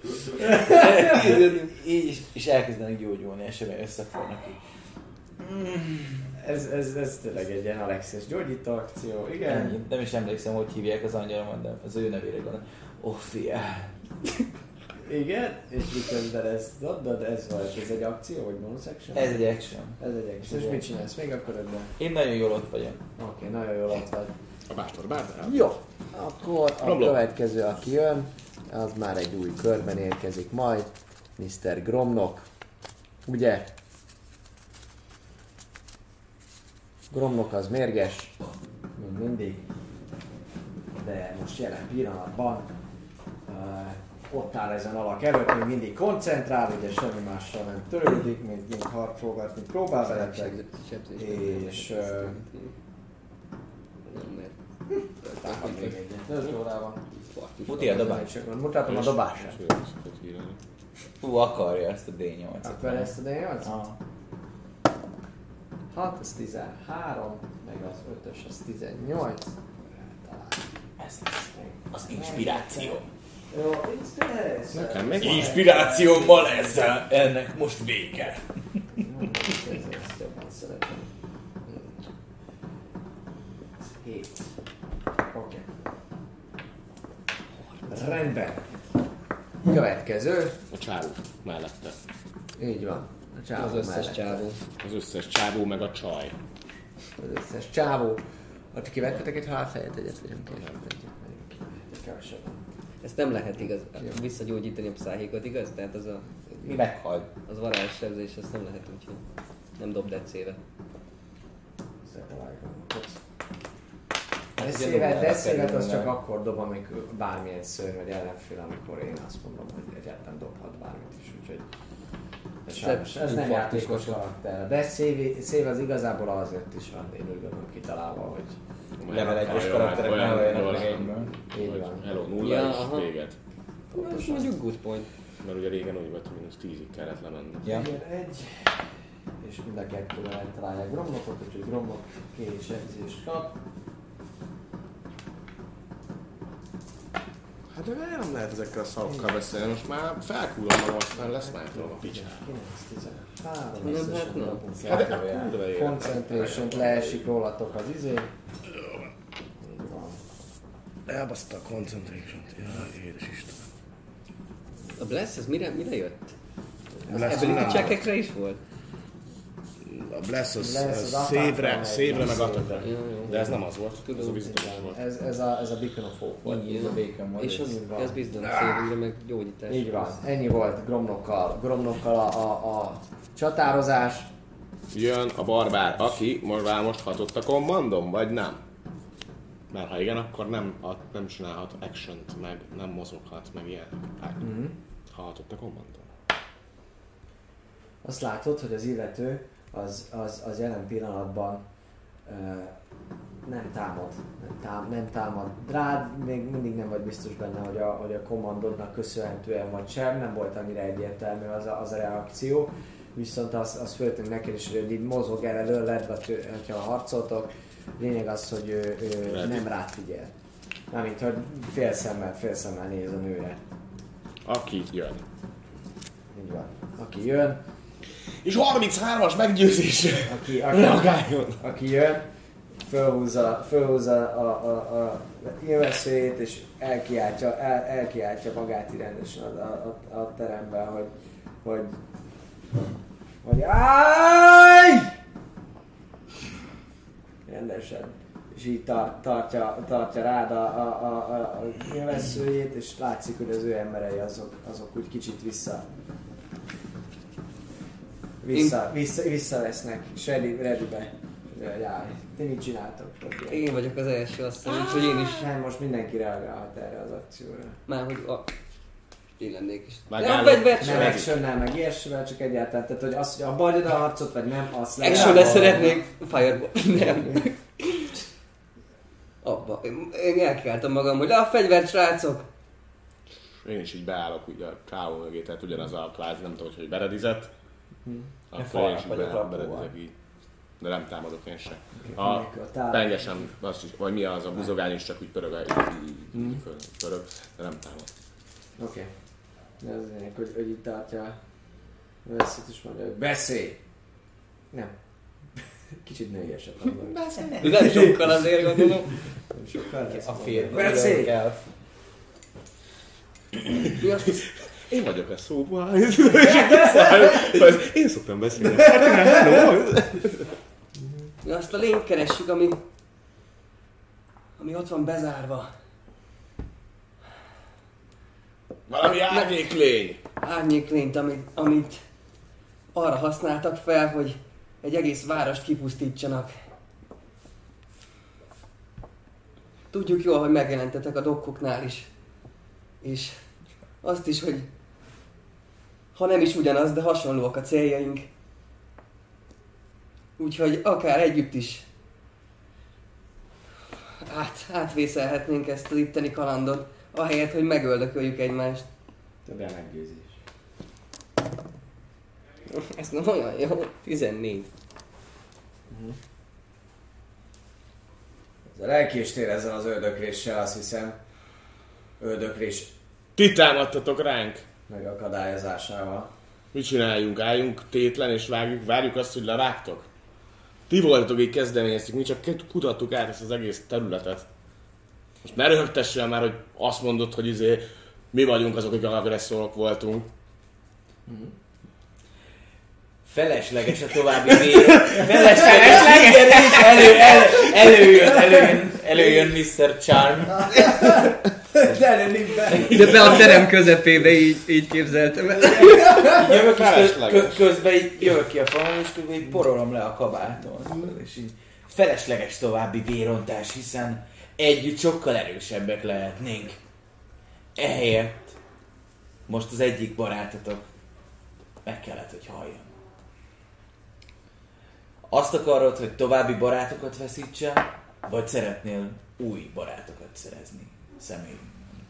Így is, és elkezdenek gyógyulni, és összefornak így. Ez, ez, ez tényleg egy ilyen Alexios gyógyító akció, igen. Ennyi. Nem is emlékszem, hogy hívják az angyalomat, de az ő nevére gondol. Ophia. Igen, és miközben ezt dobdod, ez volt, ez egy akció, vagy bonus action? Ez egy action. Ez egy action. És mit csinálsz még akkor ebben? Én nagyon jól ott vagyok. Oké, okay, nagyon jól ott vagy. A bátor bátor. Jó, akkor a Romlok. következő, aki jön, az már egy új körben érkezik majd, miszter Gromnok. Ugye? Gromnok az mérges, mint mindig, de most jelen pillanatban uh, ott áll ezen alak előtt, még mindig koncentrál, ugye semmi mással nem törődik, mint, mint harcolgat, mint próbál veletek, és uh, Nem, mert... támad még egyet. Ez jól rá van. Muti a dobás. Mutatom a dobását. Hú, akarja ezt a dé nyolcat. Akkor ezt a dé nyolc? Ah. hat, az tizenhárom, meg az ötös, az tizennyolc. Talán. Ez lesz az inspiráció. Jó, inspiráció. Nekem még Inspirációmmal ezzel, ennek most vége. Ezt jobban szeretem. hét. Oké. Okay. Rendben. Következő. A csávó mellette. Így van. A csávó Az összes mellett. csávó. Az összes csávó meg a csaj. Az összes csávó. Ott kivettetek egy halálfejet egyet, vagy nem kell? Egyet kevesebb. Ezt nem lehet igaz, visszagyógyítani a pszáhékat, igaz? Tehát az a... Mi meghal? Az varázssebzés, ezt nem lehet, úgyhogy nem dob decére. Desszévet, desszévet az csak akkor dob, amikor bármilyen szörny vagy ellenfél, amikor én azt mondom, hogy egyáltalán dobhat bármit is, úgyhogy ez, sajnos, ez nem játékos karakter. A desszév az igazából azért is van, én úgy gondolom kitalálva, hogy Level egyes karakterek ne halljanak meg egyből. így van. Hello, nulla Ja, és aha. véged. Ez mondjuk good point. Mert ugye régen úgy volt, hogy mínusz tízig kellett lemenni. Ja. Igen, egy, és mind a kettővel eltalálják Gromlokot, úgyhogy Gromlok kés edzést kap. Hát de nem lehet ezekkel a szarokkal beszélni, most már felkúrom magam, aztán lesz már a picsán. kilenc tizenhárom, Nem, összesen hát nem. kapunk Hát de kettővel. a kurva élet. Concentration leesik rólatok az izé. Így van. Elbaszta a concentration-t. Jaj, édes Isten. A Bless, ez mire, mire jött? A Bless Ability nem checkekre is volt? A Bless az, Bless az az attack-ra szévre, megy, szévre nem meg szévre. atakra. Jó, jó. De ez nem az volt, Tudom. ez a biztos Igen, volt. Ez, ez, a, ez a Beacon of Hope volt. Igen. A békön volt. És az, Így van. ez biztos szélügyre, meg gyógyítás. Így van, ennyi volt Gromnokkal, Gromnokkal a, a, a csatározás. Jön a barbár, aki most már most hatott a kommandom, vagy nem? Mert ha igen, akkor nem, nem csinálhat action-t, meg nem mozoghat, meg ilyen. Hát, Mm-hmm. ha hatott a kommandom. Azt látod, hogy az illető az, az, az jelen pillanatban uh, nem támad, nem, tám, nem támad rád, még mindig nem vagy biztos benne, hogy a, hogy a kommandodnak köszönhetően vagy sem, nem volt annyira egyértelmű az a, az a reakció, viszont az, az föltünk neked is, hogy így mozog el előled, vagy ha harcoltok, lényeg az, hogy ő, ő nem rád figyel. Mármint, hogy fél szemmel, fél szemmel néz a nőre. Aki jön. Így van. Aki jön, És harmincháromas meggyőzés! aki, aki, aki jön, fölhúzza, fölhúzza a, a, a élveszélyét, és elkiáltja, el, elkiáltja magát rendesen a, a, a teremben, hogy, hogy, hogy áj! Rendesen. És így tar, tartja, tartja rád a, a, a, a, a élveszőjét, és látszik, hogy az ő emberei azok, azok úgy kicsit vissza Vissza, vissza, visszavesznek, és ready, readybe. Jaj, ti mit csináltok? Én vagyok az első, azt hiszem, úgyhogy én is. Nem, most mindenki reagálhat erre az akcióra. Már hogy a... Én lennék is. Meg De a áll- fegyvert Nem sem. actionnel, meg ilyesmivel, csak egyáltalán. Tehát, hogy azt, hogy a bajod a harcot, vagy nem, azt Action-re szeretnék Fireball. Nem. Abba. Én elkiáltam magam, hogy le a fegyvert, srácok! Én is így beállok ugye a csávó mögé, tehát ugyanaz a kvázi, nem tudom, hogy beredizett. Akkor én is így vagyok be- lakóval. beredizek így. De nem támadok én sem. A Mindenki a tál- penge sem, azt is, vagy mi az a buzogány is csak úgy pörög, így, így, így föl- pörög, de nem támad. Oké. Okay. Ez az lényeg, hogy, hogy itt tartja. Veszít is mondja, hogy beszélj! Nem. Kicsit nőiesebb hangban. Nem sokkal azért gondolom. Nem sokkal lesz. A férfi. Beszélj! Elf. Mi azt Én vagyok a szóval. Én szoktam beszélni. Mi azt a lényt keressük, ami... ami ott van bezárva. Valami árnyéklény. Árnyéklényt, amit, amit arra használtak fel, hogy egy egész várost kipusztítsanak. Tudjuk jól, hogy megjelentetek a dokkoknál is. És azt is, hogy ha nem is ugyanaz, de hasonlóak a céljaink. Úgyhogy akár együtt is át, átvészelhetnénk ezt az itteni kalandot, ahelyett, hogy megöldököljük egymást. Többen meggyőzés. Ez nem olyan jó. tizennégy. Ez a lelkiistér ezzel az öldökléssel, azt hiszem. Öldöklés Ti támadtatok ránk. megakadályozásával. Mit csináljunk? Álljunk tétlen és vágjuk, várjuk azt, hogy levágtok? Ti voltatok, így kezdeményeztük, mi csak kutattuk át ezt az egész területet. Most ne röhögtessél már, hogy azt mondod, hogy izé, mi vagyunk azok, akik agresszorok voltunk. Felesleges a további vér. Felesleges! Elő, elő, előjön, előjön, előjön miszter Charm. Ide be a terem közepébe így, így képzeltem el. Jövök és kö, közben így jövök ki a falon, és közben így porolom le a kabáton. És így felesleges további vérontás, hiszen együtt sokkal erősebbek lehetnénk. Ehelyett most az egyik barátotok meg kellett, hogy halljon. Azt akarod, hogy további barátokat veszítsen, vagy szeretnél új barátokat szerezni személyben?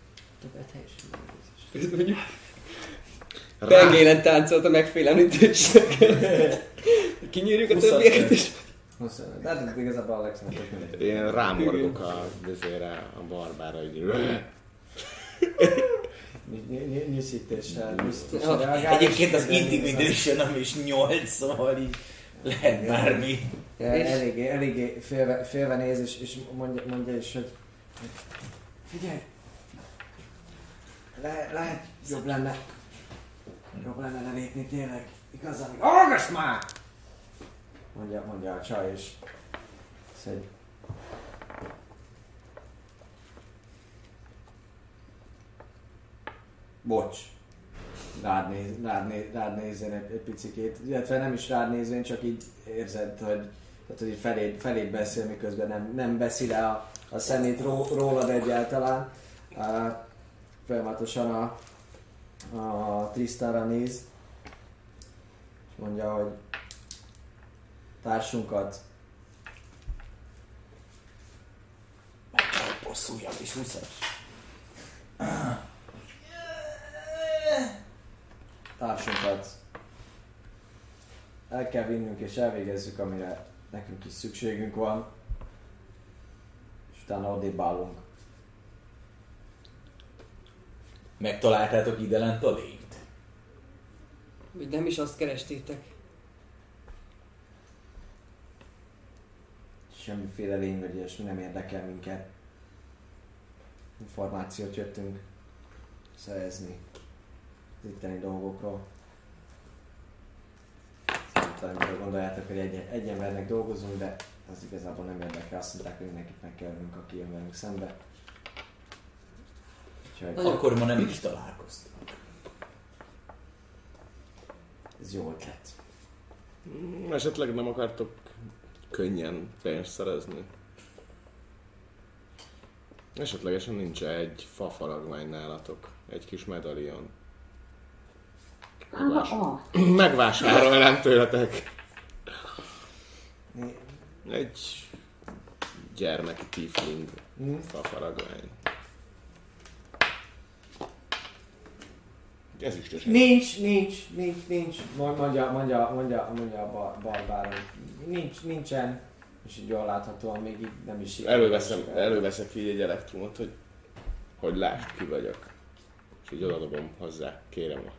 Pengélen táncolt a megfélemlítésnek. Kinyírjuk a többieket is. De hát igazából Alexnek tök mindegy. Én rámorgok a, a barbára, hogy... Nyűszítéssel. Egyébként az Intimidation is nyolc, szóval így lehet bármi. Eléggé, eléggé félve, félve néz, és, és mondja, mondja is, hogy figyelj! Le, lehet jobb lenne, jobb lenne lelépni tényleg, igazán, hallgass már! Mondja, mondja a csaj, és szedj. Bocs. Rád, néz, rád, néz, rád nézzen egy, egy picikét, illetve nem is rád nézzen, csak így érzed, hogy, tehát, hogy feléd, feléd beszél, miközben nem, nem veszi le a, a szemét ró, rólad egyáltalán. Uh, folyamatosan a, a Tristanra néz, és mondja, hogy társunkat meg kell, hogy bosszújam és húszas. társunkat el kell vinnünk és elvégezzük, amire nekünk is szükségünk van, és utána odébb állunk. Megtaláltátok ide lent a lényt? Vagy nem is azt kerestétek? Semmiféle lény vagy ilyesmi nem érdekel minket. Információt jöttünk szerezni az itteni dolgokról. Szerintem gondoljátok, hogy egy, egy embernek dolgozunk, de az igazából nem érdekel. Azt mondták, hogy mindenkit meg kell ölnünk, aki jön velünk szembe. Úgyhogy akkor ma nem is találkoztunk. Ez jó ötlet. Esetleg nem akartok könnyen pénzt szerezni? Esetlegesen nincs egy fafaragmány nálatok, egy kis medalion. Megvás- Megvásárolnám tőletek. Egy gyermeki tiefling fafaragmány. Ez is tösen. Nincs, nincs, nincs, nincs. Mondja, mondja, mondja, mondja a bar- barbáron. Nincs, nincsen. És így jól láthatóan még így nem is Előveszem, előveszek így egy elektrumot, hogy, hogy lásd, ki vagyok. És így odadobom hozzá, kérem a...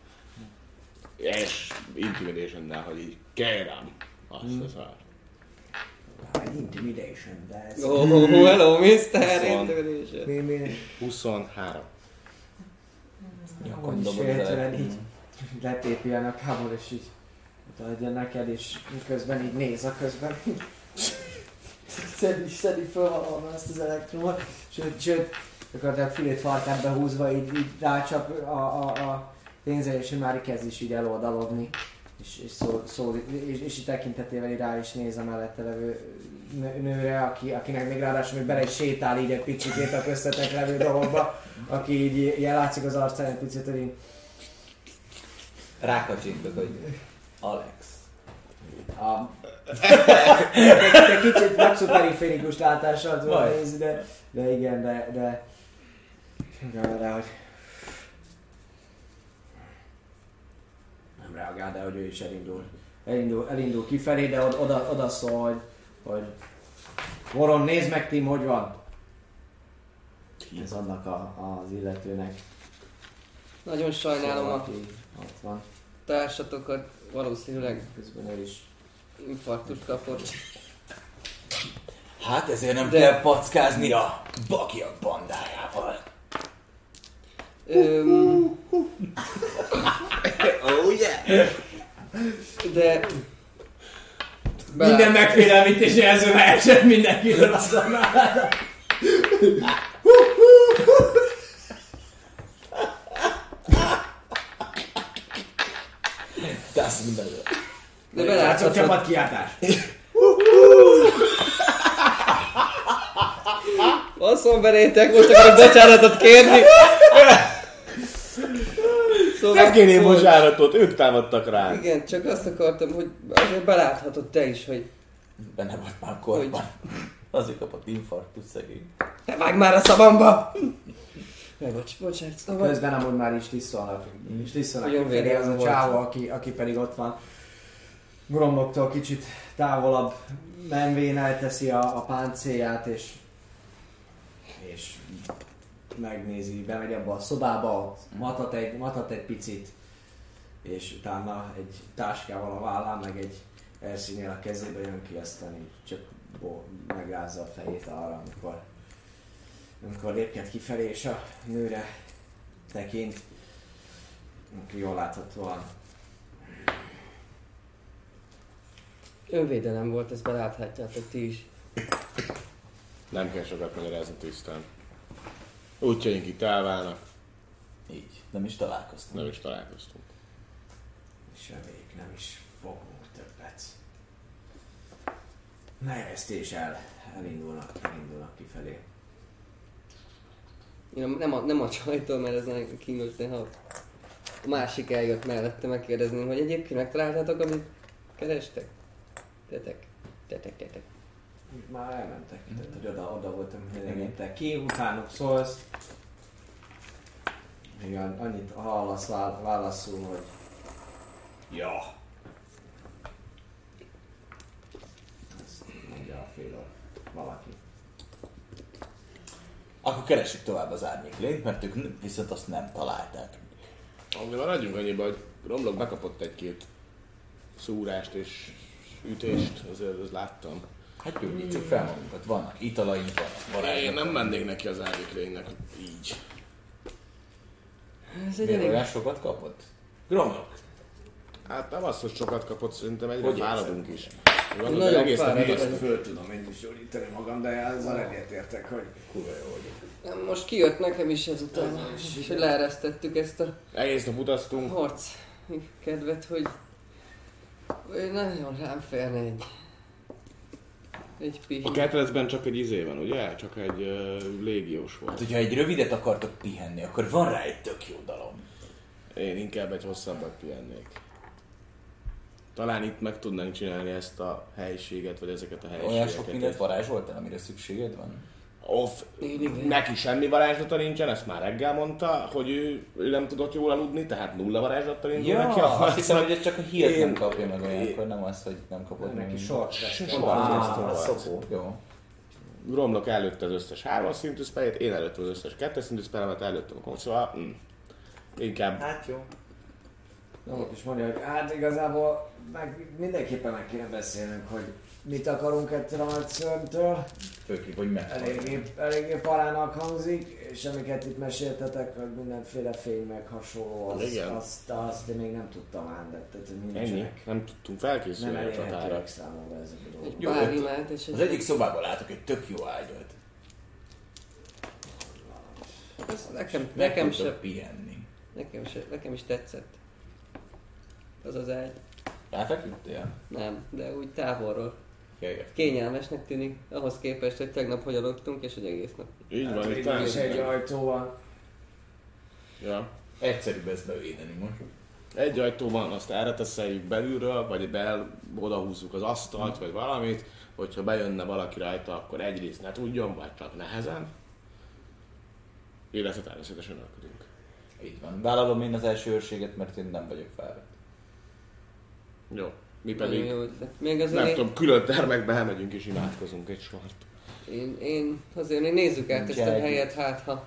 És Intimidation-nál, hogy így kérem azt hmm. az ár. Egy Intimidation, de ez... Oh, oh, oh hello, miszter Intimidation. Mi, mi? huszonhárom. Nyakon is féltelen így letépi a nyakából, és így adja neked, és miközben így néz a közben. szedi, szedi föl valahonnan ezt az elektromot, sőt, sőt, gyakorlatilag fülét farkát behúzva így, így rácsap a, a, a pénzre, és már kezd is így eloldalogni. És, és, szól, szól, és, és így tekintetével így rá is néz a mellette levő nőre, aki, akinek még ráadásul még bele is sétál így egy picit a köztetek levő dologba, aki így ilyen látszik az arcán egy picit, hogy így... Rákacsintok, hogy Alex. A... Egy kicsit maxoperiférikus látással tudom nézni, de, de igen, de... de... Nem rá, hogy... Nem reagál, de hogy ő is elindul. Elindul, elindul kifelé, de oda, oda szól, hogy... hogy... Voron, nézd meg, Tim, hogy van? Ez annak a, az illetőnek. Nagyon sajnálom, szóval, a... ott van. társatokat valószínűleg Közben el is. infarktust kapott. Hát ezért nem De- kell packázni a bakiak bandájával. Öm, Oh yeah! de... Minden megfélemlítés jelző leesett mindenkiről azonnal. Das mindenre. De Srácok, beláthatod, csapat kiáltás. basszom belétek, most akarok bocsánatot kérni. Szóval, Nem kérném hogy- bocsánatot, ők támadtak ránk. Igen, csak azt akartam, hogy azért beláthatod te is, hogy Benne volt már korban. Azért kapott infarktus szegény. ne vágj már a szavamba! Ne, bocs, bocsánat, szóval... Közben amúgy már is tisztolnak. Is tisztolnak Olyan kifelé, védelem az a volt. csávó, aki, aki pedig ott van. Gromloktól kicsit távolabb menvén elteszi a, a páncélját, és és megnézi, bemegy abba a szobába, ott matat egy, matat egy picit, és utána egy táskával a vállán, meg egy erszínél a kezébe jön ki, aztán így csak bo- megrázza a fejét arra, amikor, amikor lépked kifelé, és a nőre tekint, aki jól láthatóan. Önvédelem volt, ezt beláthatjátok ti is. Nem kell sokat magyarázni tisztán. Útjaink itt elválnak, Így. Nem is találkoztunk. nem is találkoztunk. És reméljük nem is fogunk többet. Nevezd és el, elindulnak, elindulnak kifelé. Én nem- nem a, nem a csajtól, mert ez nagyon kínos, de ha a másik eljött mellette megkérdezni, hogy egyébként megtaláltátok, amit kerestek? Tetek, tetek, tetek. Már elmentek, tehát hogy oda, oda voltam, hogy elmentek ki, utánuk szólsz. Igen, annyit hallasz vá- válaszul, hogy ja. Ezt mondja a fél valaki. Akkor keressük tovább az árnyéklényt, mert ők n- viszont azt nem találták. Ami maradjunk annyiba, hogy Romlok bekapott egy-két szúrást és ütést, azért azt láttam. Hát gyógyítsuk fel magunkat, vannak italaink, vannak varázslatok. Én nem mennék neki az árnyéklénynek így. Ez egy Miért elég... olyan sokat kapott? Gromlok. Hát nem az, hogy sokat kapott, szerintem egyre Hogy fáradunk is. Gondolom, Nagyon hogy egész nap fáradt ügyeztünk. vagyok. Föl tudom én is gyógyítani magam, de ezzel egyetértek, hogy kurva jó vagyok. Most kijött nekem is ezután, és hogy leeresztettük ezt a Egész nap utaztunk. harc kedvet, hogy hogy nagyon rám férne egy egy A pihi. ketrecben csak egy izé van, ugye? Csak egy uh, légiós Hát, volt. hogyha egy rövidet akartok pihenni, akkor van rá egy tök jó dalom. Én inkább egy hosszabbat pihennék. Talán itt meg tudnánk csinálni ezt a helyiséget, vagy ezeket a helyiségeket. Olyan sok mindent varázsoltál, amire szükséged van? Off, Én igen. neki semmi varázslata nincsen, ezt már reggel mondta, hogy ő, ő nem tudott jól aludni, tehát nulla varázslattal indul Ja, neki. azt hiszem, hogy ez csak a hírt Én- nem kapja meg olyankor, nem az, hogy nem kapod meg. Neki sort Sort Ah, vesztett. szopó. Jó. Romlok előtte az összes hármas szintű spelljét, én előttem az összes kettes szintű spellemet, előttem a komp, szóval mm, inkább Hát jó. Náluk is mondja, hogy hát igazából meg, mindenképpen meg kéne beszélnünk, hogy mit akarunk ettől a nagyszörnytől. Főképp, hogy meg. Eléggé, eléggé parának hangzik, és amiket itt meséltetek, hogy mindenféle fény meg hasonló, az, Igen. azt, azt én még nem tudtam ám, de tehát, hogy ennyi. nincsenek. Nem tudtunk Nem felkészülni a csatára. elérhetőek számomra ezek a dolgok. Egy Jó, pár öt. imád, és Az egy... egyik szobában látok egy tök jó ágyat. Ez nekem, Meg nekem tudtok se, pihenni. nekem se, nekem is tetszett. Az az ágy. Ráfeküdtél? Nem, de úgy távolról. Ja, értem. Kényelmesnek tűnik, ahhoz képest, hogy tegnap hogy aludtunk, és hogy egész nap. Így Hát, van, hogy itt itt is egy nem. ajtó van. Ja. Egyszerűbb ezt bevédeni most. Egy ajtó van, azt erre teszeljük belülről, vagy be odahúzzuk az asztalt, vagy valamit, hogyha bejönne valaki rajta, akkor egyrészt ne tudjon, vagy csak nehezen. Illetve természetesen ölködünk. Így van. Vállalom én az első őrséget, mert én nem vagyok fáradt. Jó. Mi Nagyon pedig, jó ötlet. Még azért nem én, tudom, külön termekbe elmegyünk és imádkozunk egy sort. én, én, azért én nézzük át Nincs ezt a egy- helyet, hát ha Hm?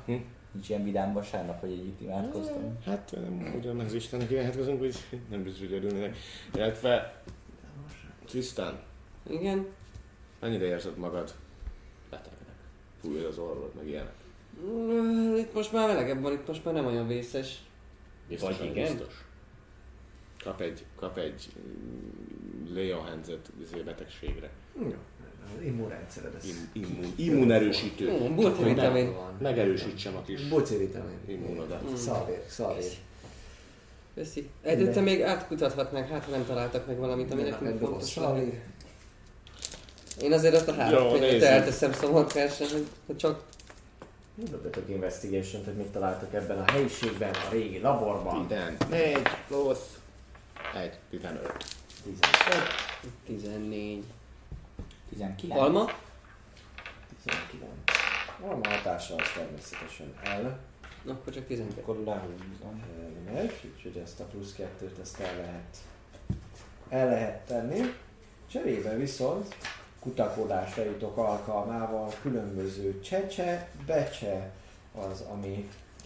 Nincs ilyen vidám vasárnap, hogy egy itt imádkoztam. Hát nem ugyan az Istennek imádkozunk, hogy nem biztos, hogy örülnének. Illetve Tristan, Igen. mennyire érzed magad betegnek? Fújod az orrod, meg ilyenek. Mm, Itt most már melegebb van, itt most már nem olyan vészes. Biztos, Vagy igen? biztos. Kap egy, kap egy mm, Leo Hanset betegségre. Jó. Az immunrendszered ez. Im, immun, immunerősítő. Mm, multivitamin. Megerősítsem a kis Buci vitamin. immunodat. Szavér, szavér. Köszi. Egyébként még átkutathatnánk, hát ha nem találtak meg valamit, ami nekünk fontos lehet. Szavér. Én azért azt a három Jó, könyvet nézzük. elteszem szomorkásra, hogy hogy csak Dobjatok investigation-t, hogy mit találtak ebben a helyiségben, a régi laborban. tizennégy plusz egy, tizenöt. tizenöt, tizennégy. tizenkilenc. Alma? tizenkilenc. Alma hatása az természetesen el. Akkor csak tizenkettő. Akkor lehúzom. Meg, úgyhogy ezt a plusz kettőt ezt el lehet, el lehet tenni. Cserébe viszont kutakodásra jutok alkalmával különböző csecse, becse az, ami...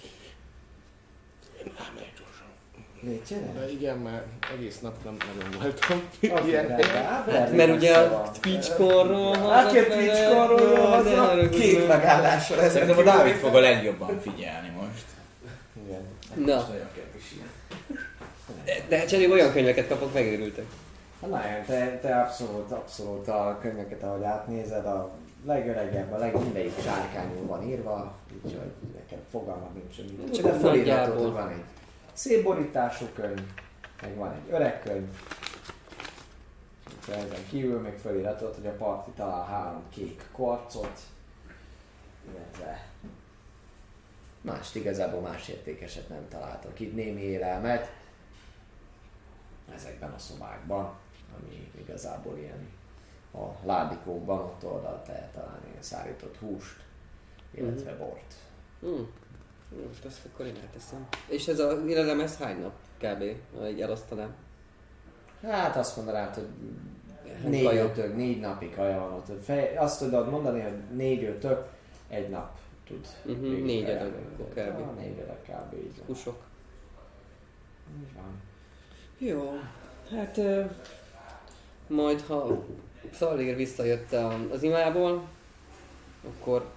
Elmegyek gyorsan. Légy De igen, már egész nap nem nagyon voltam. Az Ilyen. rendben, Mert ugye a Twitch-korról Hát jött Twitch-korról haza, két megállással ezen Szerintem a Dávid fog a legjobban figyelni most. Igen. Na. Nagyon kedves ilyen. De cserébe olyan könyveket kapok, megőrültek. Hát nagyon, te, te abszolút, abszolút a könyveket, ahogy átnézed, a legöregebb, a leg mindegyik zsárkányul van írva, úgyhogy neked fogalmad nincs, hogy mit. Csak De fölírhatod, nagyjából. hogy van egy szép borítású könyv, meg van egy öreg könyv. Úgyhogy ezen kívül még fölírhatod, hogy a parti talál három kék kvarcot, illetve mást igazából más értékeset nem találtak. Itt némi élelmet ezekben a szobákban, ami igazából ilyen a ládikókban, ott oldalt lehet találni ilyen szárított húst, illetve Mhm. bort. Hmm. Most azt akkor én elteszem. És ez a élelem, ez hány nap kb. Ha így elosztanám? Hát azt mondanád, hogy Hát négy kaja. ötök, négy napi kaja van ott. Fej, azt tudod mondani, hogy négy ötök, egy nap tud. Mhm, végig négy kajálni. adag, akkor kb. Ah, négy adag kb. Így van. Húsok. Így van. Jó, hát ö, majd ha Szallér visszajött a- az imából, akkor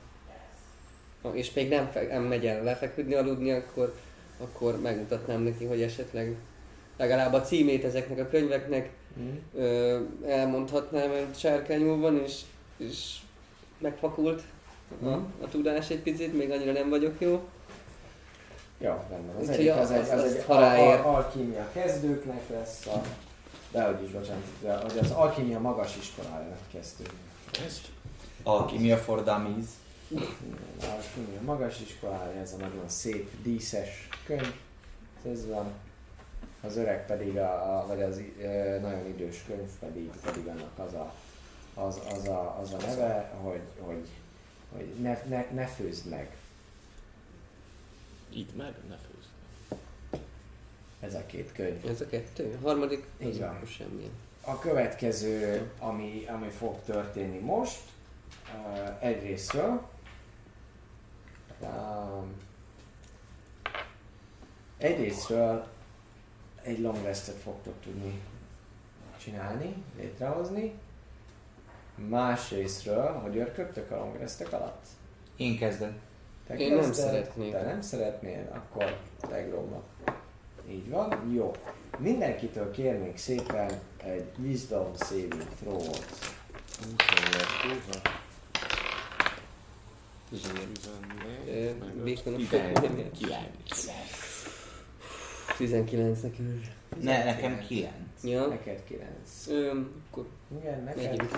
és még nem, fe, nem megy el lefeküdni, aludni, akkor, akkor megmutatnám neki, hogy esetleg legalább a címét ezeknek a könyveknek Mm. ö, elmondhatnám, hogy sárkányul van, és, és megfakult a, a tudás egy picit, még annyira nem vagyok jó. Jó, rendben. Az Úgyhogy egyik az, az- egy, az azt egy ha al- ráér. al- alkímia kezdőknek lesz a... Dehogy is, bocsánat, de hogy az alkímia magas iskolájának kezdődik. Alchemia for Dummies. Az alkímia magas iskolája, ez a nagyon szép, díszes könyv. Ez van. Az öreg pedig, a, a, vagy az e, nagyon idős könyv pedig, pedig annak az a, az, az a, az a neve, hogy, hogy, hogy ne, ne, ne főzd meg. Itt meg, ne főzz. Ez a két könyv. Ez a kettő. A harmadik, Így az van. akkor semmilyen. A következő, ami, ami fog történni most, uh, egyrésztről, um, egyrésztről egy long restet fogtok tudni csinálni, létrehozni, másrésztről, hogy örködtök a long restek alatt. Én kezdem. Te Én nem kezded, szeretnék. Te nem szeretnél, akkor tegromnak. Így van, jó. Mindenkitől kérnék szépen egy Wisdom Saving Throw-ot. Ö, Békon a tizenkilenc. tizenkilenc nekünk. Ne, nekem kilenc. Ja. Neked kilenc. Ö, akkor Igen, neked megyünk.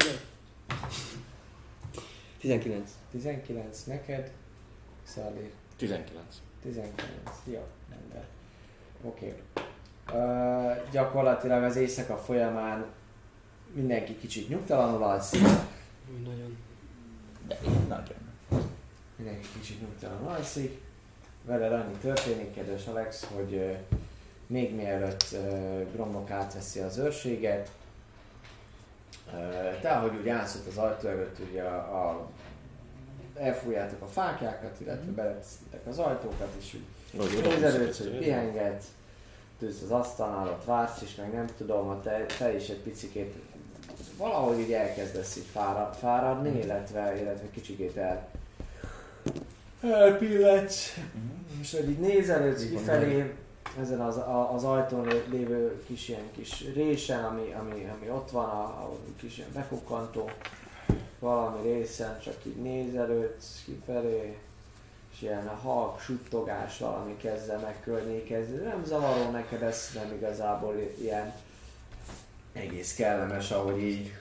tizenkilenc. tizenkilenc, neked Szali tizenkilenc. tizenkilenc. Jó, rendben. Oké. Okay. Gyakorlatilag az éjszaka folyamán mindenki kicsit nyugtalanul alszik. Nagyon. De én nagyon. Mindenki kicsit nyugtalanul alszik. Veled annyi történik, kedves Alex, hogy uh, még mielőtt uh, Gromlok átveszi az őrséget, uh, te ahogy úgy állsz ott az ajtó előtt, ugye a, a elfújjátok a fákjákat, illetve beleteszitek az ajtókat, és úgy nézelődsz, hogy pihengetsz, tűz az asztalnál, ott vársz is, meg nem tudom, hogy te, te is egy picikét valahogy így elkezdesz így fárad, fáradni, illetve, illetve kicsikét el elpilletsz, és hogy így nézelődsz kifelé, ezen az, a, az ajtón lévő kis ilyen kis résen, ami, ami, ami ott van, a, a kis ilyen befukkantó valami részen, csak így nézelődsz kifelé, és ilyen a halk suttogás valami kezdve megkörnyékezni. Nem zavaró neked, ez nem igazából ilyen egész kellemes, ahogy így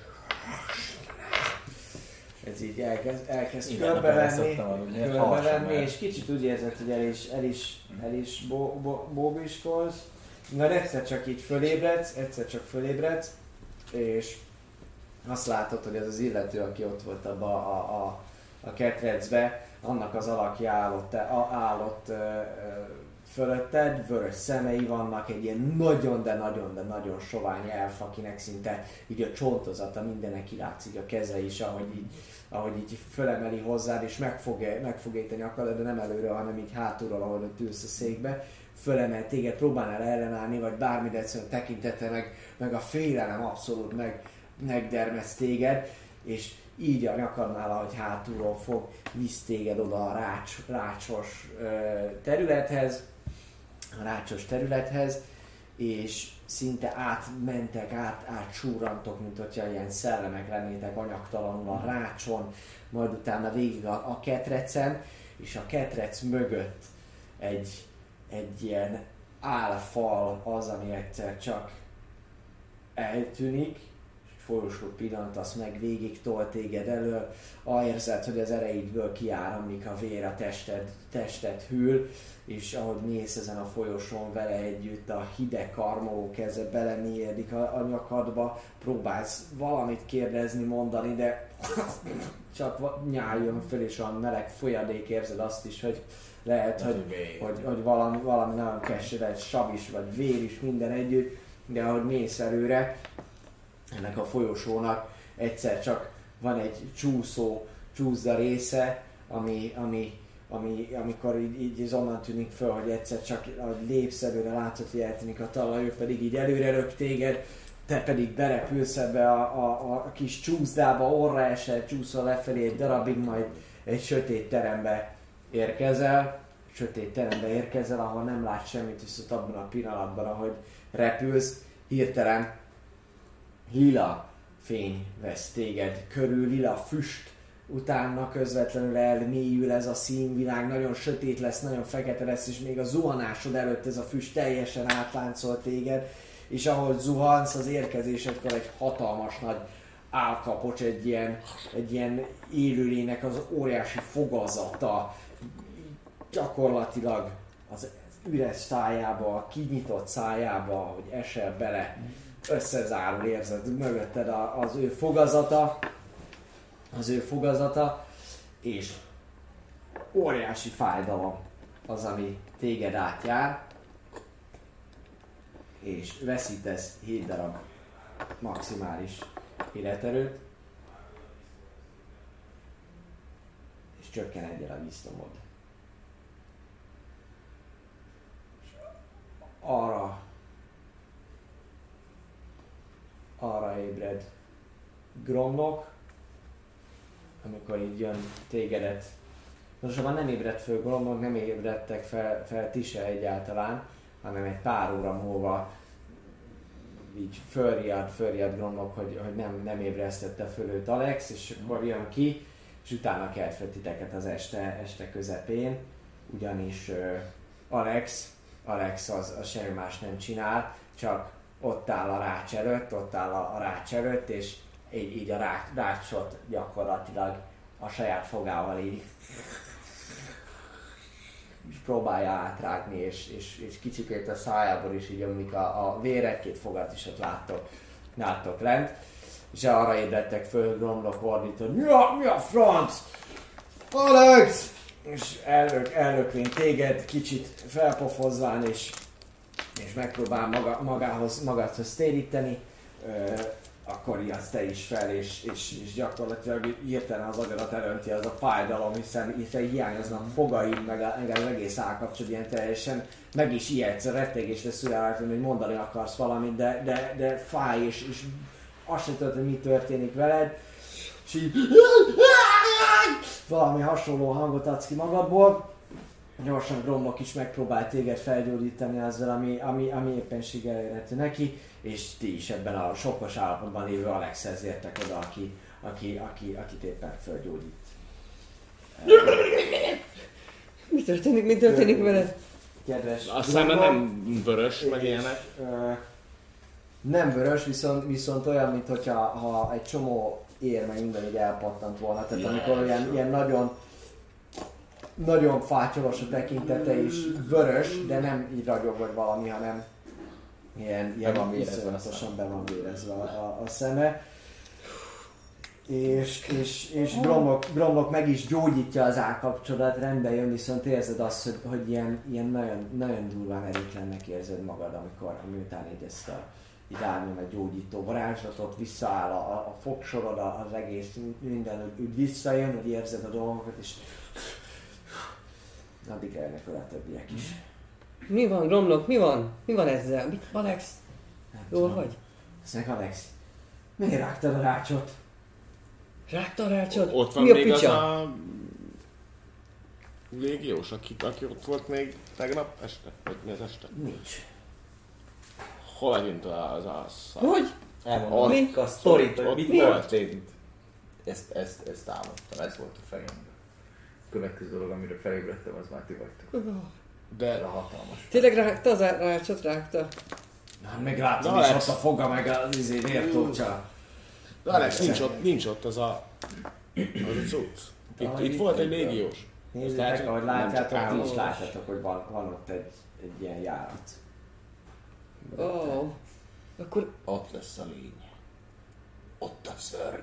ez így elkezd, elkezd körbevenni, körbevenni és kicsit úgy érzed, hogy el is, el is, el is bó, bó, bóbiskolsz. Majd egyszer csak így fölébredsz, egyszer csak fölébredsz, és azt látod, hogy ez az illető, aki ott volt abba a, a, a ketrecbe, annak az alakja állott, állott ö, ö, fölötted, vörös szemei vannak, egy ilyen nagyon, de nagyon, de nagyon sovány elf, akinek szinte így a csontozata mindenek kilátszik, a keze is, ahogy így, ahogy így fölemeli hozzád, és meg fog, meg fog ejteni akar, de nem előre, hanem így hátulról, ahogy ott ülsz a székbe. Fölemel téged, próbálnál ellenállni, vagy bármit, egyszerűen tekintete, meg, meg a félelem abszolút meg, megdermesz téged, és így a nyakadnál, ahogy hátulról fog, visz téged oda a rács, rácsos ö, területhez, a rácsos területhez, és szinte átmentek, át, átsúrantok, mint hogyha ilyen szellemek lennétek anyagtalanul a rácson, majd utána végig a, a ketrecen, és a ketrec mögött egy, egy ilyen álfal az, ami egyszer csak eltűnik, folyosó pillantasz meg, végig tol téged elől, ah, érzed, hogy az ereidből kiáramlik a vér, a tested, tested hűl, és ahogy mész ezen a folyosón vele együtt, a hideg karmoló keze belemélyedik a, a nyakadba, próbálsz valamit kérdezni, mondani, de csak nyál jön föl, és a meleg folyadék, érzed azt is, hogy lehet, hogy, hogy, hogy valami, valami nagyon keserett sav is, vagy vér is, minden együtt, de ahogy mész előre, ennek a folyosónak egyszer csak van egy csúszó, csúszda része, ami, ami, ami, amikor így, így onnan tűnik föl, hogy egyszer csak lépsz előre, látod, hogy eltűnik a talaj, ő pedig így előre rög téged, te pedig berepülsz ebbe a, a, a kis csúszdába, orra esel, csúszol lefelé egy darabig, majd egy sötét terembe érkezel, sötét terembe érkezel, ahol nem látsz semmit, viszont abban a pillanatban, ahogy repülsz, hirtelen lila fény vesz téged körül, lila füst, utána közvetlenül elmélyül ez a színvilág, nagyon sötét lesz, nagyon fekete lesz, és még a zuhanásod előtt ez a füst teljesen átláncol téged, és ahogy zuhansz, az érkezésedkor egy hatalmas nagy álkapocs, egy ilyen, egy ilyen élőlénynek az óriási fogazata, gyakorlatilag az üres szájába, a kinyitott szájába, hogy esel bele, összezárul, érzed mögötted a, az ő fogazata, az ő fogazata, és óriási fájdalom az, ami téged átjár, és veszítesz hét darab maximális életerőt, és csökken egyel a wisdomod. Arra arra ébred Gromnok, amikor így jön tégedet. Mostában nem ébredt föl Gromnok, nem ébredtek fel, fel ti se egyáltalán, hanem egy pár óra múlva így fölriad, fölriad Gromnok, hogy, hogy nem, nem ébresztette föl őt Alex, és akkor jön ki, és utána kelt fel titeket az este, este közepén, ugyanis uh, Alex, Alex az, az semmi más nem csinál, csak ott áll a rács előtt, ott áll a, a rács előtt, és így, így a rács, rácsot gyakorlatilag a saját fogával így és próbálja átrágni, és, és, és kicsikét a szájából is így ömlik a, a vér, egy-két fogat is ott láttok, láttok lent, és arra ébredtek föl, Gromnok ordít, hogy mi a, mi a franc? Alex! És ellök, ellökvén téged, kicsit felpofozván, és és megpróbál maga, magához, magadhoz téríteni. akkor ijedsz te is fel, és, és, és gyakorlatilag hirtelen az agyadat elönti az a fájdalom, hiszen, hiszen hiányoznak fogaid, meg, a, meg az egész állkapcsolat ilyen teljesen, meg is ijedsz, a rettegés vesző el, hogy mondani akarsz valamit, de, de, de fáj, és, és azt sem tudod, hogy mi történik veled, és így valami hasonló hangot adsz ki magadból. Gyorsan Gromlok is megpróbál téged felgyógyítani azzal, ami, ami, ami éppenséggel elérhető neki, és ti is ebben a sokkos állapotban lévő Alexhez értek oda, aki, aki, aki, akit éppen felgyógyít. Mi történik, mi történik veled? Kedves A szeme nem vörös, meg ilyenek. Ö, nem vörös, viszont, viszont olyan, mint hogyha ha egy csomó érme minden így elpattant volna. Tehát amikor ilyen, ilyen nagyon nagyon fátyolos a tekintete és vörös, de nem így ragyog vagy valami, hanem ilyen, ilyen viszonyatosan be van vérezve a, a, a szeme. És, és, és Gromlok, Gromlok meg is gyógyítja az állkapcsolat, rendben jön, viszont érzed azt, hogy, hogy ilyen, ilyen nagyon, nagyon durván erőtlennek érzed magad, amikor miután így ezt a idárnyom egy gyógyító varázslatot, visszaáll a, a fogsorod, az egész minden úgy visszajön, hogy érzed a dolgokat, és addig elnek vele többiek is. Mi van, Gromlok? Mi van? Mi van ezzel? Mit, Alex? Jól vagy? Azt mondja, Alex, miért rágtad a rácsot? Rágta a rácsot? Ott van Mi a még az picsa? a légiós, aki, aki ott volt még tegnap este? Vagy mi az este? Nincs. Hol egyint az a szar? Hogy? Elmondom Mi? a sztorit, hogy Ott mit mi? történt. Ezt, ezt, ezt álmodtam, ez volt a fejemben. A következő dolog, amire felébredtem, az már ti vagytok. De Ez a hatalmas. Tényleg rágta az á- rácsot? Rágta? Na, meg látom Na, is Alex. ott a foga, meg az izé vértócsa. De Alex, nincs ott, nincs ott az a... az a cucc. Itt, itt volt egy légiós. Nézzétek, ahogy nem csak látjátok, ti álmos. is látjátok, hogy van, van ott egy, egy ilyen járat. Ó. Oh. Akkor Ott lesz a lény. Ott a szörny.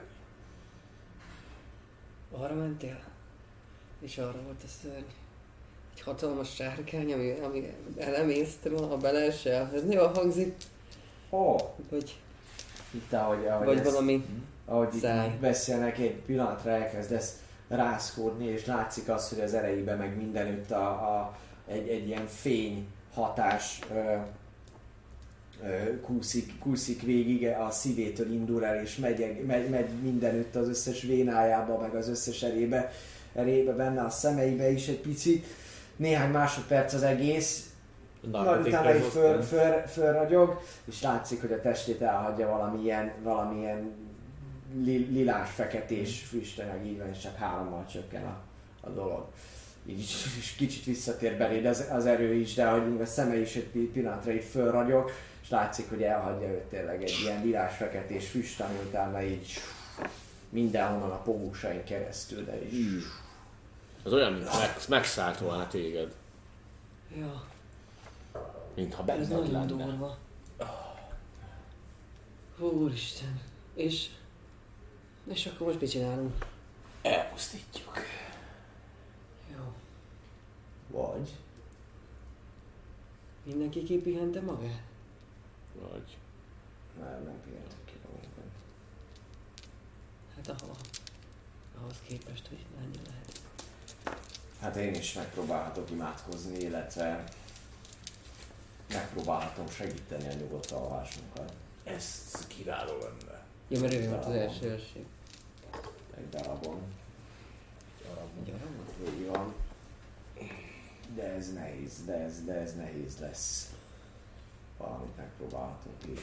arra mentél? És arra volt a szörny. Egy hatalmas sárkány, ami, ami elemészte róla, ha beleesel. Ez jól hangzik. Ó, oh, Vagy, itt ahogy, ahogy, vagy ezt, valami ahogy itt száj. beszélnek, egy pillanatra elkezdesz rászkódni, és látszik az, hogy az erejében meg mindenütt a, a, egy, egy ilyen fény hatás ö, ö, kúszik, kúszik végig, a szívétől indul el, és megy, megy, megy mindenütt az összes vénájába, meg az összes erébe, erébe benne, a szemeibe is egy pici. Néhány másodperc az egész, majd utána így föl, föl, fölragyog, és látszik, hogy a testét elhagyja valamilyen, valamilyen li, lilás, feketés füstanyag, így van, és csak hárommal csökken a, a dolog. Így is kicsit visszatér beléd az, az erő is, de ahogy a szeme is egy pillanatra így fölragyog, és látszik, hogy elhagyja őt tényleg egy ilyen lilás, feketés füst, ami utána így mindenhonnan a pógusain keresztül, de is. Az olyan, mint meg, megszállt volna téged. Ja, Mintha ez benned nagyon lenne. durva. Úristen. És... És akkor most mit csinálunk? Elpusztítjuk. Jó. Vagy? Mindenki kipihente magát? Vagy... Nem, nem pihentek ki magunkat. Hát ahol. Ahhoz képest, hogy mennyi lehet. Hát én is megpróbálhatok imádkozni, illetve megpróbálhatom segíteni a nyugodt alvásunkat. Ez kiváló lenne. Jó, mert ő volt az első őrség. Egy darabon. Gyarabban? Így van. De ez nehéz, de ez, de ez nehéz lesz. Valamit megpróbálhatunk így.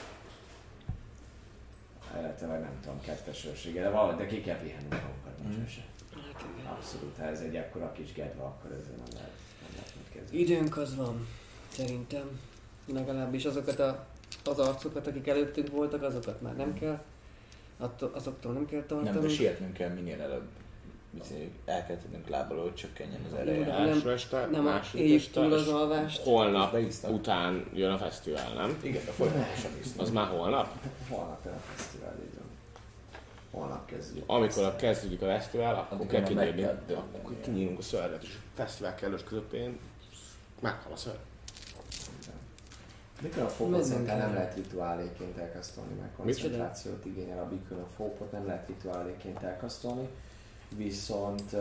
Illetve nem tudom, kettes őrsége, de valahogy, de ki kell pihenni magunkat, nincs mm. se. Hát igen. Abszolút, ha ez egy akkora kis gedve, akkor ezzel nem lehet, nem lehet mit kezdeni. Időnk az van, szerintem. Legalábbis azokat a, az arcokat, akik előttünk voltak, azokat már nem kell. Attól, azoktól nem kell tartani. Nem, de sietnünk kell minél előbb. Bizony, el kell tudnunk lábbal, hogy csökkenjen az ereje. Nem, Első este, nem második éljük este, túl az és alvást. holnap Beíztam. után jön a fesztivál, nem? Igen, de folyamatosan Az isztunk. már holnap? Holnap jön a fesztivál, így van. Holnap kezdjük. Amikor a kezdődik a fesztivál, akkor Addig kell már meg kinyírni, kell dönteni. akkor kinyírunk a szörvet, és a fesztivál kellős közepén meghal a szörv. Beacon of Hope-ot szerintem nem lehet rituáléként elkasztolni, mert koncentrációt igényel a Beacon of Hope-ot, nem lehet rituáléként elkasztolni. Viszont,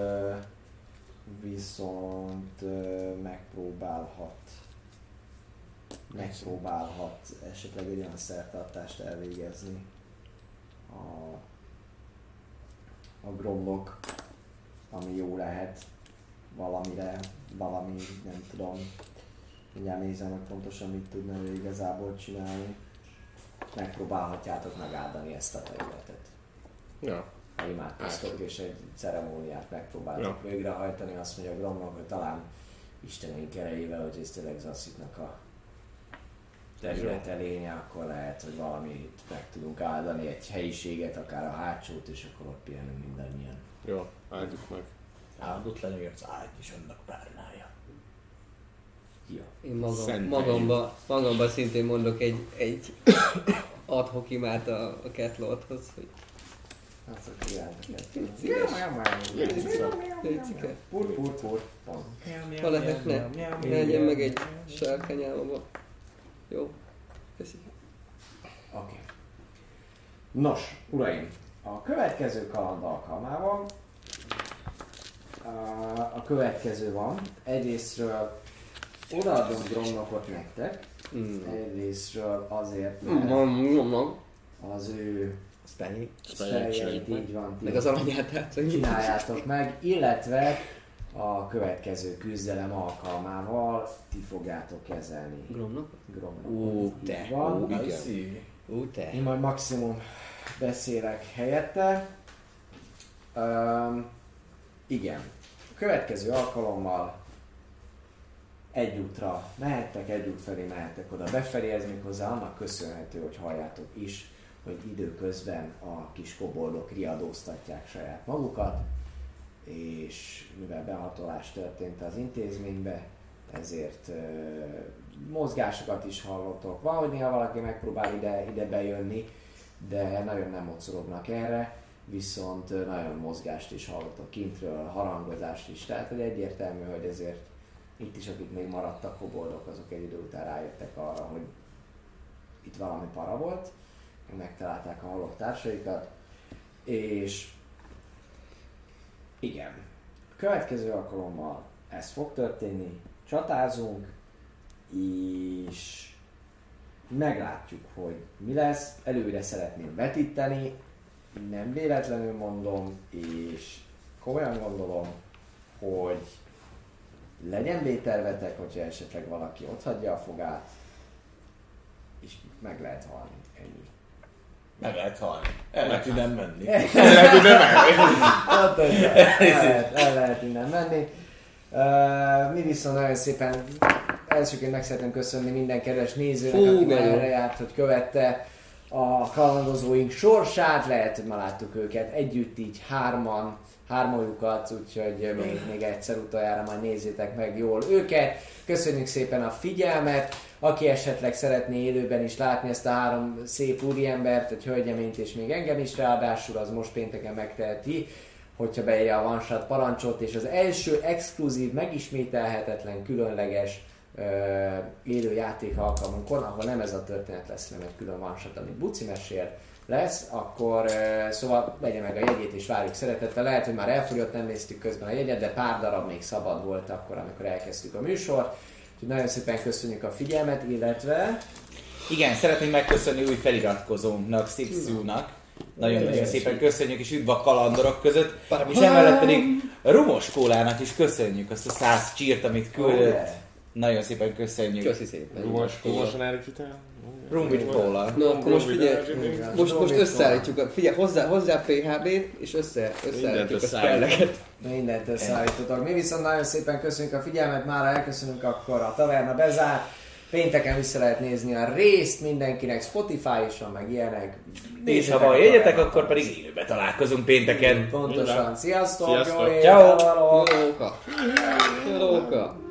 viszont megpróbálhat, megpróbálhat esetleg egy olyan szertartást elvégezni a, a Gromlok, ami jó lehet valamire, valami, nem tudom, mindjárt nézem, hogy pontosan mit tudna ő igazából csinálni. Megpróbálhatjátok megáldani ezt a területet. Ja. Ha imádkoztok és egy ceremóniát megpróbáltok ja. végrehajtani, azt mondja a Gromnak, hogy talán isteneink erejével, hogy ez tényleg Zasszitnak a területe lénye, akkor lehet, hogy valamit meg tudunk áldani, egy helyiséget, akár a hátsót, és akkor ott pihenünk mindannyian. Jó, áldjuk meg. Áldott lenyűgött az ágy is annak párnája. Ja. Én magam, Szent magamba, magamba szintén mondok egy, egy ad-hoc imát a, a Catlordhoz, hogy Hát akkor irányokat. létszik-e? Pur, pur, pur. Pont. Ha lehetne, legyen meg egy sárkányálmaba. Jó, köszi. Oké. Nos, uraim, a következő kaland alkalmával a következő van. Egyrésztről odaadom Gromnokot nektek, Mm. egyrésztről azért, Mm, mert mm, az ő Spelljék. spelljeit így van, ti Meg az aranyát átszoljuk. csináljátok meg, illetve a következő küzdelem alkalmával ti fogjátok kezelni Gromnak? Gromnokot. Ó, Így te. van. Ó, igen. Ó, te. Én majd maximum beszélek helyette. Um, igen. A következő alkalommal egy útra mehettek, egy út felé mehettek oda befelé, ez méghozzá annak köszönhető, hogy halljátok is, hogy időközben a kis koboldok riadóztatják saját magukat, és mivel behatolás történt az intézménybe, ezért uh, mozgásokat is hallottok. Van, hogy néha valaki megpróbál ide, ide bejönni, de nagyon nem mocorognak erre, viszont uh, nagyon mozgást is hallottok kintről, harangozást is, tehát hogy egyértelmű, hogy ezért itt is, akik még maradtak koboldok, azok egy idő után rájöttek arra, hogy itt valami para volt, megtalálták a halott társaikat, és igen, a következő alkalommal ez fog történni, csatázunk, és meglátjuk, hogy mi lesz, előre szeretném vetíteni, nem véletlenül mondom, és komolyan gondolom, hogy legyen B-tervetek, hogyha esetleg valaki otthagyja a fogát, és meg lehet halni, ennyi. Meg lehet halni. El lehet innen menni. El lehet innen menni. El lehet, el lehet innen menni. Uh, mi viszont nagyon szépen elsőként meg szeretném köszönni minden kedves nézőnek, Fú, aki már nagyon. erre járt, hogy követte a kalandozóink sorsát. Lehet, hogy ma láttuk őket együtt így hárman, hármójukat, úgyhogy még, még egyszer utoljára majd nézzétek meg jól őket. Köszönjük szépen a figyelmet! Aki esetleg szeretné élőben is látni ezt a három szép úriembert, egy hölgyeményt és még engem is ráadásul, az most pénteken megteheti, hogyha beírja a One Shot parancsot, és az első exkluzív, megismételhetetlen, különleges uh, élő játék alkalmunkon, ahol nem ez a történet lesz, hanem egy külön One Shot, amit Buci mesél lesz, akkor uh, szóval vegye meg a jegyét és várjuk szeretettel. Lehet, hogy már elfogyott, nem néztük közben a jegyet, de pár darab még szabad volt akkor, amikor elkezdtük a műsort. Úgyhogy nagyon szépen köszönjük a figyelmet, illetve... Igen, szeretnénk megköszönni új feliratkozónknak, Sixu-nak. Nagyon-nagyon szépen köszönjük, és üdv a kalandorok között. És emellett pedig Rumos Kólának is köszönjük azt a száz csírt, amit küldött. Nagyon szépen köszönjük. Köszi szépen. Rumosan elküldtem? Rum with Cola. Na akkor most figyelj, most, most összeállítjuk a, figyelj, hozzá, hozzá a pé há bét, és össze, összeállítjuk a spelleket. Mindent összeállítotok. Mi viszont nagyon szépen köszönjük a figyelmet, mára elköszönünk, akkor a taverna bezár. Pénteken vissza lehet nézni a részt mindenkinek, Spotify-on, meg ilyenek. És ha van jegyetek, akkor pedig élőben találkozunk pénteken. Pontosan. Sziasztok! Sziasztok. Jó Ciao. éjjel való! Lóka! Lóka!